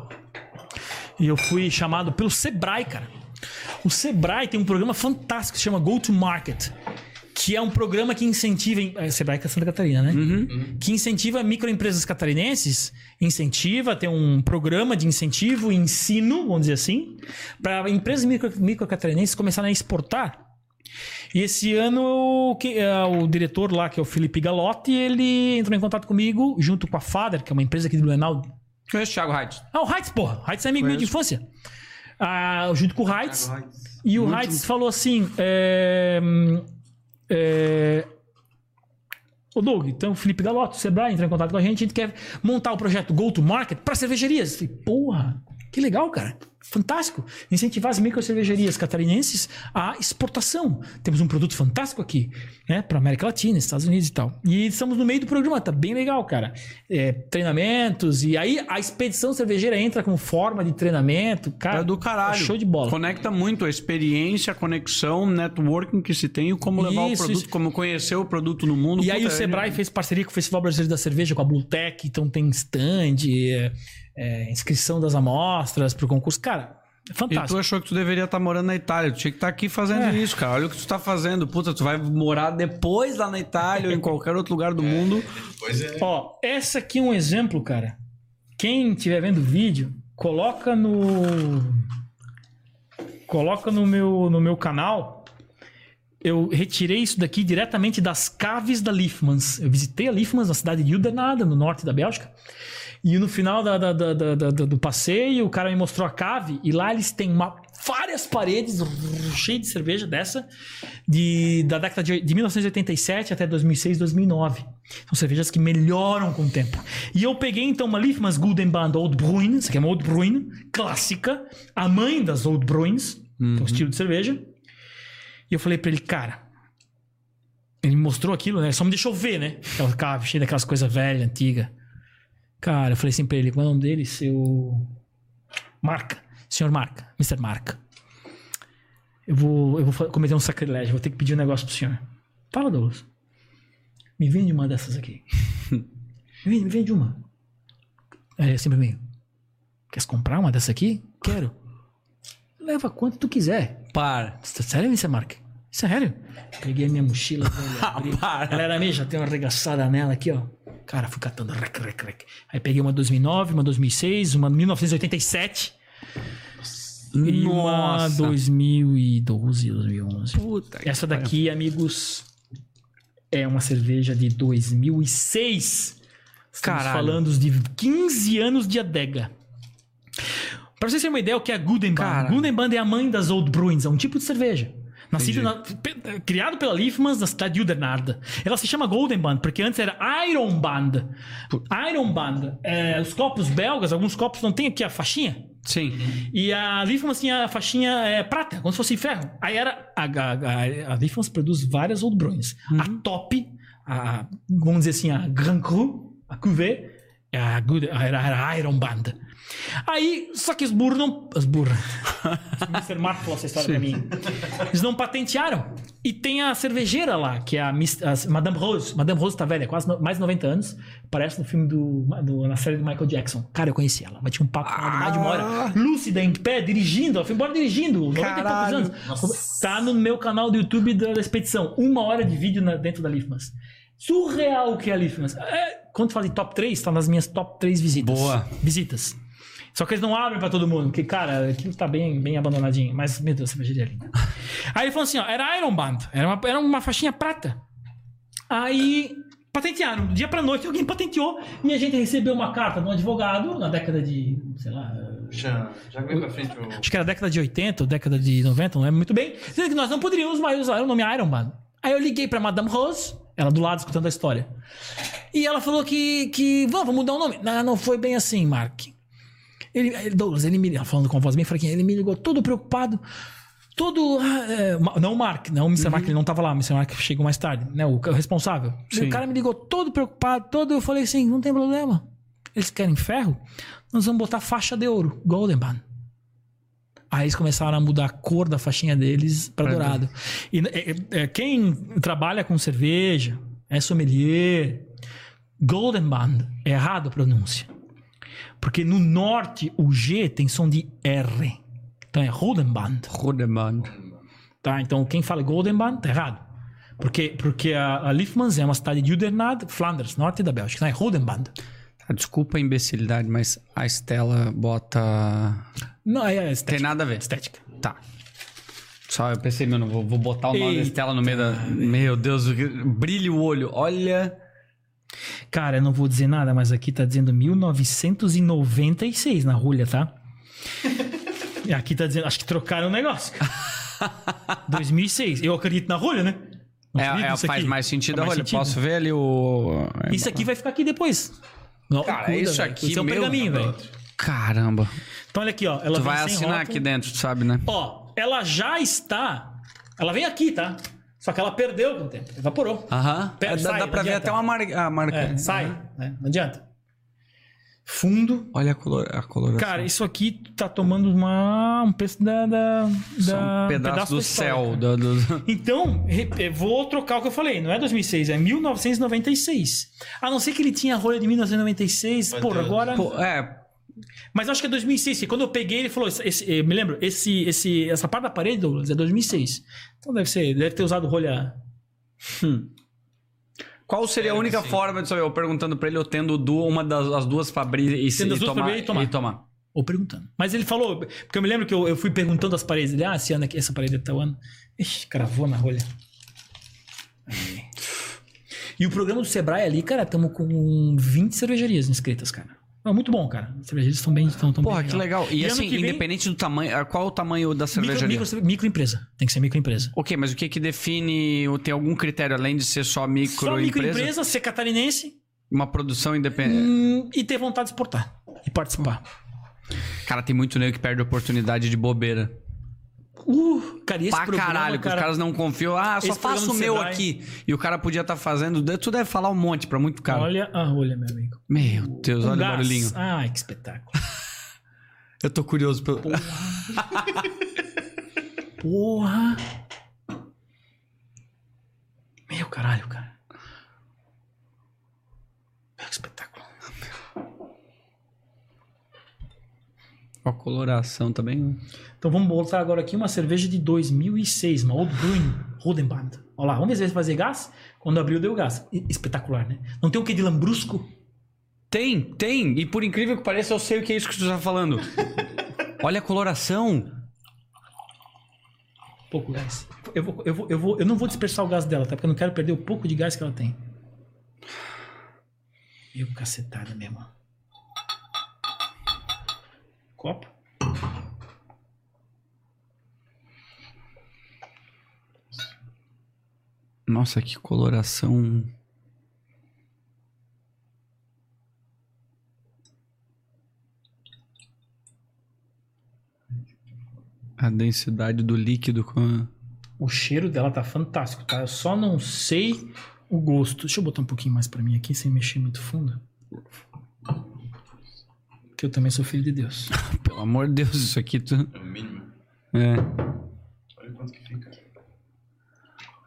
E eu fui chamado pelo Sebrae, cara. O Sebrae tem um programa fantástico que se chama Go to Market, que é um programa que incentiva... É, Sebrae que é Santa Catarina, né? Uhum. Que incentiva microempresas catarinenses, incentiva, tem um programa de incentivo e ensino, vamos dizer assim, para empresas micro, microcatarinenses começarem a exportar. E esse ano, que, é, o diretor lá, que é o Felipe Galotti, ele entrou em contato comigo, junto com a Fader, que é uma empresa aqui de Blumenau. Conheço o Thiago Reitz. Ah, o Heitz, porra. O Heitz é amigo meu de infância. Ah, junto com o Heitz. E o Heitz falou assim... É, é, Ô Doug, então o Felipe Galotti, o Sebrae, entrou em contato com a gente, a gente quer montar o projeto Go to Market para cervejarias. Eu falei, porra, que legal, cara. Fantástico. Incentivar as microcervejarias catarinenses à exportação. Temos um produto fantástico aqui, né? Para América Latina, Estados Unidos e tal. E estamos no meio do programa, tá bem legal, cara. É, treinamentos, e aí a expedição cervejeira entra como forma de treinamento. Cara, É do caralho. Show de bola. Conecta muito a experiência, a conexão, networking que se tem e como levar Isso, o produto, isso. como conhecer o produto no mundo. E aí Puta, o Sebrae é- fez parceria com o Festival Brasileiro da Cerveja, com a Bultec, então tem stand, é, é, inscrição das amostras pro concurso. Cara, é E fantástico. tu achou que tu deveria estar morando na Itália. Tu tinha que estar aqui fazendo É. isso, cara. Olha o que tu tá fazendo. Puta, tu vai morar depois lá na Itália ou em qualquer outro lugar do mundo. Pois é. Ó, essa aqui é um exemplo, cara. Quem estiver vendo o vídeo, coloca no... Coloca no meu, no meu canal. Eu retirei isso daqui diretamente das caves da Liefmans. Eu visitei a Liefmans na cidade de Udenada, no norte da Bélgica. E no final da, da, da, da- da- do passeio, o cara me mostrou a cave. E lá eles têm uma, várias paredes cheias de cerveja dessa. De, da década de, de mil novecentos e oitenta e sete até dois mil e seis, dois mil e nove. São cervejas que melhoram com o tempo. E eu peguei então uma Liefmans Gudenband Old Bruin. Essa aqui é uma Old Bruin clássica. A mãe das Old Bruins. Que é um estilo de cerveja. E eu falei pra ele, cara... Ele me mostrou aquilo, né? Só me deixou ver, né? Aquela cave cheia daquelas coisas velhas, antigas. Cara, eu falei assim pra ele, qual é o nome dele? Seu... Marca. Senhor Marca. mister Marca. Eu vou, eu vou fa- cometer um sacrilégio. Vou ter que pedir um negócio pro senhor. Fala, Douglas. Me vende uma dessas aqui. me, vende, me vende uma. Aí ele assim pra mim. Quer comprar uma dessa aqui? Quero. Leva quanto tu quiser. Para. Sério, mister Mark? Sério? Peguei a minha mochila. abri. Para. Ela era minha, já tem uma arregaçada nela aqui, ó. Cara, fui catando. Rec, rec, rec. Aí peguei uma dois mil e nove, uma dois mil e seis, uma mil novecentos e oitenta e sete. E uma Nossa. dois mil e doze, dois mil e onze. Puta que Essa daqui, amigos, é uma cerveja de dois mil e seis. Estamos Caralho. falando de quinze anos de adega. Pra vocês terem uma ideia, o que é a Gudenband? Cara. Gudenband é a mãe das Old Bruins, é um tipo de cerveja. Nascido na, pe- criado pela Liefmans na cidade de Udenarda. Ela se chama Golden Band, porque antes era Iron Band. Iron Band. É, os copos belgas, alguns copos não tem aqui a faixinha. Sim. E a Liefmans tinha a faixinha é, prata, como se fosse ferro. Aí era. A, a, a, a Liefmans produz várias Old Bruins. A top, a, vamos dizer assim, a Grand Cru, a Cuvée, é a Good, era, era a Iron Band. Aí, só que os burros não. Os burros. O mister Marco falou essa história pra mim. Eles não patentearam. E tem a cervejeira lá, que é a, Miss, a Madame Rose. Madame Rose tá velha, quase no, mais de noventa anos. Aparece no filme do, do... na série do Michael Jackson. Cara, eu conheci ela. Mas tinha um papo com ela de mais de uma hora. Lúcida, em pé, dirigindo. Ela foi embora dirigindo. noventa e poucos anos. Nossa. Tá no meu canal do YouTube da, da expedição. Uma hora de vídeo na, dentro da Liffmans. Surreal o que é a Liffmans. É, quando fala em top três, tá nas minhas top três visitas. Boa. Visitas. Só que eles não abrem pra todo mundo, porque, cara, aquilo tá bem, bem abandonadinho. Mas, meu Deus, a cervejaria é linda. Aí ele falou assim, ó, era Iron Band, era uma, era uma faixinha prata. Aí, patentearam, do dia pra noite, alguém patenteou, e a gente recebeu uma carta de um advogado, na década de, sei lá... Já, já veio pra frente o... Acho que era década de oitenta ou década de noventa, não lembro muito bem, dizendo que nós não poderíamos mais usar o nome Iron Band. Aí eu liguei pra Madame Rose, ela do lado escutando a história, e ela falou que, que vamos, vamos mudar o nome. Não, não foi bem assim, Mark. Ele, ele, Douglas, ele me falando com a voz bem fraquinha, ele me ligou todo preocupado, todo... É, não o Mark, não o mister Uhum. Mark, ele não tava lá, o mister Mark chegou mais tarde, né, o, o responsável. Sim. O cara me ligou todo preocupado, todo, eu falei assim, não tem problema. Eles querem ferro? Nós vamos botar faixa de ouro, Golden Band. Aí eles começaram a mudar a cor da faixinha deles pra dourado. E é, é, quem trabalha com cerveja, é sommelier, Golden Band, é errado a pronúncia. Porque no norte o G tem som de R. Então é Rodenband. Rodenband. Tá? Então quem fala Golden Band tá errado. Porque, porque a, a Liffmans é uma cidade de Udernade, Flanders, norte da Bélgica. Não é Rodenband. Tá, desculpa a imbecilidade, mas a Estela bota... Não, é estética. Tem nada a ver. Estética. Tá. Só eu pensei, meu, não vou, vou botar o nome Eita. da Estela no meio da... Meu Deus, brilha o olho. Olha... Cara, eu não vou dizer nada, mas aqui tá dizendo mil novecentos e noventa e seis na rolha, tá? E aqui tá dizendo... Acho que trocaram o negócio. dois mil e seis. Eu acredito na rolha, né? Não é, é faz aqui. mais sentido faz a mais rolha. sentido. Posso ver ali o... Isso aqui vai ficar aqui depois. Não, Cara, cuida, isso velho. aqui, Isso é um meu... pergaminho, velho. Caramba. Então olha aqui, ó. Ela Tu vai vem sem assinar rótulo. aqui dentro, tu sabe, né? Ó, ela já está... Ela vem aqui, tá? Só que ela perdeu com o tempo. Evaporou. Aham. Pera, Dá, sai, dá pra não ver adianta. até uma marca. A marca. É, sai. Né? Não adianta. Fundo. Olha a, color, a coloração. Cara, isso aqui tá tomando uma, um pedaço da... da, Só da um pedaço, pedaço do da história, céu. cara. Do, do... Então, re- eu vou trocar o que eu falei. Não é dois mil e seis, é mil novecentos e noventa e seis. A não ser que ele tinha a rolha de mil novecentos e noventa e seis. Vai Porra, ter- agora... Pô, é, Mas acho que é dois mil e seis. Porque quando eu peguei, ele falou... Esse, esse- eu me lembro, esse, esse, essa parte da parede, Douglas, é dois mil e seis. Então deve ser... Deve ter usado rolha... hum. Qual seria a Espero única que sim. forma de saber? Eu perguntando pra ele, eu tendo du- uma das as duas para abrir e, Tendo as e duas pra tomar, abrir e tomar. e tomar. Ou perguntando. Mas ele falou... Porque eu me lembro que eu, eu fui perguntando as paredes. Ele, ah, esse ano aqui, essa parede é tal ano. Ixi, cravou na rolha. Aí. E o programa do Sebrae ali, cara, estamos com vinte cervejarias inscritas, cara. É muito bom, cara. As cervejarias estão bem... Estão, estão Porra, bem que legal. E, ano assim, que vem, independente do tamanho... ah, Qual é o tamanho da micro, cervejaria? micro, microempresa. Tem que ser microempresa. Ok, mas o que que define... Tem algum critério além de ser só microempresa? Só microempresa, ser catarinense Uma produção independente? hum, e ter vontade de exportar. E participar. Cara, tem muito nego que perde a oportunidade de bobeira. Uh, cara, e esse Pra programa, caralho, que cara, os caras não confiam. Ah, só esse programa faço o do meu Sebrae- aqui. E o cara podia estar fazendo... Tu deve falar um monte pra muito cara. Olha a rolha, meu amigo. Meu Deus, Com olha gás. o barulhinho. Ai, que espetáculo. Eu tô curioso pelo... Porra. Meu caralho, cara. Meu, que espetáculo. A coloração também. Então vamos botar agora aqui uma cerveja de dois mil e seis, uma Old Brewing Rodenband. Olha lá, vamos ver se vai fazer gás. Quando abriu, deu gás. E- Espetacular, né? Não tem o que de lambrusco? Tem, tem. E por incrível que pareça, eu sei o que é isso que tu tá falando. Olha a coloração. Pouco gás. Eu, vou, eu, vou, eu, vou, eu não vou dispersar o gás dela, tá? Porque eu não quero perder o pouco de gás que ela tem. Meu cacetada mesmo. Copo. Nossa, que coloração. A densidade do líquido com a... O cheiro dela tá fantástico, tá? Eu só não sei o gosto. Deixa eu botar um pouquinho mais pra mim aqui, sem mexer muito fundo. Porque eu também sou filho de Deus. Pelo amor de Deus, isso aqui tu... É o mínimo. É. Olha quanto que fica.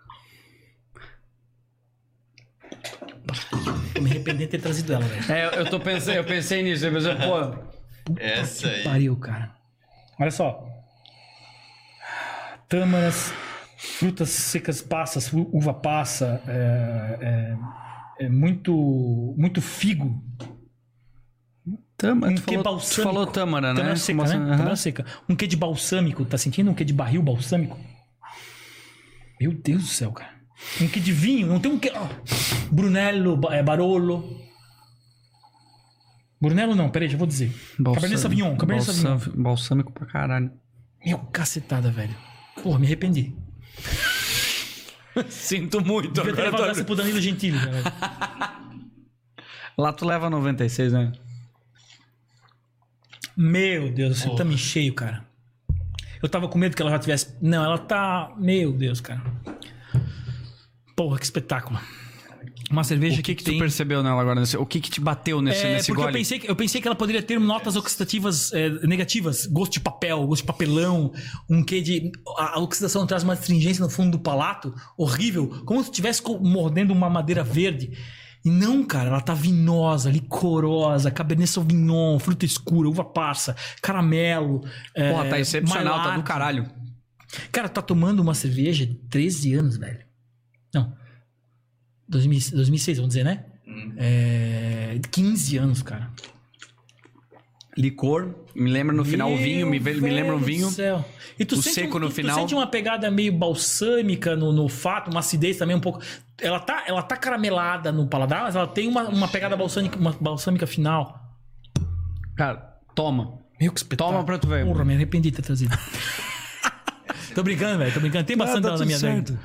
arrepender de ter trazido ela, velho. É, eu tô pensando, eu pensei nisso, eu pensei, pô. Essa aí. Pariu, cara. Olha só. Tâmaras, frutas secas passas, u- uva passa, é, é, é muito, muito figo. Tâmara, Um tu, quê falou, tu balsâmico. falou tâmara, né? Tâmara seca, Como né? assim? Aham. Tâmara seca. Um quê de balsâmico, tá sentindo? Um quê de barril balsâmico? Meu Deus do céu, cara. Um quê de vinho, não tem um quê... ó. Brunello, ba- é, Barolo. Brunello não, peraí, já vou dizer. Cabernet Sauvignon, Cabernet Sauvignon. Balsam- Balsâmico pra caralho. Meu, cacetada, velho. Porra, me arrependi. Sinto muito. Devia ter agora levado tô- essa pro Danilo Gentili, velho. Lá tu leva noventa e seis, né? Meu Deus, você tá me cheio, cara. Eu tava com medo que ela já tivesse... Não, ela tá... Meu Deus, cara. Porra, que espetáculo. Uma cerveja O que que tu tem... percebeu nela agora? nesse- O que que te bateu nesse, É, nesse porque eu gole? pensei, que, eu pensei que ela poderia ter notas oxidativas é, negativas. Gosto de papel, gosto de papelão. Um quê de... A, a oxidação traz uma astringência no fundo do palato. Horrível. Como se estivesse co- mordendo uma madeira verde. E não, cara. Ela tá vinosa, licorosa, Cabernet Sauvignon, fruta escura, uva passa, caramelo. é, Porra, tá excepcional, tá do maillard. caralho. Cara, tá tomando uma cerveja de treze anos, velho. Não. dois mil, dois mil e seis, vamos dizer, né? Hum. É, quinze anos, cara. Licor, me lembra no final o vinho, me, ve- me lembra um Meu vinho. Deus do céu. E tu O sente seco um- no tu, final. Tu sente uma pegada meio balsâmica no, no fato, uma acidez também um pouco. Ela tá, ela tá caramelada no paladar, mas ela tem uma, uma pegada balsâmica, uma balsâmica final. Cara, toma. Meu, que espetáculo. Toma pra tu ver. Porra, me arrependi de ter trazido. Tô brincando, velho. Tô brincando. Tem bastante tá dela na minha tudo adega.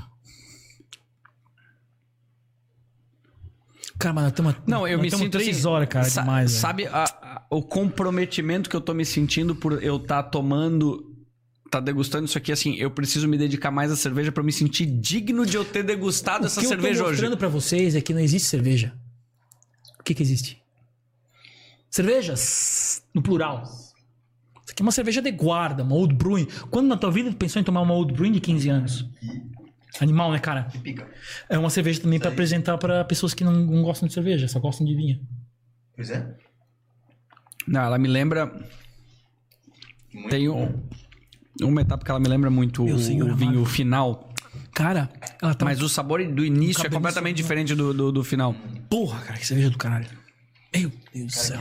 Cara, mas nós estamos Não, eu me sinto três assim, horas, cara, sa- demais. velho. Sabe a- a- o comprometimento que eu tô me sentindo por eu estar tomando, tá degustando isso aqui assim, eu preciso me dedicar mais à cerveja pra eu me sentir digno de eu ter degustado O essa que eu cerveja tô hoje. mostrando pra vocês é que não existe cerveja. O que que existe? Cervejas, no plural. Isso aqui é uma cerveja de guarda, uma Old Brewing. Quando na tua vida tu pensou em tomar uma Old Brewing de quinze anos? Animal, né, cara? Pica. É uma cerveja também pra apresentar pra pessoas que não, não gostam de cerveja, só gostam de vinho. Pois é. Não, ela me lembra. Muito Tem um, uma etapa que ela me lembra muito Meu o, senhor o vinho amado. final. Cara, ela tá... Mas o sabor do início é Cabernet completamente Sauvignon. diferente do, do, do final. Porra, cara, que cerveja do caralho. Meu Deus do céu.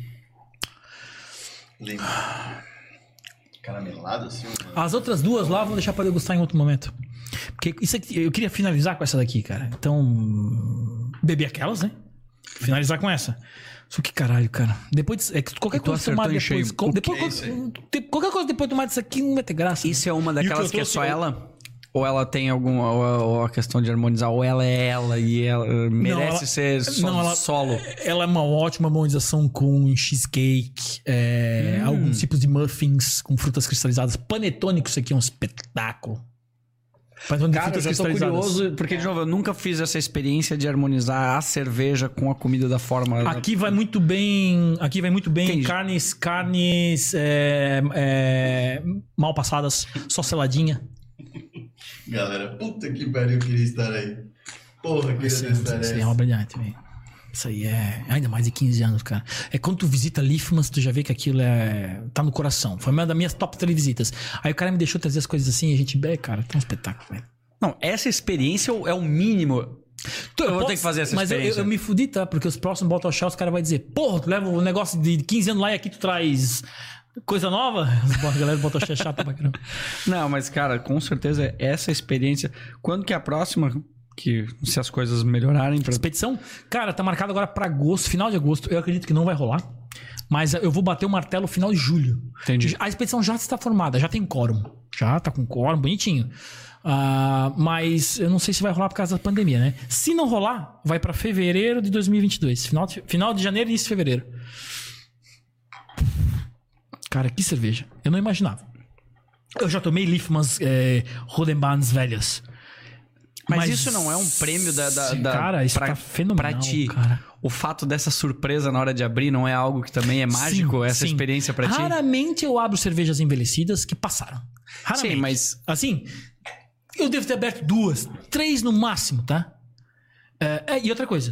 Lembra. Caramelado assim. Mano. As outras duas lá eu vou deixar pra degustar em outro momento. Porque isso aqui, eu queria finalizar com essa daqui, cara. Então, beber aquelas, né? Finalizar com essa. Só que caralho, cara. Depois de, é que qualquer E tu coisa acertou tomar em depois, cheio. co- O depois que é isso de- qualquer coisa depois de tomar disso aqui não vai ter graça. Isso é uma E o que daquelas eu que é trouxe, só eu- ela? Ou ela tem alguma ou, ou a questão de harmonizar? Ou ela é ela e ela uh, merece ela- ser so- não, ela- solo? Ela é uma ótima harmonização com cheesecake, é, Hum. alguns tipos de muffins com frutas cristalizadas. Panetônico, isso aqui é um espetáculo. Panetone de Cara, eu frutas já tô cristalizadas. curioso, porque, de novo, eu nunca fiz essa experiência de harmonizar a cerveja com a comida da forma... Aqui vai muito bem. Aqui vai muito bem Entendi. carnes, carnes é, é, mal passadas, só seladinha. Galera, puta que pariu, eu queria estar aí. Porra, queria Isso, estar isso aí aí. é uma brilhante, velho. Isso aí é ainda mais de quinze anos, cara. É quando tu visita Liefmans, tu já vê que aquilo é tá no coração. Foi uma das minhas top três visitas. Aí o cara me deixou trazer as coisas assim e a gente, é, cara, tá um espetáculo, velho. Não, essa experiência é o mínimo. Eu vou ter que fazer essa Mas eu, experiência. eu me fudi, tá? Porque os próximos Bottle Show, os caras vão dizer, porra, tu leva um negócio de quinze anos lá e aqui tu traz coisa nova? A galera do Bottle Show é chata pra caramba. Não, mas, cara, com certeza essa experiência... Quando que é a próxima? Que se as coisas melhorarem... Pra... Expedição, cara, tá marcado agora pra agosto, final de agosto. Eu acredito que não vai rolar. Mas eu vou bater o martelo final de julho. Entendi. A expedição já está formada, já tem quórum. Já tá com quórum, bonitinho. Ah, mas eu não sei se vai rolar por causa da pandemia, né? Se não rolar, vai pra fevereiro de dois mil e vinte e dois. Final de, final de janeiro e início de fevereiro. Cara, que cerveja. Eu não imaginava. Eu já tomei Liefmans é, Rodenbahns velhas. Mas, isso não é um prêmio da... da, da cara, isso tá fenomenal, pra ti. cara. O fato dessa surpresa na hora de abrir não é algo que também é mágico? Sim, essa sim. experiência pra ti? Raramente eu abro cervejas envelhecidas que passaram. Raramente. Sim, mas... Assim, eu devo ter aberto duas, três no máximo, tá? É, é, e outra coisa,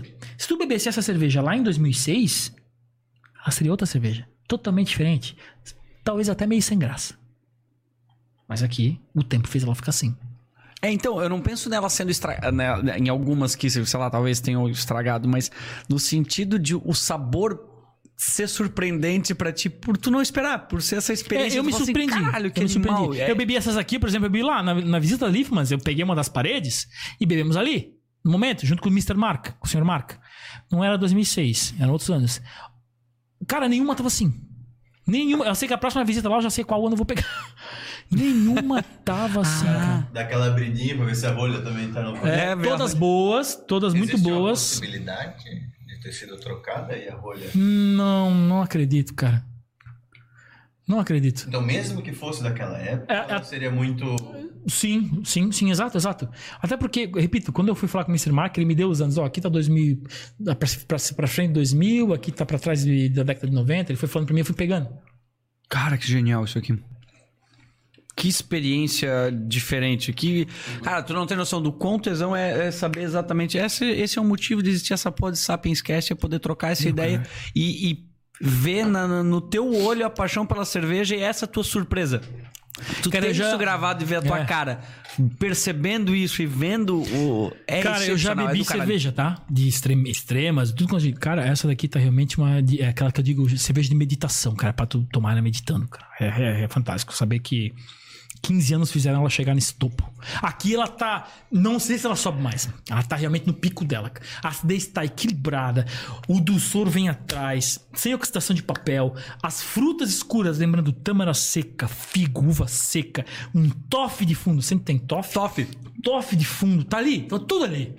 Se tu bebesse essa cerveja lá em dois mil e seis, ela seria outra cerveja. Totalmente diferente. Talvez até meio sem graça. Mas aqui, o tempo fez ela ficar assim. É, então, eu não penso nela sendo estragada, né, em algumas que, sei lá, talvez tenham estragado, mas no sentido de o sabor ser surpreendente pra ti, por tu não esperar, por ser essa experiência. É, eu me surpreendi. Assim, caralho, que eu, me animal. surpreendi. Eu bebi essas aqui, por exemplo, eu bebi lá na, na visita da Liefmans, eu peguei uma das paredes e bebemos ali, no momento, junto com o mister Mark, com o senhor Mark. Não era dois mil e seis, eram outros anos. Cara, nenhuma tava assim. Nenhuma. Eu sei que a próxima visita lá eu já sei qual ano eu vou pegar. Nenhuma tava assim. Ah. Dá aquela abridinha pra ver se a rolha também tá no... É, é todas boas, todas Existe muito boas. Existe possibilidade de ter sido trocada e a rolha... Não, não acredito, cara. Não acredito. Então, mesmo que fosse daquela época, É, é... seria muito... Sim, sim, sim, exato, exato. Até porque, repito, quando eu fui falar com o mister Mark, ele me deu os anos, ó, aqui tá dois mil, pra, pra, pra frente dois mil, aqui tá pra trás de, da década de noventa, ele foi falando pra mim, eu fui pegando. Cara, que genial isso aqui. Que experiência diferente. Que, cara, tu não tem noção do quão tesão é, é saber exatamente. Esse, esse é o motivo de existir essa porra de Sapiens Cast, é poder trocar essa Meu ideia e, e ver na, no teu olho a paixão pela cerveja e essa tua surpresa. Tu cara, ter já... isso gravado e ver a tua é. cara percebendo isso e vendo o... É cara, eu já bebi é cerveja, tá? De extrema, extremas, tudo quanto... Cara, essa daqui tá realmente uma... É aquela que eu digo, cerveja de meditação, cara. Pra tu tomar ela meditando, cara. É, é, é fantástico saber que quinze anos fizeram ela chegar nesse topo. Aqui ela tá... Não sei se ela sobe mais. Ela tá realmente no pico dela. A acidez tá equilibrada. O dulçor vem atrás. Sem oxidação de papel. As frutas escuras, lembrando, tâmara seca, figo, uva seca. Um toffee de fundo. Sempre tem toffee. Toffee. Toffee de fundo. Tá ali. Tá tudo ali.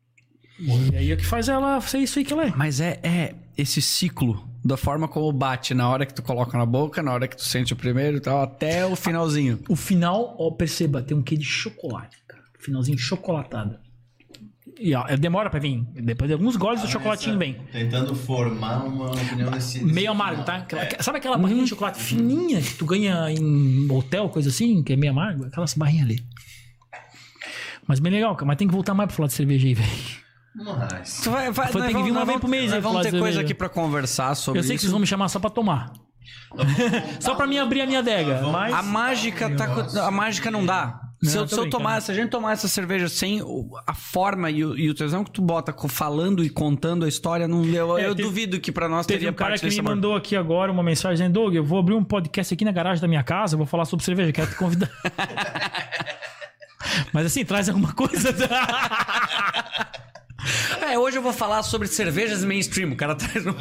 E aí é o que faz ela ser isso aí que ela é. Mas é, é esse ciclo da forma como bate na hora que tu coloca na boca, na hora que tu sente o primeiro e tal, até o finalzinho. O final, ó, perceba, tem um quê de chocolate, cara. Finalzinho chocolatado. E ó, demora pra vir. Depois de alguns goles ah, do chocolatinho vem. Tentando formar uma opinião desse... Meio amargo, tá? É. Sabe aquela barrinha uhum. de chocolate fininha que tu ganha em hotel, coisa assim, que é meio amargo? Aquelas barrinhas ali. Mas bem legal, cara. Mas tem que voltar mais pra falar de cerveja aí, velho. Mas... Tu vai, vai, Foi, tem que vir uma vez por mês. Nós vamos ter coisa aqui pra conversar sobre isso. Eu sei que vocês vão me chamar só pra tomar. Só pra mim abrir a minha adega. Mas... A mágica tá... A mágica não dá. Não, se eu, se eu tomar, se a gente tomar essa cerveja sem a forma e o, e o tesão que tu bota falando e contando a história, não, eu, é, eu teve, duvido que pra nós teria um cara parte que me sabor. mandou aqui agora uma mensagem dizendo: Doug, eu vou abrir um podcast aqui na garagem da minha casa, eu vou falar sobre cerveja, quero te convidar. Mas assim, traz alguma coisa. É, hoje eu vou falar sobre cervejas mainstream. O cara traz um...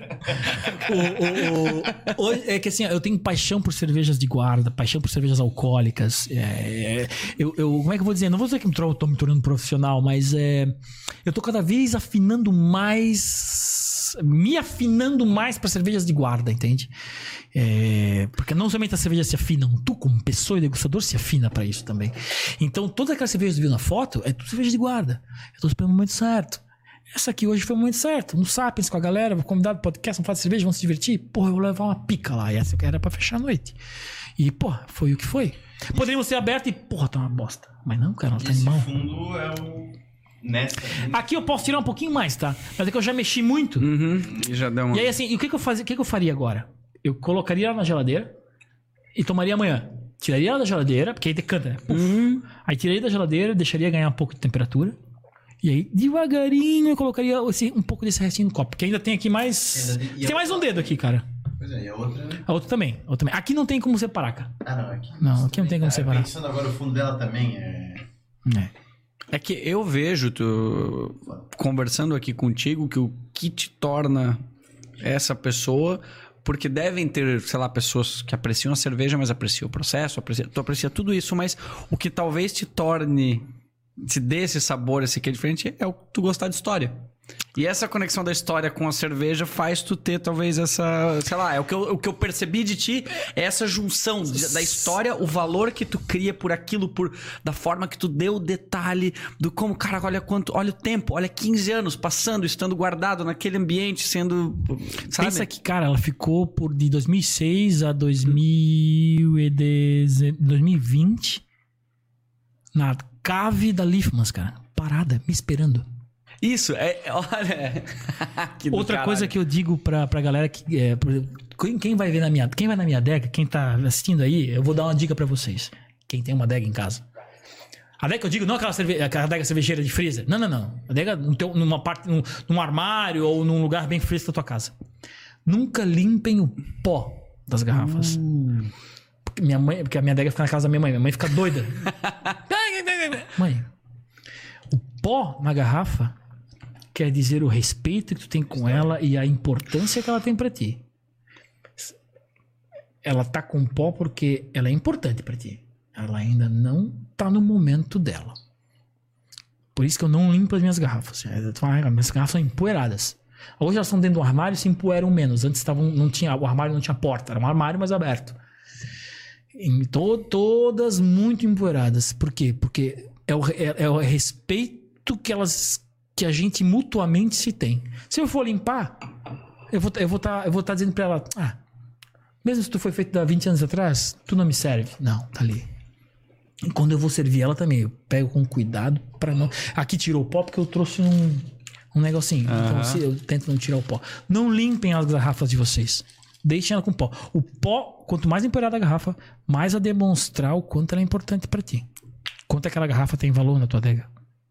o, o, o, é que assim, eu tenho paixão por cervejas de guarda, paixão por cervejas alcoólicas. É, eu, eu, como é que eu vou dizer? Não vou dizer que eu tô me tornando profissional, mas é, eu tô cada vez afinando mais, me afinando mais para cervejas de guarda, entende? É, porque não somente as cervejas se afinam, tu como pessoa e degustador se afina pra isso também. Então todas aquelas cervejas que viu na foto é tudo cerveja de guarda. Eu tô esperando o momento certo. Essa aqui hoje foi o momento certo. No Sapiens com a galera, vou convidar pro podcast, vamos falar de cerveja, vamos se divertir. Porra, eu vou levar uma pica lá. E essa era pra fechar a noite. E porra, foi o que foi. Poderíamos ser aberto e porra, tá uma bosta. Mas não, cara, não tá animal. Esse fundo é o... Nessa. Aqui eu posso tirar um pouquinho mais, tá? Mas é que eu já mexi muito. Uhum. E já deu uma... E aí assim, e o que que eu fazia, o que que eu faria agora? Eu colocaria ela na geladeira e tomaria amanhã. Tiraria ela da geladeira, porque aí decanta, né? Uhum. Aí tiraria da geladeira, deixaria ganhar um pouco de temperatura. E aí, devagarinho, eu colocaria esse, um pouco desse restinho no copo. Porque ainda tem aqui mais... Tem, tem mais um dedo aqui, cara. Pois é, e a outra... A outra também, a outra também. Aqui não tem como separar, cara. Ah, não. Aqui não, aqui não tem como separar. Pensando agora, o fundo dela também é... É. É que eu vejo, tu, conversando aqui contigo, que o que te torna essa pessoa... Porque devem ter, sei lá, pessoas que apreciam a cerveja, mas apreciam o processo, aprecia, tu aprecia tudo isso, mas o que talvez te torne, te dê esse sabor, esse que é diferente, é o tu gostar de história. E essa conexão da história com a cerveja faz tu ter, talvez, essa... Sei lá, é o que eu, o que eu percebi de ti, é essa junção de, da história, o valor que tu cria por aquilo, por da forma que tu deu o detalhe, do como, cara, olha quanto... Olha o tempo, olha quinze anos passando, estando guardado naquele ambiente, sendo... Sabe? Pensa que, cara, ela ficou por de dois mil e seis a dois mil e vinte na cave da Liefmans, cara. Parada, me esperando. Isso, é, olha... que do Outra caralho. coisa que eu digo pra, pra galera que... É, por- quem, quem vai ver na minha... Quem vai na minha adega, quem tá assistindo aí, eu vou dar uma dica pra vocês. Quem tem uma adega em casa. A adega que eu digo, não aquela, cerve, aquela adega cervejeira de freezer. Não, não, não. A adega no teu, numa parte, num, num armário ou num lugar bem fresco da tua casa. Nunca limpem o pó das garrafas. Uh. Porque minha mãe, porque a minha adega fica na casa da minha mãe. Minha mãe fica doida. Mãe, o pó na garrafa quer dizer o respeito que tu tem com ela e a importância que ela tem pra ti. Ela tá com pó porque ela é importante pra ti. Ela ainda não tá no momento dela. Por isso que eu não limpo as minhas garrafas. Minhas garrafas são empoeiradas. Hoje elas estão dentro do armário e se empoeiram menos. Antes estavam, não tinha, o armário não tinha porta. Era um armário mais aberto. E to, todas muito empoeiradas. Por quê? Porque é o, é, é o respeito que elas, que a gente mutuamente se tem. Se eu for limpar, eu vou eu vou tá, eu vou tá dizendo pra ela, ah, mesmo se tu foi feito há vinte anos atrás, tu não me serve. Não, tá ali. E quando eu vou servir ela também, eu pego com cuidado pra não... Aqui tirou o pó porque eu trouxe um, um negocinho. Uhum. Então se eu tento não tirar o pó. Não limpem as garrafas de vocês. Deixem ela com pó. O pó, quanto mais empoeirada a garrafa, mais a demonstrar o quanto ela é importante pra ti. Quanto aquela garrafa tem valor na tua adega.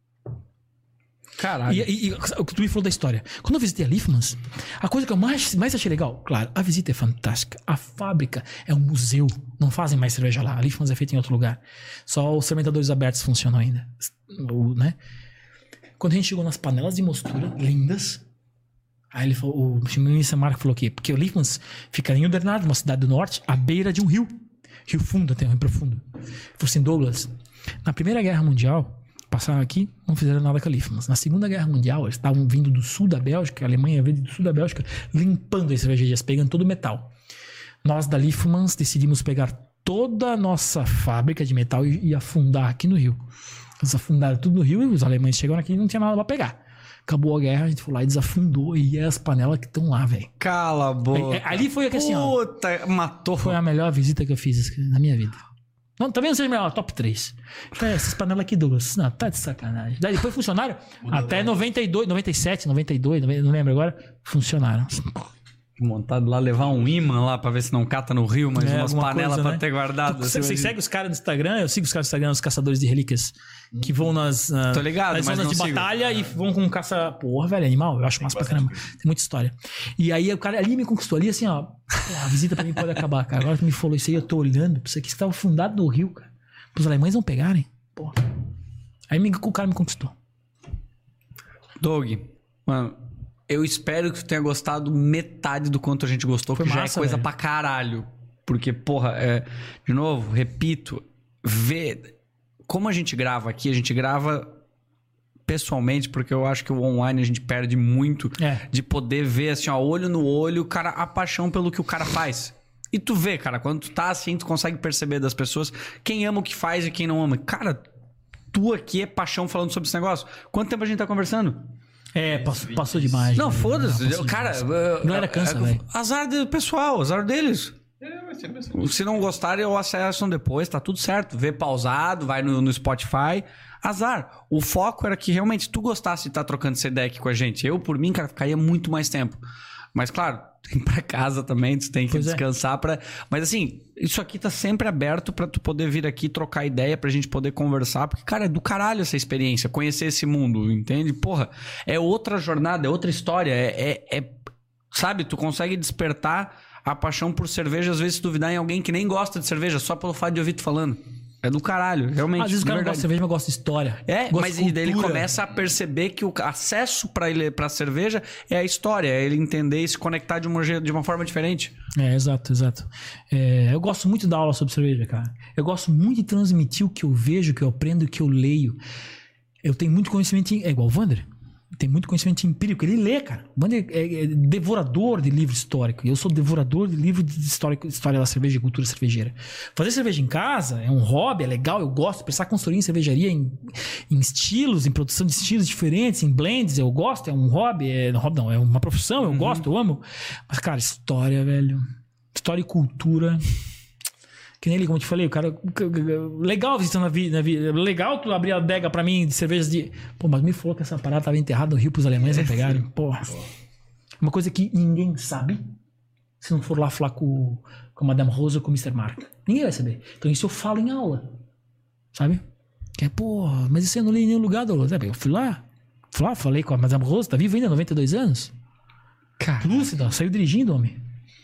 Caralho. E, e, e o que tu me falou da história. Quando eu visitei a Liefmans, a coisa que eu mais, mais achei legal, claro, a visita é fantástica. A fábrica é um museu. Não fazem mais cerveja lá. A Liefmans é feita em outro lugar. Só os fermentadores abertos funcionam ainda. O, né? Quando a gente chegou nas panelas de mostura, lindas. Aí ele falou, o ministro Marco falou que porque o Liefmans fica em Udernard, uma cidade do norte, à beira de um rio. Rio fundo, tem um rio profundo. Falei assim, Douglas, na Primeira Guerra Mundial, passaram aqui, não fizeram nada com a Liefmans. Na Segunda Guerra Mundial, eles estavam vindo do sul da Bélgica, a Alemanha veio do sul da Bélgica, limpando as cervejarias, pegando todo o metal. Nós da Liefmans decidimos pegar toda a nossa fábrica de metal e, e afundar aqui no rio. Eles afundaram tudo no rio e os alemães chegaram aqui e não tinha nada pra pegar. Acabou a guerra, a gente foi lá e desafundou. E é as panelas que estão lá, velho. Cala a boca. Ali foi que assim, ó. Puta, matou. Foi a melhor visita que eu fiz na minha vida. Não, também não seja melhor, top três. Então, essas panelas aqui, Douglas. Não, tá de sacanagem. Daí depois funcionaram. Até noventa e dois, noventa e sete, noventa e dois, não lembro agora. Funcionaram. Montado lá, levar um imã lá pra ver se não cata no rio, mas É, umas alguma panelas coisa, pra né? ter guardado. Você, assim, você segue os caras no Instagram? Eu sigo os caras no Instagram, os caçadores de relíquias. Que vão nas, uh, Tô ligado, nas mas zonas não de sigo. batalha e vão com caça... Porra, velho, animal. Eu acho massa pra caramba. Tem muita história. E aí o cara ali me conquistou. Ali assim, ó. Porra, a visita pra mim pode acabar, cara. Agora que me falou isso aí, eu tô olhando pra isso aqui que estava fundado no rio, cara. Pros alemães não pegarem. Porra. Aí me, o cara me conquistou. Doug, mano, eu espero que tu tenha gostado metade do quanto a gente gostou, Foi que já massa, é coisa velho. pra caralho. Porque, porra, é, de novo, repito, ver como a gente grava aqui, a gente grava pessoalmente, porque eu acho que o online a gente perde muito É. de poder ver, assim, ó, olho no olho, cara, a paixão pelo que o cara faz. E tu vê, cara, quando tu tá assim, tu consegue perceber das pessoas quem ama o que faz e quem não ama. Cara, tu aqui é paixão falando sobre esse negócio. Quanto tempo a gente tá conversando? É, passou, passou demais. Não, né? foda-se. Passou Cara, demais. uh, Galera cansa, é- velho. azar do pessoal, azar deles. É, vai ser assim. Se não gostarem, eu acessam depois, tá tudo certo. Vê pausado, vai no, no Spotify. Azar. O foco era que realmente tu gostasse de estar trocando essa ideia aqui com a gente. Eu, por mim, cara, ficaria muito mais tempo. Mas, claro, tem que ir pra casa também, tu tem que Pois é. descansar pra... Mas, assim, isso aqui tá sempre aberto pra tu poder vir aqui trocar ideia, pra gente poder conversar. Porque, cara, é do caralho essa experiência, conhecer esse mundo, entende? Porra, é outra jornada, é outra história. É, é, é- sabe, tu consegue despertar a paixão por cerveja, às vezes se duvidar em alguém que nem gosta de cerveja, só pelo fato de ouvir tu falando. É do caralho, realmente. Às vezes o de cara não verdade. gosta de cerveja, mas gosta de história. É, Gosta mas de e daí ele cultura. começa a perceber que o acesso pra ele pra cerveja é a história, é ele entender e se conectar de uma, je- de uma forma diferente. É, exato, exato. É, eu gosto muito da aula sobre cerveja, cara. Eu gosto muito de transmitir o que eu vejo, o que eu aprendo, o que eu leio. Eu tenho muito conhecimento... em- É igual o Wander. Tem muito conhecimento empírico. Ele lê, cara. O Wander é, é devorador de livro histórico. Eu sou devorador de livro de história, história da cerveja e cultura cervejeira. Fazer cerveja em casa é um hobby, é legal. Eu gosto de pensar consultoria em cervejaria, em, em estilos, em produção de estilos diferentes, em blends. Eu gosto, é um hobby. É, não, hobby não, é uma profissão. Eu Uhum. gosto, eu amo. Mas, cara, história, velho. História e cultura... Que nem ele, como eu te falei, o cara... Legal visitando a vida. Legal tu abrir a adega pra mim de cervejas de... Pô, mas me falou que essa parada tava enterrada no rio pros alemães não pegarem. Pô. Uma coisa que ninguém sabe se não for lá falar com, com a Madame Rose ou com o mister Mark. Ninguém vai saber. Então isso eu falo em aula. Sabe? Que é, pô, mas isso eu não li em nenhum lugar, Douglas. Eu fui lá, fui lá, falei com a Madame Rose, tá vivo ainda, noventa e dois anos. Cara. Lúcida, saiu dirigindo, homem.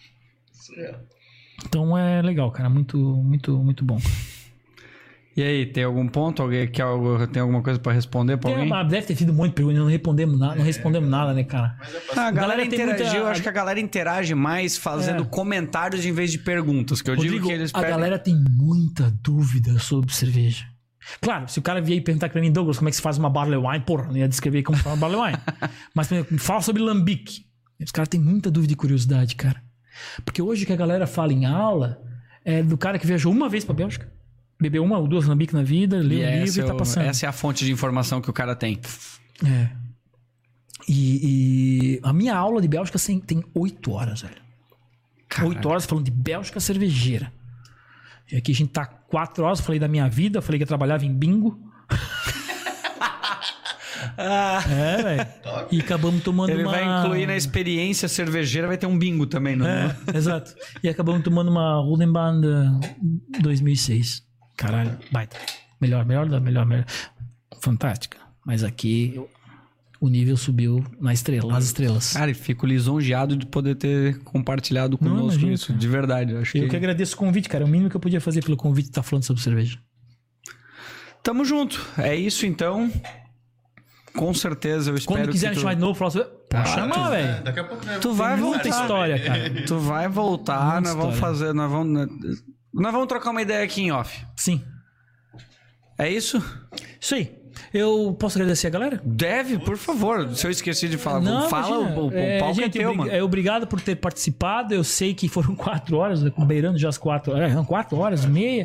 Então é legal, cara. Muito, muito, muito bom. E aí, tem algum ponto? Alguém quer algo, tem alguma coisa pra responder pra tem, alguém? Deve ter tido muito pergunta, não respondemos nada, não respondemos nada, né, cara? Ah, a galera, galera interagiu, muita... eu acho que a galera interage mais fazendo é. comentários em vez de perguntas, que eu Rodrigo, digo que eles a perdem... galera tem muita dúvida sobre cerveja. Claro, se o cara vier e perguntar pra mim, Douglas, como é que se faz uma barley wine, porra, não ia descrever como faz uma barley wine. Mas fala sobre lambique. Os caras têm muita dúvida e curiosidade, cara. Porque hoje que a galera fala em aula é do cara que viajou uma vez pra Bélgica, bebeu uma ou duas lambiques na vida, leu um livro e tá passando. Essa é a fonte de informação que o cara tem. É. E, e a minha aula de Bélgica tem oito horas, velho. Oito horas falando de Bélgica cervejeira. E aqui a gente tá quatro horas, falei da minha vida, falei que eu trabalhava em bingo. Ah. É, velho. E acabamos tomando Ele uma... vai incluir na experiência cervejeira, vai ter um bingo também, não é? É, exato. E acabamos tomando uma Oldenbahn dois mil e seis. Caralho, baita. Melhor, melhor, melhor, melhor. Fantástica. Mas aqui o nível subiu na estrela, nas estrelas. Cara, e fico lisonjeado de poder ter compartilhado conosco não, imagina, isso. Cara. De verdade. Eu, acho eu que... que agradeço o convite, cara. É o mínimo que eu podia fazer pelo convite de estar falando sobre cerveja. Tamo junto. É isso, então. Com certeza, eu espero Quando quiser que me tu... chamar de novo, falar sobre... Pode chamar, velho. Daqui a pouco né? Tu vai voltar. Muita história, cara. Tu vai voltar, Muita nós história. vamos fazer... Nós vamos, nós vamos trocar uma ideia aqui em off. Sim. É isso? Isso aí. Eu posso agradecer a galera? Deve, por favor. Se eu esqueci de falar, Não, fala, imagina. o, o é, palco gente, é teu, obrig... mano. É, obrigado por ter participado. Eu sei que foram quatro horas, beirando já as quatro... É, não, quatro horas e meia.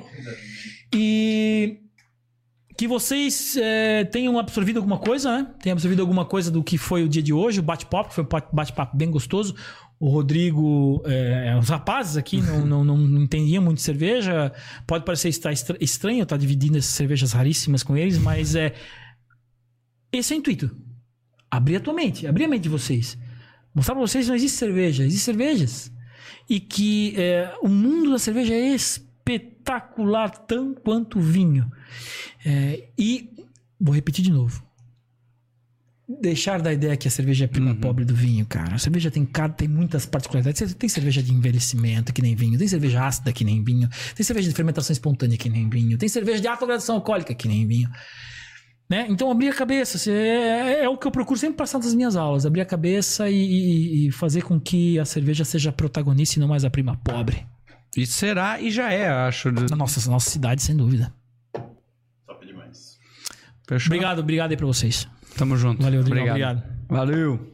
E... Que vocês é, tenham absorvido alguma coisa, né? Tenham absorvido alguma coisa do que foi o dia de hoje, o bate-papo, que foi um bate-papo bem gostoso. O Rodrigo, é, os rapazes aqui não, não, não entendiam muito de cerveja. Pode parecer estar estranho estar dividindo essas cervejas raríssimas com eles, mas é esse é o intuito. Abrir a tua mente, abrir a mente de vocês. Mostrar pra vocês que não existe cerveja, existem cervejas. E que é, o mundo da cerveja é espetacular, tanto quanto o vinho. É, e vou repetir de novo. Deixar da ideia que a cerveja é a prima uhum. pobre do vinho, cara. A cerveja tem, tem muitas particularidades. Tem cerveja de envelhecimento que nem vinho. Tem cerveja ácida que nem vinho. Tem cerveja de fermentação espontânea que nem vinho. Tem cerveja de alta graduação alcoólica que nem vinho. Né? Então abrir a cabeça. É, é o que eu procuro sempre passar nas minhas aulas. Abrir a cabeça e, e, e fazer com que a cerveja seja a protagonista e não mais a prima pobre. E será e já é, acho. Na nossa, nossa cidade, sem dúvida. Top demais. Fechou? Obrigado, obrigado aí pra vocês. Tamo junto. Valeu, Rodrigo. Obrigado. Obrigado. Valeu.